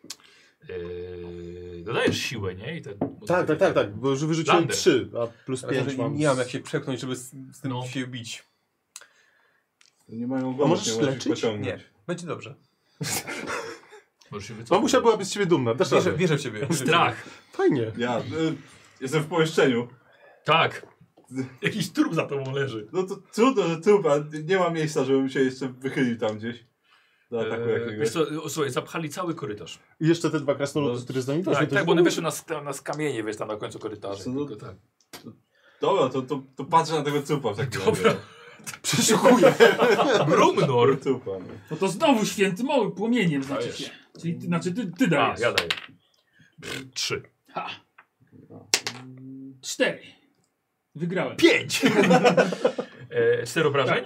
Yy, dodajesz siłę, nie? I te, Tak, tak, tak, tak, bo już wyrzuciłem Lander. trzy, a plus Ale pięć że mam. nie mam jak się przepchnąć, żeby z, z tym No. się bić. Nie mają A wody, możesz nie możesz ich leczyć? pociągnąć. Nie, będzie dobrze. Możesz się wycofać. Mamusia byłaby z ciebie dumna, dasz Wierzę, radę. wierzę w ciebie. Strach. Fajnie. Ja y, jestem w pomieszczeniu. Tak. Jakiś trup za tobą leży. No to trudno, że trup, a nie ma miejsca, żebym się jeszcze wychylił tam gdzieś. Do ataku Eee, jakiegoś. wiesz co, o, słuchaj, zapchali cały korytarz. I jeszcze te dwa krasnoludy, które z nami też. Tak, no to tak, już bo one było- wyszły na, sk- na skamienie, wiesz, tam na końcu korytarza. Co, no- Tylko tak. Dobra, to, to, to patrzę na tego trupa w takim Dobra. razie. Przeszukuję. Grumnor! Trupa, no. No to znowu święty mały płomieniem znaczy Dajesz. się. Czyli ty, znaczy ty, ty A, dajesz. ja daję. Trzy. Ha. Cztery. Wygrałem. Pięć! e, cztery obrażeń?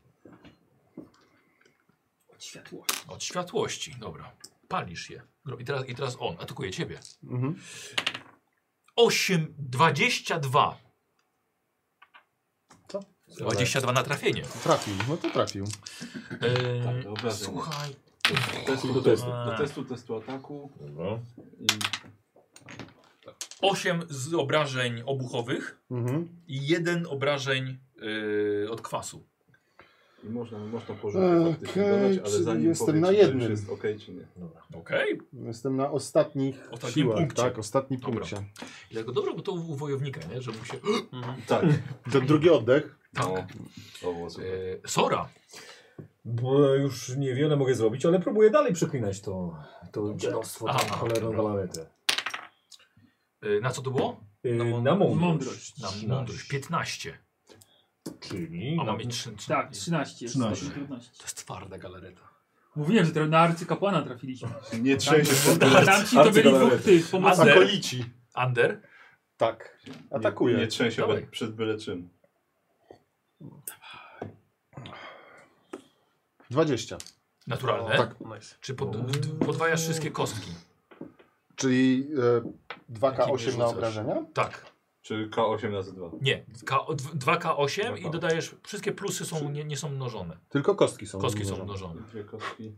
Od światłości. Od światłości, dobra. Palisz je. I teraz, I teraz on atakuje ciebie. Mhm. osiem, dwadzieścia dwa. Co? dwadzieścia dwa na trafienie. Trafił, no to trafił. E, Tak, obrażeń. słuchaj. Testu do testu. Do testu, testu ataku. Dobra. I osiem z obrażeń obuchowych Mhm. i jeden obrażeń yy, od kwasu. I można, można porzucić Okej, faktycznie dodać, ale czyli zanim jestem powie, na czy to już jednym. jest okej, czy nie. Dobra. Okej. Jestem na ostatnich Ostatnim siłach, punkcie. tak, ostatni Dobra. punkcie. I tego dobra, bo to u wojownika, nie? Że mu się... Tak. To drugi oddech. No, to było super. Yy, Sora. Bo już niewiele mogę zrobić, ale próbuję dalej przeklinać to, to dziadostwo, Aha, tą cholerną dobra. galaretę. Yy, na co to było? Yy, Na na, mą- mądrość. mądrość. Na trzynaście. mądrość. piętnaście. Czyli A na, mam mieć trzy, trzy, Tak, trzynaście. jest trzynaście. stopień trudności. To jest twarda galareta. Mówiłem, że teraz na arcykapłana trafiliśmy. Nie trzęsie się. A tamci to byli dwóch tych pomocnych. Akolici. Ander. Tak. Atakuje. Nie, nie trzęsie Dawaj. przed- przed byle czym. dwadzieścia. Naturalne. Tak. Nice. Czy pod, w- podwajasz wszystkie kostki? Czyli e, dwa K Jakim osiem nie na rzucasz? obrażenia? Tak. Czyli K osiem razy dwa. Nie. K, dwa K osiem i dwa K. dodajesz... Wszystkie plusy są, nie, nie są mnożone. Tylko kostki są Kostki są mnożone. mnożone. Dwie kostki.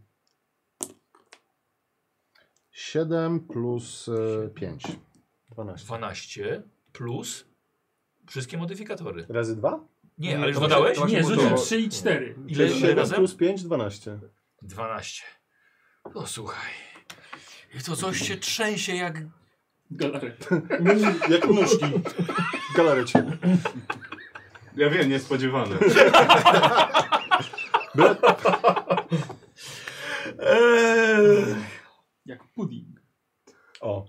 siedem plus e, pięć. dwanaście. dwanaście plus wszystkie modyfikatory. Razy dwa? Nie, ale już to właśnie- dodałeś? to właśnie Nie, było rzuciłem to- trzy i cztery. Ile, ile siedem razem? plus pięć, dwanaście. dwanaście. No słuchaj. I to coś się trzęsie jak... Galaret. Jak nóżki. W galarecie. Ja wiem, niespodziewane. Jak pudding. O.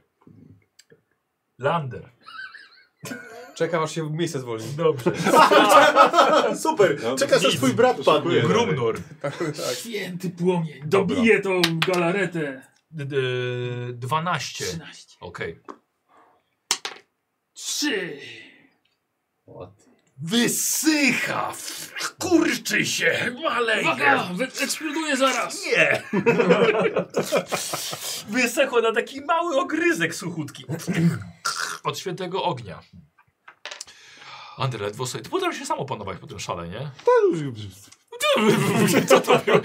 Lander. Czekam aż się miejsce zwolni. Dobrze. Super! No, Czekasz aż nic. twój brat Poszukuję. padnie. Grumnor. Święty płomień. Dobiję tą galaretę. D- d- dwanaście. trzynaście. Okej. Trzy. Wysycha! Kurczy się! Maleje! Uwaga! wy- Eksploduje zaraz. Nie! Wysechło na taki mały ogryzek suchutki. Od świętego ognia. Andrzej, ledwo sobie... Ty potrafisz się sam opanować po tym szale, nie? Co to było?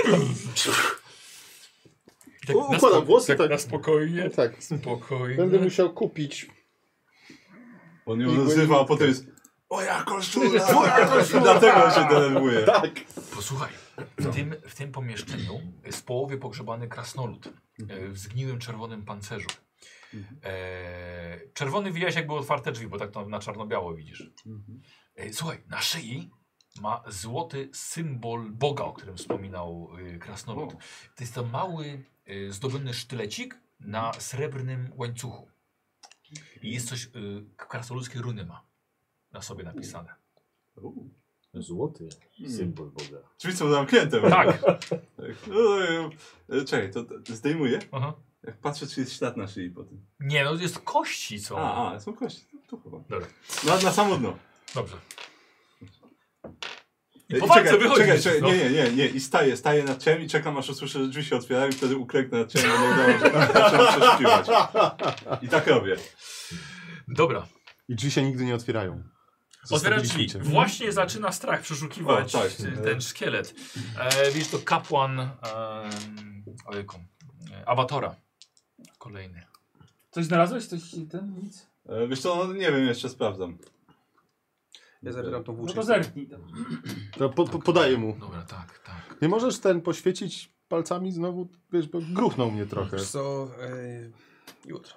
Tak U- na układam spok- włosy, tak, tak. na spokojnie. Tak. Spokojnie. Będę musiał kupić. On ją I nazywa, a potem jest moja koszula, twoja koszula. Dlatego on się denerwuje. Tak. Posłuchaj, w tym, w tym pomieszczeniu jest w połowie pogrzebany krasnolud e, w zgniłym czerwonym pancerzu. E, czerwony widziałeś, jak były otwarte drzwi, bo tak to na czarno-biało widzisz. E, słuchaj, na szyi ma złoty symbol Boga, o którym wspominał e, krasnolud. To jest to mały, e, zdobiony sztylecik na srebrnym łańcuchu. I jest coś, e, krasnoludzkie runy ma na sobie napisane. Złoty symbol Boga. Drzwi są zamknięte. Tak. Tak. No, e, Czekaj, to, to zdejmuję. Aha. Jak patrzę, czy jest ślad na szyi po tym. Nie, no jest kości są. A, a, są kości. Tu chyba. Dobra. Na, na samo dno. Dobrze. I po walce czekaj, wychodzi. czekaj, czekaj, no. nie, nie, nie, nie. I staję, staję nad ciałem i czekam, aż usłyszę, że drzwi się otwierają i wtedy uklęknę nad ciałem, bo nie udało się zacząłem przeszukiwać. I tak robię. Dobra. I drzwi się nigdy nie otwierają. Otwieram drzwi. Cię. Właśnie zaczyna strach przeszukiwać O, tak. ten szkielet. E, widzisz, to kapłan e, ojejku, e, Abatora. Kolejny. Coś znalazłeś? Coś ten? Nic? E, wiesz co, no, nie wiem, jeszcze sprawdzam. Ja zabieram tą No włócznię. to zerknij tam. To po, po, podaję mu. Dobra, tak, tak. Nie możesz ten poświecić palcami znowu? Wiesz, bo gruchnął mnie trochę. Wiesz co, yy, jutro.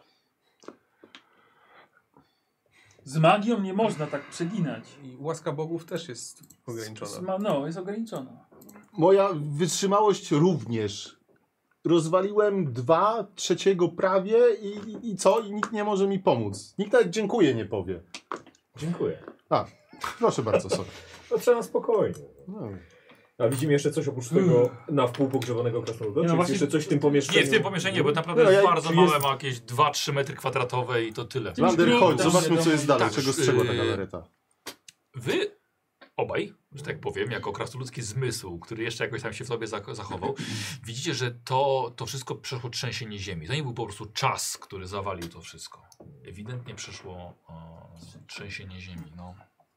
Z magią nie można tak przeginać. I łaska bogów też jest ograniczona. Ma, no, jest ograniczona. Moja wytrzymałość również. Rozwaliłem dwa, trzeciego prawie i, i, i co? I nikt nie może mi pomóc. Nikt nawet dziękuję nie powie. Dziękuję. A, proszę bardzo, sorry. No trzeba spokojnie. No. A widzimy jeszcze coś oprócz tego na wpół pogrzebanego krasnoluda? Nie, no Czy jest właśnie- jeszcze coś w tym pomieszczeniu? Nie, w tym pomieszczeniu, bo naprawdę No, jest ja- bardzo czy małe, jest- ma jakieś dwa trzy metry kwadratowe i to tyle. Lander, Tam chodź, tam zobaczmy co jest dalej, Tak, czego strzegła ta yy, galareta. Wy obaj, że tak powiem, jako krasnoludzki zmysł, który jeszcze jakoś tam się w sobie zak- zachował, widzicie, że to, to wszystko przeszło trzęsienie ziemi. To nie był po prostu czas, który zawalił to wszystko. Ewidentnie przeszło o, trzęsienie ziemi. No.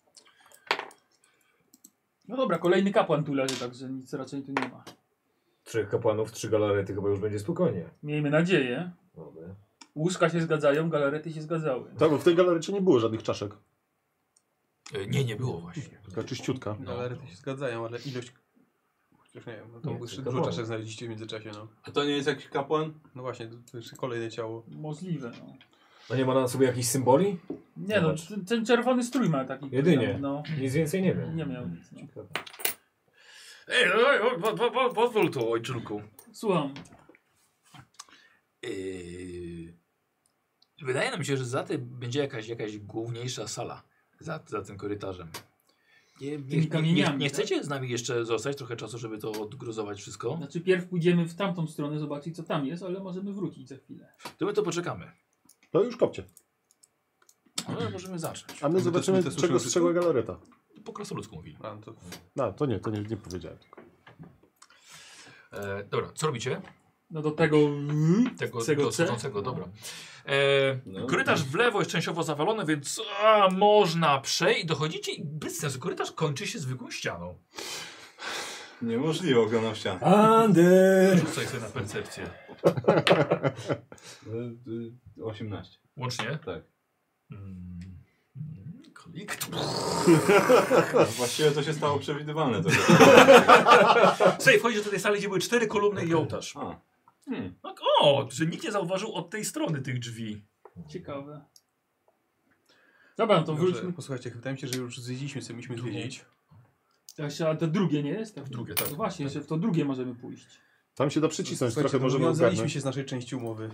No dobra, kolejny kapłan tu leży, także nic raczej tu nie ma. Trzech kapłanów, trzy galarety, chyba już będzie spokojnie. Miejmy nadzieję. Dobra. Łóżka się zgadzają, galarety się zgadzały. Tak, bo w tej galarecie nie było żadnych czaszek. E, Nie, nie było właśnie. Taka czyściutka. Galarety się zgadzają, ale ilość... Chociaż nie wiem, no to Nie, jeszcze tylko dużo mało. czaszek znaleźliście w międzyczasie, no. A to nie jest jakiś kapłan? No właśnie, to, to jeszcze kolejne ciało. Możliwe, no. A nie ma na sobie jakichś symboli? Nie no, Zobacz. ten, ten czerwony strój ma taki. który Jedynie. tam, No, Nic więcej nie wiem. nie miał nic, no. Ej, no, no, po- po- po- pozwól tu, ojczulku. Słucham. Yy, wydaje nam się, że za tym będzie jakaś, jakaś główniejsza sala. Za, za tym korytarzem. Nie, nie, Tymi nie, nie, kamieniami, nie tak? chcecie z nami jeszcze zostać trochę czasu, żeby to odgruzować wszystko? Znaczy pierw pójdziemy w tamtą stronę, zobaczyć co tam jest, ale możemy wrócić za chwilę. To my to poczekamy. To już kopcie. Ale możemy zacząć. A my My zobaczymy, też- my też czego słyszymy strzegła galareta. Po krasnoludzku mówili. A, to... No, to nie, to nie, nie powiedziałem. E, dobra, co robicie? No do tego... Tego, Tego tego C? służącego, dobra. E, No. korytarz w lewo jest częściowo zawalony, więc a, można przejść. Dochodzicie i bez sensu korytarz kończy się zwykłą ścianą. Niemożliwe, oglądam ścianę. Ander! Rzucaj sobie na percepcję. Y, y, osiemnaście. Łącznie? Tak. Mm, mm, Kolik? Właściwie to się stało przewidywalne. To Słuchaj, wchodzisz do tej sali, gdzie były cztery kolumny i ołtarz. A. Hmm. Tak, o, że nikt nie zauważył od tej strony tych drzwi. Ciekawe. Dobra, no to Dobrze, wróćmy. posłuchajcie, wydaje mi się, że już zwiedziliśmy, co mieliśmy Drugą. zwiedzić. Jeszcze, a to drugie nie jest? Tak? W drugie, tak. No właśnie, że w to drugie możemy pójść. Tam się da przycisnąć, Słuchajcie, trochę możemy wywiązaliśmy ogarnąć. się z naszej części umowy.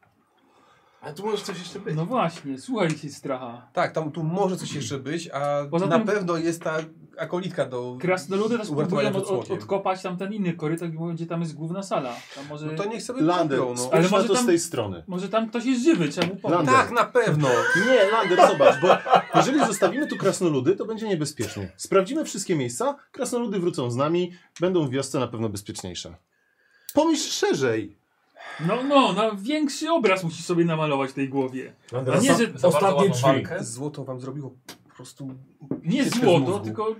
A tu może coś jeszcze być. No właśnie, słuchaj się stracha. Tak, tam tu może coś jeszcze być, a Poza na tym- pewno jest ta akolitka do... Krasnoludy też Uratowania próbują od, przed od, smokiem. odkopać tam ten inny korytarz, gdzie tam jest główna sala. Tam może, No to niech sobie Lander, kopią, no. Ale ale może to tam- z tej strony. może tam ktoś jest żywy, trzeba mu pomóc. Lander. Tak, na pewno. Nie, Lander, zobacz, bo jeżeli zostawimy tu krasnoludy, to będzie niebezpiecznie. Sprawdzimy wszystkie miejsca, krasnoludy wrócą z nami, będą w wiosce na pewno bezpieczniejsze. Pomyśl szerzej. No, no, na większy obraz musisz sobie namalować w tej głowie. Ander, A nie, że- Za bardzo ostatnie ładną drzwi. walkę. Złoto wam zrobiło po prostu... Nie Wszystko z złoto, mózgu. tylko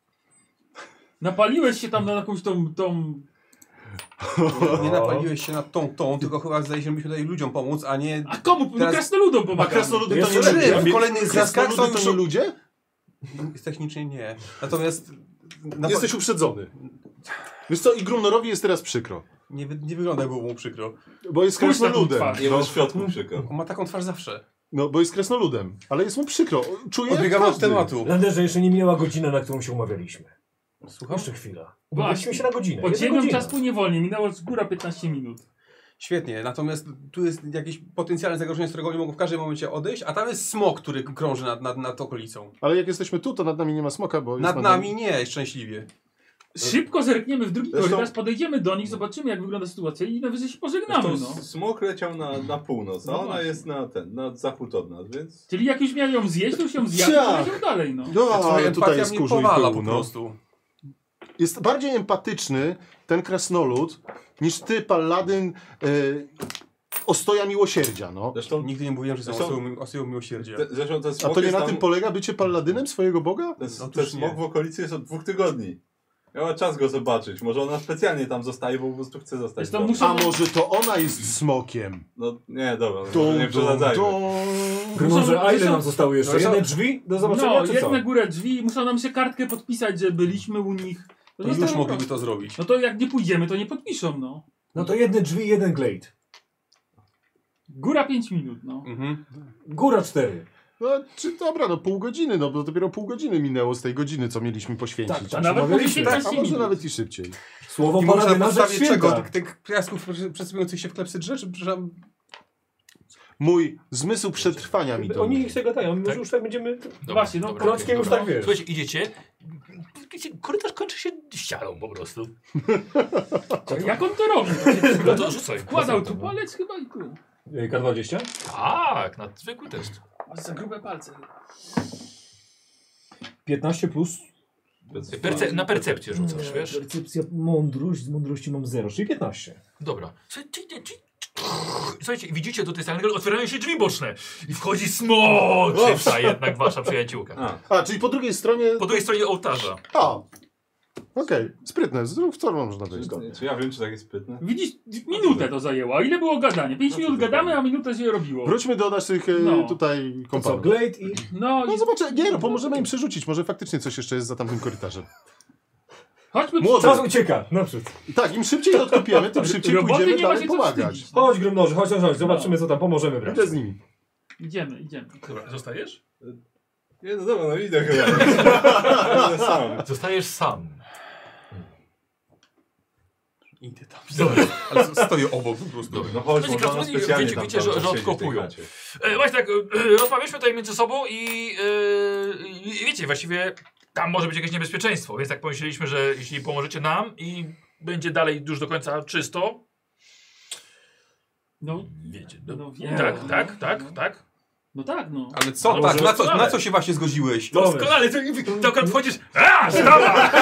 napaliłeś się tam na jakąś tą, tą... Nie napaliłeś się na tą, tą, tylko chyba zdaje się, że musimy tutaj ludziom pomóc, a nie... A komu? No Teraz- krasnoludom A pomagamy. krasnoludy to Jeszcze nie trzy, ludzie? w kolejnych zyskach są Krasnoludy już... to nie ludzie? Technicznie nie. Natomiast... Na... Jesteś uprzedzony. Wiesz co, i Grumnorowi jest teraz przykro. Nie, wy- nie wygląda, było mu przykro. Bo jest Spójrz na tą krasnoludem. twarz. Nie masz w środku przykro. On ma taką twarz zawsze. No, bo jest krasnoludem. Ale jest mu przykro. Czuje Odbiegamy od każdy. tematu. Landerze, jeszcze nie minęła godzina, na którą się umawialiśmy. Słucham? Jeszcze chwila. Umawialiśmy się na godzinę. Pod Jedna ziemią godzina. czas płynie wolniej, minęło z góra piętnaście minut. Świetnie, natomiast tu jest jakieś potencjalne zagrożenie, z którego oni mogą w każdym momencie odejść, a tam jest smok, który krąży nad, nad, nad okolicą. Ale jak jesteśmy tu, to nad nami nie ma smoka, bo jest Nad nami nie, szczęśliwie. Szybko zerkniemy w drugi Zresztą- korytarz, podejdziemy do nich, zobaczymy jak wygląda sytuacja i najwyżej się pożegnamy, Zresztą no. smok leciał na, na północ, a No ona właśnie. jest na ten, na zachód od nas, więc... Czyli jak już miał ją zjeść, to już ją zjadł, to Ciach. leciał dalej, no. No, Twoja ale empatia tutaj jest mnie kurzu i powala pyłu, po no. prostu. jest bardziej empatyczny ten krasnolud niż ty, paladyn, yy, ostoja miłosierdzia, no. Zresztą Nigdy nie mówiłem, że są Zresztą- osobą, osobą miłosierdzia. Te, zresztą ten A smok to nie jest na tam, tym polega bycie paladynem swojego boga? Ten, No ten toż smok nie. w okolicy jest od dwóch tygodni. Miała czas go zobaczyć. Może ona specjalnie tam zostaje, bo po prostu chce zostać. Zresztą w domu. muszę- A może to ona jest smokiem? No nie, dobra, no, Dum, nie dum, przesadzajmy. dum. Może, a ile muszą- nam zostało jeszcze? no, są- Jedne drzwi do zobaczenia, No, czy jest co? na górę drzwi, muszą nam się kartkę podpisać, że byliśmy u nich. To nie już jest mogliby tak- to zrobić. No to jak nie pójdziemy, to nie podpiszą, no. No to jedne drzwi, jeden glade. Góra pięć minut, no. Mhm. Góra cztery. No, czy dobra, no pół godziny, no bo dopiero pół godziny minęło z tej godziny, co mieliśmy poświęcić. Tak, A tak. nawet po Umawialiśmy. Tak, a piętnaście może minut. nawet i szybciej. Słowo I może na paladyna rzecz podstawie czego? święta. Tych, tych piasków przesypujących się w klepsydrze? Czy, czy, Mój zmysł przetrwania mi to Oni mówi. niech się gadają, może już tak będziemy... Dobra, Właśnie, no, dobra, Klockiem już dobra. tak wiesz. Słuchajcie, idziecie. Wiecie, korytarz kończy się ścianą po prostu. Jak on to robi? No to rzucaj. Wkładał tu palec chyba i tu. K dwadzieścia? Tak, na zwykły test. Masz za grube palce. piętnaście plus... Perce na percepcję rzucasz, wiesz? Percepcja, mądrość, z mądrości mam zero, czyli piętnaście. Dobra. Słuchajcie, ci- Słuchajcie, widzicie do tej sali, otwierają się drzwi boczne i wchodzi smoczyca, jednak wasza przyjaciółka. A, A, czyli po drugiej stronie... Po drugiej stronie ołtarza. A, okej, sprytne, z którą stroną można wejść. czy, czy ja wiem, czy tak jest sprytne? Widzisz, minutę to zajęło. A ile było gadanie? Pięć minut gadamy, a minutę się robiło. Wróćmy do naszych e, No. tutaj To co, kompanów. glade i... No No i zobaczę, nie no, pomożemy im przerzucić, może faktycznie coś jeszcze jest za tamtym korytarzem. chodźmy Młody. Czas ucieka, naprzód. Tak, im szybciej odkopiemy, tym szybciej Roboty pójdziemy nie ma dalej się co pomagać. wstydzić. Chodź Gromnorze, chodź, chodź, chodź, zobaczymy co tam, pomożemy brać. Idę z nimi. Idziemy, idziemy. Dobra, zostajesz? Nie, no dobra, no idę chyba. Idę sam. Zostajesz sam. Idę tam. Dobra. Ale stoję obok po prostu. Dobra. No chodź, Słuchajcie, może ona krasnoludy, specjalnie wiecie, tam wiecie, tam że- że siedzi w tej odkopują. chacie. E, właśnie tak, e, rozmawialiśmy tutaj między sobą i e, i wiecie, właściwie tam może być jakieś niebezpieczeństwo, więc tak pomyśleliśmy, że jeśli pomożecie nam i będzie dalej już do końca czysto, No, wiecie, no, no, wiem. tak, tak, tak, No. tak. No tak, no. Ale co No tak? może Na co, na doskonale. co się właśnie zgodziłeś? Doskonale, to, to akurat wchodzisz, a, sztaba!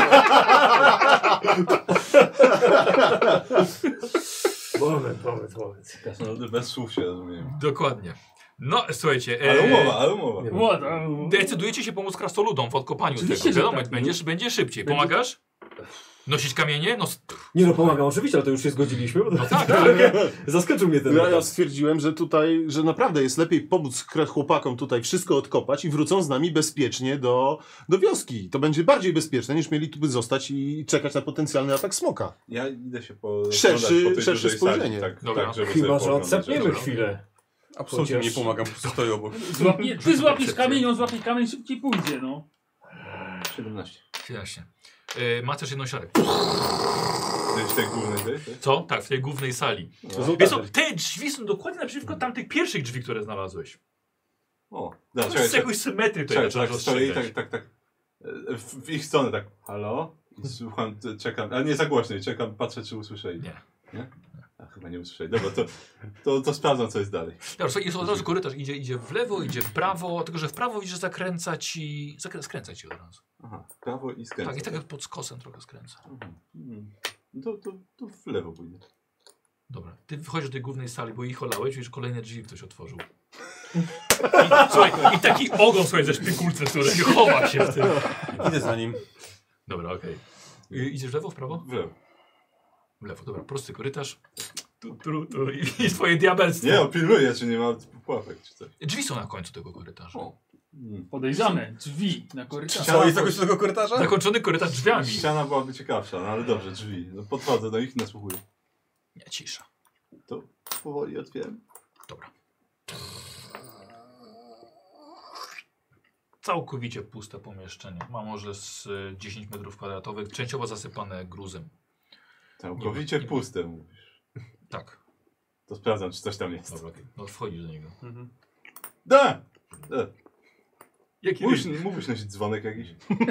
Moment, moment, moment. Krasnoludy bez słów się rozumieją. Dokładnie. No, słuchajcie. e, Ale umowa, ale umowa. Nie. Młoda. Decydujecie się pomóc krasnoludom w odkopaniu Oczywiście, tego. że Wiadomo, tak. będzie, będzie szybciej. Będzie- Pomagasz? Nosić kamienie? No, s- Nie no, pomagam oczywiście, ale to już się zgodziliśmy. Bo to no tak, tak. Zaskoczył mnie ten Ja, ja etap. stwierdziłem, że tutaj, że naprawdę jest lepiej pomóc kra- chłopakom tutaj wszystko odkopać i wrócą z nami bezpiecznie do, do wioski. To będzie bardziej bezpieczne niż mieli tu by zostać i czekać na potencjalny atak smoka. Ja idę się po Szerszy- po tej szersze dużej spojrzenie. Sali, tak, Dobra. tak, żeby Chyba, sobie że pooglądać, odsapniemy dobra. chwilę. Absolutnie Chociaż- nie pomagam, po prostu stoję obok. Złapie, ty złapiesz kamień, on złapie kamień, szybciej pójdzie, no. siedemnaście. Właśnie. E, masz też jedną siarę. W tej głównej, tej? tej? Co? Tak, w tej głównej sali. To są Wiesz co, tacy. te drzwi są dokładnie naprzeciwko tamtych pierwszych drzwi, które znalazłeś. O, To da, z czekaj, jakąś symetrię tutaj czekaj, zaczynasz tak, stoję i ostrzegać. tak, tak, tak. e, W, w ich stronę tak, halo? I słucham, t- czekam, ale nie za głośno i czekam, patrzę czy usłyszeli. Nie. Nie? A, chyba nie usłyszeli. Dobra, to, to, to sprawdzam co jest dalej. Dobra, słuchaj, jest od razu korytarz, idzie, idzie w lewo, idzie w prawo, tylko że w prawo widzisz, że zakręca ci, zakrę, skręca ci od razu. Aha, prawo i skręcam. Tak, i tak pod skosem trochę skręca. Mhm. Mhm. No to, to, to w lewo pójdę. Dobra, ty wychodzisz do tej głównej sali, bo ich olałeś, widzisz, kolejne drzwi ktoś otworzył. I, słuchaj, i taki ogon, słuchaj, ze szpikulce, który chowa się w tym. Idę za nim. Dobra, okej. Okay. Idziesz w lewo, w prawo? W lewo. W lewo, dobra, prosty korytarz. Tu, tu, tu i, i swoje diabelstwo. Nie, no, pilnuję, czy nie ma pułapek czy coś. Drzwi są na końcu tego korytarza. O. Mm. Podejrzane, drzwi na korytarzu. Co, jest jakoś do tego korytarza? Zakończony korytarz drzwiami. Ściana byłaby ciekawsza, no ale dobrze, drzwi. No, podchodzę do nich, nasłuchuję. Nie, cisza. To powoli otwieram. Dobra. Całkowicie puste pomieszczenie. Ma może z y, dziesięć metrów kwadratowych, częściowo zasypane gruzem. Całkowicie Nie ma- nie ma. puste, mówisz. Tak. To sprawdzam, czy coś tam jest. Dobra, okej. No wchodzisz do niego. Mhm. Da! da. Jaki Mógłbyś, mógłbyś nosić dzwonek jakiś?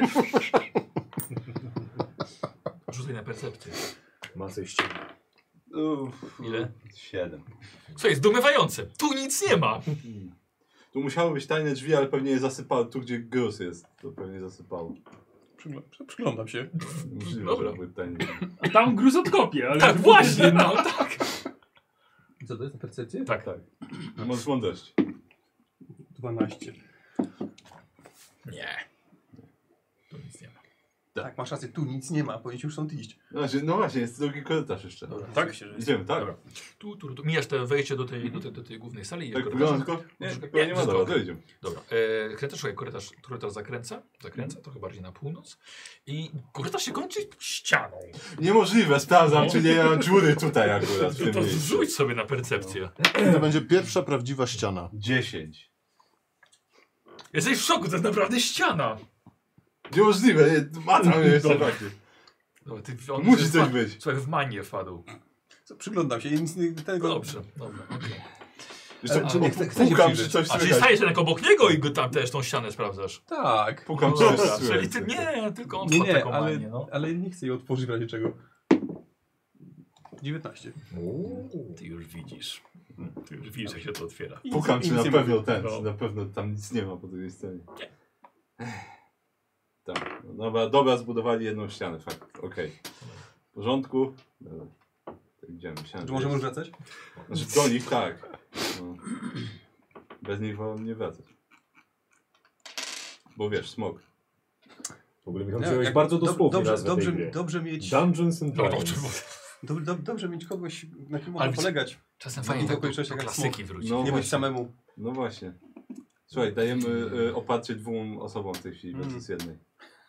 Rzucaj na percepcję. Ma coś ściągnąć. Uff, Ile? Siedem. Co jest zdumiewające? Tu nic nie ma. Hmm. Tu musiały być tajne drzwi, ale pewnie je zasypało. Tu, gdzie gruz jest, to pewnie zasypało. Przyglądam, przyglądam się. Możliwe, Dobra. że pytanie. A tam gruz odkopie, ale... Tak, właśnie, no tak. Co to jest na percepcję? Tak. Tak. Masz mądrość. dwanaście. Nie. Tu nic nie ma. Tak, masz rację, tu nic nie ma, powinniśmy już stąd iść. No właśnie, no właśnie, jest drugi korytarz jeszcze. Dobra, Tak? się, że jest. Idziemy, tak? Dobra. Tu, tu, tu. Mijasz te wejście do tej, do tej, do tej głównej sali. Tak, korytarza. wygląda tylko? Nie, Nie, tylko nie ma, wszystko dobra, okej. to idziemy. Dobra. E, korytarz, słuchaj, korytarz, korytarz zakręca, zakręca, trochę bardziej na północ. I korytarz się kończy ścianą. Niemożliwe, sprawdzam, czy nie mam dziury tutaj akurat w tym To miejscu. rzuć sobie na percepcję. To będzie pierwsza prawdziwa ściana. dziesięć. Jesteś w szoku, to jest naprawdę ściana. Niemożliwe, nie, macam mnie jeszcze Dobra. bardziej. Dobra, ty, on Musi jest coś wpa- być. Słuchaj, w manię wpadł. Co, przyglądam się, nic nie- tego... Dobrze, dobra, okej. Jeszcze Ale- nie, chcę- chcę się pukam, przyjrzeć. czy coś A czyli słychać. stajesz jednak obok niego i go tam też tą ścianę sprawdzasz. Tak. Pukam, czy coś Dobra, słychać. czyli ty nie, tylko on Nie, wpadł nie, taką ale, manię, no. ale nie chcę jej otworzyć w razie czego. dziewiętnaście. Ty już widzisz. Ty już widzisz, jak się to otwiera. I Pukam, nic- czy i na nic nie pewno mówię. ten, No. czy na pewno tam nic nie ma po drugiej stronie. Tak, no dobra, dobra, zbudowali jedną ścianę, fakt, okej. W porządku. Dobra. Tak idziemy, myślałem, Czy że możemy już jest- wracać? Znaczy do nich tak. No. Bez nich wolę nie wracać. Bo wiesz, smog. W ogóle Michał, Nie, wziąłeś jak- bardzo dob- dosłownie dobrze, nazwę dobrze, tej gry. dobrze mieć... Dungeons and No Dragons. dobrze, bo Dob, dob, dobrze mieć kogoś, na kim Ale można polegać. czasem No, fajnie w tak do, okolicznościach do jak klasyki smok. wrócić. No nie być właśnie. samemu. No właśnie. Słuchaj, dajemy y, oparcie dwóm osobom w tej chwili Mm. versus jednej.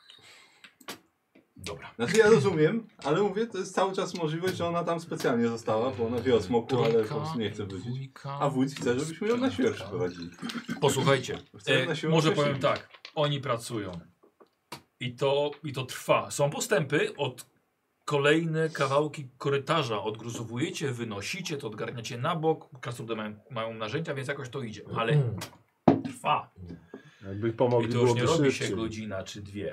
Dobra. Znaczy ja rozumiem, ale mówię, to jest cały czas możliwość, że ona tam specjalnie została, bo ona wie o smoku, ale po prostu nie chce wrócić. dwójka. A wójt chce, żebyśmy ją na siłę przyprowadzili. Posłuchajcie, Chcemy e, na siłę może prześlić. powiem tak. Oni pracują. I to, I to trwa. Są postępy od kolejne kawałki korytarza odgruzowujecie, wynosicie, to odgarniacie na bok. Krasnoludy mają, mają narzędzia, więc jakoś to idzie. Ale trwa. Jakby I pomogli, to już nie byłoby robi szybciej. się godzina czy dwie.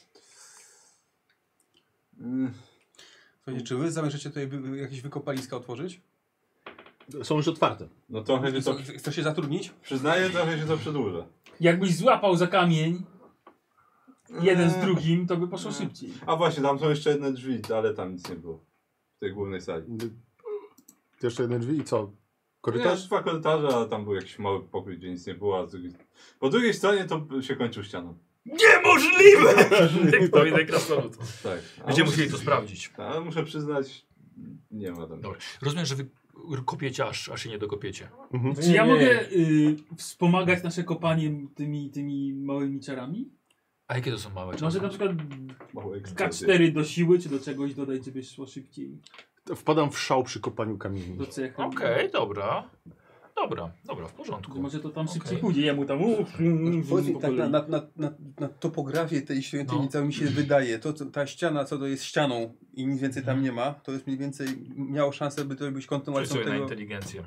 Mm, Słuchajcie, czy wy zamierzacie tutaj wy, jakieś wykopaliska otworzyć? Są już otwarte. No trochę się to... Chcesz chce się zatrudnić? Przyznaję, trochę się to przedłuża. Jakbyś złapał za kamień jeden z drugim, to by poszło szybciej. A właśnie, tam są jeszcze jedne drzwi, ale tam nic nie było. W tej głównej sali. Jeszcze jedne drzwi i co? Nie, Korytarz? dwa korytarze, ale tam był jakiś mały pokój, gdzie nic nie było, a z drugiej... po drugiej stronie to się kończył ścianą. Niemożliwe! Jak to jeden krasnolud. Tak. A Będziemy muszę- musieli to sprawdzić. Ale muszę przyznać, nie ma tam. Dobra. Rozumiem, że wy kopiecie, aż, aż się nie dokopiecie. Mhm. Czy ja mogę y, wspomagać nasze kopanie tymi, tymi małymi czarami? A jakie to są małe czasy? Może na przykład Małe K eksplozje. cztery do siły, czy do czegoś dodać, żeby szło szybciej. Wpadam w szał przy kopaniu kamieni. Do cechy. Okej, dobra. Dobra, dobra, w porządku. Może to tam Okej. szybciej pójdzie, jemu tam uff, Powiedz mi, po tak na, kolei. na, na, na, na topografię tej świątyni, No. co mi się wydaje, to co, ta ściana, co to jest ścianą i nic więcej tam nie ma, to jest mniej więcej, miało szansę, by to być Rzuć kontynuacją sobie na tego... inteligencję.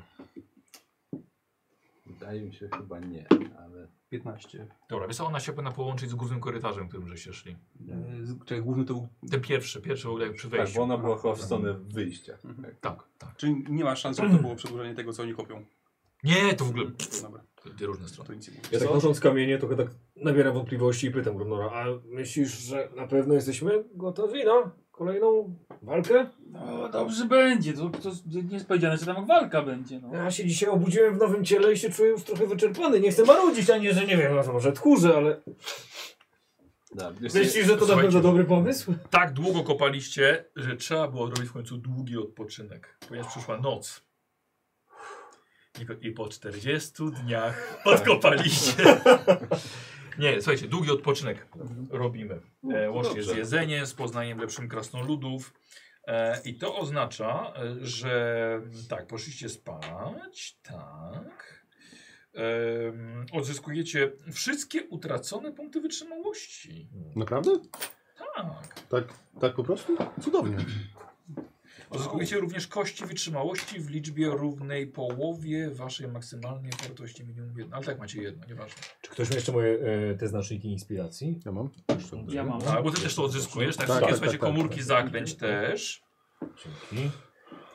Wydaje mi się chyba nie, ale... piętnaście. Dobra, wiesz co, ona się powinna połączyć z głównym korytarzem, którym żeście szli. E, z- Czekaj, główny to był... Ten pierwszy, pierwszy w ogóle jak przy Tak, wejściu. bo ona była chyba w stronę wyjścia. Mhm. Tak, tak. Czyli nie ma szans, żeby to było przedłużenie tego, co oni kopią. Nie, to w ogóle Dobra, dwie różne strony. to nic nie mówię. Ja tak nosząc kamienie, trochę tak nabieram wątpliwości i pytam Gromnora, a myślisz, że na pewno jesteśmy gotowi na kolejną walkę? No dobrze będzie, to, to nie jest powiedziane, że tam walka będzie. No. Ja się dzisiaj obudziłem w nowym ciele i się czuję już trochę wyczerpany. Nie chcę marudzić, ani że nie wiem, no to może tchórzę, ale... Da, Myślisz, że to na Słuchajcie. pewno dobry pomysł? Tak długo kopaliście, że trzeba było robić w końcu długi odpoczynek, ponieważ przyszła noc. I po, i po czterdziestu dniach odkopaliście. Nie, słuchajcie, długi odpoczynek robimy. E, łącznie z dobrze. jedzeniem, z poznaniem lepszym krasnoludów. E, I to oznacza, e, że tak, poszliście spać, tak. Em, odzyskujecie wszystkie utracone punkty wytrzymałości. Naprawdę? Tak. Tak, tak po prostu? Cudownie. Odzyskujecie również kości wytrzymałości w liczbie równej połowie waszej maksymalnej wartości minimum jedno. Ale tak macie jedno, nieważne. Czy ktoś ma jeszcze moje e, te znaczniki inspiracji? Ja mam. Ja mam. Tak, bo ty też to odzyskujesz. Tak, Tak, wszystkie tak, słuchajcie, tak, tak, komórki tak. zaklęć też. Dzięki.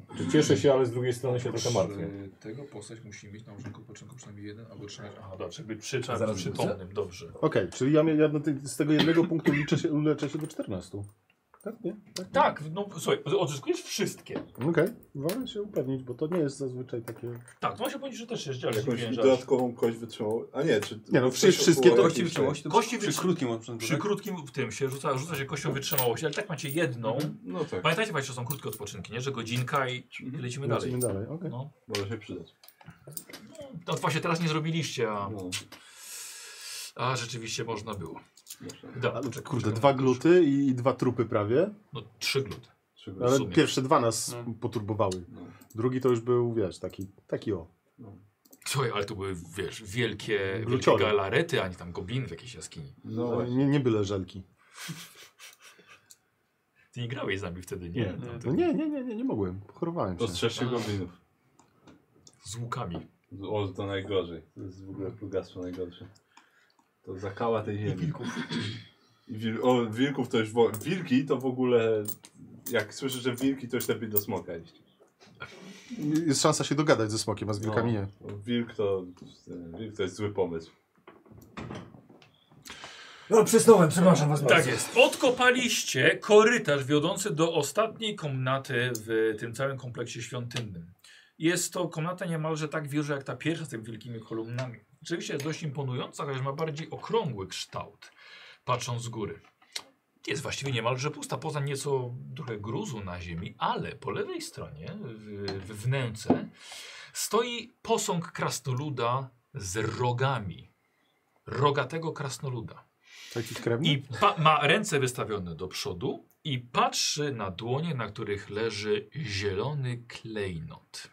Czy cieszę się, ale z drugiej strony się trochę martwię. Tego postać musi mieć na urzędku odpoczynku przynajmniej jeden albo trzymać. Aha, dobrze, być przy, Zaraz przytomnym, dobrze. Okej, okay, czyli ja, ja na tej, z tego jednego punktu liczę się, uleczę się do czternastu. Tak, nie? Tak, tak, no słuchaj, odzyskujesz wszystkie. Okej, okay. Wolę się upewnić, bo to nie jest zazwyczaj takie... Tak, to ma się powiedzieć, że też jest dzielny. Jakąś dodatkową kość wytrzymałości. A nie, czy... Nie no, wszystkie to... Kości wytrzymałości, kości przy krótkim odcinku, Przy tak? krótkim w tym się rzuca, rzuca się kością wytrzymałości, ale tak macie jedną. Mhm. No tak. Pamiętajcie właśnie, że są krótkie odpoczynki, nie? Że godzinka i, i lecimy dalej. Lecimy dalej, okej. Okay. No. Może się przydać. No, to właśnie teraz nie zrobiliście, a... No. A rzeczywiście można było. Da, ale kurde, dwa gluty i, i dwa trupy prawie. No trzy gluty. Ale pierwsze dwa nas no. poturbowały. No. Drugi to już był, wiesz, taki, taki o. No. Słuchaj, ale to były, wiesz, wielkie, wielkie galarety, a nie tam gobliny w jakiejś jaskini. No, no nie, nie byle żelki. Ty nie grałeś z nami wtedy, nie? Nie, no, nie, nie, nie, nie, nie mogłem. Chorowałem się. Ostrzeżcie goblinów. Z łukami. O, to najgorzej. To jest w ogóle plugastwo najgorsze. To zakała tej ziemi. I wilków. I wil o, wilków to już... Wo wilki to w ogóle... Jak słyszysz, że wilki, to już lepiej do smoka iść. Jest szansa się dogadać ze smokiem, a z wilkami no, nie. Wilk to... Wilk to jest zły pomysł. No, przysnąłem, przepraszam was bardzo. Tak jest. Odkopaliście korytarz wiodący do ostatniej komnaty w tym całym kompleksie świątynnym. Jest to komnata niemalże tak wieża jak ta pierwsza z tymi wielkimi kolumnami. Rzeczywiście jest dość imponująca, chociaż ma bardziej okrągły kształt, patrząc z góry. Jest właściwie niemalże pusta, poza nieco trochę gruzu na ziemi, ale po lewej stronie, w, w wnęce, stoi posąg krasnoluda z rogami. Rogatego krasnoluda. Taki krewny? I ma ręce wystawione do przodu i patrzy na dłonie, na których leży zielony klejnot.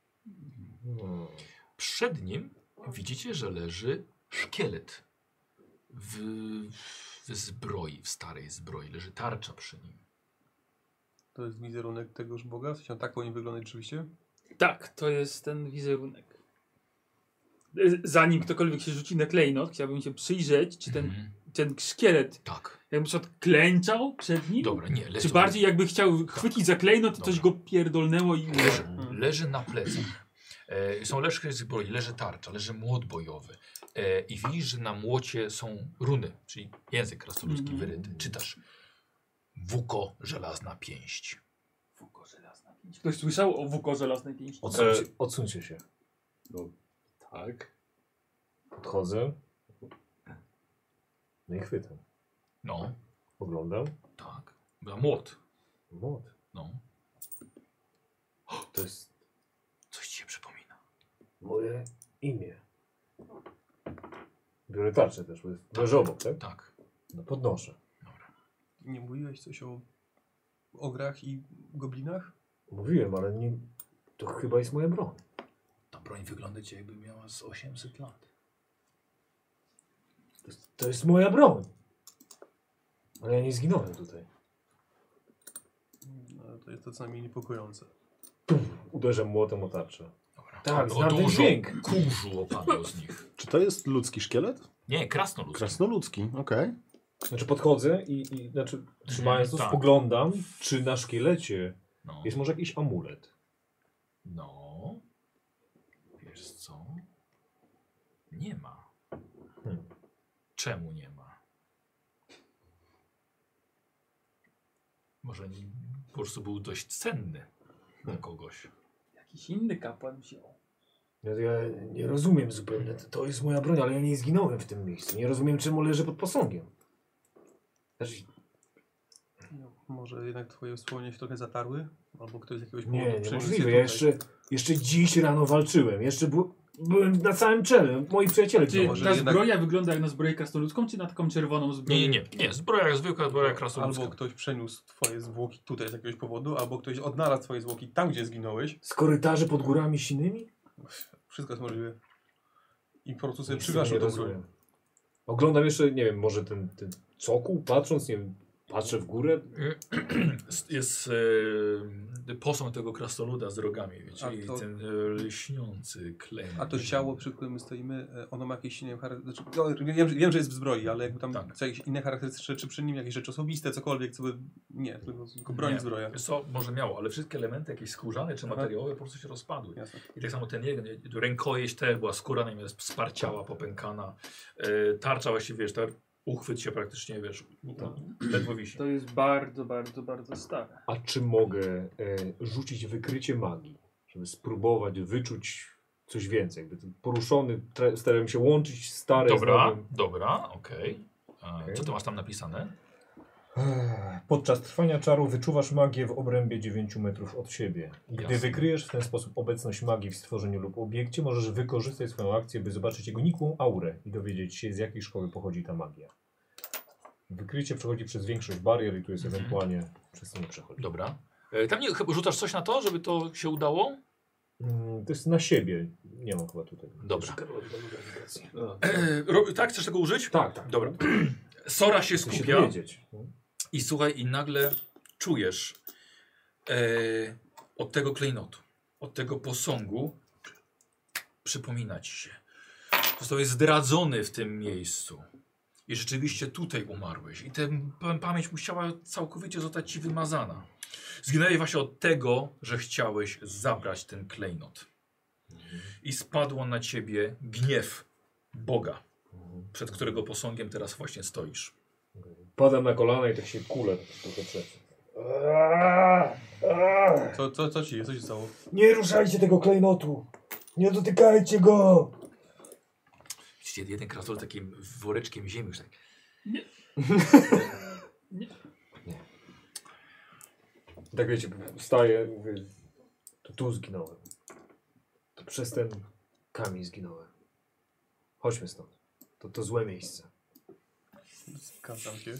Przed nim widzicie, że leży szkielet w, w zbroi, w starej zbroi. Leży tarcza przy nim. To jest wizerunek tegoż Boga? W sensie on tak powinien wyglądać rzeczywiście? Tak, to jest ten wizerunek. Zanim ktokolwiek się rzuci na klejnot, chciałbym się przyjrzeć, czy ten, mm. ten szkielet tak. jakby przykład klęczał przed nim? Dobra, nie. Czy bardziej jakby chciał chwycić za klejnot i coś go pierdolnęło i... Leży, leży na plecach. E, są leżki zbroi, leży tarcza, leży młot bojowy. E, I widzisz, że na młocie są runy, czyli język krasnoludzki mm. wyryty. Czytasz Wuko żelazna pięść. Wuko żelazna pięść. Ktoś słyszał o Wuko żelaznej pięści? Odsuńcie, odsuńcie się. No, tak. Podchodzę. No i chwytam. No. Oglądam. Tak. Była młot. Młot. No. To jest... Coś ci się przypomina. Moje imię. Biorę tarczę też, bo jest leży obok, tak? Tak. No podnoszę. Dobra. Nie mówiłeś coś o ograch i goblinach? Mówiłem, ale nie... To chyba jest moja broń. Ta broń wygląda ci jakby miała z osiemset lat. To jest, to jest moja broń. Ale ja nie zginąłem tutaj. No, to jest to co najmniej niepokojące. Uderzę młotem o tarczę. Dobra. Tak, o, znam ten dźwięk. Kurzu opadło z nich. Czy to jest ludzki szkielet? Nie, krasnoludzki. Krasnoludzki, okej. Okay. Znaczy podchodzę i, i znaczy, trzymając to, tak. spoglądam, czy na szkielecie no. jest może jakiś amulet. No. Wiesz co? Nie ma. Hmm. Czemu nie ma? Może nie, po prostu był dość cenny dla kogoś. Jakiś inny kapłan wziął. Ja, ja nie rozumiem zupełnie. To, to jest moja broń, ale ja nie zginąłem w tym miejscu. Nie rozumiem, czemu leży pod posągiem. Znaczy... No, może jednak twoje wspomnienia się trochę zatarły? Albo ktoś z jakiegoś Nie, powodu niemożliwe. Ja jeszcze, jeszcze dziś rano walczyłem. Jeszcze był, byłem na całym czele. Moi przyjaciele. Czy może ta jednak... zbroja wygląda jak na zbroję krasnoludzką, czy na taką czerwoną zbroję? Nie, nie, nie. nie. Zbroja jak zwykła, zbroja krasnoludzka. Albo ktoś przeniósł twoje zwłoki tutaj z jakiegoś powodu, albo ktoś odnalazł twoje zwłoki tam, gdzie zginąłeś. Z korytarzy pod górami sinymi? Wszystko jest możliwe. I po prostu sobie Nic przywaszą nie tą rozumiem. broń. Oglądam jeszcze, nie wiem, może ten, ten cokół, patrząc, nie wiem, Patrzę w górę. Jest e, posąg tego krasnoluda z rogami, wiecie, A i to- ten e, lśniący klejnot. A to ciało, przy którym my stoimy, e, ono ma jakieś inne charakterystyczne... Znaczy, no, wiem, że- wiem, że jest w zbroi, ale jakby tam Tak. są jakieś inne charakterystyczne, czy przy nim jakieś rzeczy osobiste, cokolwiek, co by... Nie, tylko, tylko broń, Nie. zbroja. Wiesz co, może miało, ale wszystkie elementy jakieś skórzane czy Aha. materiałowe po prostu się rozpadły. Jasne. I tak samo ten jeden, rękojeść też była skóra, natomiast sparciała, popękana. E, tarcza właściwie, wiesz, ten uchwyt się praktycznie, wiesz, ledwo wisi. To jest bardzo, bardzo, bardzo stare. A czy mogę e, rzucić wykrycie magii, żeby spróbować wyczuć coś więcej? Jakby ten poruszony, tra- starałem się łączyć stare z Dobra, nowym. dobra, okej. A, Okej. Co tu masz tam napisane? Ech, Podczas trwania czaru wyczuwasz magię w obrębie dziewięciu metrów od siebie. Gdy Jasne. wykryjesz w ten sposób obecność magii w stworzeniu lub obiekcie, możesz wykorzystać swoją akcję, by zobaczyć jego nikłą aurę i dowiedzieć się, z jakiej szkoły pochodzi ta magia. Wykrycie przechodzi przez większość barier i tu jest Mhm. ewentualnie przez to nie przechodzi. Dobra. E, tam nie, chyba rzucasz coś na to, żeby to się udało? Mm, To jest na siebie. Nie mam chyba tutaj. Dobra. A, E, ro, tak, chcesz tego użyć? Tak, tak. Dobra. Sora się Chcę się skupia dowiedzieć. i słuchaj, i nagle czujesz e, od tego klejnotu, od tego posągu przypomina ci się. Zostałeś zdradzony w tym miejscu. I rzeczywiście tutaj umarłeś. I ten p- pamięć musiała całkowicie zostać ci wymazana. Zginęłeś właśnie od tego, że chciałeś zabrać ten klejnot. I spadło na ciebie gniew Boga, przed którego posągiem teraz właśnie stoisz. Padam na kolana i tak się kulę trochę przed. Co, co, co ci jest? Co się stało? Nie ruszajcie tego klejnotu! Nie dotykajcie go! Widzicie, jeden krasnolud takim woreczkiem ziemi już tak. Tak wiecie, wstaję, mówię, to tu zginąłem. To przez ten kamień zginąłem. Chodźmy stąd. To to złe miejsce. Zgadzam się.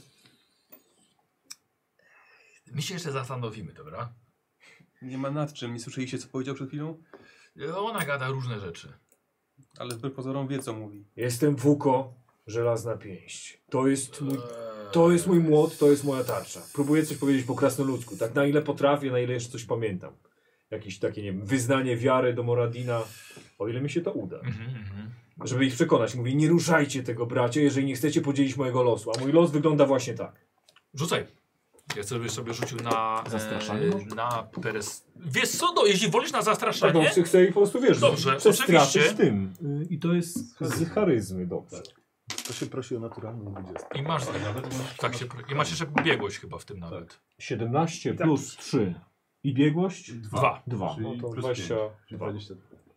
My się jeszcze zastanowimy, dobra? Nie ma nad czym. Nie słyszeliście, co powiedział przed chwilą? Ona gada różne rzeczy. Ale wbrew pozorom wie, co mówi. Jestem Wuko, żelazna pięść. To jest mój, to jest mój młot, to jest moja tarcza. Próbuję coś powiedzieć po krasnoludzku. Tak na ile potrafię, na ile jeszcze coś pamiętam. Jakieś takie, nie wiem, wyznanie wiary do Moradina. O ile mi się to uda. Mhm, mhm. Żeby ich przekonać. Mówi, nie ruszajcie tego, bracie, jeżeli nie chcecie podzielić mojego losu. A mój los wygląda właśnie tak. Rzucaj. Ja sobie sobie rzucił na... Zastraszanie E, może? na peres... Wiesz co, no, jeśli wolisz na Tak, zastraszanie... no, chcę, chcę ich po prostu, wiesz, Dobrze, przestraszyć oczywiście. tym. Y, I to jest z charyzmy, dobrze. To się prosi o naturalną dwudziestkę. I masz... Tak się, I masz jeszcze biegłość chyba w tym nawet. siedemnaście plus trzy. I biegłość? Dwa. Dwa. Czyli No to plus dwadzieścia Czyli dwa. dwadzieścia.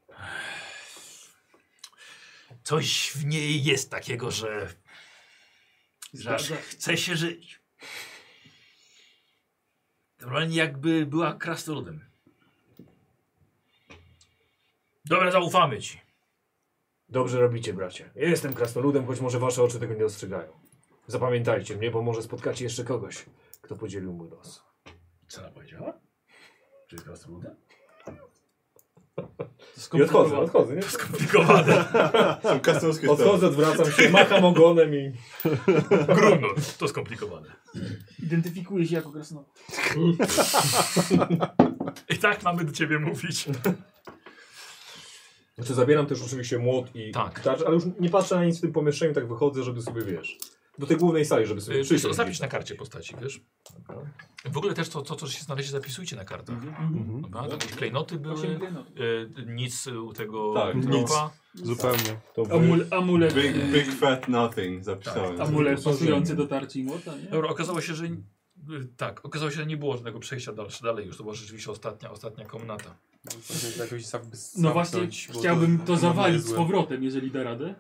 Coś w niej jest takiego, że... że aż chce się żyć. Normalnie jakby była krasnoludem. Dobra, zaufamy ci. Dobrze robicie, bracie. Ja jestem krasnoludem, choć może wasze oczy tego nie dostrzegają. Zapamiętajcie mnie, bo może spotkacie jeszcze kogoś, kto podzielił mój los. Co ona powiedziała? Czy jest krasnoludem? I odchodzę, odchodzę, nie? Skomplikowane. Są krasnoludzkie Odchodzę, odwracam się, macham ogonem i... Grunno. To skomplikowane. Identyfikuje się jako krasnolud. I tak mamy do ciebie mówić. Znaczy zabieram też oczywiście młot i Tak. tarczę, ale już nie patrzę na nic w tym pomieszczeniu, tak wychodzę, żeby sobie, wiesz, do tej głównej sali, żeby sobie Yy, przyjść. Zapisz na karcie postaci, wiesz? W ogóle też to, to co się znaleźli, zapisujcie na kartach. Mhm. Dobra, to jakieś klejnoty były, Osiem klejnotów. yy, nic u tego Tak, trupa. Zupełnie. To wy... Amul, amulet, Big, big fat nothing zapisałem. Tak, amulet pasujący do tarczy i młota, nie? Dobra, okazało się, że yy, tak, okazało się, że nie było żadnego przejścia dalsze, dalej już. To była rzeczywiście ostatnia, ostatnia komnata. Jakoś sam No właśnie, zamknąć, bo chciałbym to chyba zawalić z niezłe. powrotem, jeżeli da radę.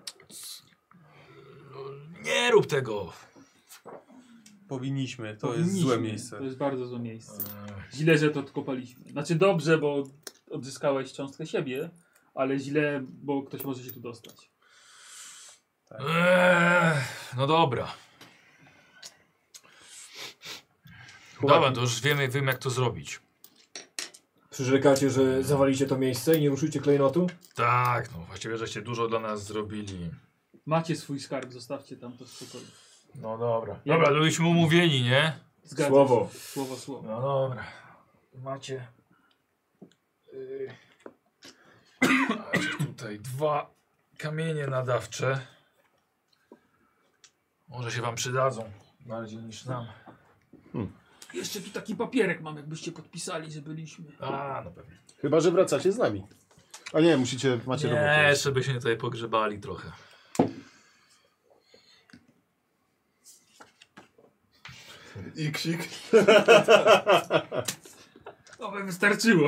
Nie rób tego! Powinniśmy, to Powinniśmy. jest złe miejsce. To jest bardzo złe miejsce. Eee, Źle, że to odkopaliśmy. Znaczy dobrze, bo odzyskałeś cząstkę siebie, ale źle, bo ktoś może się tu dostać. eee, no dobra. Dobra, to już wiemy, wiemy jak to zrobić. Przyrzekacie, że zawalicie to miejsce i nie ruszycie klejnotu? Tak, no właściwie żeście dużo dla nas zrobili. Macie swój skarb, zostawcie tam to spokojnie. No dobra. Dobra, byliśmy umówieni, nie? Zgadzam Słowo. się. Słowo, słowo. No dobra. Macie... Yy, macie tutaj dwa kamienie nadawcze. Może się wam przydadzą. Bardziej niż nam. Jeszcze tu taki papierek mam, jakbyście podpisali, że byliśmy. A, no pewnie. Chyba, że wracacie z nami. A nie, musicie, macie Nie, robotę. jeszcze by się tutaj pogrzebali trochę. Iksik. To by wystarczyło.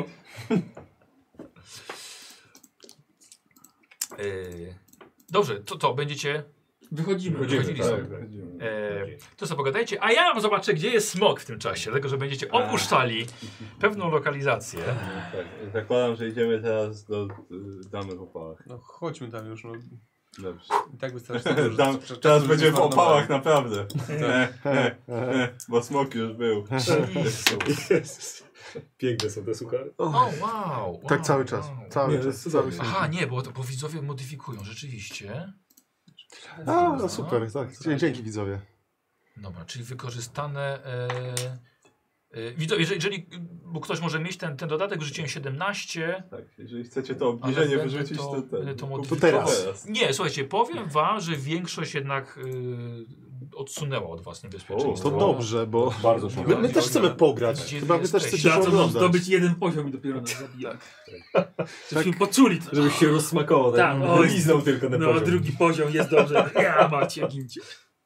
Yy, dobrze, to to będziecie... Wychodzimy. Wychodzili tak, są. tak. E, to sobie pogadajcie, a ja zobaczę, gdzie jest smok w tym czasie, dlatego że będziecie opuszczali pewną lokalizację. Tak, zakładam, że idziemy teraz do y, damy w opałach. No chodźmy tam już, no. Dobrze. I tak wystarczy tego, że Dam, czasu teraz już będzie w zmarnowałem. opałach naprawdę. E, e, e, bo smok już był. Jezus. Piękne są te suchary. O, wow, wow. Tak cały czas. Wow. Cały Nie, to czas. jest Cały cudowne. Aha, nie, bo, bo widzowie modyfikują, rzeczywiście. A, no super, tak. Dzięki widzowie. Dobra, czyli wykorzystane... E, e, widzowie, jeżeli, jeżeli bo ktoś może mieć ten, ten dodatek, rzuciłem siedemnaście, Tak, jeżeli chcecie to ale obniżenie będę wyrzucić, to, to, to, będę to to modyfikował. teraz. Nie, słuchajcie, powiem wam, że większość jednak y, odsunęła od was niebezpieczeństwo. To dobrze, bo Bardzo się my, my też chcemy pograć. Gdzie Chyba wy też jesteście? chcecie Za co mam oglądać. zdobyć jeden poziom i dopiero nas zabijać. Żebyśmy poczuli to. Żebyś się rozsmakował. Tak, tak? oj. Liznął tylko na No, poziom. drugi poziom jest dobrze. Ja macie, gincie.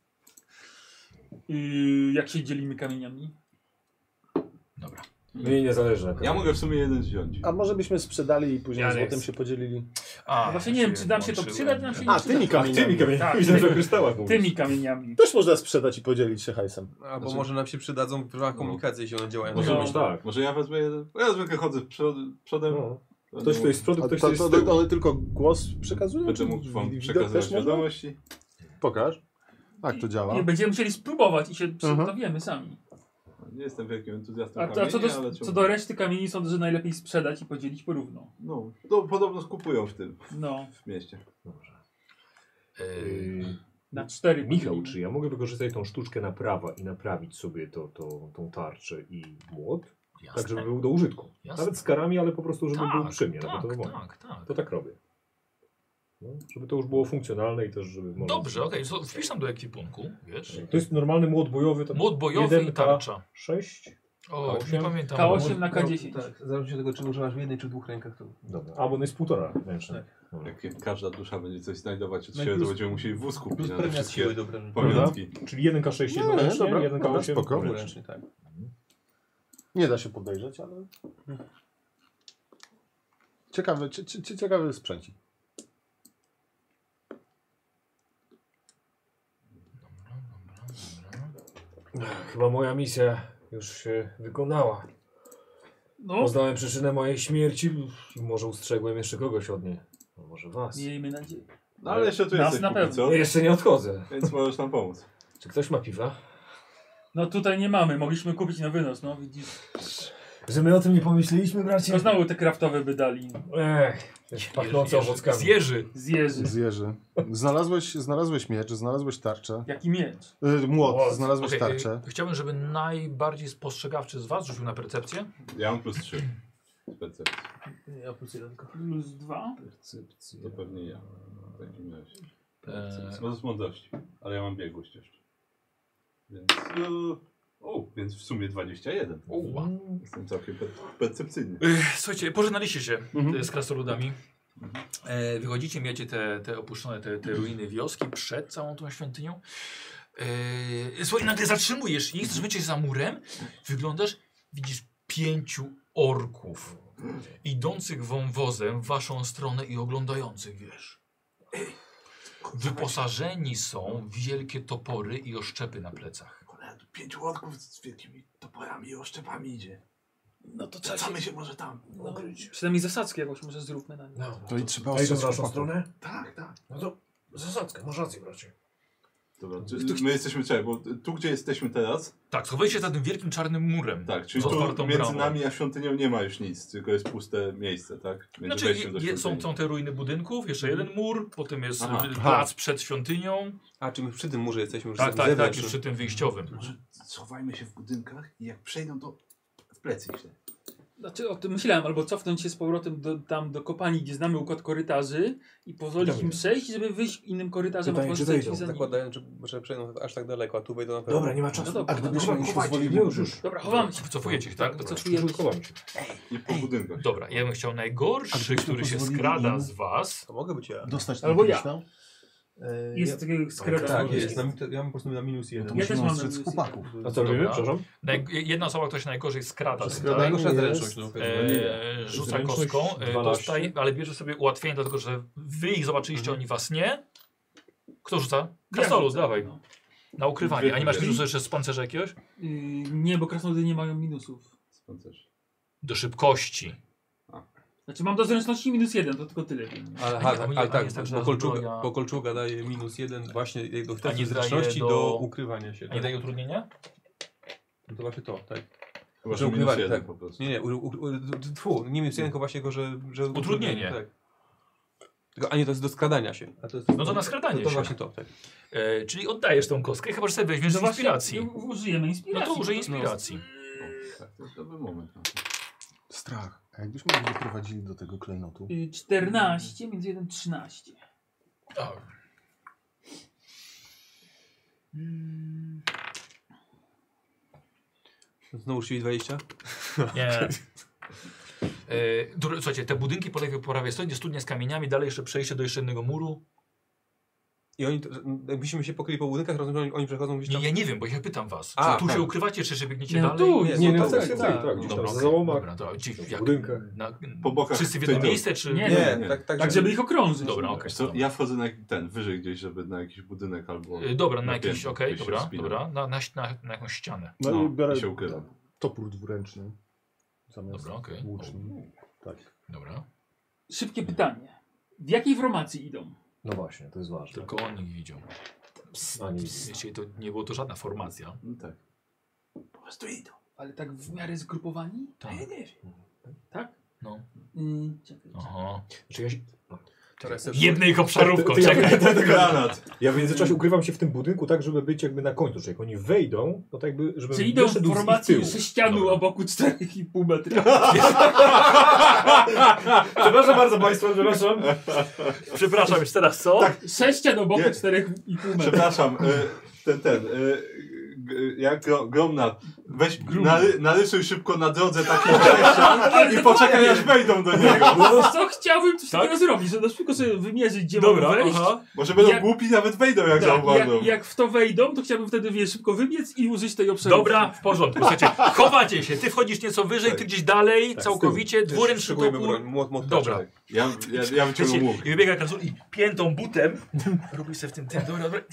Yy, jak się dzielimy kamieniami? Dobra. Mnie niezależne. Ja mogę w sumie jeden wziąć. A może byśmy sprzedali i później Ja nie złotem chcę. się podzielili? A, No właśnie nie wiem, czy nam się to przyda, czy nam się nie A, przyda. tymi kamieniami. Tymi kamieniami. Tak, Myślałem, że o tymi- kryształach mówisz. Tymi kamieniami. Też można sprzedać i podzielić się hajsem. Albo Znaczy- może nam się przydadzą w ramach komunikacji, jeśli one działają. Może No. być tak. Może ja wezmę jeden. Bo ja zwykle chodzę przod, przodem. No. Będę Ktoś mógł- tutaj z przodu, A ktoś to, tutaj to, z tyłu. to one tylko głos przekazują? Będę czy mógł wam widok przekazywać też można? wiadomości. Pokaż. Jak to działa? Nie, będziemy musieli spróbować i się Aha. dowiemy sami. Nie jestem wielkim entuzjastą A, to, a kamieni, co, do, ale co ciągle- do reszty kamieni sądzę, że najlepiej sprzedać i podzielić porówno. No, to podobno skupują w tym, No, w mieście. Yy, na cztery Michał, podzielimy. czy ja mogę wykorzystać tą sztuczkę naprawa i naprawić sobie to, to, tą tarczę i młot? Jasne. Tak, żeby był do użytku. Jasne. Nawet z karami, ale po prostu, żeby był przy mnie. tak, no bo to tak, moje. tak, tak. To tak robię. No, żeby to już było funkcjonalne i też, żeby... można- Dobrze, okej, okay. Wpiszam do ekwipunku, wiesz. To jest normalny młot bojowy. To Młot bojowy jeden i tarcza. sześć. O, K osiem. nie pamiętam. K osiem na K dziesięć. Tak, zależy od tego, czy używasz w jednej czy dwóch rękach. To... Dobra. A, bo on jest półtora ręczny. Dobra. Jak każda dusza będzie coś znajdować od No i siebie, to plus- będziemy musieli wóz kupić Plus na te premia wszystkie siły do obrażeń. pamiątki. Czyli jeden K sześć Nie, jednoręcznie, dobra, jeden K dobra, osiem spoko. dwuręczny. Dwuręczny, tak. Nie da się podejrzeć, ale... Ciekawy, cie, cie, ciekawy sprzęcik. Chyba moja misja już się wykonała. No, Poznałem przyczynę mojej śmierci i może ustrzegłem jeszcze kogoś od niej. No może was. miejmy nadzieję. No ale jeszcze tu Nas jesteś na póki pewno. co, Ja jeszcze nie odchodzę. więc możesz nam pomóc. Czy ktoś ma piwa? No tutaj nie mamy, mogliśmy kupić na wynos, no widzisz. Że my o tym nie pomyśleliśmy, bracie? No znowu te kraftowe by dali. Ech, pachnące owockami. Z jeży. Z jeży. Zwierzę. Znalazłeś, znalazłeś miecz, znalazłeś tarczę. Jaki miecz. Y, młot, Młot. znalazłeś Okej, tarczę. y, chciałbym, żeby najbardziej spostrzegawczy z was rzucił na percepcję. Ja mam plus trzy. Z percepcji. Ja plus jeden. Plus dwa. To pewnie ja. W takim razie. Eee, Może z mądrości, ale ja mam biegłość jeszcze. Więc... O, więc w sumie dwadzieścia jeden. o, wow. Jestem całkiem per percepcyjny. Y, Słuchajcie, pożegnaliście się Mhm. y, z krasnoludami. E, wychodzicie, miecie te, te opuszczone te, te ruiny wioski przed całą tą świątynią. E, słuchaj, nagle zatrzymujesz ich, zbycie za murem, wyglądasz, widzisz pięciu orków idących wąwozem w waszą stronę i oglądających, wiesz. Wyposażeni są w wielkie topory i oszczepy na plecach. Tu pięciu orków z wielkimi toporami i oszczepami idzie. No to trzeba się... Wracamy się może tam No, ukryć. przynajmniej zasadzkę jakąś może zróbmy na nie. No. To i trzeba A idą w ostrzec naszą chłopaków. stronę? Tak, tak. No to zasadzkę, masz rację, bracie. Dobra, czy, my jesteśmy, czekaj, bo tu gdzie jesteśmy teraz... Tak, schowaj się za tym wielkim czarnym murem. Tak, czyli tu między bramą. nami a świątynią nie ma już nic, tylko jest puste miejsce, tak? Między znaczy je, są, są te ruiny budynków, jeszcze jeden mur, potem jest Aha. plac przed świątynią. A, czy my przy tym murze jesteśmy już Tak, tak, zewnątrz? tak, już przy tym wyjściowym. Może schowajmy się w budynkach i jak przejdą, to w plecy iść. Znaczy o tym myślałem, albo cofnąć się z powrotem do, tam do kopalni, gdzie znamy układ korytarzy i pozwolić Dobra. im przejść, żeby wyjść innym korytarzem, Pytanie, otworzyć czy te dojdą? drzwi za nimi. Zakładając, że, że przejdą aż tak daleko, a tu wejdą na pewno. Dobra, nie ma czasu. No dobra, A gdybyśmy dobra, im chowajcie. pozwolili... Już, już. Dobra, chowamy się. Wycofujecie się, tak? Dobra. Wycofujemy się. Chowamy się. I po budynkach. Dobra, ja bym chciał A najgorszy, gdybyśmy który się pozwolili skrada im- z was. To mogę być ja. Dostać Albo ten ja. kryształ? E, Jest ja, takiego skrada. tak, jest. Na, ja mam po prostu na minus jeden. To Ja musimy też mam ostrzec na- chłopaków. A co robimy? Dobra. Przepraszam? Naj, jedna osoba, która się najgorzej skrada. Że tutaj, skradanie Najgorsza jest- zręczność, no. E, rzuca Zręczność kostką, e, dwanaście. dostaje, ale bierze sobie ułatwienie, dlatego że wy ich zobaczyliście, oni was nie. Kto rzuca? Krasnolud, Ja dawaj. no. Na ukrywanie. A nie masz minusu jeszcze z pancerza jakiegoś? Yy, nie, bo krasnoludy nie mają minusów. Do szybkości. Znaczy mam do zręczności minus jeden, to tylko tyle. Ale, A ha, nie, a nie- ale a tak, nie jest tak, że bo kolczuga, zbroja- bo kolczuga daje minus jeden właśnie do A nie wtedy daje zręczności do- do... ukrywania się. A nie Tak. daje utrudnienia? No to właśnie to, tak. Chyba, Że że minus ukrywanie, jeden tak. po prostu. Nie, nie, u, u, u, tfu, nie minus jeden, tylko właśnie go, że... że Utrudnienie. Tak. Tylko, a nie, to jest do skradania się. A to jest, No to na skradanie to, to się. właśnie to, tak. E, czyli oddajesz tą kostkę, chyba że sobie weźmiesz z No właśnie, inspiracji. u- użyjemy No inspiracji. to użyj inspiracji. O, tak, to jest dobry moment. No. Strach. A jakbyśmy ich doprowadzili do tego klejnotu? Y, czternaście, między jeden trzynaście. Tak. Znowu szli dwadzieścia? Nie. E, dur- słuchajcie, te budynki po lewej po prawej stronie, studnie z kamieniami, dalej jeszcze przejście do jeszcze jednego muru. I oni, to- jakbyśmy się pokryli po budynkach, rozumiem, oni- oni przechodzą gdzieś Nie, tam... ja nie wiem, bo ja pytam was. A, czy tu tak. się ukrywacie, czy że biegniecie Nie, no dalej? tu, Nie, Nie, no no tak, tak, tak, tak, tak. tak, gdzieś Dobra, tam za okej, załomach. dobra, to, ci, w jak, budynkach. na, Po bokach wszyscy w to jedno idą. miejsce, czy... Nie, Nie, nie. tak, tak, Tak, żeby ich okrążyć. Dobra, okej. Wiesz co, ja wchodzę na ten, wyżej gdzieś, żeby na jakiś budynek albo... Y, Dobra, na na jakiś, piętro, okej, gdzieś się dobra, wspinam. dobra, na, na, na, na jakąś ścianę. No, No, i biorę i się ukrywam. topór dwuręczny. Zamiast Dobra, okej. łuczny. Tak. Dobra, Szybkie pytanie. W jakiej formacji idą? No właśnie, to jest ważne. tylko on ich widział. A nie, Jeśli to nie było to żadna formacja. No tak. Po prostu idą. Ale tak w miarę zgrupowani? Tak. Ja nie wiem. Tak? No. Yy, czekaj. Aha. Znaczy ja, się- Teraz też- Jednej ich obszarówką, To- to ja- czekaj. Granat. ja w międzyczasie ukrywam się w tym budynku tak, żeby być jakby na końcu. Czyli jak oni wejdą, to tak jakby, żeby Czy idą w wyszedł z ich formacji tyłu. sześcianu Dobra. obok czterech i pół metra? Przepraszam bardzo Państwa, przepraszam. Przepraszam, już teraz co? Tak. Sześcian obok Nie. czterech i pół metra. Przepraszam, y, ten, ten, y, g- jak gro, Gromna, weź, nary, narysuj szybko na drodze taki sześcian i poczekaj aż wejdą do niego. No co chciałbym coś Tak? takiego zrobić, że na szybko sobie wymierzyć, gdzie Dobra, mogą wejść. aha. Może będą Jak- głupi, nawet wejdą jak Tak, zauważą. jak, jak w to wejdą, to chciałbym wtedy wie, szybko wybiec i użyć tej obszarówki. Dobra, w porządku. Słuchajcie, chowacie się. Ty wchodzisz nieco wyżej, ty gdzieś dalej, Tak, całkowicie, dwuręczny Potrzebujemy topór. broń, młot, młot Dobra. tarcza. Ja, ja, ja wyciągnę Wiecie, łuk. i wybiega Krasul i piętą butem robi sobie w tym tym. Dobra, dobra.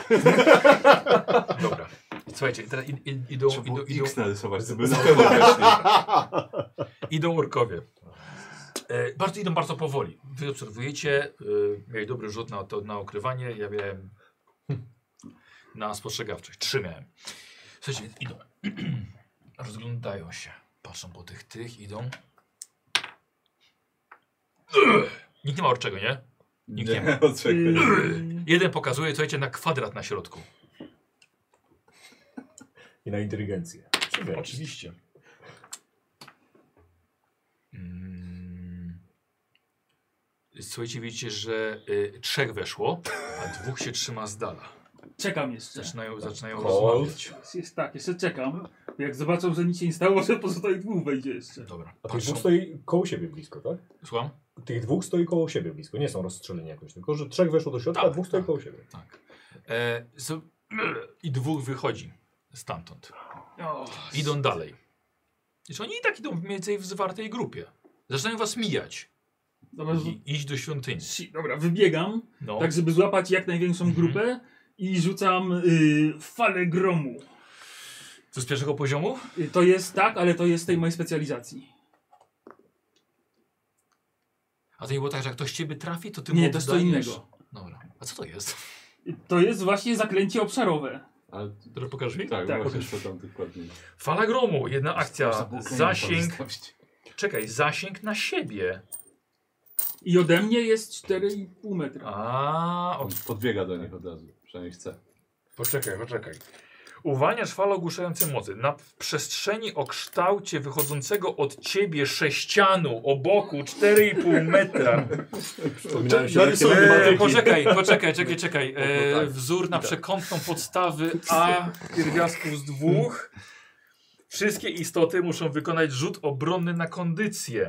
Dobra. Słuchajcie, teraz id, id, idą, Trzeba idą, było idą, X narysować, to by na pewno weszli. idą orkowie. E, bardzo, idą bardzo powoli. Wy obserwujecie, e, miałeś dobry rzut na, to, na ukrywanie, ja miałem na spostrzegawczość. Trzy miałem. Słuchajcie, idą. Rozglądają się. Patrzą po tych, tych, idą. Nikt nie ma orczego, nie? Nikt nie ma. Nie, odczekaj. Yy, Jeden pokazuje, słuchajcie, na kwadrat na środku. I na inteligencję. Czy wiesz? Oczywiście. Mm. Słuchajcie, widzicie, że y, trzech weszło, a dwóch się trzyma z dala. czekam jeszcze. Zaczynają, zaczynają Hold. rozmawiać. Jest tak, jeszcze czekam. Jak zobaczą, że nic się nie stało, może pozostałych dwóch wejdzie jeszcze. Dobra, A tych patrzą. dwóch stoi koło siebie blisko, tak? Słucham? Tych dwóch stoi koło siebie blisko. Nie są rozstrzeleni jakoś, tylko że trzech weszło do środka, Tak, a dwóch stoi tak. koło siebie. Tak. E, so, I dwóch wychodzi stamtąd. O, Idą dalej. Wiesz, oni i tak idą mniej więcej w zwartej grupie. Zaczynają was mijać. dobra, w- I iść do świątyni. si- dobra, wybiegam, No. tak żeby złapać jak największą Mhm. grupę i rzucam y, falę gromu. To z pierwszego poziomu? Y, to jest tak, ale to jest z tej mojej specjalizacji. A to nie było tak, że jak ktoś ciebie trafi, to ty Nie, mu to jest co oddajesz? innego. Dobra. A co to jest? To jest właśnie zaklęcie obszarowe. Ale To pokaż mi? tak, Tak. właśnie co tam dokładnie. Fala gromu, jedna akcja. Zasięg. Czekaj, zasięg na siebie. I ode mnie jest cztery i pół metra. A, On podbiega do nich od razu, przynajmniej chce. Poczekaj, poczekaj. Uwalniasz falę ogłuszającej mocy. Na przestrzeni o kształcie wychodzącego od ciebie sześcianu o boku cztery i pół metra. Przypominałem się Narysuj, takie e, matematyki. poczekaj, poczekaj, czekaj, czekaj. E, tak. wzór na przekątną podstawy A pierwiastków z dwóch. Wszystkie istoty muszą wykonać rzut obronny na kondycję.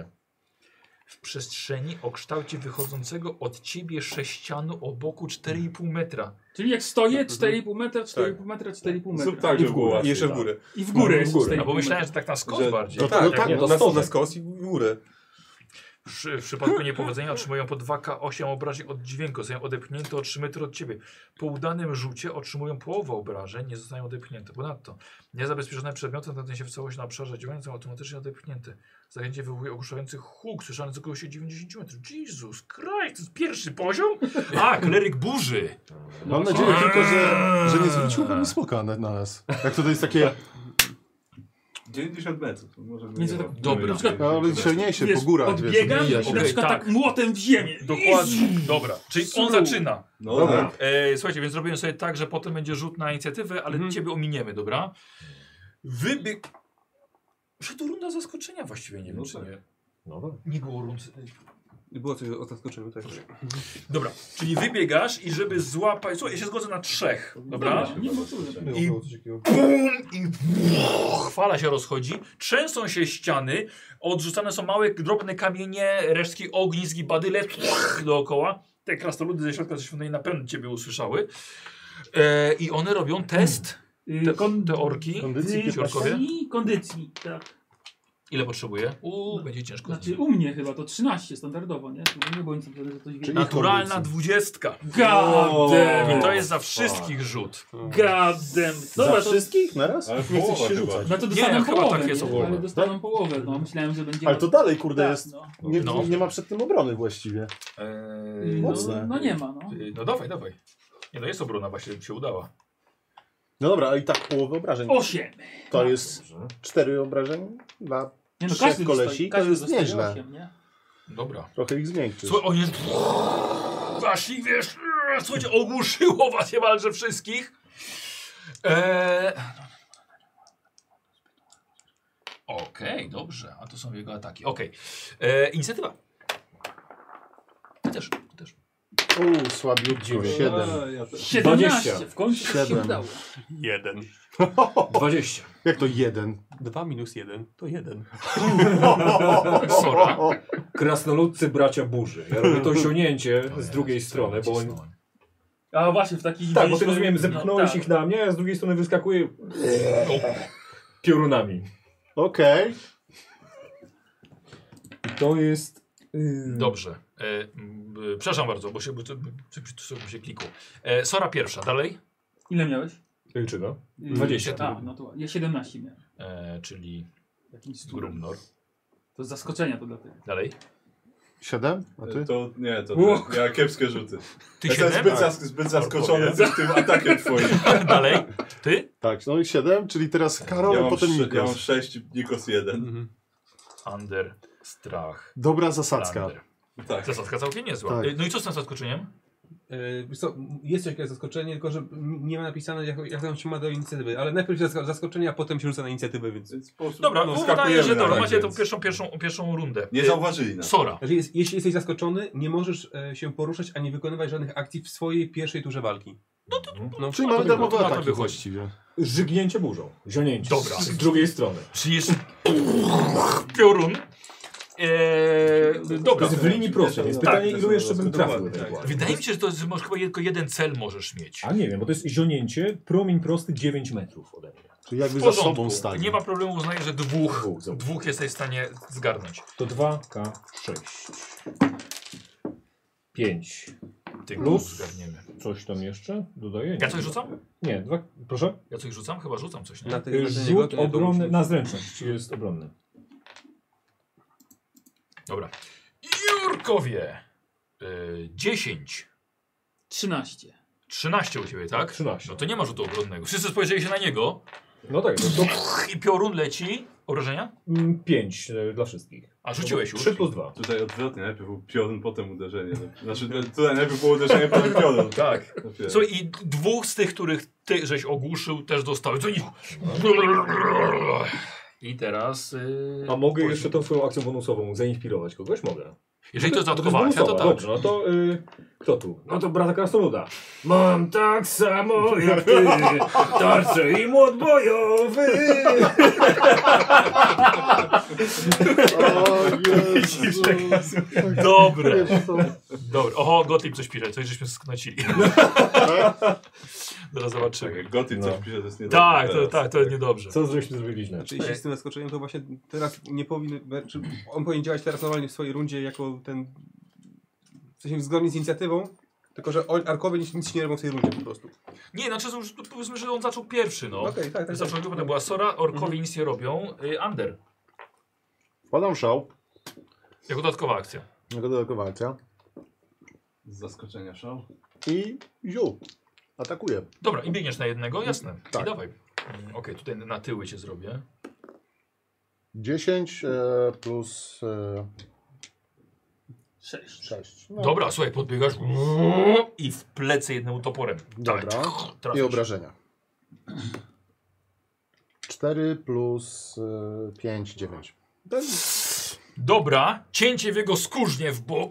W przestrzeni o kształcie wychodzącego od ciebie sześcianu o boku cztery i pół metra. Czyli jak stoję, cztery i pół metra, cztery i pół metra, cztery i pół metra. Zrób tak, I żeby w było górę. łatwiej. I jeszcze w górę. I w górę No, w jest górę. cztery i No bo pół myślałem, metra. że tak na skos Że- bardziej. No to, Tak, no tak, tak, nie, no na, to na skos i w górę. W, w przypadku niepowodzenia otrzymują po dwa K osiem obrażeń od dźwięku, zostają odepchnięte o trzy metry od ciebie. Po udanym rzucie otrzymują połowę obrażeń, nie zostają odepchnięte. Ponadto niezabezpieczone przedmioty znajdują się w całości na obszarze działania, są automatycznie odepchnięte. Zaklęcie wywołuje ogłuszający huk słyszany z około dziewięćdziesiąt metrów. Jezus Christ, to jest pierwszy poziom? A, kleryk burzy. Mam nadzieję tylko, że, że nie zwrócił uwagi smoka na, na nas. Jak to jest takie, dziewięćdziesiąt metrów. Może Więc nie tak- ma- Dobra. nie ma- no ale ciągnie się Wiesz, po górach, wiesz, odbiegam odbija i się. na Okej, przykład tak. tak młotem w ziemię. Dokładnie. Dobra, czyli on zaczyna. No Dobra. tak. E, słuchajcie, więc zrobiłem sobie tak, że potem będzie rzut na inicjatywę, ale Mhm. ciebie ominiemy, dobra? Wybieg... Że to runda zaskoczenia właściwie, nie wiem No czy tak. nie. No tak. Nie było rund... Było coś o zaskoczeniu, tak. Dobra, czyli wybiegasz i żeby złapać... Słuchaj, ja się zgodzę na trzech, dobra? Nie ma problemu. I bum, i buch, fala się rozchodzi, trzęsą się ściany, odrzucane są małe, drobne kamienie, resztki ognisk i badyle dookoła. Te krasnoludy ze środka ze świątyni na pewno ciebie usłyszały. E, I one robią test, Y, te, kon- te orki, Kondycji ci orkowie. I kondycji, tak. Ile potrzebuje? Uuu, będzie ciężko. Znaczy u mnie chyba to trzynaście standardowo, nie? Tu nie bądź pewny, że coś Czyli- więcej. Naturalna kondycji. dwudziestka. God damn I it. to jest za wszystkich rzut. God damn it. Za Dobra, to, wszystkich naraz? Ale Nie chcesz połowa się chyba. rzucać. no to Nie, dostaną chyba połowę, tak jest nie? ogólnie. Ale dostaną połowę, no myślałem, że będzie... Ale to dalej, kurde, tak, jest, no. nie, No. nie ma przed tym obrony właściwie. Eee, No, Mocne. no nie ma, no. no dawaj, dawaj. Nie, no jest obrona, właśnie się udała. No dobra, a i tak połowę obrażeń. Osiem. To jest cztery obrażeń dla Nie, no trzech każdy kolesi, dostaje, to każdy jest dostaje nieźle. osiem, nie? Dobra. Trochę ich zmiękczysz. Słuchaj, oni... Waszli, wiesz, słuchajcie, ogłuszyło was niemalże wszystkich. Eee... Okej, dobrze, a to są jego ataki. Okej. Eee, inicjatywa. Ty też, ty też. Uuu, słabiutko, siedem. A, ja też. siedemnaście. dwadzieścia. W końcu coś się Siedem. udało. Jeden. dwadzieścia. Jak to jeden? Dwa minus jeden to jeden. Sora. Krasnoludcy bracia burzy. Ja robię to osiągnięcie z drugiej strony, bo oni... A właśnie w takich... Tak, bo ty widzieliśmy- rozumiem, zepchnąłeś no, ich na mnie, a z drugiej strony wyskakuje piorunami. Okej. I to jest... Yy... Dobrze. E, m, e, przepraszam bardzo, bo się, bo, to- bo, bo się klikło. E, Sora pierwsza, dalej. Ile miałeś? Yy, Czego? Yy, dwadzieścia. A, no to ja siedemnaście miałem. E, czyli Jakimś cudem. Grumnor. To z zaskoczenia to dlatego. Dalej. Siedem? A ty? To nie, to Uch. ty. Ja kiepskie rzuty. Ty Jestem siedem? zbyt, zas zbyt zaskoczony tym, tym atakiem twoim. Dalej. Ty? Tak, no i siedem, czyli teraz Karol, Ja a mam, potem sze- ja mam Nikos. sześć, Nikos jeden. Mhm. Under, strach, Dobra zasadzka. lander. Tak. Zasadzka całkiem niezła. Tak. E, No i co z tym zaskoczeniem? Yy, wiesz co, jest jakieś zaskoczenie, tylko że m- nie ma napisane jak, jak tam się ma do inicjatywy, ale najpierw jest zaskoczenie, a potem się rzuca na inicjatywę, więc... Więc po prostu, Dobra, no, no, wydaje, skakujemy że na dobra, tak, macie tą więc pierwszą, pierwszą, pierwszą rundę. Nie E, zauważyli nas. Sora. Znaczy jest, jeśli jesteś zaskoczony, nie możesz e, się poruszać ani wykonywać żadnych akcji w swojej pierwszej turze walki. No, Czyli to mamy to darmowe na to ataki wychodzi. właściwie. Żygnięcie burzą. Zionięcie. Dobra. Z drugiej strony. Czyli jest piorun. Eee, To dobra. jest w linii prostej. Jest Tak, pytanie, ilu jeszcze bym trafił dokładnie, ewentualnie. Wydaje mi się, że to jest, może chyba tylko jeden cel możesz mieć. A nie wiem, bo to jest zionięcie, promień prosty dziewięć metrów ode mnie. Czyli jakby W za sobą porządku. stali. Nie ma problemu, uznaję, że dwóch, Dwóch, zobacz. dwóch jesteś w stanie zgarnąć. To dwa K sześć. pięć. Ty Plus. zgarniemy. Coś tam jeszcze? Dodaję? Ja coś rzucam? Nie, dwa... Proszę? Ja coś rzucam? Chyba rzucam coś, nie? na tej, na tej Rzut to- to obronny musi- na zręczność. Czy jest obronny? Dobra. Jurkowie. Yy, dziesięć. trzynaście. trzynaście u ciebie, tak? trzynaście. No to nie ma rzutu obronnego. Wszyscy spojrzeli się na niego. No tak, no to I piorun leci. Obrażenia? mm, pięć e, dla wszystkich. A rzuciłeś już? trzy plus dwa. Tutaj odwrotnie, najpierw był piorun, potem uderzenie. Znaczy tutaj najpierw było uderzenie, potem piorun. Tak. Słuchaj, i dwóch z tych, których ty żeś ogłuszył, też dostałeś. Co nich? I teraz... Yy, A mogę poziom. jeszcze tą swoją akcją bonusową zainspirować kogoś? Mogę. Jeżeli to jest To dodatkowa akcja, to bonusowa. tak. Dobrze, no to y, kto tu? No to brata Krasnoluda. Mam tak samo jak ty, tarczę i młot bojowy. O Jezu. Dobre. Wiesz co? Dobre. Oho, Gottlieb coś pisze, coś żeśmy sknocili. Zaraz zobaczymy. Jak Gotti coś No. pisze, to jest niedobrze. Tak, to, teraz. tak, to jest niedobrze. Co żeśmy zrobili źle? Znaczy, jeśli z tym zaskoczeniem, to właśnie teraz nie powinien. Czy on powinien działać teraz normalnie w swojej rundzie jako ten. W sensie zgodnie z inicjatywą, tylko że on- Arkowie nic, nic nie robią w tej rundzie po prostu. Nie, znaczy to już, powiedzmy, że on zaczął pierwszy, no. Okej, tak, tak. Zaczął, tak. potem była Sora, orkowie nic nie robią. Y, Ander, Wkładam szał. jako dodatkowa akcja. Jako dodatkowa akcja. Z zaskoczenia szał. I ziu. Atakuję. Dobra, i biegniesz na jednego, jasne. Tak. I dawaj. Mm, Okej, tutaj na tyły cię zrobię. dziesięć e, plus e, Sześć. sześć. No, Dobra, słuchaj, podbiegasz i w plecy jednym toporem. Dobra. Dawaj, I trafisz. obrażenia. cztery plus e, pięć, dziewięć. Dobra, cięcie w jego skórznie w bok.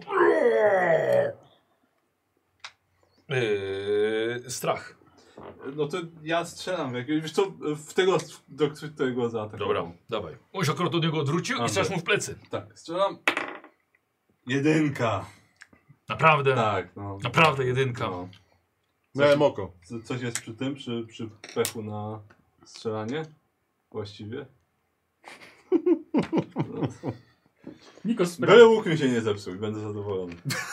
Yy, strach. No to ja strzelam. Jak, wiesz co, w tego, do którego zaatakował. Dobra, dawaj. On się akurat do niego odwrócił i Ander. strzelasz mu w plecy. Tak, strzelam. Jedynka. Naprawdę, Tak, no. naprawdę jedynka. No. Miałem oko. Co- Coś jest przy tym, przy, przy pechu na strzelanie? Właściwie? No. Nikos sprawdza. Byle łuk mi się nie zepsuł i będę zadowolony.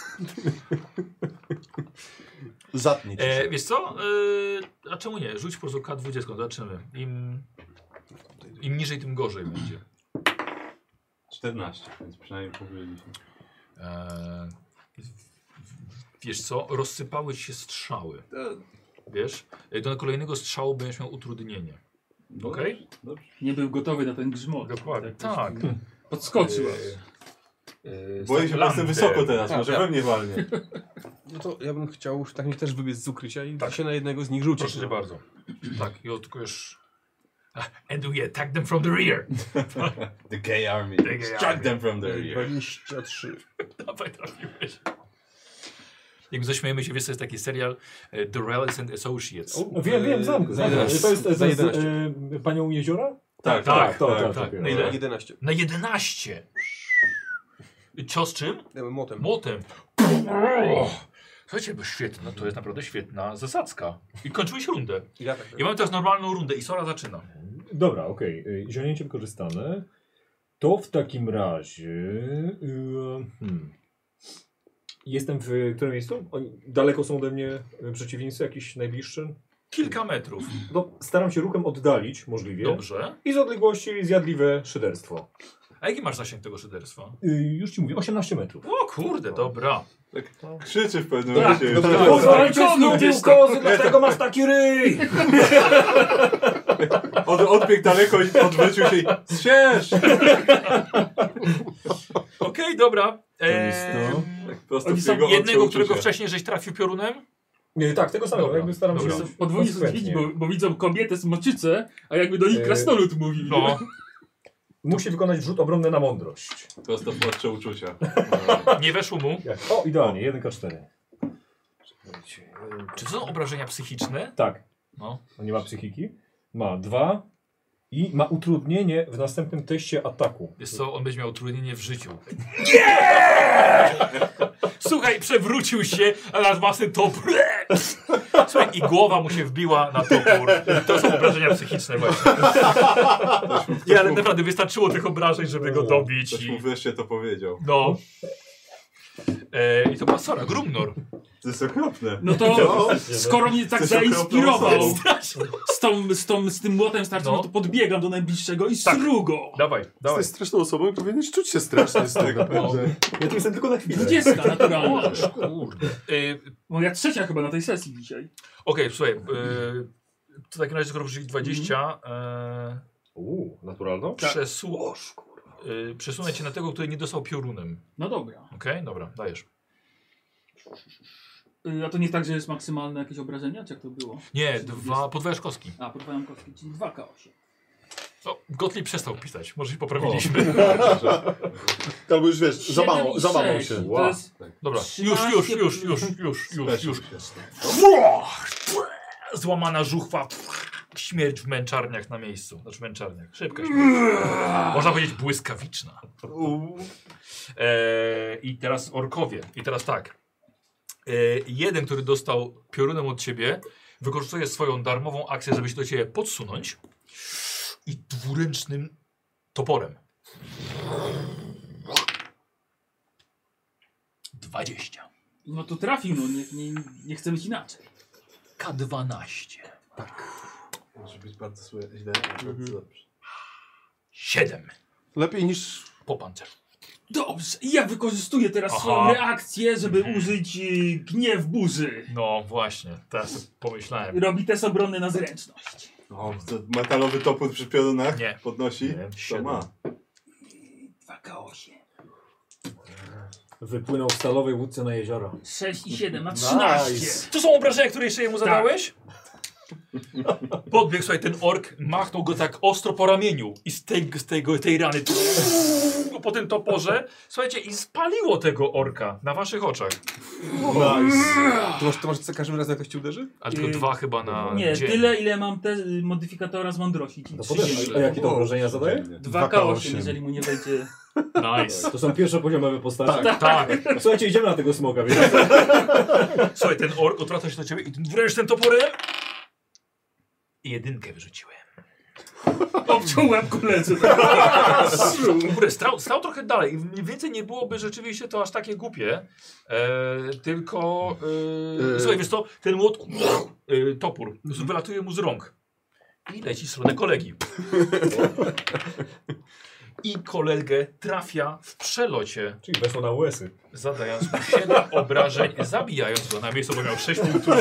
Zatnij ci E, się. wiesz co? E, a czemu nie? Rzuć po prostu K dwadzieścia, zobaczymy. Im, Im niżej, tym gorzej będzie. czternaście, więc przynajmniej powiedzieliśmy. E, wiesz co? Rozsypały się strzały. Wiesz? E, Do kolejnego strzału będziesz miał utrudnienie. No, Okej? dobrze. Nie był gotowy na ten grzmot. Dokładnie. Tak. Tak. Podskoczył. E, Boję się, że Lander. jestem wysoko teraz, Tak, może ja- we mnie walnie. No to ja bym chciał tak mi też wybiec z ukrycia i Tak. się na jednego z nich rzucić. Proszę cię bardzo. Tak, i odkujesz. And we attack them from the rear. The gay army. The gay Struck army. them from the rear. dwadzieścia trzy. Dawaj, trafiłeś. Jak zaśmiejemy się, wiesz, to jest taki serial e, The Relics and Associates. No, wiem, wiem, znam go. Za znam go. jedenaście. To jest, to jest Za z jedenaście. e, panią Jeziora? Tak, tak, tak, to, tak. tak, tak. tak. Na ile? jedenaście. Na jedenaście. Cios czym? Ja bym Młotem. Młotem. Słuchajcie, bo świetna, no to jest naprawdę świetna zasadzka. I kończyłeś rundę. Ja tak. tak. I mamy teraz normalną rundę i Sora zaczyna. Dobra, okej. Okay. Zielnięcie wykorzystane. To w takim razie... Yy, hmm. Jestem w którym miejscu? Oni daleko są ode mnie y, przeciwnicy, jakiś najbliższy? Kilka metrów. No, staram się ruchem oddalić możliwie. Dobrze. I z odległości zjadliwe szyderstwo. A jaki masz zasięg tego szyderstwa? Yy, już ci mówię, osiemnaście metrów. O kurde, dobra. Tak krzyczy w pewnym Tak, momencie. dobra. Tak, Pozwólcie, tak. znudził kozy, dlatego masz taki ryj! Od, odbiegł daleko i odwrócił się i strzeż! Okej, dobra. Eee, Tak prosto oni w są jego jednego, oczy którego uczucia. wcześniej żeś trafił piorunem? Nie, tak, tego samego, Dobra, jakby staram się... dobra. Podwójnie konsekwentnie. są bo, bo widzą kobietę z moczyce, a jakby do nich Eee, krasnolud mówi. No. Musi wykonać rzut obronny na mądrość. Prosto w oczy uczucia. Nie weszło mu. Jak? O, idealnie, jeden K cztery. Czy to są obrażenia psychiczne? Tak. No. On nie ma psychiki. Ma dwa i ma utrudnienie w następnym teście ataku. Wiesz co, on będzie miał utrudnienie w życiu. Nie! Słuchaj, przewrócił się, a na własny topór. Słuchaj, i głowa mu się wbiła na topór. To są obrażenia psychiczne właśnie. Nie, ale naprawdę wystarczyło tych obrażeń, żeby go dobić. Ktoś I... mu wreszcie to powiedział. No. E, I to była Sora, Grumnor. To jest okropne. No to No, skoro mnie tak Coś zainspirował okropnego. z, tą, z, tą, z tym młotem starczą, No. no to podbiegam do najbliższego i Tak. sru go. Dawaj, dawaj. Jesteś straszną osobą i powinieneś czuć się strasznie z tego, naprawdę. Ja tu jestem tylko na chwilę. Dwudziestka naturalna. Kurde. Y, Moja trzecia chyba na tej sesji dzisiaj. Okej, słuchaj. Y, w takim razie, skoro wrzucili dwadzieścia, e, Uuu, naturalną? przesu y, przesunę cię na tego, który nie dostał piorunem. No dobra. Okej, dobra, dajesz. Y, A to nie tak, że jest maksymalne jakieś obrażenia? Czy jak to było? Nie, Czy dwa, jest- podwojasz kostki. A, podwajam kostki, czyli dwa K osiem. O, Gottlieb przestał pisać, może się poprawiliśmy. Albo już wiesz, Siedem załamał, i załamał sześć. się. To jest Dobra, już, trzynaście już, już, już, już, już, już. Special. Złamana żuchwa, śmierć w męczarniach na miejscu. Znaczy męczarniach, szybka śmierć. Można powiedzieć błyskawiczna. E, I teraz orkowie. I teraz tak. E, jeden, który dostał piorunem od ciebie, wykorzystuje swoją darmową akcję, żeby się do ciebie podsunąć i dwuręcznym toporem. dwadzieścia. No to trafił, no nie, nie, nie chcę być inaczej. K dwanaście. Może być bardzo złe, źle, ale bardzo dobrze. siedem. Lepiej niż... Po pancerzu. Dobrze, i ja wykorzystuję teraz Aha. swoją reakcję, żeby użyć y, gniew burzy. No właśnie, teraz pomyślałem. Robi test obronny na zręczność. O, to metalowy topór przy piorunach Nie. podnosi? Nie, To siedem. ma. dwa K osiem. Wypłynął w stalowej łódce na jezioro. sześć i siedem na trzynaście. Nice. To są obrażenia, które jeszcze jemu zadałeś? Podbiegł, słuchaj, ten ork, machnął go tak ostro po ramieniu i z tej, z tego, tej rany po tym toporze, słuchajcie, i spaliło tego orka na waszych oczach. Nice. To masz, to masz za każdym razem jakoś ci uderzy? A tylko Yy, dwa chyba na Nie, dzień. tyle ile mam te y, modyfikatora z mądrości. Czyli No potem, trzydzieści. a jakie to obrażenia zadaje? dwa K osiem, jeżeli mu nie wejdzie. Nice. To są pierwszopoziomowe postacie. Tak, tak. Słuchajcie, idziemy na tego smoka, więc... Słuchaj, ten ork odwraca się do ciebie i wręcz ten toporem i jedynkę wyrzuciłem. Obciął łeb koledzy. Kurde, stał, stał trochę dalej i mniej więcej nie byłoby rzeczywiście to aż takie głupie, e, tylko e, E. słuchaj, wiesz co, ten młot, e, topór, wylatuje mu z rąk i leci w stronę kolegi. I kolegę trafia w przelocie, Czyli weszło na łesy. zadając mu siedem obrażeń, zabijając go na miejscu, bo miał sześć punktów.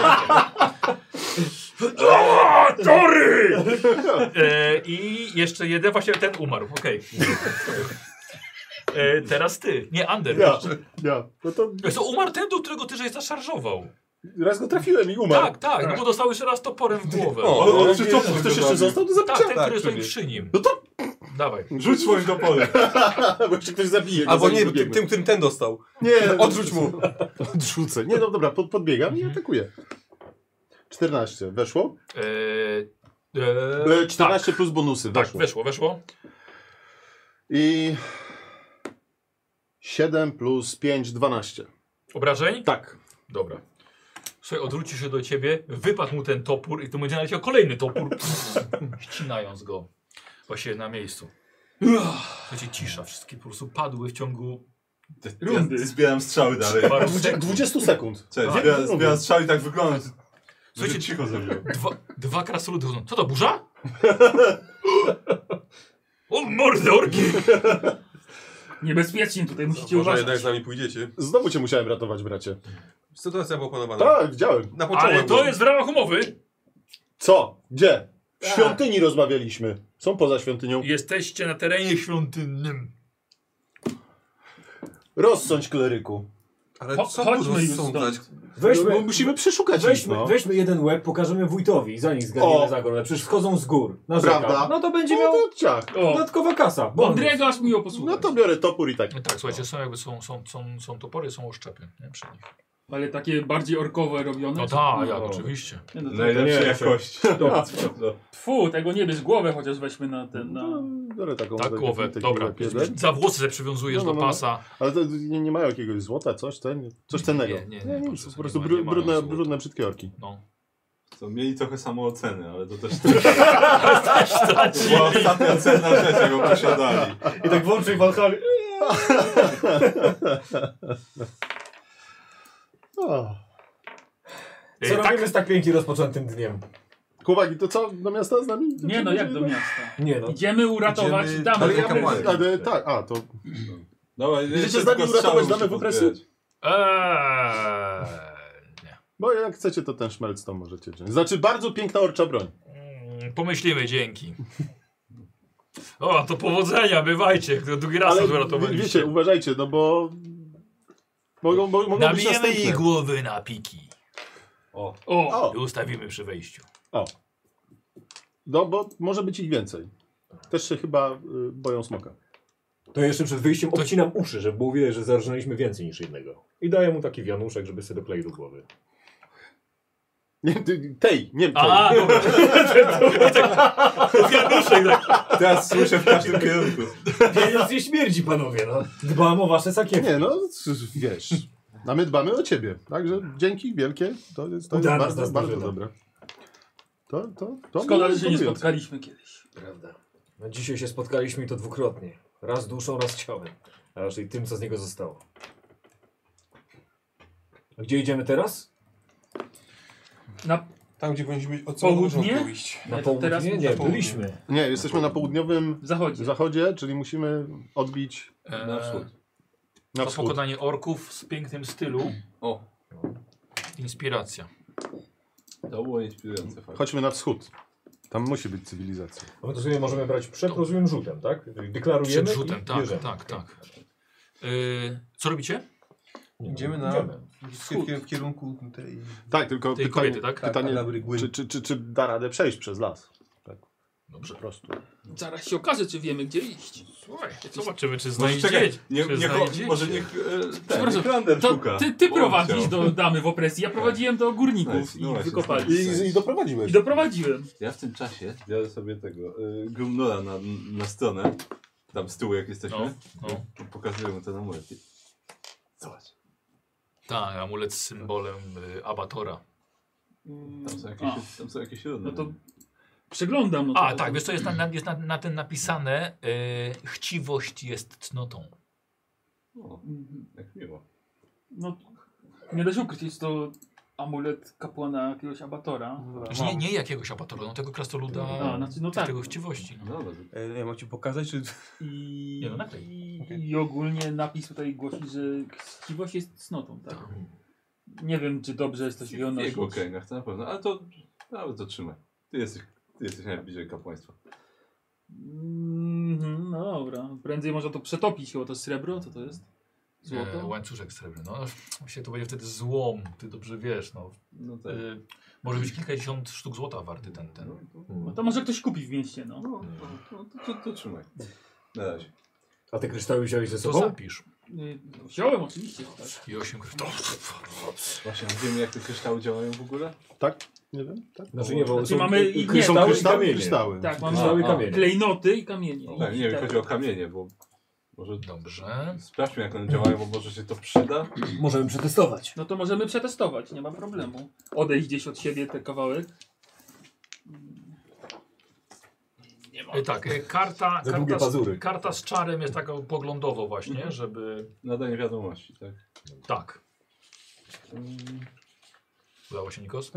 Tory! E, I jeszcze jeden, właśnie ten umarł, okej. E, teraz ty, nie Ander. Ja, jeszcze. ja. No to Wiesz co, umarł ten, do którego ty żeś zaszarżował. raz go trafiłem i umarł. Tak, tak, no bo dostał jeszcze raz toporem w głowę. O, O, o, czy czy to, to ktoś jeszcze został do tak, zabicia? ten, tak, który stoi przybiegł. przy nim. No to Dawaj. Rzuć swoim toporem. bo jeszcze ktoś zabije. go, Albo zanim nie, dobiegnę. tym, którym ten dostał. Nie, Odrzuć mu. Odrzucę. Nie, no dobra, pod, podbiegam i atakuję. czternaście. Weszło? E, e, E, czternaście plus bonusy. tak, Weszło. weszło, weszło. I siedem plus pięć, dwanaście. Obrażeń? Tak. Dobra. Słuchaj, odwrócił się do ciebie, wypadł mu ten topór i tu będzie naleciał kolejny topór, ścinając go właśnie na miejscu. Słuchajcie, cisza, wszystkie po prostu padły w ciągu Rundy. Ja zbieram strzały dalej. paru Dwudzie- sekund. dwudziestu sekund. Cześć, A? zbieram, zbieram strzały i tak wygląda. Słuchajcie, Słuchajcie, cicho zrobił. Dwa, dwa krasnoludy chodzą. Co to, burza? O, mordy orki! Niebezpiecznie tutaj musicie Może uważać. jednak z nami pójdziecie. Znowu cię musiałem ratować, bracie. Sytuacja była opanowana. Tak, widziałem. Na początku. Ale to jest w ramach umowy. Co? Gdzie? W świątyni rozmawialiśmy. Są poza świątynią. Jesteście na terenie świątynnym. Rozsądź, kleryku. Ale Cho- co chodźmy tu już rozsądzać? stąd. Weźmy, No, musimy przeszukać ich, weźmy, no. weźmy jeden łeb, pokażemy wójtowi, zanim zgadniemy O. zagon. Przecież wchodzą z gór, na rzekę. Prawda. No to będzie No miał to ciach. O, dodatkowa kasa. bonus. mądrego aż miło No posłuchać. to biorę topór i tak. Tak, słuchajcie, są jakby są, są, są, są topory, są oszczepy, nie, przy nich. Ale takie bardziej orkowe robione. No czy- tak, jak No. oczywiście. Nie, no to- Najlepszej Nie, jakości. Dobra. Fu, tego nie bierz głowę, chociaż weźmy na ten. Na... No, biorę taką Tak, taki- głowę, taki dobra. łeb jeden. Za włosy sobie przywiązujesz No, no, do no. pasa. Ale to nie, nie mają jakiegoś złota, coś, ten, coś cennego. Nie, nie, nie, nic, proszę, po prostu nie ma- bru, nie mają brudne, złota. brudne, brzydkie orki. No. To mieli trochę samooceny, ale to też była ostatnia cenna rzecz, jaką posiadali. I tak włączył Valhalla. O. Co tak. robimy z tak pięknie rozpoczętym dniem? Chłopaki, to co? Do miasta z nami? Nie no, jak do miasta? Nie no. Idziemy uratować Idziemy- damę. Ale w ja opresji. mówię- Ale, tak, a to... Dobra, Chcecie jeszcze z nami tylko uratować strzału damę w muszę opresji? pozbierać. Eee, nie. Bo jak chcecie, to ten szmelc to możecie wziąć. Znaczy, bardzo piękna orcza broń. Mm, Pomyślimy, dzięki. O, to powodzenia, bywajcie. Drugi raz Ale nas wie- uratowaliście. wiecie, uważajcie, no bo... Mogą, mo- mogą być Nabijemy następne. ich głowy na piki. O, O, O, I ustawimy przy wejściu. o. No bo może być ich więcej. Też się chyba y, boją smoka. To jeszcze przed wyjściem To- obcinam uszy, żeby było widać, że zarżnęliśmy więcej niż jednego. I daję mu taki wianuszek, żeby sobie dokleił do głowy. Nie, ty- tej, nie tej. A, dobra. Wianuszek, tak. teraz słyszę w każdym kierunku. Pieniądz nie śmierdzi, panowie, no. Dbam o wasze sakiewki. Nie, no wiesz. A my dbamy o ciebie. Także dzięki wielkie. To jest, to jest Udana bardzo, nas bardzo drużyna. dobre. To, to, to szkoda, mnie że się nie imponuje. spotkaliśmy kiedyś. Prawda. No dzisiaj się spotkaliśmy i to dwukrotnie. Raz duszą, raz ciałem. A raczej tym, co z niego zostało. A gdzie idziemy teraz? Na Tam, gdzie powinniśmy od Południe? początku iść. Na Nie, południe? teraz Nie, na nie, południe. byliśmy. Nie, jesteśmy na południowym zachodzie. zachodzie, czyli musimy odbić Na wschód. na To wschód. pokonanie orków w pięknym stylu. O, Inspiracja. to było inspirujące fakt. Chodźmy na wschód. Tam musi być cywilizacja. No to sobie możemy brać przed, rozumiem, rzutem, tak? Deklarujemy Przed rzutem, i tak, bierzemy. tak, tak. Yy, co robicie? Nie, Idziemy no, na... idziemy. W, w kierunku tej... Tak, tylko Tej pytanie, kobiety, tak? pytanie Tak, Labry czy, czy, czy, czy da radę przejść przez las? Tak, Dobrze. po prostu. Zaraz się okaże, czy wiemy, gdzie iść. Słuchaj, zobaczymy, czy Może znajdziecie. czekaj, nie, czy nie, znajdziecie. może niech e, ten, Przepraszam, niech Lander To szuka. ty, ty Bo on prowadzisz chciał. do damy w opresji, ja prowadziłem do górników Nice, no i właśnie, wykopali. nice. I, i doprowadziłeś. I doprowadziłem. Ja w tym czasie biorę sobie tego y, Grumnora na, na stronę. Tam z tyłu jak jesteśmy. No, no. Pokazuję mu ten amulet. Zobacz. Tak, amulet z symbolem y, Abatora. Tam są jakieś, A, tam są jakieś runy. no to przeglądam. No to A, tak, wiesz co jest na, na, jest na, na tym napisane? Y, chciwość jest cnotą. O, Mhm. jak miło. No, nie da się ukryć, jest to amulet kapłana jakiegoś abatora. Znaczy, nie, nie jakiegoś Abatora, no tego krasnoluda, A, znaczy, no tak. tego chciwości. No. No, no, E, nie, mam ci pokazać, czy... I, Nie, no naklej. i, I ogólnie napis tutaj głosi, że chciwość jest cnotą, tak? Nie wiem, czy dobrze jest to się w jego nosić. kręgach, to na pewno. Ale to, ale to trzymaj. Ty jesteś, ty jesteś najbliżej kapłaństwa. Mhm, no dobra. Prędzej można to przetopić, chyba to srebro, co to jest? E, Złoto? łańcuszek srebrny. No, właśnie to będzie wtedy złom, ty dobrze wiesz. No. No tak. Y, może być kilkadziesiąt sztuk złota warty ten. ten. No, to, No to może ktoś kupi w mieście, no. no, no, no to, to, to trzymaj. Na razie. A te kryształy wziąłeś ze To sobą? zapisz. Y, Wziąłem oczywiście, tak. I osiem kryształów. Właśnie, a wiemy jak te kryształy działają w ogóle? Tak? Nie wiem. Tak? Znaczy nie, bo Znaczy są mamy i- nie, kryształy, to- i Kryształy, kamienie. kryształy. Tak, mamy Kryształy i A, kamienie. klejnoty i kamienie. Tak, I nie, tak. chodzi o kamienie, bo może Dobrze. sprawdźmy jak one działają, bo może się to przyda. Możemy przetestować. No to możemy przetestować, nie ma problemu. Odejść gdzieś od siebie ten kawałek. Nie ma. E, tak, e, karta, Za długie karta, pazury. z, karta z czarem jest taka poglądowo właśnie, żeby... Nadanie wiadomości, tak? Tak. Udało się, Nikos?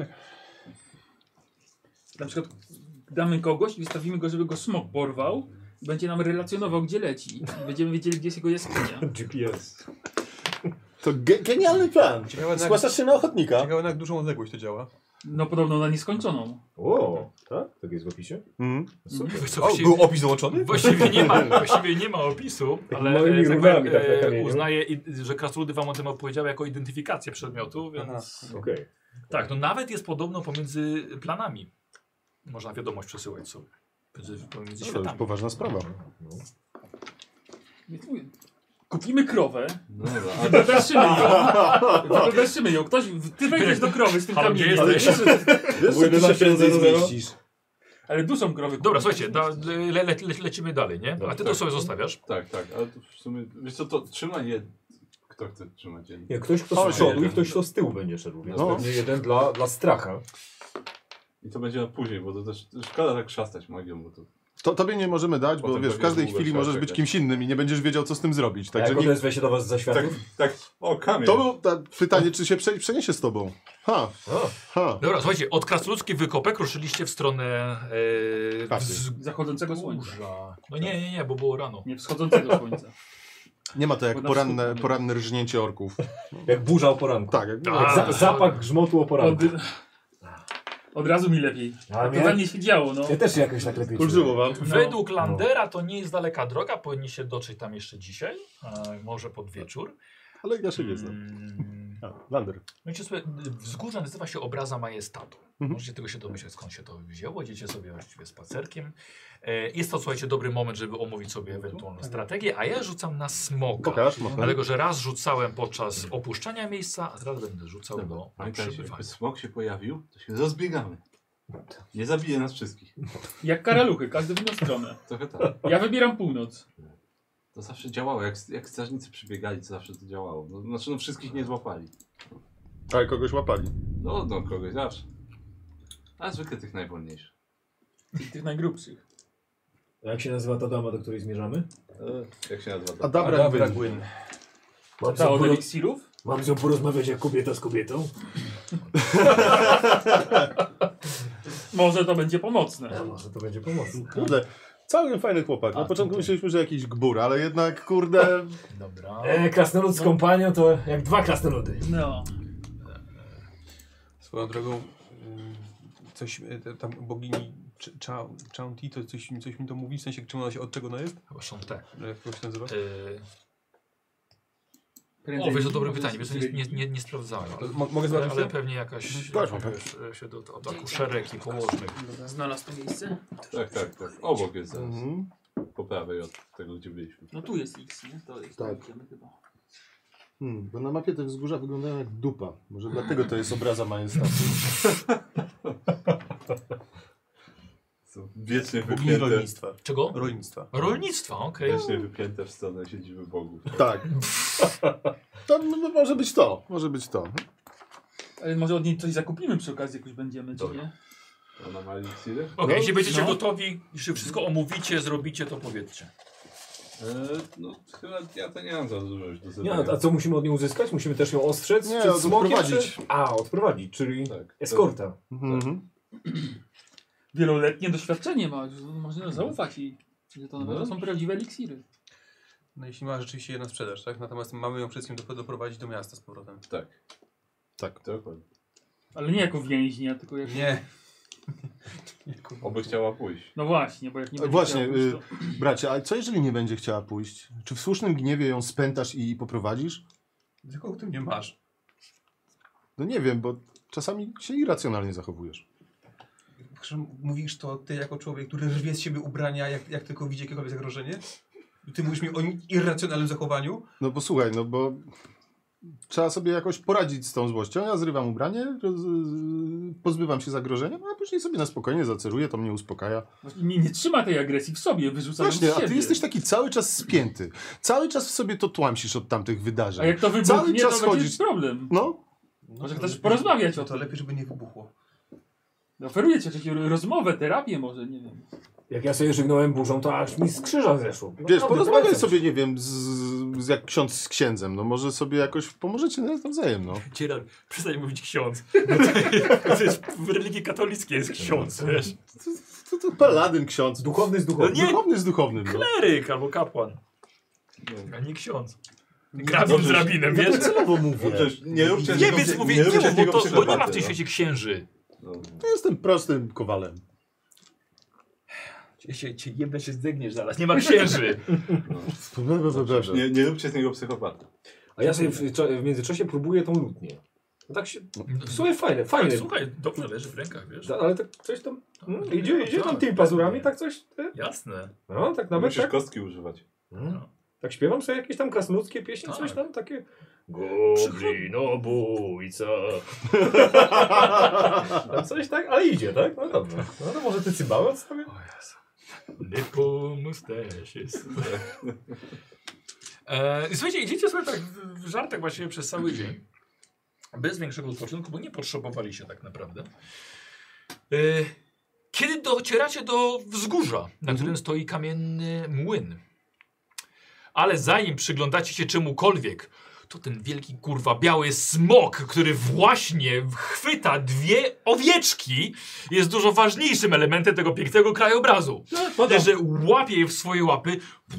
Na przykład damy kogoś i wystawimy go, żeby go smok porwał. Będzie nam relacjonował, gdzie leci. Będziemy wiedzieli, gdzie jest jego jaskinia. G P S. To ge genialny plan. Ciekawe, na, Zgłaszasz się na ochotnika. ciekawe, na jak dużą odległość to działa. No podobno na nieskończoną. O, tak? Tak jest w opisie? Mhm. Super. Wiesz co, O, właściwie, był opis dołączony? właściwie, nie ma, właściwie nie ma opisu, ale małymi e, tak runami powiem, tak na e, kamieniu. uznaję, i- że krasnoludy wam o tym opowiedziały jako identyfikację przedmiotu, więc... Okej. Tak, no nawet jest podobno pomiędzy planami. Można wiadomość przesyłać sobie. Pomiędzy, pomiędzy To już światami. poważna sprawa. Więc mówię, kupimy krowę, No dobra, a wydaszymy ją. Wydaszymy ją. Ktoś, ty wejdziesz do krowy z tym Halo, gdzie kamieniem. jesteś? Wiesz, co ty się prędzej zmieścisz. Ale duszą krowę. Dobra, kupimy. słuchajcie, da, le, le, le, lecimy dalej, nie? A ty to tak. sobie zostawiasz. tak, tak, ale to w sumie, wiesz co, to trzymaj je. Kto chce trzymać je? Nie, ktoś kto Chodź, z przodu jeden. i ktoś kto z tyłu będzie szedł, więc No. pewnie jeden dla, dla stracha. I to będzie na później, bo to też szkoda tak szastać magią, bo to To tobie nie możemy dać, bo Potem wiesz, w pewnie każdej długo chwili trzeba możesz być czekać. kimś innym i nie będziesz wiedział, co z tym zrobić. A Także jak nie... odezwę się do was za Tak, światów? tak, o kamień. To było ta, pytanie, czy się prze, przeniesie z tobą. Ha, O, ha. Dobra, słuchajcie, od krasnoludzkich wykopek ruszyliście w stronę e, Chaty. wz- Zachodzącego słońca. Burza. No nie, nie, nie, bo było rano. Nie wschodzącego słońca. Nie ma to jak Bo na poranne, wschód- poranne rżnięcie orków. jak burza o poranku. Tak, jak, Tak. Za, zapach grzmotu o Od, poranku. od razu mi lepiej. A To mnie? we mnie się działo, no. Ja też się jakoś tak lepiej Kulżyło wam. Według Landera to nie jest daleka droga, powinniście dotrzeć tam jeszcze dzisiaj, e, może pod wieczór. Ale ja się nie znam. Mm, A, Lander. Wiecie sobie, wzgórze nazywa się Obraza Majestatu. Mhm. Możecie tego się domyśleć, skąd się to wzięło. Idziecie sobie właściwie spacerkiem. E, jest to, słuchajcie, dobry moment, żeby omówić sobie ewentualną strategię, a ja rzucam na smoka. Pokaż, może. Dlatego, że raz rzucałem podczas opuszczania miejsca, a teraz będę rzucał do, do Pamiętajcie, przebywania. jakby smok się pojawił, to się rozbiegamy. Nie zabije nas wszystkich. Jak karaluchy, każdy w inną stronę. Trochę tak. Ja wybieram północ. To zawsze działało. Jak, jak strażnicy przybiegali, to zawsze to działało. No, znaczy, no wszystkich nie złapali. Ale kogoś łapali. No, no kogoś zawsze. A zwykle tych najwolniejszych. Tych, tych najgrubszych. Jak się nazywa ta dama, do której zmierzamy? E, jak się nazywa to? Adabra Adabra Gwyn. Gwyn. Mam Ta z nią od poro- eliksirów? mam z nią porozmawiać jak kobieta z kobietą? Może to będzie pomocne. A może to będzie pomocne. Kurde, całkiem fajny chłopak. Na A, początku tutaj. myśleliśmy, że jakiś gbur, ale jednak, kurde... Dobra. E, krasnolud z kompanią to jak dwa krasnoludy. No. Swoją drogą, ym, coś y, te- tam bogini Ch- Cha- Chaunti, to coś, coś mi to mówi, w sensie czym ona się, od czego ona jest? Chyba Chante. Jak to się nazywa? Yy, Prędzej o, wiesz, to niż dobre może pytanie, wiesz, z- nie, nie, nie, nie sprawdzałem. To, Ale, mo, mogę ale, zobaczyć ale to? pewnie jakaś, Tak, wiesz, się do, od akuszerek i położnych. Dobra, znalazł to miejsce? Tak, tak, tak. Obok jest zaraz. Mhm. Po prawej od tego, gdzie byliśmy. No tu jest X, nie? To jest, Tak. to idziemy chyba. Hmm, bo na mapie te wzgórza wyglądają jak dupa. Może dlatego to jest obraza majestatu. Są wiecznie Bogini wypięte, rolnictwa. Czego? Rolnictwa. Rolnictwa, okej. wiecznie wypięte w stronę siedziby bogów. Tak. To m- może być to. Może być to. Ale może od niej coś zakupimy przy okazji, jakoś będziemy, czy Dobra. nie? Ona ma eliksiry? Okej, No, jeśli będziecie no. gotowi, jeśli wszystko omówicie, zrobicie, to powiedzcie. E, no chyba ja to nie mam za dużo już do Nie, zrobienia. a co musimy od niej uzyskać? Musimy też ją ostrzec? Nie, przed od- smokiem, odprowadzić. Czy... A, odprowadzić, czyli Tak. eskorta. Mhm. Wieloletnie doświadczenie ma, że można zaufać i że to, No. to są prawdziwe eliksiry. No jeśli ma rzeczywiście je na sprzedaż, tak? Natomiast mamy ją przed wszystkim do, doprowadzić do miasta z powrotem. Tak. Tak. Dokładnie. Ale nie jako więźnia, tylko jako... Nie. Oby chciała pójść. No właśnie, bo jak nie E, będzie właśnie, chciał pójść, to... Bracie, a co jeżeli nie będzie chciała pójść? Czy w słusznym gniewie ją spętasz i poprowadzisz? Tylko o tym nie masz. No nie wiem, bo czasami się irracjonalnie zachowujesz. Że mówisz to ty jako człowiek, który rwie z siebie ubrania, jak, jak tylko widzi jakiekolwiek zagrożenie? I ty mówisz mi o irracjonalnym zachowaniu? No bo słuchaj, no bo trzeba sobie jakoś poradzić z tą złością. Ja zrywam ubranie, roz, pozbywam się zagrożenia, no a później sobie na spokojnie zaceruję, to mnie uspokaja. Właśnie nie, nie trzyma tej agresji w sobie, wyrzuca ją z Właśnie, a siebie. ty jesteś taki cały czas spięty. Cały czas w sobie to tłamsisz od tamtych A wydarzeń. jak to Cały wybuchnie, czas to będzie chodzisz- problem. No, Może to chcesz lepiej- porozmawiać o To tym. lepiej, żeby nie wybuchło. Oferuję ci jakąś rozmowę, terapię może, nie wiem. Jak ja sobie żygnąłem burzą, to aż mi z krzyża zeszło. wiesz, Naprawdę, porozmawiaj polecam. sobie, nie wiem, z, z, jak ksiądz z księdzem. No może sobie jakoś pomożecie nawzajem, no. Cieral, przestań mówić ksiądz. To jest, w religii katolickiej jest ksiądz, wiesz. To, to paladyn ksiądz. Duchowny z duchownym. No nie. Duchowny z duchownym, no. Kleryk albo kapłan, No. a nie ksiądz. Grabin z rabinem, Ja wiesz? to celowo mówię. Dobrze, nie róbcie z Nie, niego więc przy- mówię, nie nie, róbcie z bo, niego to, bo nie ma w psychopaty, tej no. świecie księży. No. Ja jestem prostym kowalem. Cię, cię jebę się zdygniesz zaraz, nie ma księży. No. Nie, nie róbcie z niego psychopaty. A ja sobie w, w międzyczasie próbuję tą lutnię. No tak się... W sumie fajne, fajne. Tak, słuchaj, dobrze leży w rękach, wiesz. Da- Ale tak coś tam... Hmm, Tak, idzie, idzie tam tymi pazurami, tak coś... Ty? Jasne. No, tak nawet Musisz tak... kostki używać. Hmm. Tak śpiewam sobie jakieś tam krasnoludzkie pieśni, Tak. coś tam takie... Goblin-obójca. Tam coś tak, ale idzie, tak? No dobra. No to może ty cymbałę odstawię? O Jezu. Nipple mustaches. E, słuchajcie, idziecie sobie tak w, w żartach właściwie przez cały dzień. Bez większego odpoczynku, bo nie potrzebowaliście tak naprawdę. E, Kiedy docieracie do wzgórza, na którym stoi kamienny młyn. Ale zanim przyglądacie się czemukolwiek, to ten wielki kurwa biały smok, który właśnie chwyta dwie owieczki, jest dużo ważniejszym elementem tego pięknego krajobrazu. No, że łapie je w swoje łapy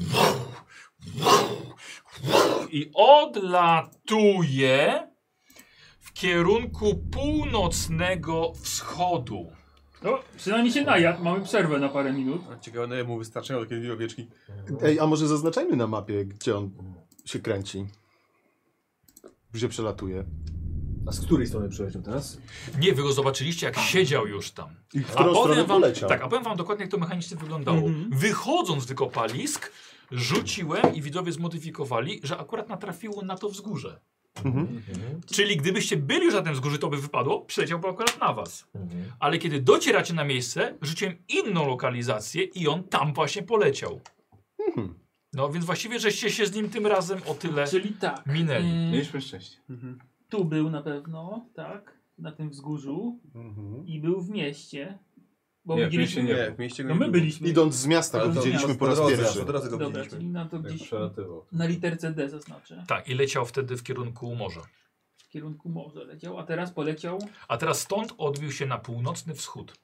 i odlatuje w kierunku północnego wschodu. No, przynajmniej się najadł, mamy przerwę na parę minut. Ciekawe, no mu wystarczają takie dwie owieczki. Ej, a może zaznaczajmy na mapie, gdzie on się kręci? Gdzie przelatuje? A z której strony przeleciał teraz? Nie, wy go zobaczyliście, jak siedział już tam. I w którą stronę wam, poleciał? Tak, a powiem wam dokładnie, jak to mechanicznie wyglądało. Mm-hmm. Wychodząc z wykopalisk, rzuciłem i widzowie zmodyfikowali, że akurat natrafiło na to wzgórze. Mm-hmm. Czyli gdybyście byli już na tym wzgórzu, to by wypadło, przyleciałby akurat na was. Mm-hmm. Ale kiedy docieracie na miejsce, rzuciłem inną lokalizację i on tam właśnie poleciał. Mm-hmm. No więc właściwie, żeście się z nim tym razem o tyle Czyli tak, minęli. Yy, Mieliśmy szczęście. Mhm. Tu był na pewno, tak, na tym wzgórzu mhm. i był w mieście. Bo nie, my w mieście nie, nie, w mieście no my byliśmy. Idąc z miasta go widzieliśmy po raz drodze, pierwszy. Po drodze go Dobra, widzieliśmy. czyli nam to gdzieś na literce D zaznaczę. Tak, i leciał wtedy w kierunku morza. W kierunku morza leciał, a teraz poleciał... A teraz stąd odbił się na północny wschód.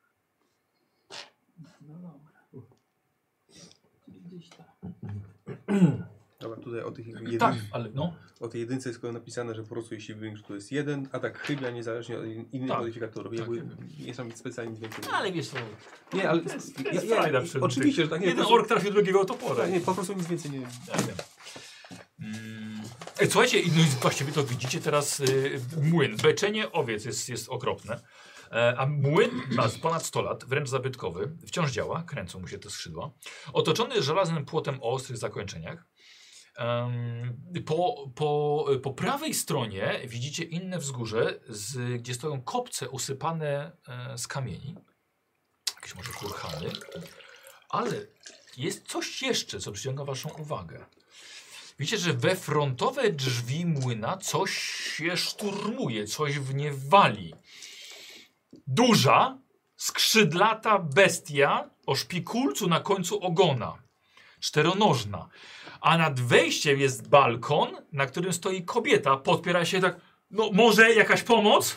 No dobra. Czyli gdzieś tam. Dobra, tutaj o tych jedyn... Tak, ale no. O tej jedynce jest napisane, że po prostu jeśli wyjdziesz, to jest jeden, a tak chybia niezależnie od innych tak, modyfikatorów. Tak, ja nie są specjalnie więcej. No, ale wiesz co. Nie, ale jest, ja, jest ja, ja, oczywiście, że tak. Nie, jeden ork trafił drugiego topora. Tak, nie, po prostu nic więcej nie wiem. Ja wiem. Mm. Ej, słuchajcie, no i właściwie to widzicie teraz y, młyn. Beczenie owiec jest, jest okropne. E, a młyn ma ponad sto lat, wręcz zabytkowy. Wciąż działa, kręcą mu się te skrzydła. Otoczony jest żelaznym płotem o ostrych zakończeniach. Um, po, po, po prawej stronie widzicie inne wzgórze, z, gdzie stoją kopce usypane e, z kamieni. Jakieś może kurhany. Ale jest coś jeszcze, co przyciąga waszą uwagę. Widzicie, że we frontowe drzwi młyna coś się szturmuje, coś w nie wali. Duża, skrzydlata bestia o szpikulcu na końcu ogona. Czteronożna. A nad wejściem jest balkon, na którym stoi kobieta. Podpiera się tak, no może jakaś pomoc?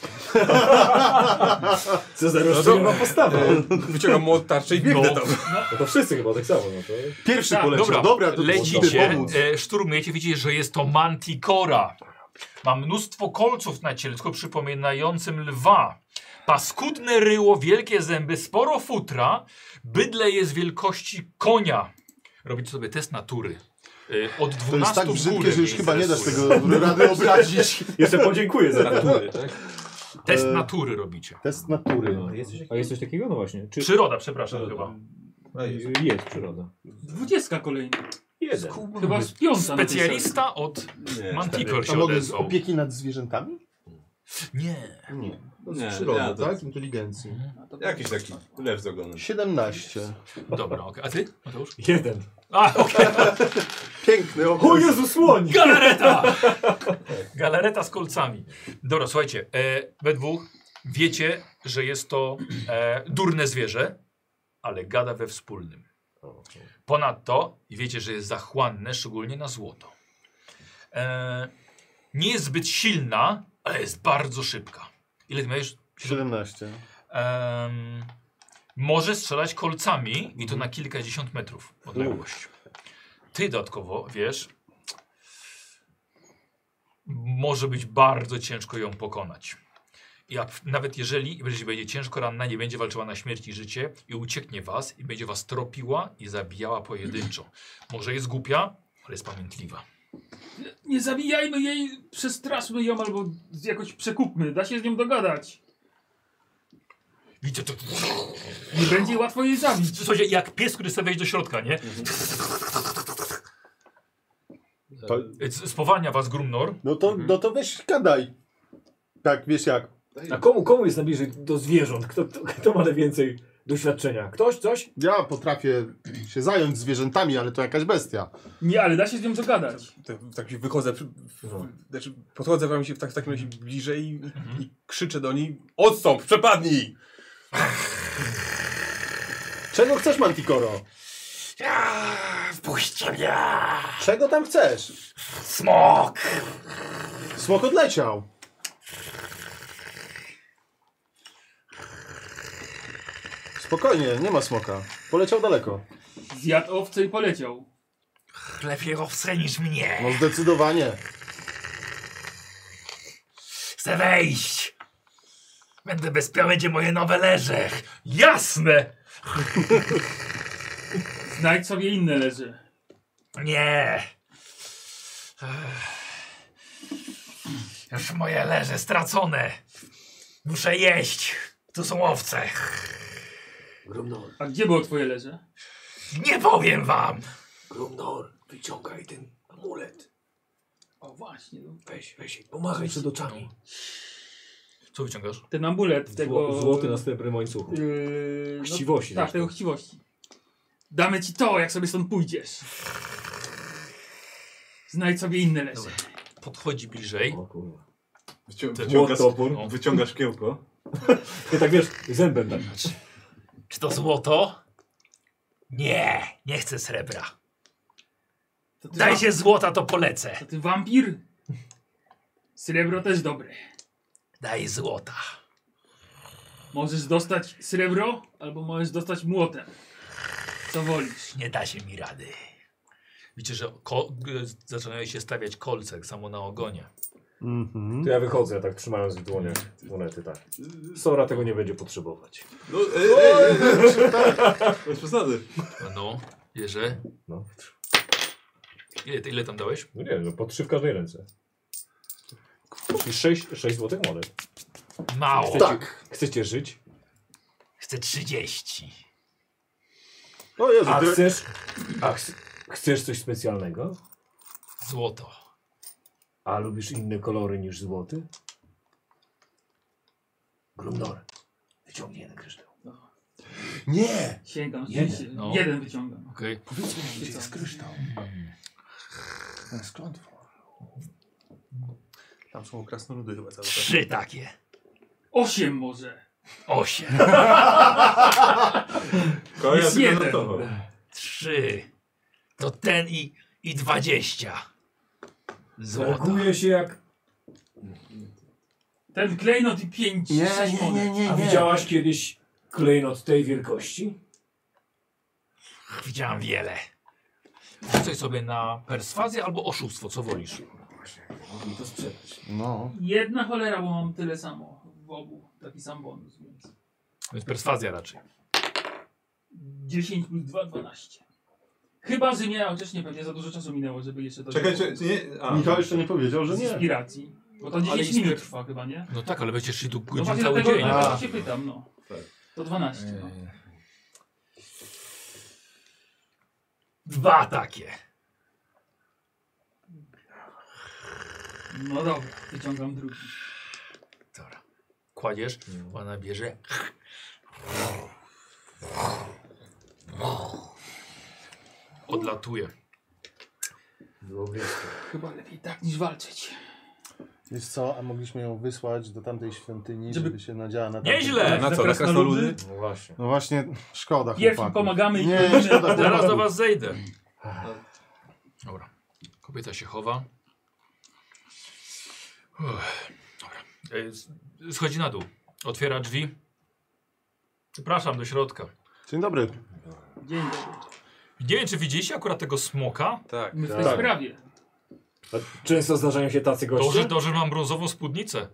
Co za rozstrzygła postawa. Wyciągam młot, tarczę i biegnę no, tam. No. no to wszyscy chyba tak samo. No to... Pierwszy tak, poleciał. Dobra, dobra to lecicie, e, szturmujecie, widzicie, że jest to Manticora. Ma mnóstwo kolców na cielsku przypominającym lwa. Paskudne ryło, wielkie zęby, sporo futra. Bydle jest wielkości konia. Robicie sobie test natury. Yy, od dwunastu to jest tak brzydkie, że już chyba nie dasz tego rady obrazić. Jeszcze podziękuję za natury, tak? Test natury robicie. Test natury. No, jest coś, a jest coś takiego? No właśnie. Czy... Przyroda, przepraszam chyba. Jest. jest przyroda. Dwudziestka kolejna. Jeden. Chyba z piąta. Specjalista od Manticore się A mogę z odezwał. opieki nad zwierzętami? Nie. Nie. To Nie, z przyrody, ja to- tak? Inteligencji. Jakiś taki lew z ogonem. siedemnaście. Dobra, okej. A ty, Mateusz? Jeden. A, okej. Piękny O obraz. Jezu, słoń! Galareta! Galareta z kolcami. Dobra, słuchajcie, e, we dwóch wiecie, że jest to e, durne zwierzę, ale gada we wspólnym. Ponadto wiecie, że jest zachłanne, szczególnie na złoto. E, nie jest zbyt silna, ale jest bardzo szybka. Ile ty miałeś? siedemnaście. Em, może strzelać kolcami i to na kilkadziesiąt metrów odległość. Ty dodatkowo, wiesz, może być bardzo ciężko ją pokonać. Jak, nawet jeżeli będzie ciężko ranna, nie będzie walczyła na śmierć i życie i ucieknie was i będzie was tropiła i zabijała pojedynczo. Może jest głupia, ale jest pamiętliwa. Nie zabijajmy jej, przestraszmy ją albo jakoś przekupmy. Da się z nią dogadać. Widzicie, to... Nie będzie łatwo jej zabić. Słuchajcie, jak pies, który chce wejść do środka, nie? To, Spowalnia was Grumnor. no, to, no to weź gadaj. Tak, wiesz jak. A komu, komu jest najbliżej do zwierząt? Kto, kto, kto ma najwięcej doświadczenia? Ktoś? Coś? Ja potrafię się zająć zwierzętami, ale to jakaś bestia. Nie, ale da się z nią dogadać. Tak, tak się wychodzę, w, w, znaczy podchodzę wam się w, tak, w takim razie bliżej i, i krzyczę do niej: odstąp, przepadnij! Czego chcesz, Manticoro? Wpuśćcie mnie! Czego tam chcesz? Smok! Smok odleciał. Spokojnie, nie ma smoka. Poleciał daleko. Zjadł owce i poleciał. Lepiej owce niż mnie. No zdecydowanie. Chcę wejść. Będę bezpieczny, będzie moje nowe leże. Jasne! Znajdź sobie inne leże. Nie. Już moje leże stracone. Muszę jeść. Tu są owce. Grumnor, A gdzie było twoje leże? Nie powiem wam. Grumnor, wyciągaj ten amulet. O właśnie. No. Weź, weź, pomachaj przed oczami. Co wyciągasz? Ten amulet tego... Zło, złoty na srebrnym łańcuchu. Yy, Chciwości No, tak, zresztą. tego chciwości. Damy ci to, jak sobie stąd pójdziesz. Znajdź sobie inne leże. Dobra. Podchodzi bliżej. O kurwa. Wycią Ty- wyciągasz, topór. No. wyciągasz kiełko. Ty tak wiesz, zębem tak. Czy to złoto? Nie, nie chcę srebra. To ty, Daj się złota, to polecę. to ty wampir? Srebro też dobre. Daj złota. Możesz dostać srebro, albo możesz dostać młotem. Co wolisz? Nie da się mi rady. Widzicie, że ko- g- zaczynają się stawiać kolce, tak samo na ogonie. Mhm. To ja wychodzę, tak trzymając w dłoniach monety, tak. Sora tego nie będzie potrzebować. No, ej, ej, ej, bez przesady. No, bierze. No. Ile, ile tam dałeś? No nie, no po trzy w każdej ręce. I sześć, sześć złotych monet. Mało. Chcecie, tak. Chcecie żyć? Chcę trzydzieści. O Jezu, A ty... chcesz, a ch chcesz coś specjalnego? Złoto. A lubisz inne kolory niż złoty? Grumnor, wyciągnij jeden kryształ. Nie! Sięgam, Jeden, rzeczywiście. no. Jeden wyciągam. Okej. Powiedzmy mi, gdzie Gdzie jest co? kryształ. Ten z klątwą. Tam są krasnoludy chyba cały czas. Trzy takie. Osiem może. Osiem. Koja Jest tylko jeden. notował. Trzy. To ten i, i dwadzieścia. Złota. Reaguje się jak... Ten klejnot i pięć, Nie, sześć nie, monet. nie, nie, A nie. widziałaś kiedyś klejnot tej wielkości? Widziałam wiele. Rzucaj sobie na perswazję albo oszustwo, co wolisz. Mogli to sprzedać. No. Jedna cholera, bo mam tyle samo w obu. Taki sam bonus, więc... Więc perswazja raczej. dziesięć plus dwa, dwanaście. Chyba, że nie, chociaż nie pewnie za dużo czasu minęło, żeby jeszcze to... Czekaj, czy, czy nie? A, Michał jeszcze nie powiedział, że Z nie. inspiracji. Bo to Ale dziesięć inspir- minut trwa chyba, nie? No tak, ale będziecie szli tu No godzin właśnie cały dlatego, dzień. dlatego A. się pytam, no. Tak. To dwanaście, no. Eee, Dwa takie. No dobra, wyciągam drugi. Dobra. Kładziesz, ona bierze. Odlatuje. Było blisko. Chyba lepiej tak niż walczyć. Wiesz co, a mogliśmy ją wysłać do tamtej świątyni, Żeby- żeby, się nadziała na Nieźle! tamtym- Na co, na krasnoludy? No właśnie. No właśnie, szkoda Pierw im chłopaków. pomagamy i Nie, wchodzimy. szkoda Zaraz do chłopaków. was zejdę. Dobra. Kobieta się chowa. Uff, dobra. E, s- Schodzi na dół. Otwiera drzwi. Zapraszam do środka. Dzień dobry. Dzień dobry. Nie wiem, czy widzieliście akurat tego smoka? Tak. My w tej Tak. sprawie. A często zdarzają się tacy To, że, goście? to, że mam brązową spódnicę.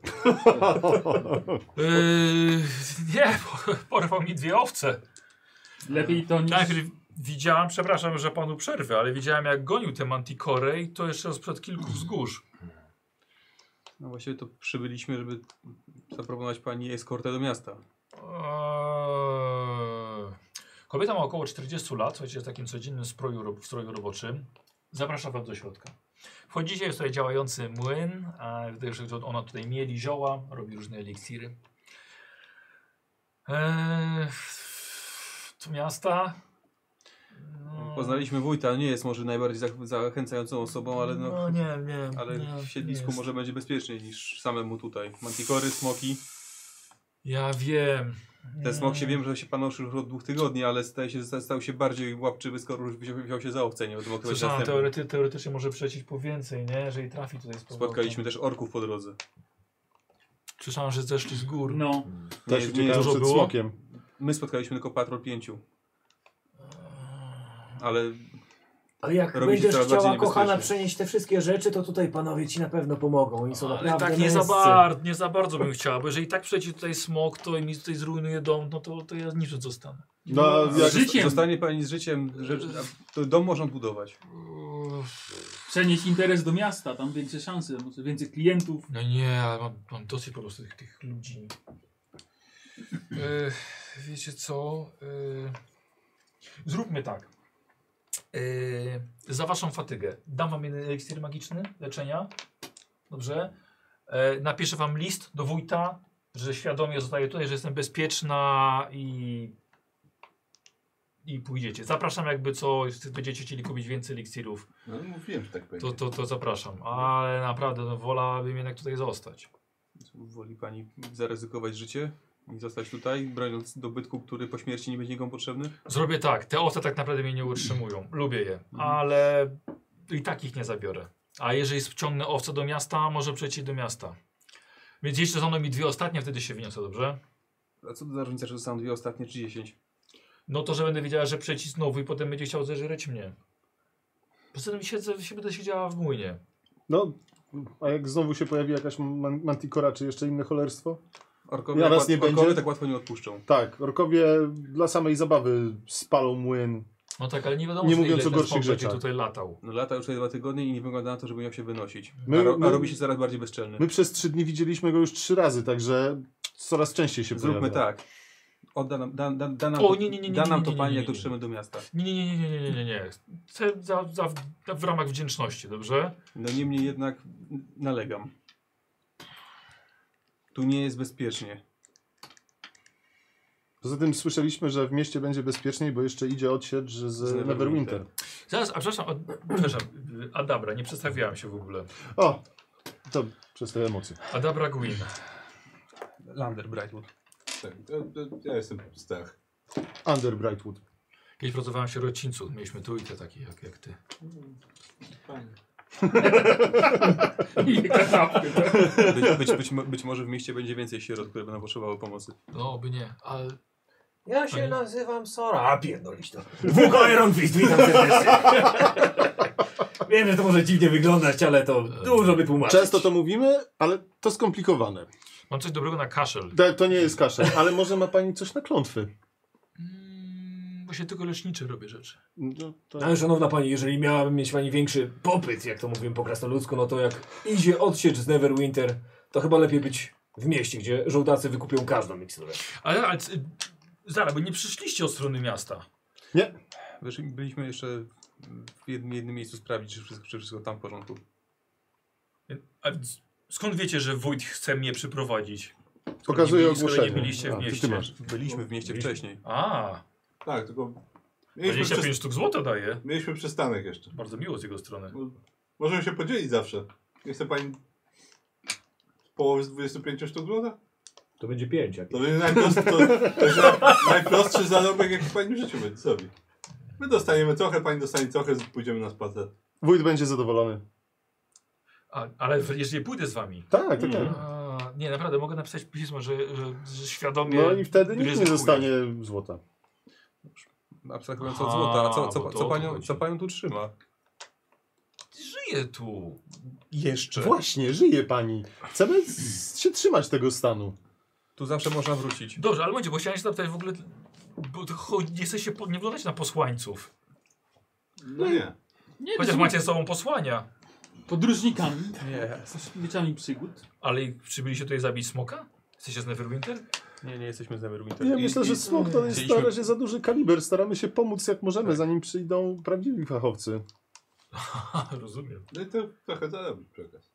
Yy, nie, po- porwał mi dwie owce. Lepiej to niż... Najpierw widziałem, przepraszam, że panu przerwę, ale widziałem jak gonił te manticore i to jeszcze sprzed kilku wzgórz. No właściwie to przybyliśmy, żeby zaproponować pani eskortę do miasta. Eee, kobieta ma około czterdziestu lat, słuchajcie, w takim codziennym stroju, ro- w stroju roboczym. Zapraszam was do środka. Wchodzicie, jest tutaj działający młyn, a widać, że ona tutaj mieli zioła, robi różne eliksiry. Eee, tu miasta. No, Poznaliśmy wójta, nie jest może najbardziej zach- zachęcającą osobą, ale no... no nie, nie. Ale nie, w siedlisku nie może będzie bezpieczniej niż samemu tutaj. Mantikory, smoki. Ja wiem. Ten smok się wiem, że się panoszył już od dwóch tygodni, ale staje się, stał się bardziej łapczywy, skoro już wziął, wziął się za owce, nie wiadomo, Słyszałem, teorety, teoretycznie może przecieć po więcej, nie? Jeżeli trafi tutaj z powrotem. Spotkaliśmy też orków po drodze. Słyszałem, że zeszli z gór. No. Też Nie, uciekają nie, dużo przed było? smokiem. My spotkaliśmy tylko patrol pięciu. Ale Ale jak robi się będziesz coraz chciała, bardziej kochana, niebezpiecznie. przenieść te wszystkie rzeczy, to tutaj panowie ci na pewno pomogą. Oni są Ale naprawdę tak nie za, męscy. bar, nie za bardzo bym chciała, bo jeżeli tak przeci tutaj smok, to i mi tutaj zrujnuje dom, no to, to ja niczym zostanę. No, a Z jak, życiem. zostanie pani z życiem, że, to dom można odbudować. Przenieść interes do miasta, tam większe szanse, może więcej klientów. No nie, ale mam, mam dosyć po prostu tych, tych ludzi. E, wiecie co? E, zróbmy tak. E, za waszą fatygę dam wam jeden eliksir magiczny leczenia. Dobrze? E, napiszę wam list do wójta, że świadomie zostaję tutaj, że jestem bezpieczna i i pójdziecie. Zapraszam, jakby co, jeśli będziecie chcieli kupić więcej eliksirów, No mówiłem, że tak będzie. to, to, to zapraszam. Ale naprawdę, no, wolałabym jednak tutaj zostać. Woli pani zaryzykować życie i zostać tutaj, broniąc dobytku, który po śmierci nie będzie nikomu potrzebny? Zrobię tak. Te owce tak naprawdę mnie nie utrzymują. Lubię je, ale i tak ich nie zabiorę. A jeżeli wciągnę owce do miasta, może przejść do miasta. Więc jeszcze za mną mi dwie ostatnie, wtedy się wniosę, dobrze? A co to za różnica, że zostaną dwie ostatnie czy dziesięć? No to, że będę wiedziała, że przejść znowu i potem będzie chciał zeżreć mnie. Poza tym siedzę, się będę siedziała w młynie. no, a jak znowu się pojawi jakaś man mantikora czy jeszcze inne cholerstwo? Orkowie, Ja tak, raz nie łat, orkowie będzie. tak łatwo nie odpuszczą. Tak, orkowie dla samej zabawy spalą młyn. No tak, ale nie wiadomo, Nie ile mówiąc o ten gorszych smok będzie rzeczach. tutaj latał. No lata już tutaj dwa tygodnie i nie wygląda na to, żeby miał się wynosić. My- a, ro, my- a robi się coraz bardziej bezczelny. My przez trzy dni widzieliśmy go już trzy razy, także coraz częściej się Zróbmy pojawia. tak. Odda nam, da, da, da nam, O, to, nie, nie, nie, nie, da nam nie, to nie, pani, nie, jak nie, nie. dotrzemy do miasta. Nie, nie, nie, nie, nie, nie, nie, nie. Chcę za, za, w ramach wdzięczności, dobrze? No niemniej jednak nalegam. Tu nie jest bezpiecznie. Poza tym słyszeliśmy, że w mieście będzie bezpieczniej, bo jeszcze idzie odsiecz z, Z Neverwinter. Neverwinter. Zaraz, a przepraszam, a, przepraszam, Adabra, nie przedstawiałem się w ogóle. O, to przez te emocje. Adabra Gwyn. Lander Brightwood. Tak, ja, ja, ja jestem Stach. Under Brightwood. Kiedyś pracowałem w sierocińcu, mieliśmy tu i te takie jak, jak ty. Fajnie. I kanapy, tak? Być, być, być, mo- być może w mieście będzie więcej sierot, które będą potrzebowały pomocy. No, by nie, ale Ja się Pani- nazywam Sora. A pierdolić to. Wuko Iron Fist, witam serdecznie. Wiem, że to może dziwnie wyglądać, ale to dużo by tłumaczyć. Często to mówimy, ale to skomplikowane. mam coś dobrego na kaszel. To, to nie jest kaszel, ale może ma pani coś na klątwy. Mm, bo się tylko leczniczy robię rzeczy. No, to... Ale szanowna pani, jeżeli miałabym mieć pani większy popyt, jak to mówimy po krasnoludzku, no to jak idzie odsiecz z Neverwinter, to chyba lepiej być w mieście, gdzie żołdacy wykupią każdą miksturę. Ale, ale c- zaraz, bo nie przyszliście od strony miasta. Nie, Wiesz, byliśmy jeszcze w jednym, jednym miejscu sprawdzić, czy wszystko, czy wszystko tam w porządku. A c- skąd wiecie, że wójt chce mnie przyprowadzić? pokazuję nie byli- skoro ogłoszenie. nie byliście w A, ty- mieście. Ty masz. Byliśmy w mieście Byliśmy. wcześniej. A, Tak, tylko mieliśmy, dwadzieścia pięć przyst- sztuk złota daje. mieliśmy przystanek jeszcze. Bardzo miło z jego strony. No, możemy się podzielić zawsze. Nie chce pani połowy z dwudziestu pięciu sztuk złota? To będzie pięć. Jak... To będzie najprostszy, to, to będzie naj, najprostszy zarobek, jaki pani w życiu będzie zrobi. My dostaniemy trochę, pani dostanie trochę, pójdziemy na spacer. Wójt będzie zadowolony. A, ale w- jeżeli pójdę z wami. Tak, tak, tak. A, nie, naprawdę mogę napisać pismo, że, że, że świadomie. No i wtedy nikt nie ryzykuję. zostanie złota. Abstrahując Aha, od złota, a co, bo co, to co, o to panią, chodzi. co panią tu trzyma? Żyję tu. Jeszcze. Właśnie, żyje pani. Chcemy z- się trzymać tego stanu. Tu zawsze można wrócić. Dobrze, ale będzie, bo chciałem się zapytać w ogóle. Bo to chodzi, nie chcę się po, nie wyglądać na posłańców. No nie. Nie, Chociaż to macie ze sobą posłania. podróżnikami. Nie. Z mieczami przygód. Ale przybyliście tutaj zabić smoka? Jesteście z Neverwinter? Nie, nie jesteśmy z Neverwinter. Ja I- myślę, i- że smok to jest chcieliśmy- na razie za duży kaliber. Staramy się pomóc jak możemy, zanim przyjdą prawdziwi fachowcy. Rozumiem. No i to trochę zarobić przy okazji.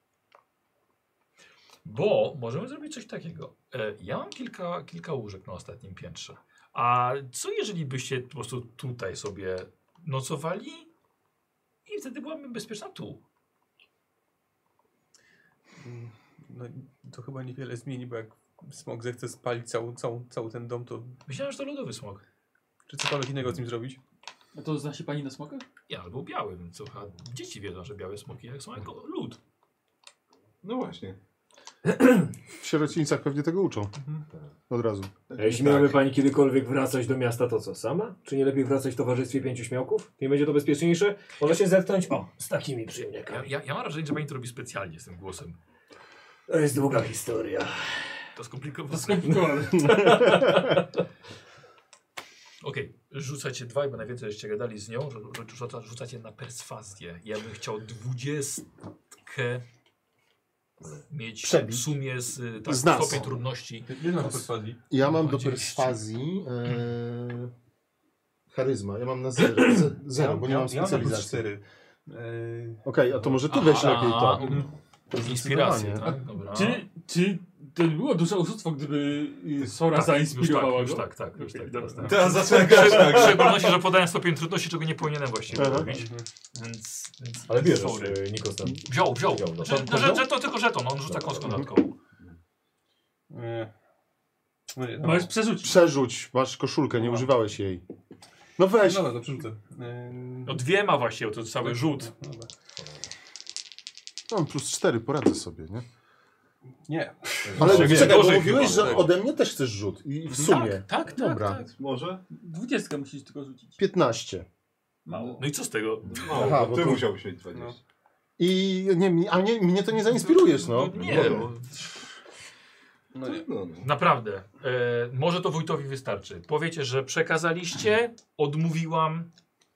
Bo możemy zrobić coś takiego. E, ja mam kilka, kilka łóżek na ostatnim piętrze. A co jeżeli byście po prostu tutaj sobie nocowali i wtedy byłabym bezpieczna tu? No to chyba niewiele zmieni, bo jak smok zechce spalić cały, cały, cały ten dom, to Myślałem, że to lodowy smok. czy cokolwiek innego z nim zrobić? A to zna się pani na smokach? Ja, albo biały, więc co, chyba dzieci wiedzą, że białe smoki jak są jako lód. No właśnie. W sierocińcach pewnie tego uczą. Od razu. A jeśli miałaby pani kiedykolwiek wracać do miasta, to co, sama? Czy nie lepiej wracać w towarzystwie pięciu śmiałków? Nie będzie to bezpieczniejsze? Może się zetknąć, o, z takimi Ja, przyjemniakami. ja, ja mam wrażenie, że pani to robi specjalnie z tym głosem. To jest długa historia. To skomplikowane. Skomplikowane. Okej, rzucacie dwa, bo najwięcej żeście gadali z nią, rzuca, rzucacie na perswazję. Ja bym chciał dwudziestkę mieć Przebić. w sumie z tak, Z nas. stopień trudności. Nie ma perswazji. Ja mam do Oczywiście. perswazji e, charyzma. Ja mam na zero, ze- zero bo nie mam Ja mam specjalizacji. cztery. Okej, a to może ty weź lepiej to. To Inspirację, zdecydowanie. tak? Dobra. Czy, czy to by było duże oszustwo, gdyby y, Sora Tak, zainspirowała już go? tak, już tak, tak, już Okej, tak, dobra. teraz tak. Teraz zaczyna grać W tak. szczególności, że podałem stopień trudności, czego nie powinienem właściwie Aha. robić. Więc, więc Ale bierzesz, sorry. e, Nikos tam. Wziął, wziął. Wziął, no. Że, no, że, że to tylko żeton, on rzuca kostką dodatkową. Nie. No nie, Możesz przerzucić. Przerzuć, masz koszulkę, nie używałeś jej. No weź. Dobra, to przerzucę. No dwie ma właśnie, to cały rzut. Dobra. No, plus cztery, poradzę sobie, nie? Nie. Ale Jeszcze czekaj, bo gorzej mówiłeś, chyba, że tak. ode mnie też chcesz rzut. I w sumie. Tak, tak, tak. Dobra. tak. Może? Dwudziestkę musisz tylko rzucić. piętnaście. Mało. No i co z tego? Mało, Aha, bo bo ty to- musiałbyś mieć dwadzieścia. No. I nie, mi- a nie, mnie to nie zainspirujesz, no. Nie, bo No nie. No, no. naprawdę. E, może to wójtowi wystarczy. Powiecie, że przekazaliście, odmówiłam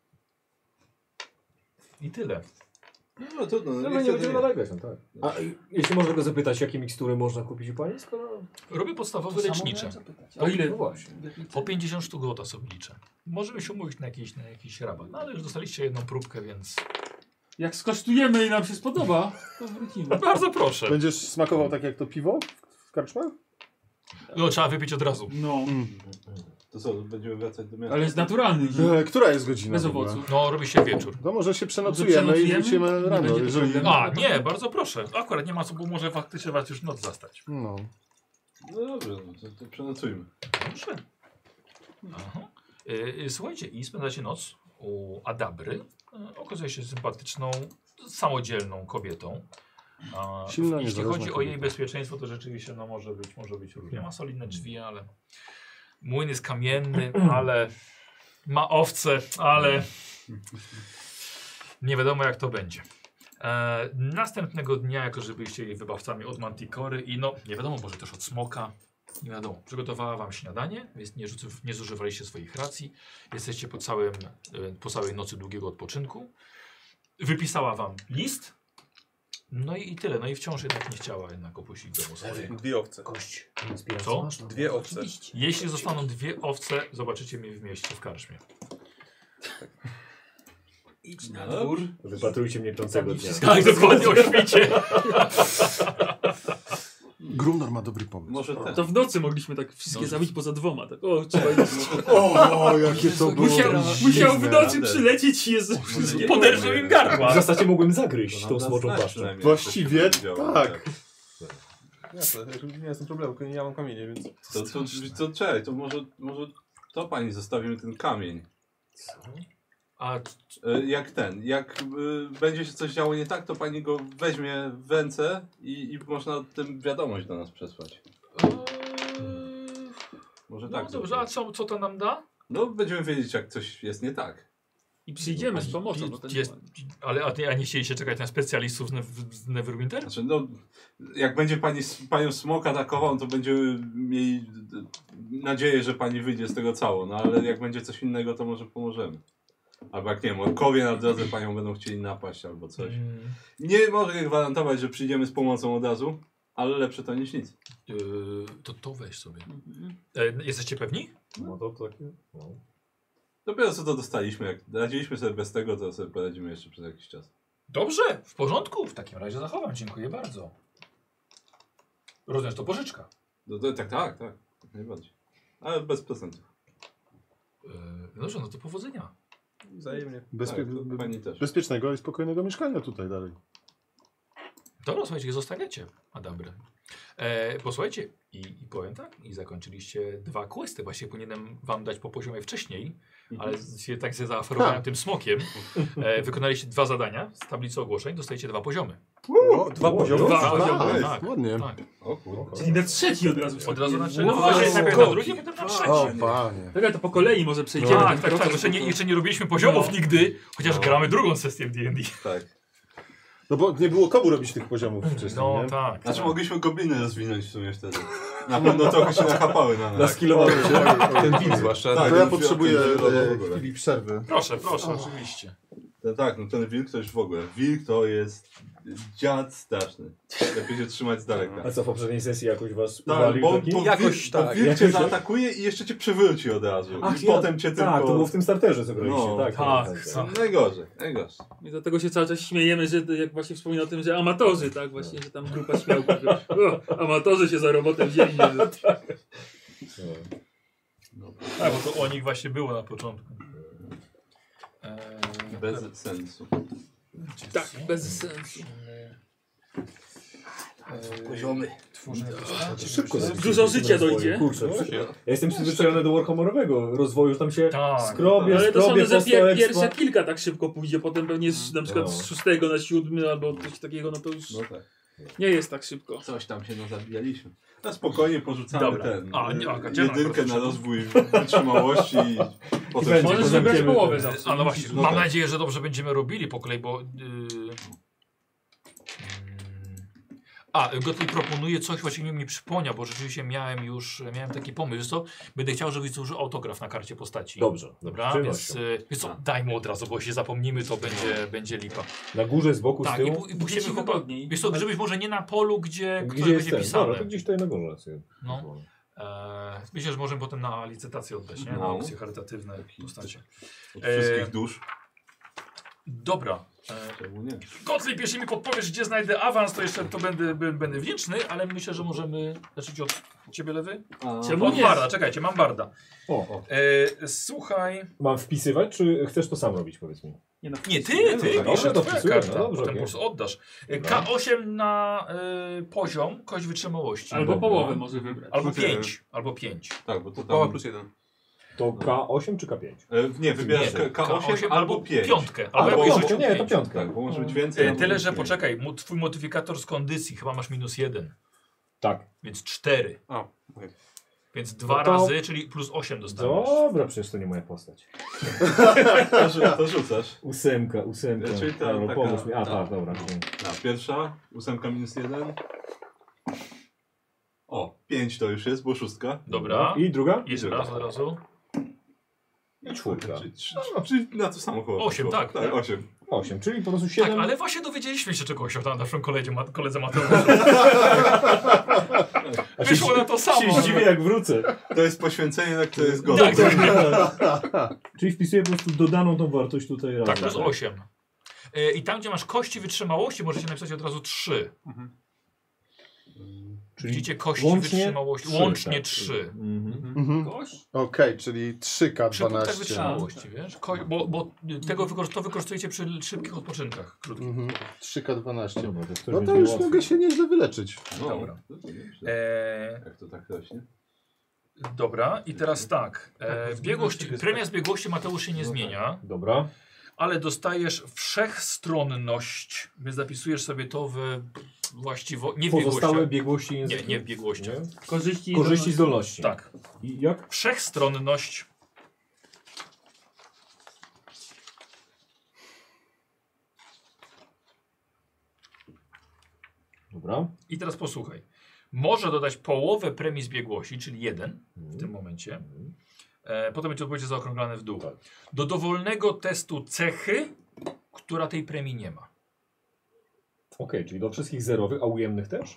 i tyle. No to no, No, nie my nie wtedy będziemy nie. nalegać, no tak. A i- jeśli można go zapytać, jakie mikstury można kupić u pani, skoro... Robię podstawowe lecznicze. O ile? No właśnie. Po pięćdziesiąt sztuk złota sobie liczę. Możemy się umówić na jakiś, na jakiś rabat. No ale już dostaliście jedną próbkę, więc Jak skosztujemy i nam się spodoba, to wrócimy. bardzo proszę. Będziesz smakował tak jak to piwo w karczmach? No trzeba wypić od razu. No, To co, będziemy wracać do miasta? ale jest naturalny. E, która jest godzina? Bez w ogóle? owoców. No robi się wieczór. No może się przenocujemy Może i przenocujemy? wrócimy Nie rano, będzie jeżeli... problemu. A, nie, bardzo proszę. Akurat nie ma co, bo może faktycznie was już noc zastać. No. No dobrze, no to, to przenocujmy. Dobrze. Aha. Y, y, słuchajcie, i spędzacie noc u Adabry. Y, okazuje się sympatyczną, samodzielną kobietą. A, Silna, jeśli niezależna chodzi o jej kobieta. bezpieczeństwo, to rzeczywiście no, może być, może być różnie. Ma solidne drzwi, ale młyn jest kamienny, ale ma owce, ale nie wiadomo jak to będzie. E, następnego dnia, jako że byliście jej wybawcami od Manticory i no, nie wiadomo, może też od Smoka, nie wiadomo, przygotowała wam śniadanie, więc nie, rzucy, nie zużywaliście swoich racji, jesteście po, całym, e, po całej nocy długiego odpoczynku, wypisała wam list, no i, i tyle, no i wciąż jednak nie chciała jednak opuścić domu swojego. Dwie owce. Kość. Inspiracja Co? masz? No, Dwie owce. Oczywiście. Jeśli zostaną dwie owce, zobaczycie mnie w mieście w karczmie. Idź na No. dwór. Wypatrujcie mnie piątego dnia. Tak, dokładnie o świcie. Grumnor ma dobry pomysł. Może ten. To w nocy mogliśmy tak wszystkie No. zabić poza dwoma. Tak, o, trzeba iść. O, jakie to było Musiał, musiał w nocy przylecieć i jest... Poderżył im gardła. W zasadzie mogłem zagryźć To tą nam da smoczą znać paszczę. przynajmniej, Właściwie jak to się działo, tak. Jasne, nie jest ten problem, tylko ja mam kamienie, więc... To, to, to czekaj, to może, może to pani zostawimy ten kamień. A E, Jak ten, jak y, będzie się coś działo nie tak, to pani go weźmie w ręce i, i można o tym wiadomość do nas przesłać. Eee, Może no tak. dobrze, zrobimy. a co, co to nam da? No będziemy wiedzieć, jak coś jest nie tak. I przyjdziemy z pomocą. No to nie Jest, ma- ale a, nie- a nie chcieliście czekać na specjalistów z, Nev- z Neverwinter? Znaczy, no, jak będzie pani s- panią smok atakował, to będziemy mieli d- nadzieję, że pani wyjdzie z tego cało. No ale jak będzie coś innego, to może pomożemy. Albo jak nie wiem, orkowie na drodze panią będą chcieli napaść albo coś. Mm, Nie mogę gwarantować, że przyjdziemy z pomocą od razu, ale lepsze to niż nic. yy, to to weź sobie. Mhm. E, jesteście pewni? No to takie... No. Dopiero co to dostaliśmy, jak radziliśmy sobie bez tego, to sobie poradzimy jeszcze przez jakiś czas. Dobrze, w porządku. W takim razie zachowam. Dziękuję bardzo. Rozumiem, że to pożyczka. No, to, tak, tak, tak. Jak najbardziej. Ale bez procentów. Yy, dobrze, no to powodzenia. Wzajemnie. Bezpie... Tak, to pani też. Bezpiecznego i spokojnego mieszkania tutaj dalej. Dobra, słuchajcie, zostawiacie Adabrę. E, posłuchajcie, i, i powiem tak, i zakończyliście dwa questy. Właściwie powinienem wam dać po poziomie wcześniej, ale się tak się zaoferowałem Ha. tym smokiem. E, wykonaliście dwa zadania z tablicy ogłoszeń, dostajecie dwa poziomy. O, dwa poziomy. Dwa A, poziomy, nice, tak. ładnie. tak. O kurde. Czyli na trzeci od razu. Od razu na trzeci. Wow. No właśnie, najpierw na drugi, potem na trzeci. O, panie. Czekaj, to po kolei może przejdziemy. Tak, ten tak, tak. proces, Jeszcze nie, bo to- jeszcze nie robiliśmy poziomów No. nigdy, chociaż No. gramy drugą sesję w D and D. Tak. No bo nie było komu robić tych poziomów wcześniej, No nie? tak. Znaczy mogliśmy gobliny rozwinąć w sumie wtedy. Na pewno trochę się nachapały na nas. Naskilowałem się. Ten wilk zwłaszcza. Tak. To ja ten potrzebuję wilk, ten e, w ogóle. chwili przerwy. Proszę, proszę, oczywiście. No tak, no ten wilk to już w ogóle. Wilk to jest dziad straszny. Lepiej się trzymać z daleka. A co, w poprzedniej sesji jakoś was Tak, uwalił bo, taki? bo, Jakoś wilk, bo tak, wilk cię jakoś tak. zaatakuje i jeszcze cię przywróci od razu. Ach, I ja- potem cię tylko... Tak, to było w tym starterze, co graliście, No, tak. tak, tak. tak. Najgorzej, najgorzej. I dlatego się cały czas śmiejemy, że to jak właśnie wspomina o tym, że amatorzy, tak właśnie, że tam grupa śmiałków, że o, amatorzy się za robotę wzięli. Że... Tak, bo to o nich właśnie było na początku. Eee, Bez sensu. Tak, bez sensu. Poziomy. Tworzenie postaci. Szybko Dużo życia dojdzie. Kurczę, ja jestem przyzwyczajony do Warhammerowego rozwoju, że tam się Tak. skrobie, Ale to skrobie, sądzę, że posto pier expa. pierwsze kilka tak szybko pójdzie, potem pewnie z, na przykład No. z szóstego na siódmy albo coś takiego, no to już No tak. nie jest tak szybko. Coś tam się nazabijaliśmy. Na spokojnie porzucamy Dobra. ten. A, nie, a, y, gdzie mam jedynkę proszę? na rozwój wytrzymałości i potem będzie się Możesz potem wybrać zamkniemy połowę ten- zawsze. A no właśnie, No mam tak. nadzieję, że dobrze będziemy robili po kolei, bo... Yy... A, Gottlieb proponuje coś, właśnie mi przypomniał, bo rzeczywiście miałem już, miałem taki pomysł, wiesz co, będę chciał, żebyś złożył autograf na karcie postaci. Dobrze, Dobra, z więc przyjemnością. yy, wiesz co, daj mu od razu, bo jeśli zapomnimy, to będzie, będzie lipa. Na górze, z boku, z Tak, i, tyłu. pu- i musimy Gdzie ci chyba, wygodniej. wiesz co, żebyś może nie na polu, gdzie, Gdzie które jest będzie ten? Dobra, pisane. to gdzieś tutaj na górze. sobie No. pozwolę. Eee, myślę, że możemy potem na licytację oddać, nie? Na No. aukcje charytatywne postacie. od wszystkich E, dusz. Dobra. Eee, Czemu nie? Gottlieb, jeśli mi podpowiesz, gdzie znajdę awans, to jeszcze to będę, b- będę wdzięczny, ale myślę, że możemy zacząć od ciebie, Lewy? A, Czemu Od nie? Barda, czekajcie, mam Barda. O, Eee, słuchaj... mam wpisywać, czy chcesz to sam robić, powiedz mi? Nie, no, Nie, ty, no, ty, dobra, pisze to twoja wpisuję, karta, no dobrze, potem po okej. prostu oddasz. E, Dobra. K osiem na e, poziom, kość wytrzymałości. Albo Dobra. połowę może wybrać. Albo Plus jeden. pięć, albo pięć. tak, bo to Połowa tam... plus jeden. To K osiem czy K pięć? E, nie, wybierasz Nie, K osiem albo pięć. Piątkę. Albo Albo piątkę, piątkę. nie, to piątka. Tak, bo może być więcej. E, albo tyle, być że mniej. poczekaj, mu- twój modyfikator z kondycji chyba masz minus jeden, Tak. więc cztery. A, okej. Więc dwa No to- razy, czyli plus osiem dostaniesz. Dobra, przecież to nie moja postać. To, rzu- to rzucasz. Ósemka, ósemka. Czyli ta- Dobra, taka- pomóż mi. A, ta- tak, dobra. Na pierwsza, ósemka minus jeden. O, pięć to już jest, bo szóstka. Dobra. I druga? Jeszcze raz od razu. I czwórka. Czyli, czyli, czyli na to samo chyba. Osiem, poszło. tak. Tak, osiem. osiem, czyli po prostu Tak, siedem. ale właśnie dowiedzieliśmy się czegoś o naszym koledze, ma, koledze Mateuszu. A się- Wyszło na to samo. się zdziwię, jak wrócę. To jest poświęcenie, na które jest Tak, gotowy. tak, Czyli wpisuję po prostu dodaną tą wartość tutaj razem. tak, plus osiem. E, I tam, gdzie masz kości wytrzymałości, możecie napisać od razu trzy. Czyli Widzicie kości łącznie wytrzymałości. trzy, Łącznie tak. trzy. Mhm. Mhm. Kość? Okej, czyli trzy K Przy punktach dwanaście. wytrzymałości, wiesz? Ko bo bo tego wykor to wykorzystujecie przy szybkich odpoczynkach. Krótkich. Mhm. trzy K dwanaście. Dobra, to, No to już mogę się nieźle wyleczyć. No, Dobra. to to nieźle. E, Jak to tak rośnie? dobra, i teraz tak. E, biegłość, premia z biegłości Mateusz się nie zmienia, Dobra. ale dostajesz wszechstronność. Więc zapisujesz sobie to w właściwo... Nie w Pozostałe biegłościach. biegłości Nie, języka. nie w biegłościach. Nie? Korzyści i Korzyści, zdolności. zdolności. Tak. I jak? Wszechstronność. Dobra. I teraz posłuchaj. Może dodać połowę premii zbiegłości, czyli jeden w tym momencie. Mhm. E, potem będzie odpowiedź zaokrąglane w dół. Tak. Do dowolnego testu cechy, która tej premii nie ma. Okej, czyli do wszystkich zerowych, a ujemnych też?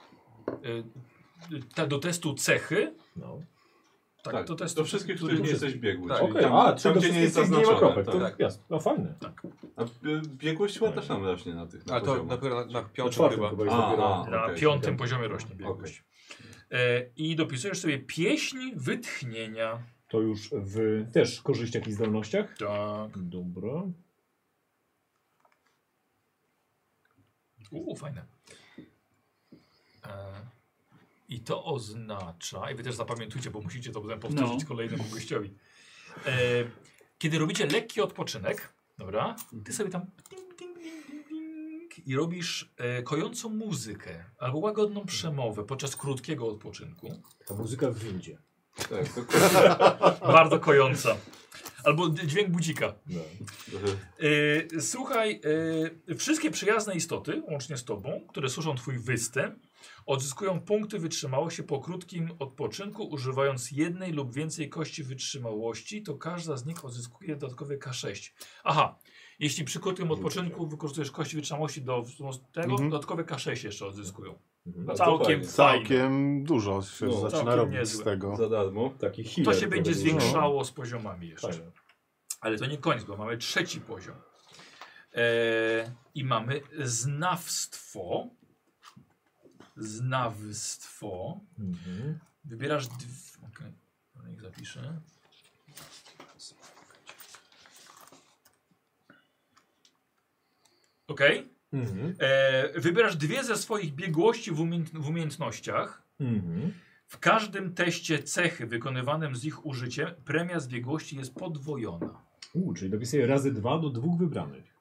E, ta, do testu cechy. No. Tak, Tak, do testu do wszystkich, który- których nie jesteś biegły. Tak. Czyli Okej, tam, a, tam, czyli do gdzie nie jest wszystkich nie ma zaznaczone. kropek. To tak. jasne. No fajne. A y, biegłość chyba też tam rośnie na tych na Ale to poziomach. dopiero na, na Na piątym czwartym chyba. chyba jest A, dopiero. a. Na Okej, piątym okej. poziomie rośnie biegłość. E, I dopisujesz sobie pieśń wytchnienia. To już w też korzyściach i zdolnościach? Tak. Dobra. Uuu, fajne. E, I to oznacza, i wy też zapamiętujcie, bo musicie to potem powtórzyć No. kolejnemu gościowi. E, kiedy robicie lekki odpoczynek, dobra, ty sobie tam ding, ding, ding, ding, ding, i robisz e, kojącą muzykę albo łagodną przemowę podczas krótkiego odpoczynku. Ta muzyka w windzie. Tak, to Bardzo kojąca. Albo d- dźwięk budzika. No. E, słuchaj, e, wszystkie przyjazne istoty, łącznie z tobą, które służą twój występ, odzyskują punkty wytrzymałości po krótkim odpoczynku, używając jednej lub więcej kości wytrzymałości, to każda z nich odzyskuje dodatkowe K sześć. Aha, jeśli przy krótkim odpoczynku wykorzystujesz kości wytrzymałości do tego, Mhm. dodatkowe K sześć jeszcze odzyskują. Mhm. Bardzo Całkiem fajnie. fajnie. Całkiem dużo się No, zaczyna całkiem robić niezłe. z tego. Za darmo. Taki To healer. się będzie trochę zwiększało z poziomami jeszcze. Fajne. Ale to nie koniec, bo mamy trzeci poziom. E, I mamy znawstwo. Znawstwo. Mhm. Wybierasz dwie... Okej, okay. Niech zapiszę. Okej. Mhm. E, Wybierasz dwie ze swoich biegłości w, umiejęt w umiejętnościach. Mhm. W każdym teście cechy wykonywanym z ich użyciem premia z biegłości jest podwojona. U, czyli dopisuję razy dwa do dwóch wybranych.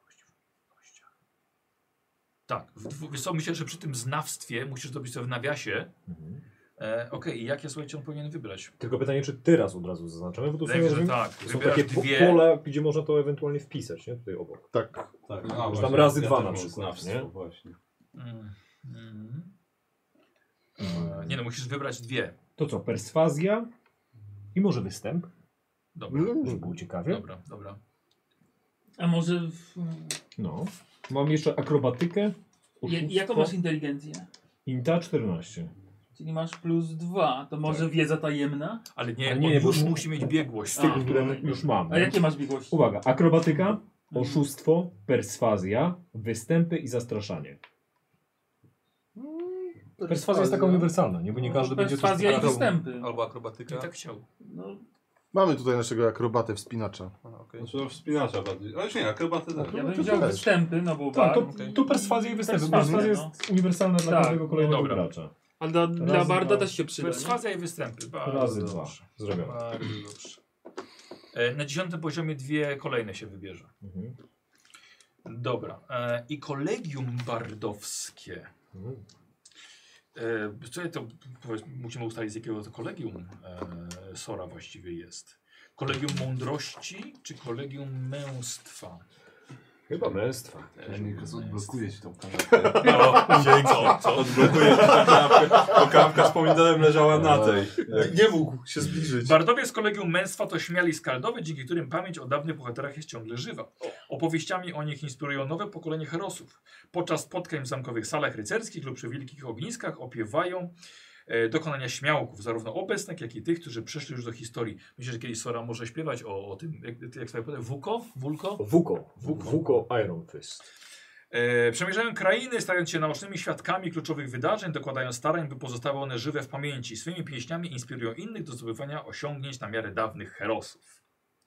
Tak, w dwu, wiesz co, myślę, że przy tym znawstwie musisz dobić to w nawiasie. Mhm. E, Okej, i jakie słuchajcie on powinien wybrać? Tylko pytanie, czy teraz od razu zaznaczamy, bo tu są, Wydaje mi się, że rozumiem, tak. są Wybierasz takie po- dwie. pola, gdzie można to ewentualnie wpisać, nie? Tutaj obok. Tak. Tak, Że a, tam właśnie, razy ja dwa też na mam przykład, znawstwo, nie? Właśnie. Mm, mm. E, nie no, musisz wybrać dwie. To co, perswazja i może występ, Dobra, żeby było ciekawie. dobra, dobra. A może... W... No. Mam jeszcze akrobatykę, Je, oszustwo, jaką masz inteligencję? Inta czternaście. Czyli masz plus dwa, to może wiedza tajemna? Ale nie, Ale on nie, bo- już musi mieć biegłość. Z tych, A, które no. już mam. A jakie masz biegłości? Uwaga, akrobatyka, oszustwo, perswazja, występy i zastraszanie. Perswazja jest taka uniwersalna, nie? Bo nie każdy będzie coś Perswazja i potrafił. występy. Albo I akrobatyka. tak chciał. No, Mamy tutaj naszego akrobatę, wspinacza. A, okej. Znaczy no wspinacza bardziej. Ale już nie, akrobaty też. ja bym to wziął też. występy, no bo Tak, bar. to, okej. to perswazja i występy. Perswazja, Perswazja no. jest uniwersalna dla Tak, każdego kolejnego dobra. gracza. Ale dla, dla Razy Barda dwa. też się przyda, nie? Perswazja i występy. Bardzo Razy dobrze. dwa. Zrobione. Bardzo dobrze. E, na dziesiątym poziomie dwie kolejne się wybierze. Mhm. Dobra. E, I kolegium bardowskie. Mhm. E, co ja to powiedz, musimy ustalić, z jakiego to kolegium e, Sora właściwie jest. Kolegium mądrości czy kolegium męstwa? Chyba męstwa. Też Niech męstwa. odblokuje ci tą kanapę. No, dzięki. Co? Co? Odblokuję kanapkę, bo kanapka z pomidorem leżała na tej. Nie mógł się zbliżyć. Bardowie z kolegium męstwa to śmiali skaldowie, dzięki którym pamięć o dawnych bohaterach jest ciągle żywa. Opowieściami o nich inspirują nowe pokolenie herosów. Podczas spotkań w zamkowych salach rycerskich lub przy wielkich ogniskach opiewają e, dokonania śmiałków, zarówno obecnych, jak i tych, którzy przeszli już do historii. Myślę, że kiedyś Sora może śpiewać o, o tym, jak, jak sobie powiem, Wuko? Wulko? Wuko. Wuko. Wuko Iron Fist. E, przemierzają krainy, stając się naocznymi świadkami kluczowych wydarzeń, dokładają starań, by pozostały one żywe w pamięci. Swoimi pieśniami inspirują innych do zdobywania osiągnięć na miarę dawnych herosów.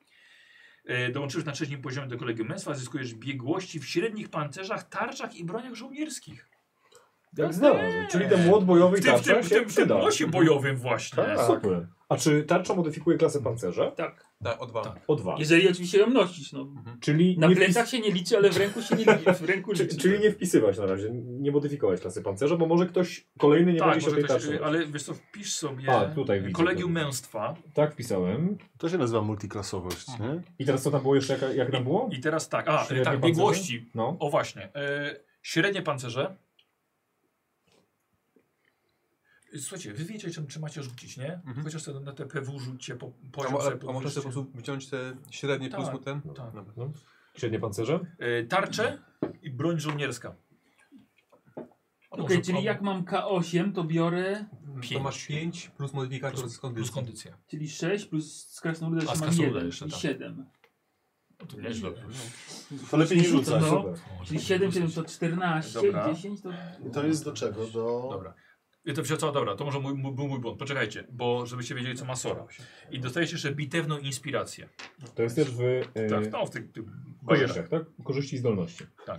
E, dołączyłeś na trzecim poziomie do kolegium męstwa, zyskujesz biegłości w średnich pancerzach, tarczach i broniach żołnierskich. Jak znalazłem. Czyli ten młot bojowy i W tym, w tarcza tym, w się tym, w tym przyda. mosie bojowym właśnie. Tak. Super. A czy tarcza modyfikuje klasę pancerza? Tak. Tak, o dwa. Tak. O dwa. Jeżeli oczywiście ją nosisz, no. Czyli Na nie plecach się nie liczy, ale w ręku się nie liczy. W ręku Czy, liczy. czyli nie wpisywać na razie, nie modyfikować klasy pancerza, bo może ktoś kolejny nie Tak, będzie się może tej ktoś, tarczy nosić. ale wiesz co, wpisz sobie A, tutaj widzę kolegium to. męstwa Tak wpisałem. To się nazywa multiklasowość, nie? I teraz co tam było jeszcze, jak, jak tam było? i teraz tak, a Średnie tak, pancerze? biegłości. No. O właśnie, e, średnie pancerze. Słuchajcie, wy wiecie, czy, czy macie rzucić, nie? Mhm. Chociaż sobie na te P W rzućcie, po, A, poziom mo- sobie a można sobie po podwyższcie. prostu wyciąć te średnie plus Tak. ten? Tak. Dobra. No. Średnie pancerze? E, tarcze i broń żołnierska. A Okej, może- czyli a- jak mam K osiem, to biorę, Pięć. To masz pięć plus modyfikator plus, z plus kondycji. kondycja. czyli sześć plus z krasnoluda A, jeszcze z mam krasnoluda jeden, jeszcze, czyli tak. siedem. No to nieźle. To lepiej nie rzucać. No. Super. Czyli siedem, siedem to czternaście, Dobra. dziesięć to... I to jest do czego? Do... Dobra. I to wziął co? Dobra, to może mój, mój, był mój błąd. Poczekajcie, bo żebyście wiedzieli, co ma Sora. I dostajesz jeszcze bitewną inspirację. To jest też w e, Tak, no w tych, tych bajerach. korzyściach, tak? Korzyści i zdolności. Tak.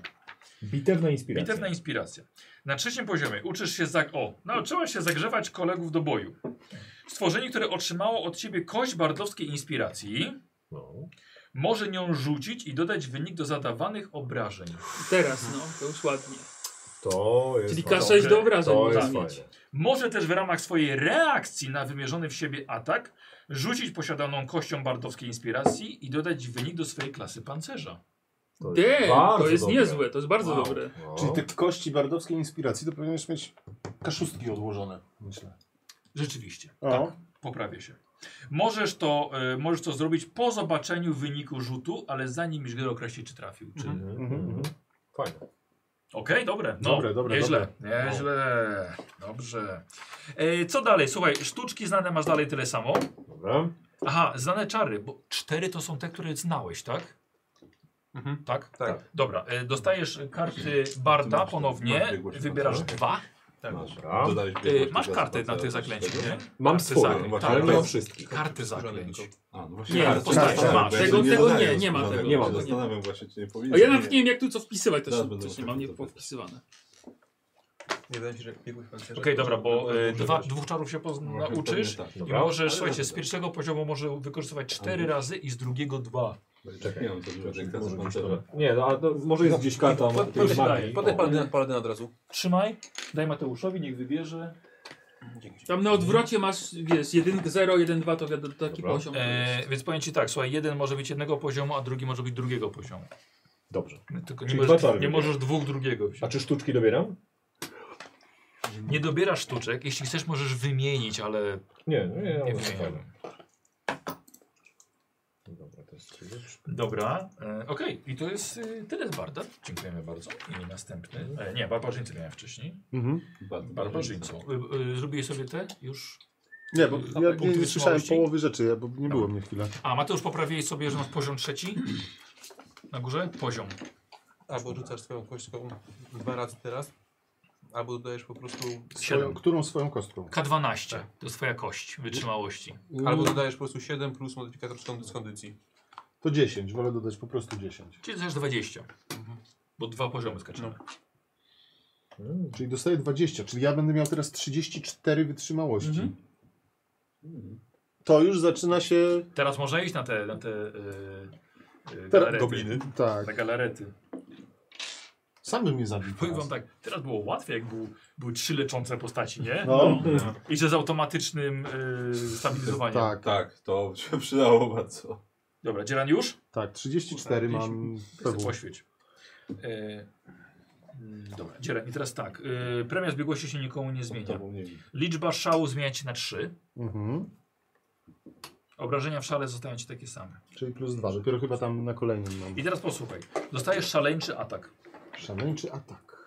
Bitewna inspiracja. Bitewna inspiracja. Na trzecim poziomie uczysz się za... O, nauczyłaś się zagrzewać kolegów do boju. Stworzenie, które otrzymało od ciebie kość bardowskiej inspiracji, No. może nią rzucić i dodać wynik do zadawanych obrażeń. Teraz, no, to już ładnie. To jest Czyli fajne. K sześć do obrażeń To można jest mieć. fajne. Może też w ramach swojej reakcji na wymierzony w siebie atak rzucić posiadaną kością bardowskiej inspiracji i dodać wynik do swojej klasy pancerza. To De, jest to bardzo jest dobre. niezłe, to jest bardzo Wow. dobre. No. Czyli te kości bardowskiej inspiracji to powinieneś mieć kaszustki odłożone, myślę. Rzeczywiście. O. Tak, poprawię się. Możesz to, y, możesz to zrobić po zobaczeniu wyniku rzutu, ale zanim już go określić, czy trafił. Czy... Mhm, Mhm. mhm. Fajne. Okej, dobre. No, Dobre, dobre, Nieźle, dobre. nieźle. Dobrze. E, co dalej? Słuchaj, sztuczki znane masz dalej tyle samo. Dobra. Aha, znane czary, bo cztery to są te, które znałeś, tak? Mhm. Tak? Tak. Dobra, e, dostajesz karty Barda masz- ponownie, masz biegłość wybierasz pancerza? dwa. Masz. Dobra. Dodałeś E, biegłość masz do kartę na pancerza tych zaklęciach, tego? nie? Mam Karty swoje, zaklęć, tak, ale nie to mam jest- wszystkich. Karty zaklęć. A, no właśnie Nie, karty. postać Tak, masz. bo ja Tego- nie tego dodaję nie, już nie ma żadnego. tego. Nie ma Się tego. Zastanawiam właśnie, czy nie A powinien. ja nawet nie wiem jak tu co wpisywać, też, Zaraz będę też nie musiał mam nie to zapytać. powpisywane. Nie wydaje mi się, że biegłość pancerza. Okej, dobra, bo e, Może dwa, być. dwóch czarów się poz- No, nauczysz pewnie tak. i Dobra. możesz, Ale słuchajcie, z dobra. pierwszego poziomu może wykorzystywać cztery Ale- razy i z drugiego dwa. Czekaj, nie mam co dużo tej klasy Może gdzieś pancerza. to- Nie, no, a to może jest gdzieś karta Pod- tej podaj- magii. Podaj O. paladyna, paladyna od razu. Trzymaj, daj Mateuszowi, niech wybierze. Dzięki. Tam na odwrocie masz, wiesz, jeden zero, jeden dwa to wiadomo, taki Dobra. poziom. to E, jest. więc powiem ci tak, słuchaj, jeden może być jednego poziomu, a drugi może być drugiego poziomu. Dobrze. Tylko nie Czyli możesz, dwa czary nie wybieram. możesz dwóch drugiego wziąć. A czy sztuczki dobieram? Nie dobierasz sztuczek, jeśli chcesz możesz wymienić, ale Nie, nie, nie. nie no, wymieniam. Dobra, to jest trzy. Dobra, e, okej, i to jest y, tyle z Barda. Dziękujemy bardzo. I następny. E, nie, barbarzyńcy miałem wcześniej. Mhm. Barbarzyńcą. Y, y, zrobiłeś sobie te już? Nie, bo A ja punkty nie, nie słyszałem wytrzymałości? połowy rzeczy, ja- bo nie było mnie chwilę. A Mateusz, poprawiłeś sobie, że masz poziom trzeci? Na górze? Poziom. Albo rzucasz swoją kością dwa razy teraz, albo dodajesz po prostu... Swoją, siedem. którą swoją kostką? K dwanaście. To jest twoja kość wytrzymałości. Albo dodajesz po prostu siedem plus modyfikator z kondycji. To dziesięć, wolę dodać po prostu dziesięć. Czyli też dwadzieścia. Bo dwa poziomy skaczemy. Mm. Czyli dostaję dwadzieścia, czyli ja będę miał teraz trzydzieści cztery wytrzymałości. Mhm. To już zaczyna się... Teraz można iść na te, na te yy, yy, Teraz- galarety. gobliny. Tak. Na galarety. Sam bym mnie zabił Powiem teraz. wam tak, teraz było łatwiej, jak był, były trzy leczące postaci, nie? No. I że z automatycznym yy, stabilizowaniem. Tak, Tak, to się przydało bardzo. Dobra, Dzieran już? tak, trzydzieści cztery mam Chcę P W. poświeć. Yy, mm, dobra, Dzieran, i teraz tak. Yy, premia zbiegłości się nikomu nie zmienia. Tobą nie widzę. Liczba szału zmienia się na trzy. Mhm. Obrażenia w szale zostają ci takie same. Czyli plus dwa, dopiero chyba tam na kolejnym mam. I teraz posłuchaj. Dostajesz szaleńczy atak. Szaleńczy atak.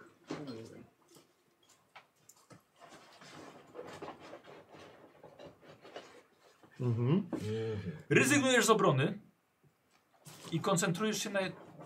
Mhm. Rezygnujesz z obrony i koncentrujesz się na...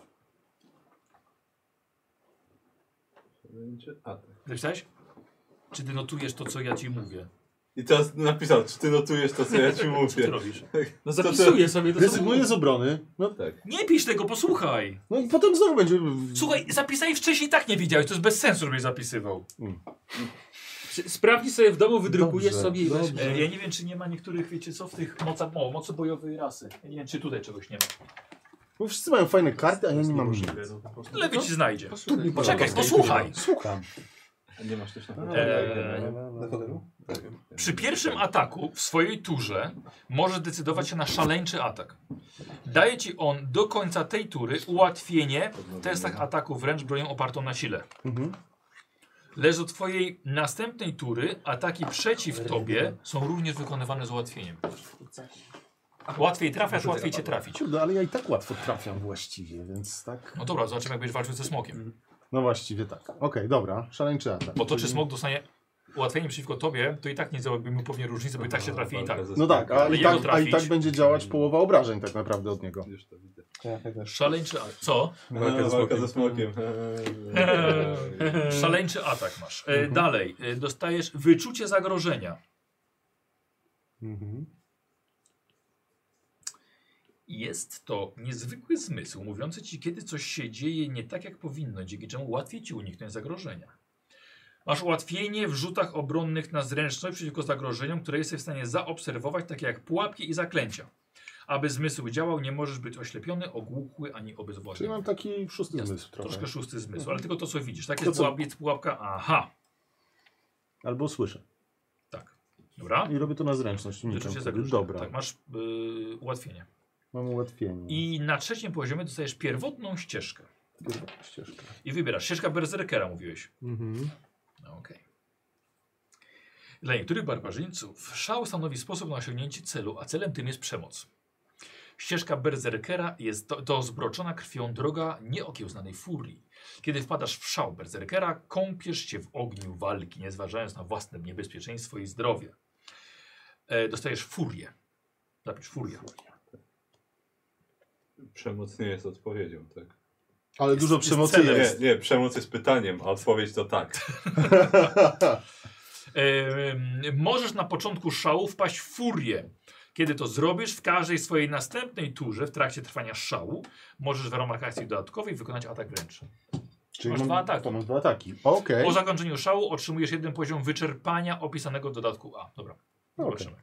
Będzie atak. Zapisałeś? Czy ty notujesz to, co ja ci mówię? I teraz napisał, czy ty notujesz to, co ja ci Co ty mówię. robisz? No zapisuję sobie to. Rezygnuję z obrony. No, Tak. Nie pisz tego, posłuchaj. no i potem znowu będzie... Słuchaj, zapisałeś wcześniej, tak nie widziałeś, to jest bez sensu, żebyś zapisywał. Sprawdź sobie w domu, wydrukujesz Dobrze, sobie i weź. dobrze. E, ja nie wiem, czy nie ma niektórych, wiecie co, w tych moca, o, mocy bojowej rasy. Ja nie wiem, czy tutaj czegoś nie ma. Bo wszyscy mają fajne karty, a ja nie mam nic. Lewy ci znajdzie. Posłuchaj. Poczekaj, posłuchaj. Słucham. A nie masz też na Eee, Na fotelu? Przy pierwszym ataku w swojej turze możesz decydować się na szaleńczy atak. Daje ci on do końca tej tury ułatwienie w testach ataku wręcz bronią opartą na sile. Mhm. Lecz do twojej następnej tury ataki przeciw tobie są również wykonywane z ułatwieniem. Łatwiej trafiasz, łatwiej cię trafić. Kurde, ale ja i tak łatwo trafiam właściwie, więc tak... No dobra, zobaczymy jak będziesz walczył ze smokiem. No właściwie tak. Okej, dobra. Szaleńczy atak. Bo to czy smok dostanie ułatwienie przeciwko tobie, to i tak nie zrobiłby mu pewnie różnicy, bo i tak się trafi i tak. No tak, a Ale i jego tak, a i trafić? tak będzie działać połowa obrażeń tak naprawdę od niego. Już to widzę. Szaleńczy atak. Co? Walka, walka ze smokiem. Szaleńczy atak masz. E, dalej, e, dostajesz wyczucie zagrożenia. Mhm. Jest to niezwykły zmysł, mówiący ci, kiedy coś się dzieje nie tak, jak powinno, dzięki czemu łatwiej ci uniknąć zagrożenia. Masz ułatwienie w rzutach obronnych na zręczność przeciwko zagrożeniom, które jesteś w stanie zaobserwować, takie jak pułapki i zaklęcia. Aby zmysł działał, nie możesz być oślepiony, ogłuchły ani obezwładniony. Czyli mam taki szósty Jasne, zmysł trochę. Troszkę szósty zmysł, mhm. ale tylko to, co widzisz. Tak To jest, co? pułap, jest pułapka, aha. Albo słyszę. Tak. Dobra. I robię to na zręczność. Wyczucie zagrożenia. Dobra. Tak, masz yy, ułatwienie. Mam ułatwienie. I na trzecim poziomie dostajesz pierwotną ścieżkę. Pierwotną ścieżkę. I wybierasz. Ścieżka berserkera, mówiłeś. Mhm. No, okej. Okay. Dla niektórych barbarzyńców szał stanowi sposób na osiągnięcie celu, a celem tym jest przemoc. Ścieżka berserkera jest to, to zbroczona krwią droga nieokiełznanej furii. Kiedy wpadasz w szał berserkera, kąpiesz się w ogniu walki, nie zważając na własne niebezpieczeństwo i zdrowie. E, dostajesz furię. Zapisz furia. Przemoc nie jest odpowiedzią, tak? Ale jest, dużo jest przemocy celem. jest. Nie, nie, przemoc jest pytaniem, a odpowiedź to tak. e, możesz na początku szału wpaść w furię. Kiedy to zrobisz, w każdej swojej następnej turze w trakcie trwania szału możesz w ramach akcji dodatkowej wykonać atak wręcz. Czyli Masz mam, dwa ataki. To mam dwa ataki. Okej. Po zakończeniu szału otrzymujesz jeden poziom wyczerpania opisanego w dodatku A. Dobra, zobaczymy.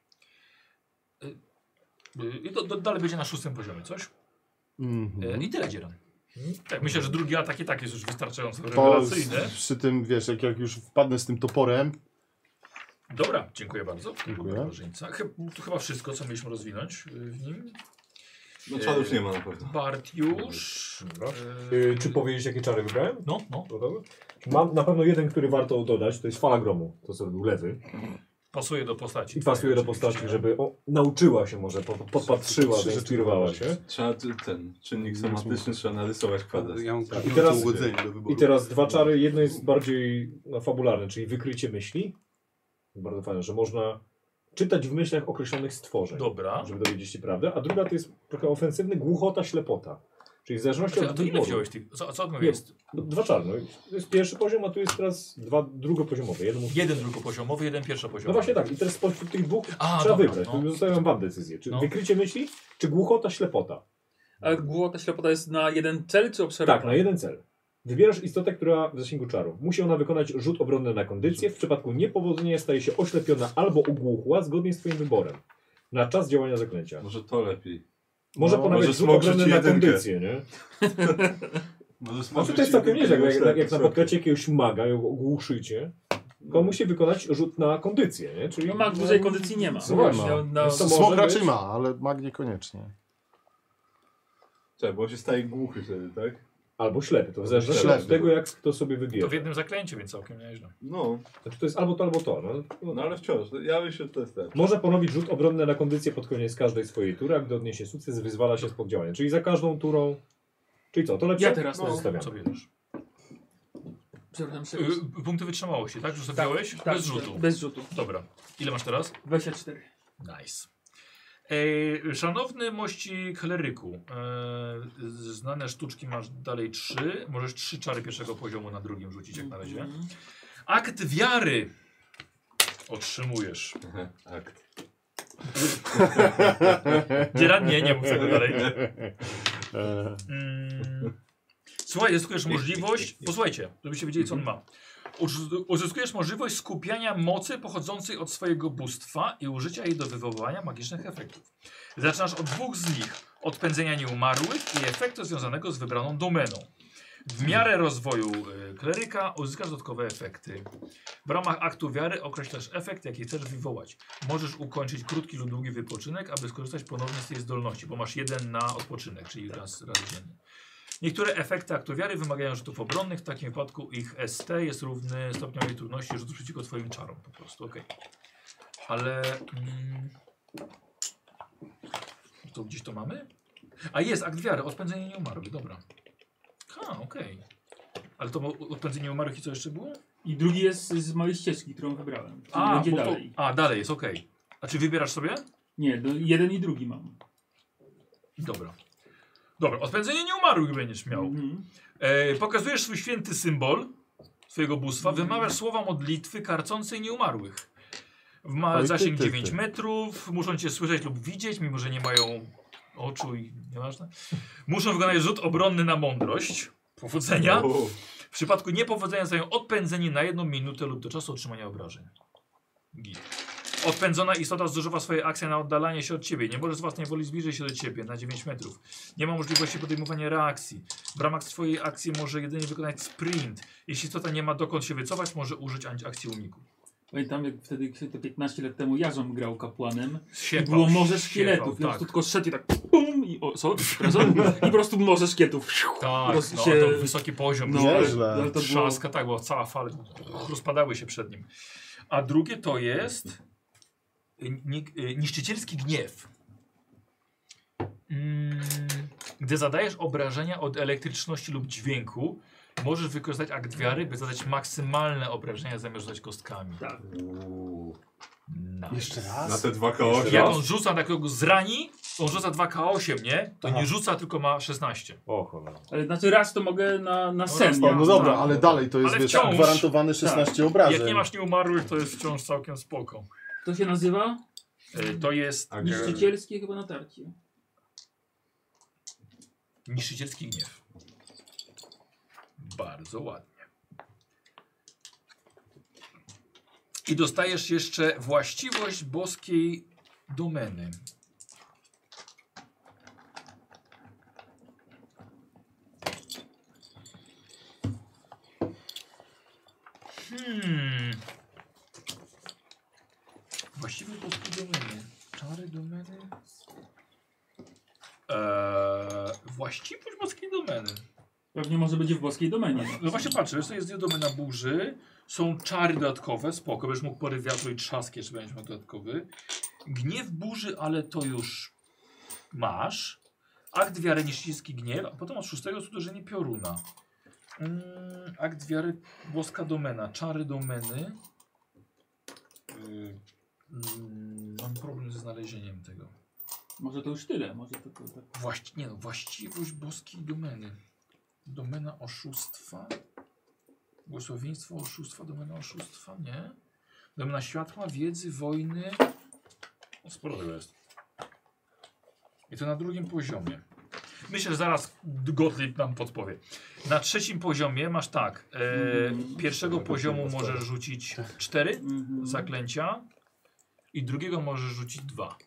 Y, y, I to, to dalej będzie na szóstym poziomie, coś? Mhm. Y, I tyle, Dzieran. Tak, myślę, że drugi atak i tak jest już wystarczająco To rewelacyjny. z- przy tym, wiesz, jak, jak już wpadnę z tym toporem. Dobra, dziękuję bardzo. Dziękuję. Chyba, to chyba wszystko, co mieliśmy rozwinąć y, w nim. No czarów nie ma na pewno. Bart już. Dobra. Y, Yy, czy powiedzieć, jakie czary wybrałem? No, no. Gotowy? Mam na pewno jeden, który warto dodać, to jest fala gromu, to co robił lewy. Pasuje do postaci. I pasuje do postaci, żeby o, nauczyła się może, po- podpatrzyła, Trzy rzeczy zainspirowała się. Trzeba t- ten czynnik somatyczny trzeba narysować kwadrat. Ja mam I I teraz- ugodzenie do wyboru. I teraz dwa czary, jedno jest bardziej no, fabularne, czyli wykrycie myśli. Bardzo fajne, że można czytać w myślach określonych stworzeń, Dobra. żeby dowiedzieć się prawdę. A druga to jest trochę ofensywny, głuchota, ślepota. Czyli w zależności A od to ile wyboru. wziąłeś tych? Co, co od Nie, jest? Dwa czarne. To jest pierwszy poziom, a tu jest teraz dwa drugopoziomowe. Jeden, Jeden drugopoziomowy, jeden pierwszopoziomowy. No właśnie tak. I teraz spośród tych dwóch A, trzeba dobra, wybrać. no. No. Zostawiam wam decyzję. Czy No. wykrycie myśli, czy głuchota, ślepota? Ale głupota ślepota jest na jeden cel czy obserwacja? Tak, na jeden cel. Wybierasz istotę, która w zasięgu czaru. Musi ona wykonać rzut obronny na kondycję. W przypadku niepowodzenia staje się oślepiona albo ogłuchła zgodnie z twoim wyborem. Na czas działania zaklęcia. Może to lepiej. Może No, ponawiać może rzut smok obronny rzuci na jedynkę. kondycję, nie? Może Znaczy to jest całkiem nieźle, jak, jak, jak napotkacie jakiegoś maga i go ogłuszycie, to on musi wykonać rzut na kondycję, nie? Czyli No mag dużej kondycji nie ma. No właśnie. Na, na, To może Smok być- raczej ma, ale mag niekoniecznie. Czekaj, bo on się staje głuchy wtedy, tak? Albo ślepy, to w zależności Ślepy. od tego, jak kto sobie To wybiera. w jednym zaklęciu, więc całkiem nieźle. No, Znaczy to jest albo to, albo to. No. no ale wciąż. Ja myślę, że to jest ten. Może ponowić rzut obronny na kondycję pod koniec każdej swojej tury, a gdy odniesie sukces, wyzwala się spod działania. Czyli za każdą turą... Czyli co, to lepsze? Ja teraz no, no, zostawiamy. Co bierzesz? Przepraszam, sobie. Y, punkty wytrzymałości, tak? Że zabrałeś? Tak, Bez rzutu. Bez rzutu. Dobra. Ile masz teraz? dwadzieścia cztery. Nice. E, szanowny mości kleryku, e, znane sztuczki masz dalej trzy. Możesz trzy czary pierwszego poziomu na drugim rzucić jak na razie. Mhm. Akt wiary otrzymujesz. Aha, akt. Dzieran, nie, nie mów tego dalej. E, Mm. Słuchaj, uzyskujesz możliwość. Posłuchajcie, żebyście wiedzieli, co on ma. Uzy- Uzyskujesz możliwość skupiania mocy pochodzącej od swojego bóstwa i użycia jej do wywoływania magicznych efektów. Zaczynasz od dwóch z nich: odpędzenia nieumarłych i efektu związanego z wybraną domeną. W miarę rozwoju y, kleryka uzyskasz dodatkowe efekty. W ramach aktu wiary określasz efekt, jaki chcesz wywołać. Możesz ukończyć krótki lub długi wypoczynek, aby skorzystać ponownie z tej zdolności, bo masz jeden na odpoczynek, czyli raz, raz dziennie. Niektóre efekty aktu wiary wymagają rzutów obronnych. W takim wypadku ich S T jest równy stopniowi trudności rzutu przeciwko twoim czarom. Po prostu, okej. Ale... Mm, to gdzieś to mamy? A jest, akt wiary, odpędzenie nieumarłych, dobra. Ha, okej. Ale to było odpędzenie nieumarłych i co jeszcze było? I drugi jest z mojej ścieżki, którą wybrałem. Czyli A, będzie bo to, dalej. a, dalej jest, okej. A czy wybierasz sobie? Nie, do, jeden i drugi mam. Dobra. Dobra, odpędzenie nieumarłych będziesz miał. Mhm. E, pokazujesz swój święty symbol swojego bóstwa, wymawiasz słowa modlitwy karcącej nieumarłych. Ma Oj, ty, zasięg ty, dziewięć ty. metrów, muszą cię słyszeć lub widzieć, mimo że nie mają oczu i nieważne. Muszą wykonać rzut obronny na mądrość. Powodzenia. W przypadku niepowodzenia zostają odpędzeni na jedną minutę lub do czasu otrzymania obrażeń. Git. Odpędzona istota zużywa swoje akcje na oddalanie się od ciebie. Nie może z własnej woli zbliżyć się do ciebie na dziewięć metrów. Nie ma możliwości podejmowania reakcji. W ramach swojej akcji może jedynie wykonać sprint. Jeśli istota nie ma dokąd się wycofać, może użyć akcji uniku. Pamiętam, jak wtedy te piętnaście lat temu Jarzon grał kapłanem Siepał, i było morze szkieletów. siepał, Tak. tak. Tylko szedł i tak pum i, o, so, i po prostu morze szkieletów. Tak, no, się... to wysoki poziom. No, Nieźle. ale to Trzaska, tak, bo cała fala rozpadały się przed nim. A drugie to jest ni niszczycielski gniew. Mm, gdy zadajesz obrażenia od elektryczności lub dźwięku, możesz wykorzystać akt wiary, by zadać maksymalne obrażenia zamiast rzucać kostkami. Tak. Nice. Jeszcze raz? Na te dwa K osiem. Jak on rzuca na kogo zrani, to on rzuca dwa K osiem, nie? To Aha. nie rzuca, tylko ma szesnaście. O cholera. Ale znaczy raz to mogę na, na sen. raz nie? O, no dobra, Tak. ale dalej to jest Ale wiesz, wciąż. gwarantowane szesnaście obrażeń. Jak nie masz nieumarłych, to jest wciąż całkiem spoko. To się nazywa Y, To jest A niszczycielskie chyba natarcie. niszczycielski gniew. Bardzo ładnie. I dostajesz jeszcze właściwość boskiej domeny. Hmm. Właściwość boskiej domeny. Czary domeny. Eee, właściwość boskiej domeny. Pewnie może być w boskiej domenie. No właśnie patrzę, wiesz, to jest domena burzy, są czary dodatkowe, spoko, będziesz mógł poryw wiatru i trzask jeszcze będziesz miał dodatkowy. Gniew burzy, ale to już masz. Akt wiary, niszczycielski gniew, a potem od szóstego jest uderzenie pioruna. Mm, akt wiary, boska domena, czary domeny. Yy, mm, mam problem ze znalezieniem tego. Może to już tyle, może tylko tak. Właści nie no, właściwość boskiej domeny. Domena oszustwa. Błogosławieństwo oszustwa, domena oszustwa, nie. Domena światła, wiedzy, wojny. O, sporo tego jest. I to na drugim poziomie. Myślę, że zaraz Gottlieb nam podpowie. Na trzecim poziomie masz tak. E, Mhm. Pierwszego poziomu możesz rzucić cztery Mhm. zaklęcia. I drugiego możesz rzucić dwa.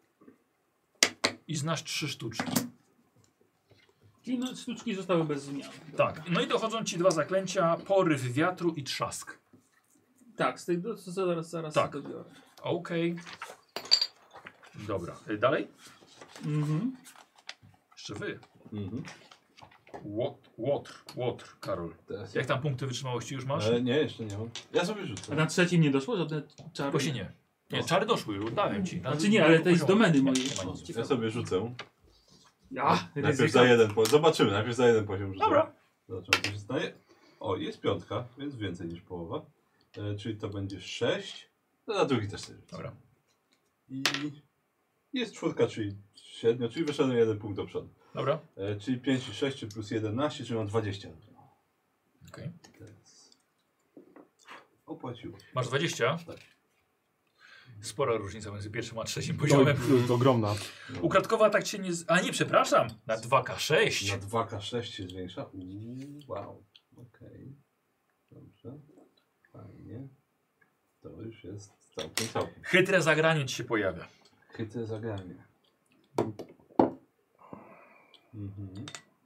I znasz trzy sztuczki. Czyli no, sztuczki zostały bez zmian. Tak. No i dochodzą ci dwa zaklęcia. Poryw wiatru i trzask. Tak, z tego to zaraz, zaraz Tak. to biorę. Okej. Dobra. Y, Dalej? Mhm. Jeszcze wy. Mhm. Łotr, łotr, łotr, Karol. Teraz Jak tam punkty wytrzymałości już masz? E, nie, jeszcze nie mam. Ja sobie A rzucę. na trzecim nie doszło żadne czary? Właśnie nie. Nie, czary doszły, już dałem ci. Na- Znaczy nie, ale to jest z poziomu. domeny Nie, mojej. nie ma nic. Ja sobie rzucę. Ja, Najpierw ryzyka. za jeden poziom. Zobaczymy, najpierw za jeden poziom rzucę. Dobra. Zobaczymy, co się stanie. O, jest piątka, więc więcej niż połowa. E, czyli to będzie sześć. No na drugi też sobie rzucę. Dobra. I jest czwórka, czyli siedmiu, czyli wyszedłem jeden punkt do przodu. Dobra. E, czyli pięć i sześć plus jedenaście, czyli mam dwadzieścia. Okej. Więc opłaciło. Masz dwadzieścia? Tak. Spora różnica między pierwszym a trzecim To, poziomem. to ogromna. Ukradkowa atak się nie... Z... A nie, przepraszam. Na dwa K sześć. Na dwa K sześć się zwiększa. Uuu, wow. Okej. Dobrze. Fajnie. To już jest całkiem, całkiem. Chytre zagranie ci się pojawia. Chytre zagranie. Mhm.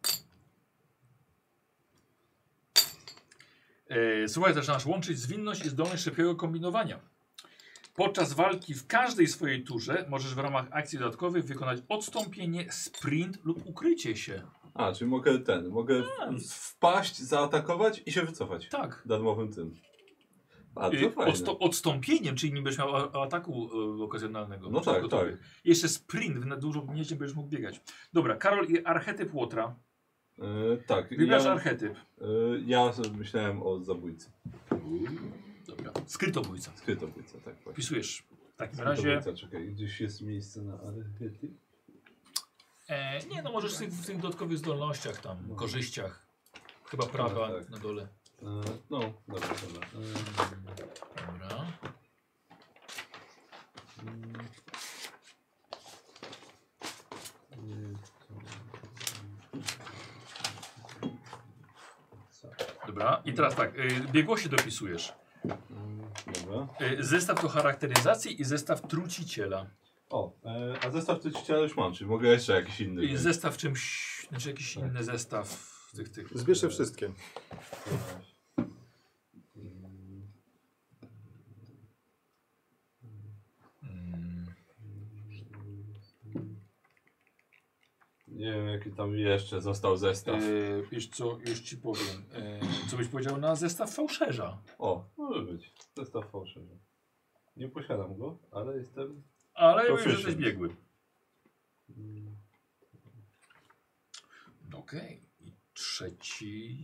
E, słuchaj, zaczynasz łączyć zwinność i zdolność szybkiego kombinowania. Podczas walki w każdej swojej turze możesz w ramach akcji dodatkowych wykonać odstąpienie, sprint lub ukrycie się. A, czyli mogę ten, mogę wpaść, zaatakować i się wycofać. Tak. Darmowym tym. A, to Y, fajne. odsto- odstąpieniem, czyli nie będziesz miał a- ataku y, okazjonalnego. No przeciwko tak, tobie. Jeszcze sprint, na dużo mniej będziesz mógł biegać. Dobra, Karol i archetyp Łotra. E, tak. Wybierasz ja, archetyp. e, ja sobie myślałem o zabójcy. Dobra. Skrytobójca. Skrytobójca, tak. Właśnie. Wpisujesz w takim razie. Skrytobójca, czekaj, gdzieś jest miejsce na archetyp? E, nie, no możesz w tych, w tych dodatkowych zdolnościach tam, korzyściach. Chyba prawa No, tak. na dole. E, no, dobra, dobra. E, Dobra. mm, Dobra, i teraz tak, y, biegłości dopisujesz. Dobra. Y, zestaw do charakteryzacji i zestaw truciciela. O, e, a zestaw truciciela już mam, czyli mogę jeszcze jakiś inny. I wziąć. zestaw czymś, znaczy jakiś inny zestaw tych, tych. Zbierzcie wszystkie. Nie wiem jaki tam jeszcze został zestaw. Yy, wiesz co, już ci powiem. Yy, co byś powiedział na zestaw fałszerza? O, może być. Zestaw fałszerza. Nie posiadam go, ale jestem... Ale wiem, że Proficient. jesteś biegły. Okej. I trzeci...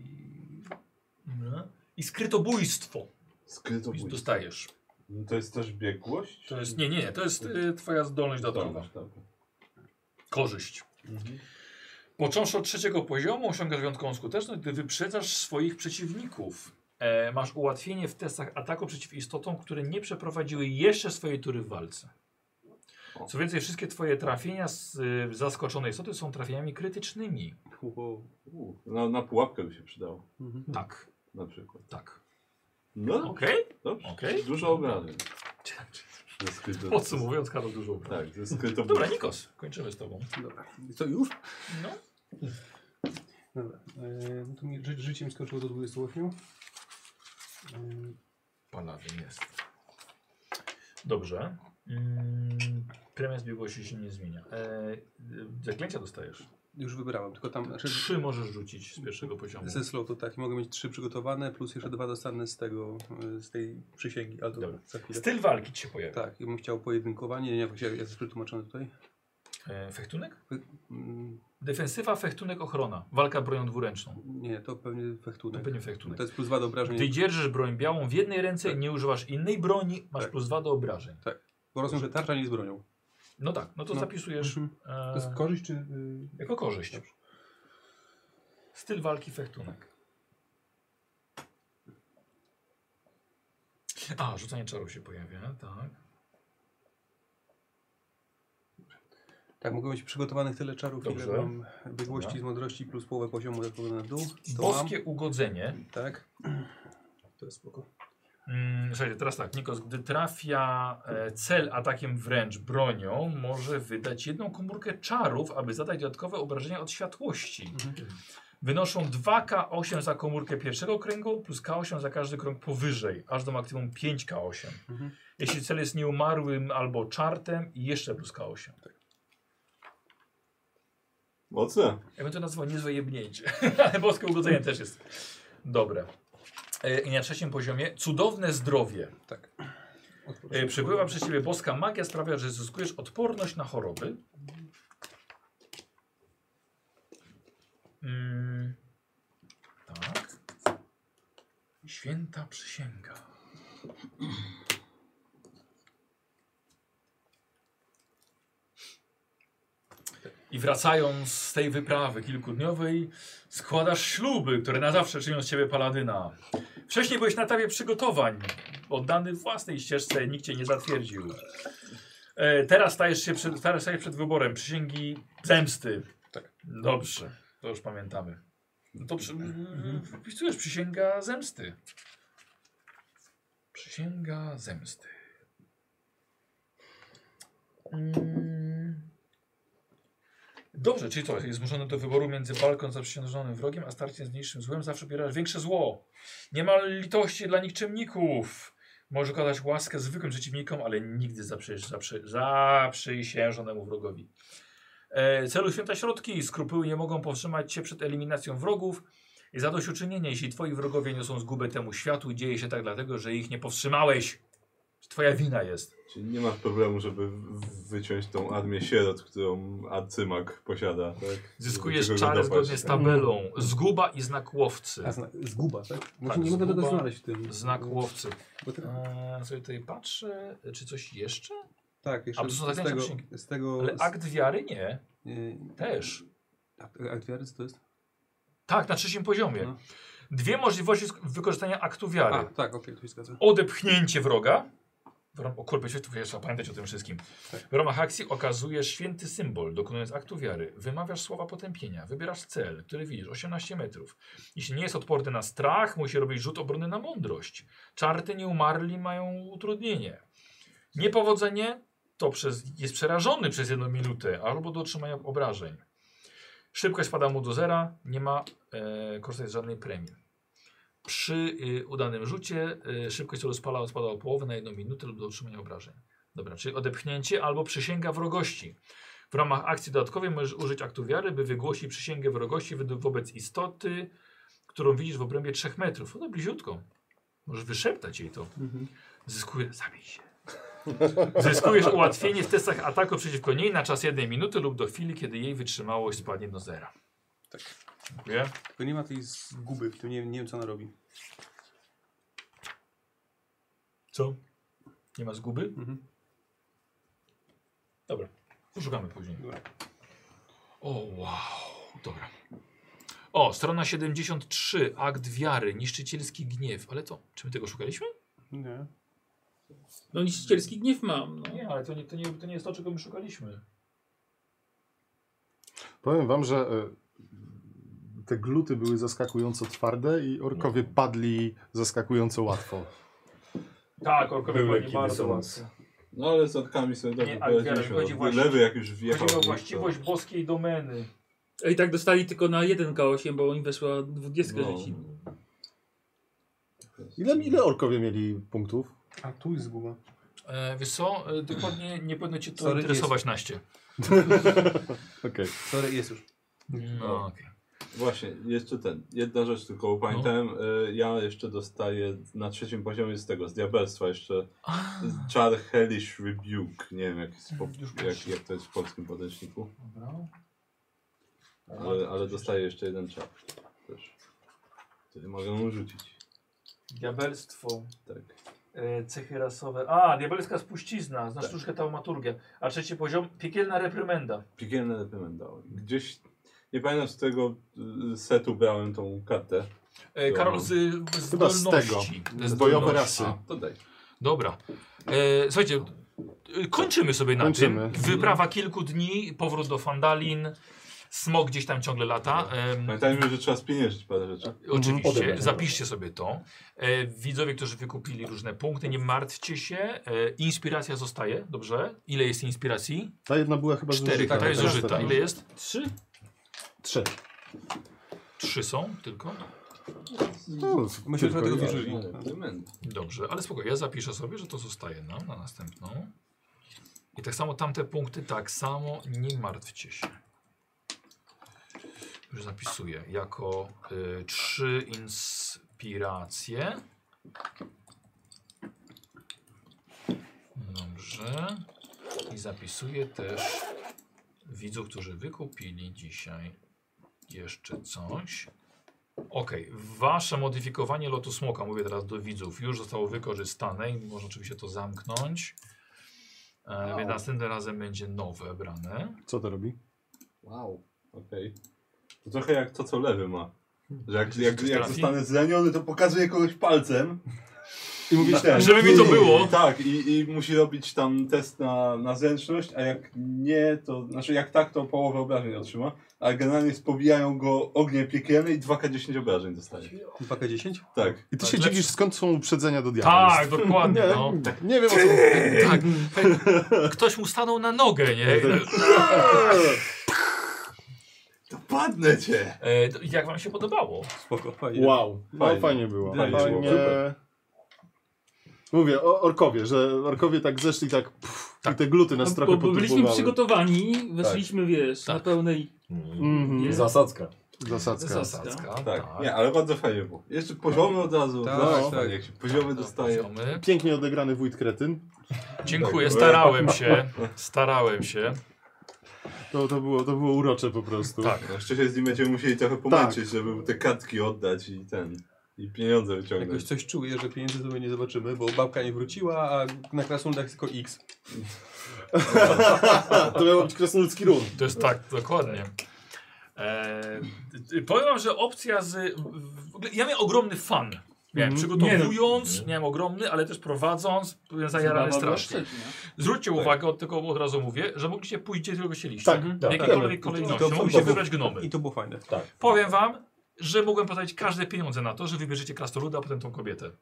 No. I skrytobójstwo. Skrytobójstwo. Dostajesz. No to jest też biegłość? To jest, nie, nie, nie, to jest y, twoja zdolność dodatkowa. Dobra. Korzyść. Mhm. Począwszy od trzeciego poziomu osiągasz wyjątkową skuteczność, gdy wyprzedzasz swoich przeciwników. E, masz ułatwienie w testach ataku przeciw istotom, które nie przeprowadziły jeszcze swojej tury w walce. Co więcej, wszystkie twoje trafienia z y, zaskoczonej istoty są trafieniami krytycznymi. Wow. U, na, na pułapkę by się przydało. Mhm. Tak, Na przykład. tak. No, Okej? dobrze. Okej. Dużo obrażeń. Ze skryto- Podsumowując, Karol dużo upraw. Tak, ze skrytobójstwa. Dobra, Nikos, kończymy z tobą. Dobra. I co, już? No. Dobra. E, no to mi, ży, życie mi skoczyło do dwudziestu ośmiu. E, Paladyn jest. Dobrze. Mm, premia zbiegłości się nie zmienia. E, zaklęcia dostajesz. już wybrałem, tylko tam... Znaczy, Trzy możesz rzucić z pierwszego poziomu. ze slotu, tak. I mogę mieć trzy przygotowane, plus jeszcze dwa dostanę z tego, y, z tej przysięgi. Ale to Dobra. za chwilę. Styl walki ci się pojawia. Tak, i bym chciał pojedynkowanie. Nie wiem, jak jest przetłumaczone tutaj. E, fechtunek? Mm, Defensywa, fechtunek, ochrona. Walka bronią dwuręczną. nie, to pewnie To fechtunek. pewnie fechtunek. To jest plus dwa do obrażeń. Gdy dzierżysz broń białą w jednej ręce i Tak. nie używasz innej broni, masz Tak. plus dwa do obrażeń. Bo rozumiem, że tarcza nie jest bronią. No tak, no to No. zapisujesz Mhm. To jest e, korzyść czy... y, jako korzyść. Dobrze. Styl walki, fechtunek. A, rzucanie czarów się pojawia, tak. Tak, mogę mieć przygotowanych tyle czarów, Dobrze. ile mam biegłości Dobra. z mądrości plus połowę poziomu jak na dół. To Boskie ugodzenie. mam. Tak. To jest spoko. Mm, słuchajcie, teraz tak, Nikos, gdy trafia e, cel atakiem wręcz bronią, może wydać jedną komórkę czarów, aby zadać dodatkowe obrażenia od światłości. Mhm. Wynoszą dwa K osiem za komórkę pierwszego kręgu, plus K osiem za każdy krąg powyżej, aż do maksimum pięć K osiem. Mhm. Jeśli cel jest nieumarłym albo czartem, jeszcze plus K osiem. Mocne. Ja bym to nazwał niezłe jebnięcie, ale boskie ugodzenie też jest dobre. E, I na trzecim poziomie cudowne zdrowie. Tak. E, Przypływa przez ciebie boska magia, sprawia, że zyskujesz odporność na choroby. Mm, tak. Święta przysięga. I wracając z tej wyprawy kilkudniowej, składasz śluby, które na zawsze czynią z ciebie paladyna. Wcześniej byłeś na etapie przygotowań, oddany własnej ścieżce, nikt cię nie zatwierdził. E, teraz stajesz się przed, teraz stajesz przed wyborem przysięgi zemsty. Tak. Dobrze, to już pamiętamy. No to przy, wpisujesz przysięga zemsty. Przysięga zemsty. Mm. Dobrze, czyli co? Jest zmuszony do wyboru między walką z zaprzysiężonym wrogiem, a starciem z mniejszym złem. Zawsze wybierasz większe zło. Nie ma litości dla nikczemników. Może okazać łaskę zwykłym przeciwnikom, ale nigdy zaprzy, zaprzy, zaprzysiężonemu wrogowi. E, celu święta środki. Skrupuły nie mogą powstrzymać cię przed eliminacją wrogów. I zadośćuczynienie, jeśli twoi wrogowie niosą zgubę temu światu, dzieje się tak dlatego, że ich nie powstrzymałeś. Twoja wina jest. Czyli nie masz problemu, żeby w- wyciąć tą armię sierot, którą arcymak posiada, tak? Zyskujesz Żeby czary tego zgodnie dopaść. z tabelą. Zguba i znak łowcy. A zna, zguba, tak? Właśnie Tak, nie mogę tego zguba, znaleźć w tym. Znak łowcy. Bo te, Eee, sobie tutaj patrzę, czy coś jeszcze? tak, jeszcze A to są z, zaklęcia tego, przysięgi. z tego... Ale z- akt wiary nie. y, Też. akt, akt wiary, co to jest? Tak, na trzecim poziomie. No. Dwie możliwości sk- wykorzystania aktu wiary. A, tak, okej, to się zgadza. Odepchnięcie wroga W ramach, o kurwa, trzeba pamiętać o tym wszystkim. W ramach akcji okazujesz święty symbol, dokonując aktu wiary. Wymawiasz słowa potępienia. Wybierasz cel, który widzisz, osiemnaście metrów. Jeśli nie jest odporny na strach, musi robić rzut obrony na mądrość. Czarty nieumarli mają utrudnienie. Niepowodzenie to przez, jest przerażony przez jedną minutę albo do otrzymania obrażeń. Szybkość spada mu do zera, nie ma e, korzystać z żadnej premii. Przy y, udanym rzucie y, szybkość celu spala spada o połowę na jedną minutę lub do otrzymania obrażeń. Dobra, czyli odepchnięcie albo przysięga wrogości. W ramach akcji dodatkowej możesz użyć aktu wiary, by wygłosić przysięgę wrogości wobec istoty, którą widzisz w obrębie trzech metrów. No bliziutko. Możesz wyszeptać jej to. Mhm. Zyskuje... Zabij się. Zyskujesz ułatwienie w testach ataku przeciwko niej na czas jednej minuty lub do chwili, kiedy jej wytrzymałość spadnie do zera. Tak. Dziękuję. Tylko nie ma tej zguby w tym, nie, nie wiem co ona robi. Co? Nie ma zguby? Mhm. Dobra, poszukamy później. Dobra. O wow, dobra. O, strona siedemdziesiąt trzy, akt wiary, niszczycielski gniew. Ale to, czy my tego szukaliśmy? Nie. No niszczycielski gniew mam. No. Nie, ale to nie, to, nie, to nie jest to, czego my szukaliśmy. Powiem wam, że y, te gluty były zaskakująco twarde i orkowie padli zaskakująco łatwo. Tak, orkowie Był byli lekki bardzo dysonans. łatwo. No ale z orkami sobie dobrze Nie, ale wiara, poradziliśmy. chodzi No, właśnie- Lewy jak już wjechał. Chodzi o w nich, właściwość to- boskiej domeny. I tak dostali tylko na jeden K osiem, bo im weszła dwudziestka No. rzucili. Ile, ile orkowie mieli punktów? A tu jest zguba. E, wiesz co, e, dokładnie nie powinno cię to Sorry, interesować naście. Okej. Sorry, jest już. No, okej. Właśnie, jeszcze ten. Jedna rzecz tylko upamiętałem. y, Ja jeszcze dostaję na trzecim poziomie z tego, z diabelstwa jeszcze czar Hellish Rebuke. Nie wiem jak, jest po, jak, jak to jest w polskim podręczniku. Dobra. Ale, ale dostaję jeszcze jeden czar też. Który mogę mu rzucić. Diabelstwo. Tak. E, cechy rasowe. A, diabelska spuścizna, znasz Tak. sztuczkę taumaturgia. A trzeci poziom, piekielna reprymenda. Piekielne reprymendy. Gdzieś, nie pamiętam z tego y, setu brałem tą kartę. E, Karol, z, z Chyba z zdolności. tego, z bojowe zdolności. rasy. A, to daj. Dobra. E, słuchajcie, e, kończymy sobie na Kończymy. tym. Wyprawa kilku dni, powrót do Fandalin. Smok gdzieś tam ciągle lata. Em, Pamiętajmy, że trzeba spieniężyć parę rzeczy. Oczywiście, Odebrać. zapiszcie sobie to. E, widzowie, którzy wykupili różne punkty, nie martwcie się. E, inspiracja zostaje, dobrze? Ile jest inspiracji? Ta jedna była chyba Cztery, zużyta. ta jest Tak, zużyta. tak. Ile jest? Trzy? Trzy. Trzy są tylko? No, Myśmy tylko tego ja. zużyli. Reprymendy. Dobrze, ale spokojnie, ja zapiszę sobie, że to zostaje nam na następną. I tak samo tamte punkty, tak samo, nie martwcie się. Już zapisuję jako y, trzy inspiracje. Dobrze. I zapisuję też widzów, którzy wykupili dzisiaj jeszcze coś. Ok, wasze modyfikowanie lotu smoka, mówię teraz do widzów, już zostało wykorzystane i można oczywiście to zamknąć. E, więc następnym razem będzie nowe brane. Co to robi? Wow, okej. To trochę jak to, co lewy ma. Że jak, Myślisz, jak, że jak trafi? zostanę zraniony, to pokazuje kogoś palcem. I mówi ten. Żeby mi to było. Tak, i, i musi robić tam test na, na zręczność, a jak nie, to znaczy jak tak, to połowę obrażeń otrzyma. A generalnie spowijają go ogniem piekielnym i dwa K dziesięć obrażeń dostaje. dwa K dziesięć? Tak. I ty Tak, się lepszy. dziwisz, skąd są uprzedzenia do diabła. Tak, dokładnie. No. Nie wiem o co. Tak, ktoś mu stanął na nogę, nie? Dopadnę cię! E, jak wam się podobało? Spoko, fajnie. Wow, no Fajnie. fajnie było. Fajnie Fajnie. było, super. Mówię o orkowie, że orkowie tak zeszli tak, pff, i te gluty nas No, trochę bo, bo byliśmy podturbowały. przygotowani, weszliśmy, wiesz, Tak. na pełnej... Mhm. Zasadzka. Zasadzka. Zasadzka. Tak, nie, ale bardzo fajnie było. Jeszcze poziomy od razu. Tak, Zawsze tak. fajnie, jak się poziomy dostaje. Poziomy. Pięknie odegrany wójt kretyn. Dziękuję, Tak. starałem się. Starałem się. To, to, było, to było urocze po prostu. Tak. No, szczerze z nim będziemy musieli trochę pomęczyć, żeby mu te kartki oddać i ten. I pieniądze Jakoś wyciągnąć. coś czuję, że pieniędzy sobie nie zobaczymy, bo babka nie wróciła, a na krasnodach jest tylko X. To miał być krasnoludzki run. To jest tak, dokładnie. Eee, powiem wam, że opcja z... W ogóle ja miałem ogromny fan Miałem Mhm. przygotowując, Nie no. miałem ogromny, ale też prowadząc, byłem zajarany Zabawa była strasznie. wcześniej, nie? Zwróćcie Tak. uwagę, od tego od razu mówię, że mogliście pójść gdzie tylko chcieliście. Tak, w tak. jakiejkolwiek tak. kolejności. To- to- Mogliście to- wybrać gnomy. I to było fajne. Tak. Powiem wam, że mogłem postawić każde pieniądze na to, że wybierzecie krasnoluda, a potem tą kobietę.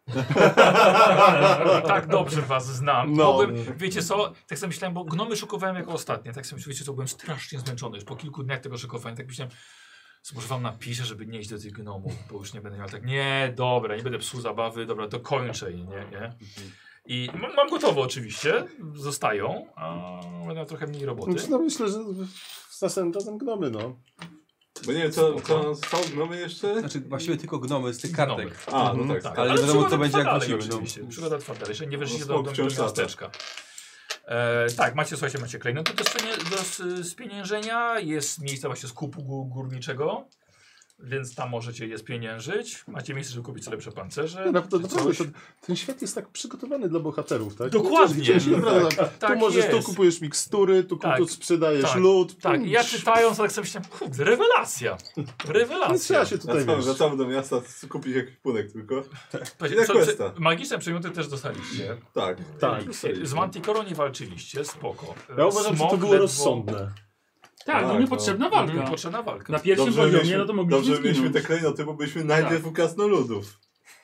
I tak dobrze was znam. No. Mogłem, wiecie co, tak sobie myślałem, bo gnomy szykowałem jako ostatnie. Tak sobie myślałem, wiecie co, byłem strasznie zmęczony. Już po kilku dniach tego szykowania, tak myślałem, co może wam napiszę, żeby nie iść do tych gnomów, bo już nie będę miał tak, nie, dobra, nie będę psuł zabawy, dobra, dokończę je, nie, nie. I mam, mam gotowe oczywiście, zostają, a będę miał trochę mniej roboty. Znaczy, no myślę, że z następnym razem gnomy, no. Bo nie wiem, co, co są gnomy jeszcze? Znaczy właściwie tylko gnomy z tych kartek. A, no Mhm. tak. Tak, Ale nie wiadomo, przygoda co będzie, trwa jak dalej wrócimy, no. oczywiście. Przygoda trwa dalej, jeszcze nie weszliście No, do, do, do wciąż lata. miasteczka. E, tak, macie, słuchajcie, macie klejnoty do, spienie- do s- spieniężenia, jest miejsce właśnie skupu gó- górniczego, więc tam możecie je spieniężyć. Macie miejsce, żeby kupić sobie lepsze pancerze. Nie, na, to, czy naprawdę, coś. to, ten świat jest tak przygotowany dla bohaterów, tak? Dokładnie. Gdzieś- gdzieś naprawdę, tak. Tak tu możesz, jest. tu kupujesz mikstury, tu, Tak. tu sprzedajesz Tak. lód. Tak, tu- i ja czytając, tak sobie myślałem, kurde, rewelacja. Nie Rewelacja. trzeba się tutaj, Wracamy, wiesz, wracamy do miasta kupić jakiś punek tylko. Słuchajcie, Ile co- questa? co- Magiczne przedmioty też dostaliście. Tak. Tak. Z Manticorą nie walczyliście, spoko. Ja uważam, że Smok to było ledwo- rozsądne. Tak, no Tak, niepotrzebna walka. Potrzebna walka. Na pierwszym Dobrze, poziomie, mieliśmy, no to mogliśmy dobrze że mieliśmy zginąć. te klejnoty, bo byliśmy najpierw u krasnoludów.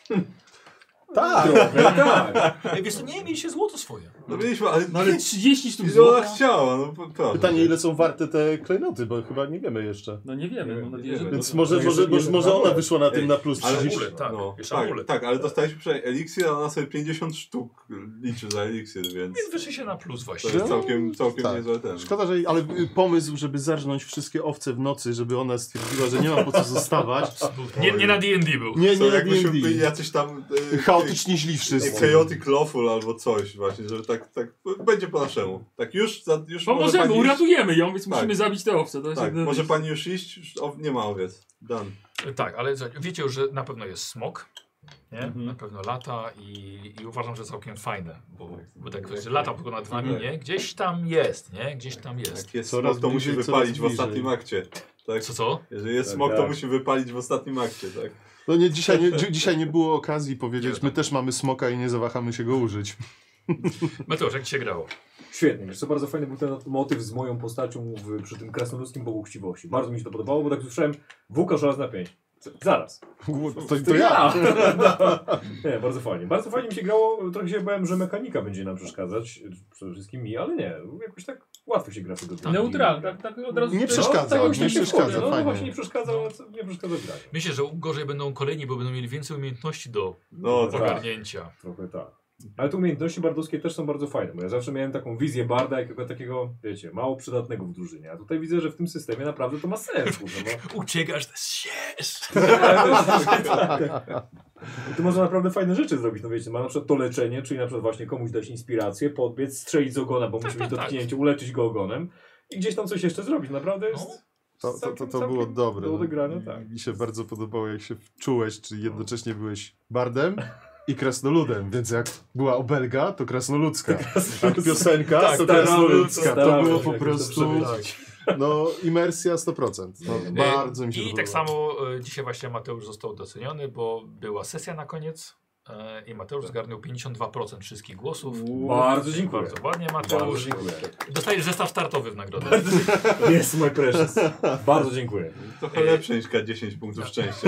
Tak. tak. Ej, wiesz co, nie, mieliście złoto swoje. No mieliśmy, ale, No ale trzydzieści sztuk ile ona złota? chciała, no po- prawda. Pytanie, ile są warte te klejnoty, bo chyba nie wiemy jeszcze. No nie wiemy, mam nadzieję, że... Więc to- może, to może, jest- może, jest może ona amulet. wyszła na tym Ej, na plus ale trzydzieści. amulet, tak. No, Jest tak, amulet. tak, ale dostaliśmy przynajmniej eliksir, a ona sobie pięćdziesiąt sztuk liczy za eliksir, więc Więc wyszliście na plus to właśnie. jest całkiem, całkiem Tak. niezłe ten. Szkoda, że ale y, pomysł, żeby zarżnąć wszystkie owce w nocy, żeby ona stwierdziła, że nie ma po co zostawać. Nie, nie na D and D był. Nie, Co, nie na jakbyśmy byli D and jacyś tam D. e, Chaotycznie źli wszyscy. Chaotic Lawful albo coś właśnie, że tak, tak będzie po naszemu. Tak już, za, już może Pomożemy, pani iść? uratujemy ją, więc Tak. musimy zabić te owce. To jest Tak, jakby- może pani już iść? Już, o, nie ma owiec. Done. Tak, ale za- wiecie już, że na pewno jest smok. Nie? Mhm. Na pewno lata i, i uważam, że całkiem fajne. Bo, bo tak wiecie, lata tylko nad wami, Mhm. nie? Gdzieś tam jest, nie? Gdzieś tam jest. Jak jest Coraz smok, to musi bliżej, wypalić w coraz ostatnim bliżej. akcie. Tak? Co, co? Jeżeli jest Tak, smok, to tak. musi wypalić w ostatnim akcie, tak? No nie, dzisiaj nie, dzi- dzisiaj nie było okazji powiedzieć, my też mamy smoka i nie zawahamy się go użyć. Mateusz, jak ci się grało? Świetnie, wiesz co, bardzo fajny był ten motyw z moją postacią w, przy tym krasnoludzkim Bogu Chciwości. Bardzo mi się to podobało, bo tak słyszałem Wuka żelazna pięć. Zaraz. To, to ja! Nie, bardzo fajnie. Bardzo fajnie mi się grało, trochę się bałem, że mechanika będzie nam przeszkadzać, przede wszystkim mi, ale nie, jakoś tak łatwo się gra w tego typu. Neutralnie, tak, tak od razu... Nie to- przeszkadza, tak jakoś nie tak się przeszkadza, wchodzi, no, fajnie. właśnie nie przeszkadza, nie przeszkadza w graniu. Myślę, że gorzej będą kolejni, bo będą mieli więcej umiejętności do No, tak. ogarnięcia. Trochę tak. Ale te umiejętności bardowskie też są bardzo fajne, bo ja zawsze miałem taką wizję barda jako takiego, wiecie, mało przydatnego w drużynie, a tutaj widzę, że w tym systemie naprawdę to ma sens, kurwa, no. Uciekasz, to jest siesz. I tu można naprawdę fajne rzeczy zrobić, no wiecie, ma na przykład to leczenie, czyli na przykład właśnie komuś dać inspirację, podbiec, strzelić z ogona, bo musi mieć tak, dotknięcie, uleczyć go ogonem i gdzieś tam coś jeszcze zrobić, naprawdę jest... No. To, to, to, całkiem- to było całkiem dobre. do odegrania, tak. Mi się bardzo podobało, jak się czułeś, czyli jednocześnie byłeś bardem i krasnoludem, więc jak była obelga, to krasnoludzka. Jak piosenka, Tak, to staramy, krasnoludzka. To staramy było się po jakoś to prostu, przewidzieć. no, imersja sto procent. No, bardzo mi się I to tak podobało. samo e, dzisiaj właśnie Mateusz został doceniony, bo była sesja na koniec e, i Mateusz zgarnął pięćdziesiąt dwa procent wszystkich głosów. Bardzo dziękuję. Bardzo ładnie, Bardzo Mateusz. dziękuję. Dostajesz zestaw startowy w nagrodę. Jest my precious. Bardzo dziękuję. Trochę lepsze niż K dziesięć punktów szczęścia.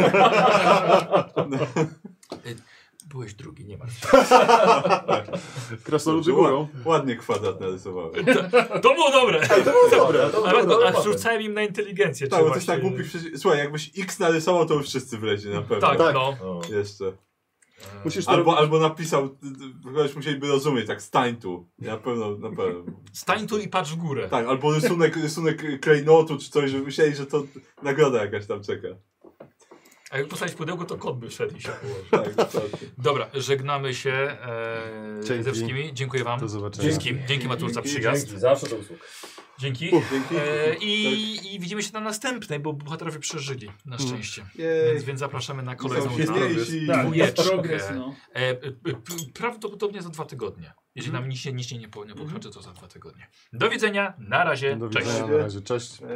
Byłeś drugi, nie martw się. Krasnoludy górą. Ładnie kwadrat narysowałem. To było dobre. To było dobre. To Ale, było dobre. a rzucałem im na inteligencję. Tak, czy bo to jest tak właśnie- głupi przecież... Słuchaj, jakbyś X narysował, to już wszyscy wlezie na pewno. Tak, Tak. no. O. Jeszcze. Musisz to Albo, robić. albo napisał, kogoś musieliby rozumieć, tak stań tu. Na pewno, na pewno. Stań tu i patrz w górę. Tak, albo rysunek, rysunek klejnotu czy coś, żeby myśleli, że to nagroda jakaś tam czeka. A jak postawić pudełko, to kot by wszedł i się położył. Tak, tak. Dobra, żegnamy się e, Dzięki. ze wszystkimi. Dziękuję wam. Do zobaczenia. Wszystkim. Dzięki Mateusz za przyjazd. Dzięki, zawsze do usług. Dzięki. Dzięki. E, i, I widzimy się na następnej, bo bohaterowie przeżyli. Na szczęście. Więc, więc zapraszamy na kolejną Są silniejsi. Tak, dwójeczkę. jest progres, no. E, e, p- prawdopodobnie za dwa tygodnie. Jeżeli nam nic się, nic się nie, po, nie pokończy, to za dwa tygodnie. Do widzenia. Na razie. Do Cześć. widzenia, na razie, cześć.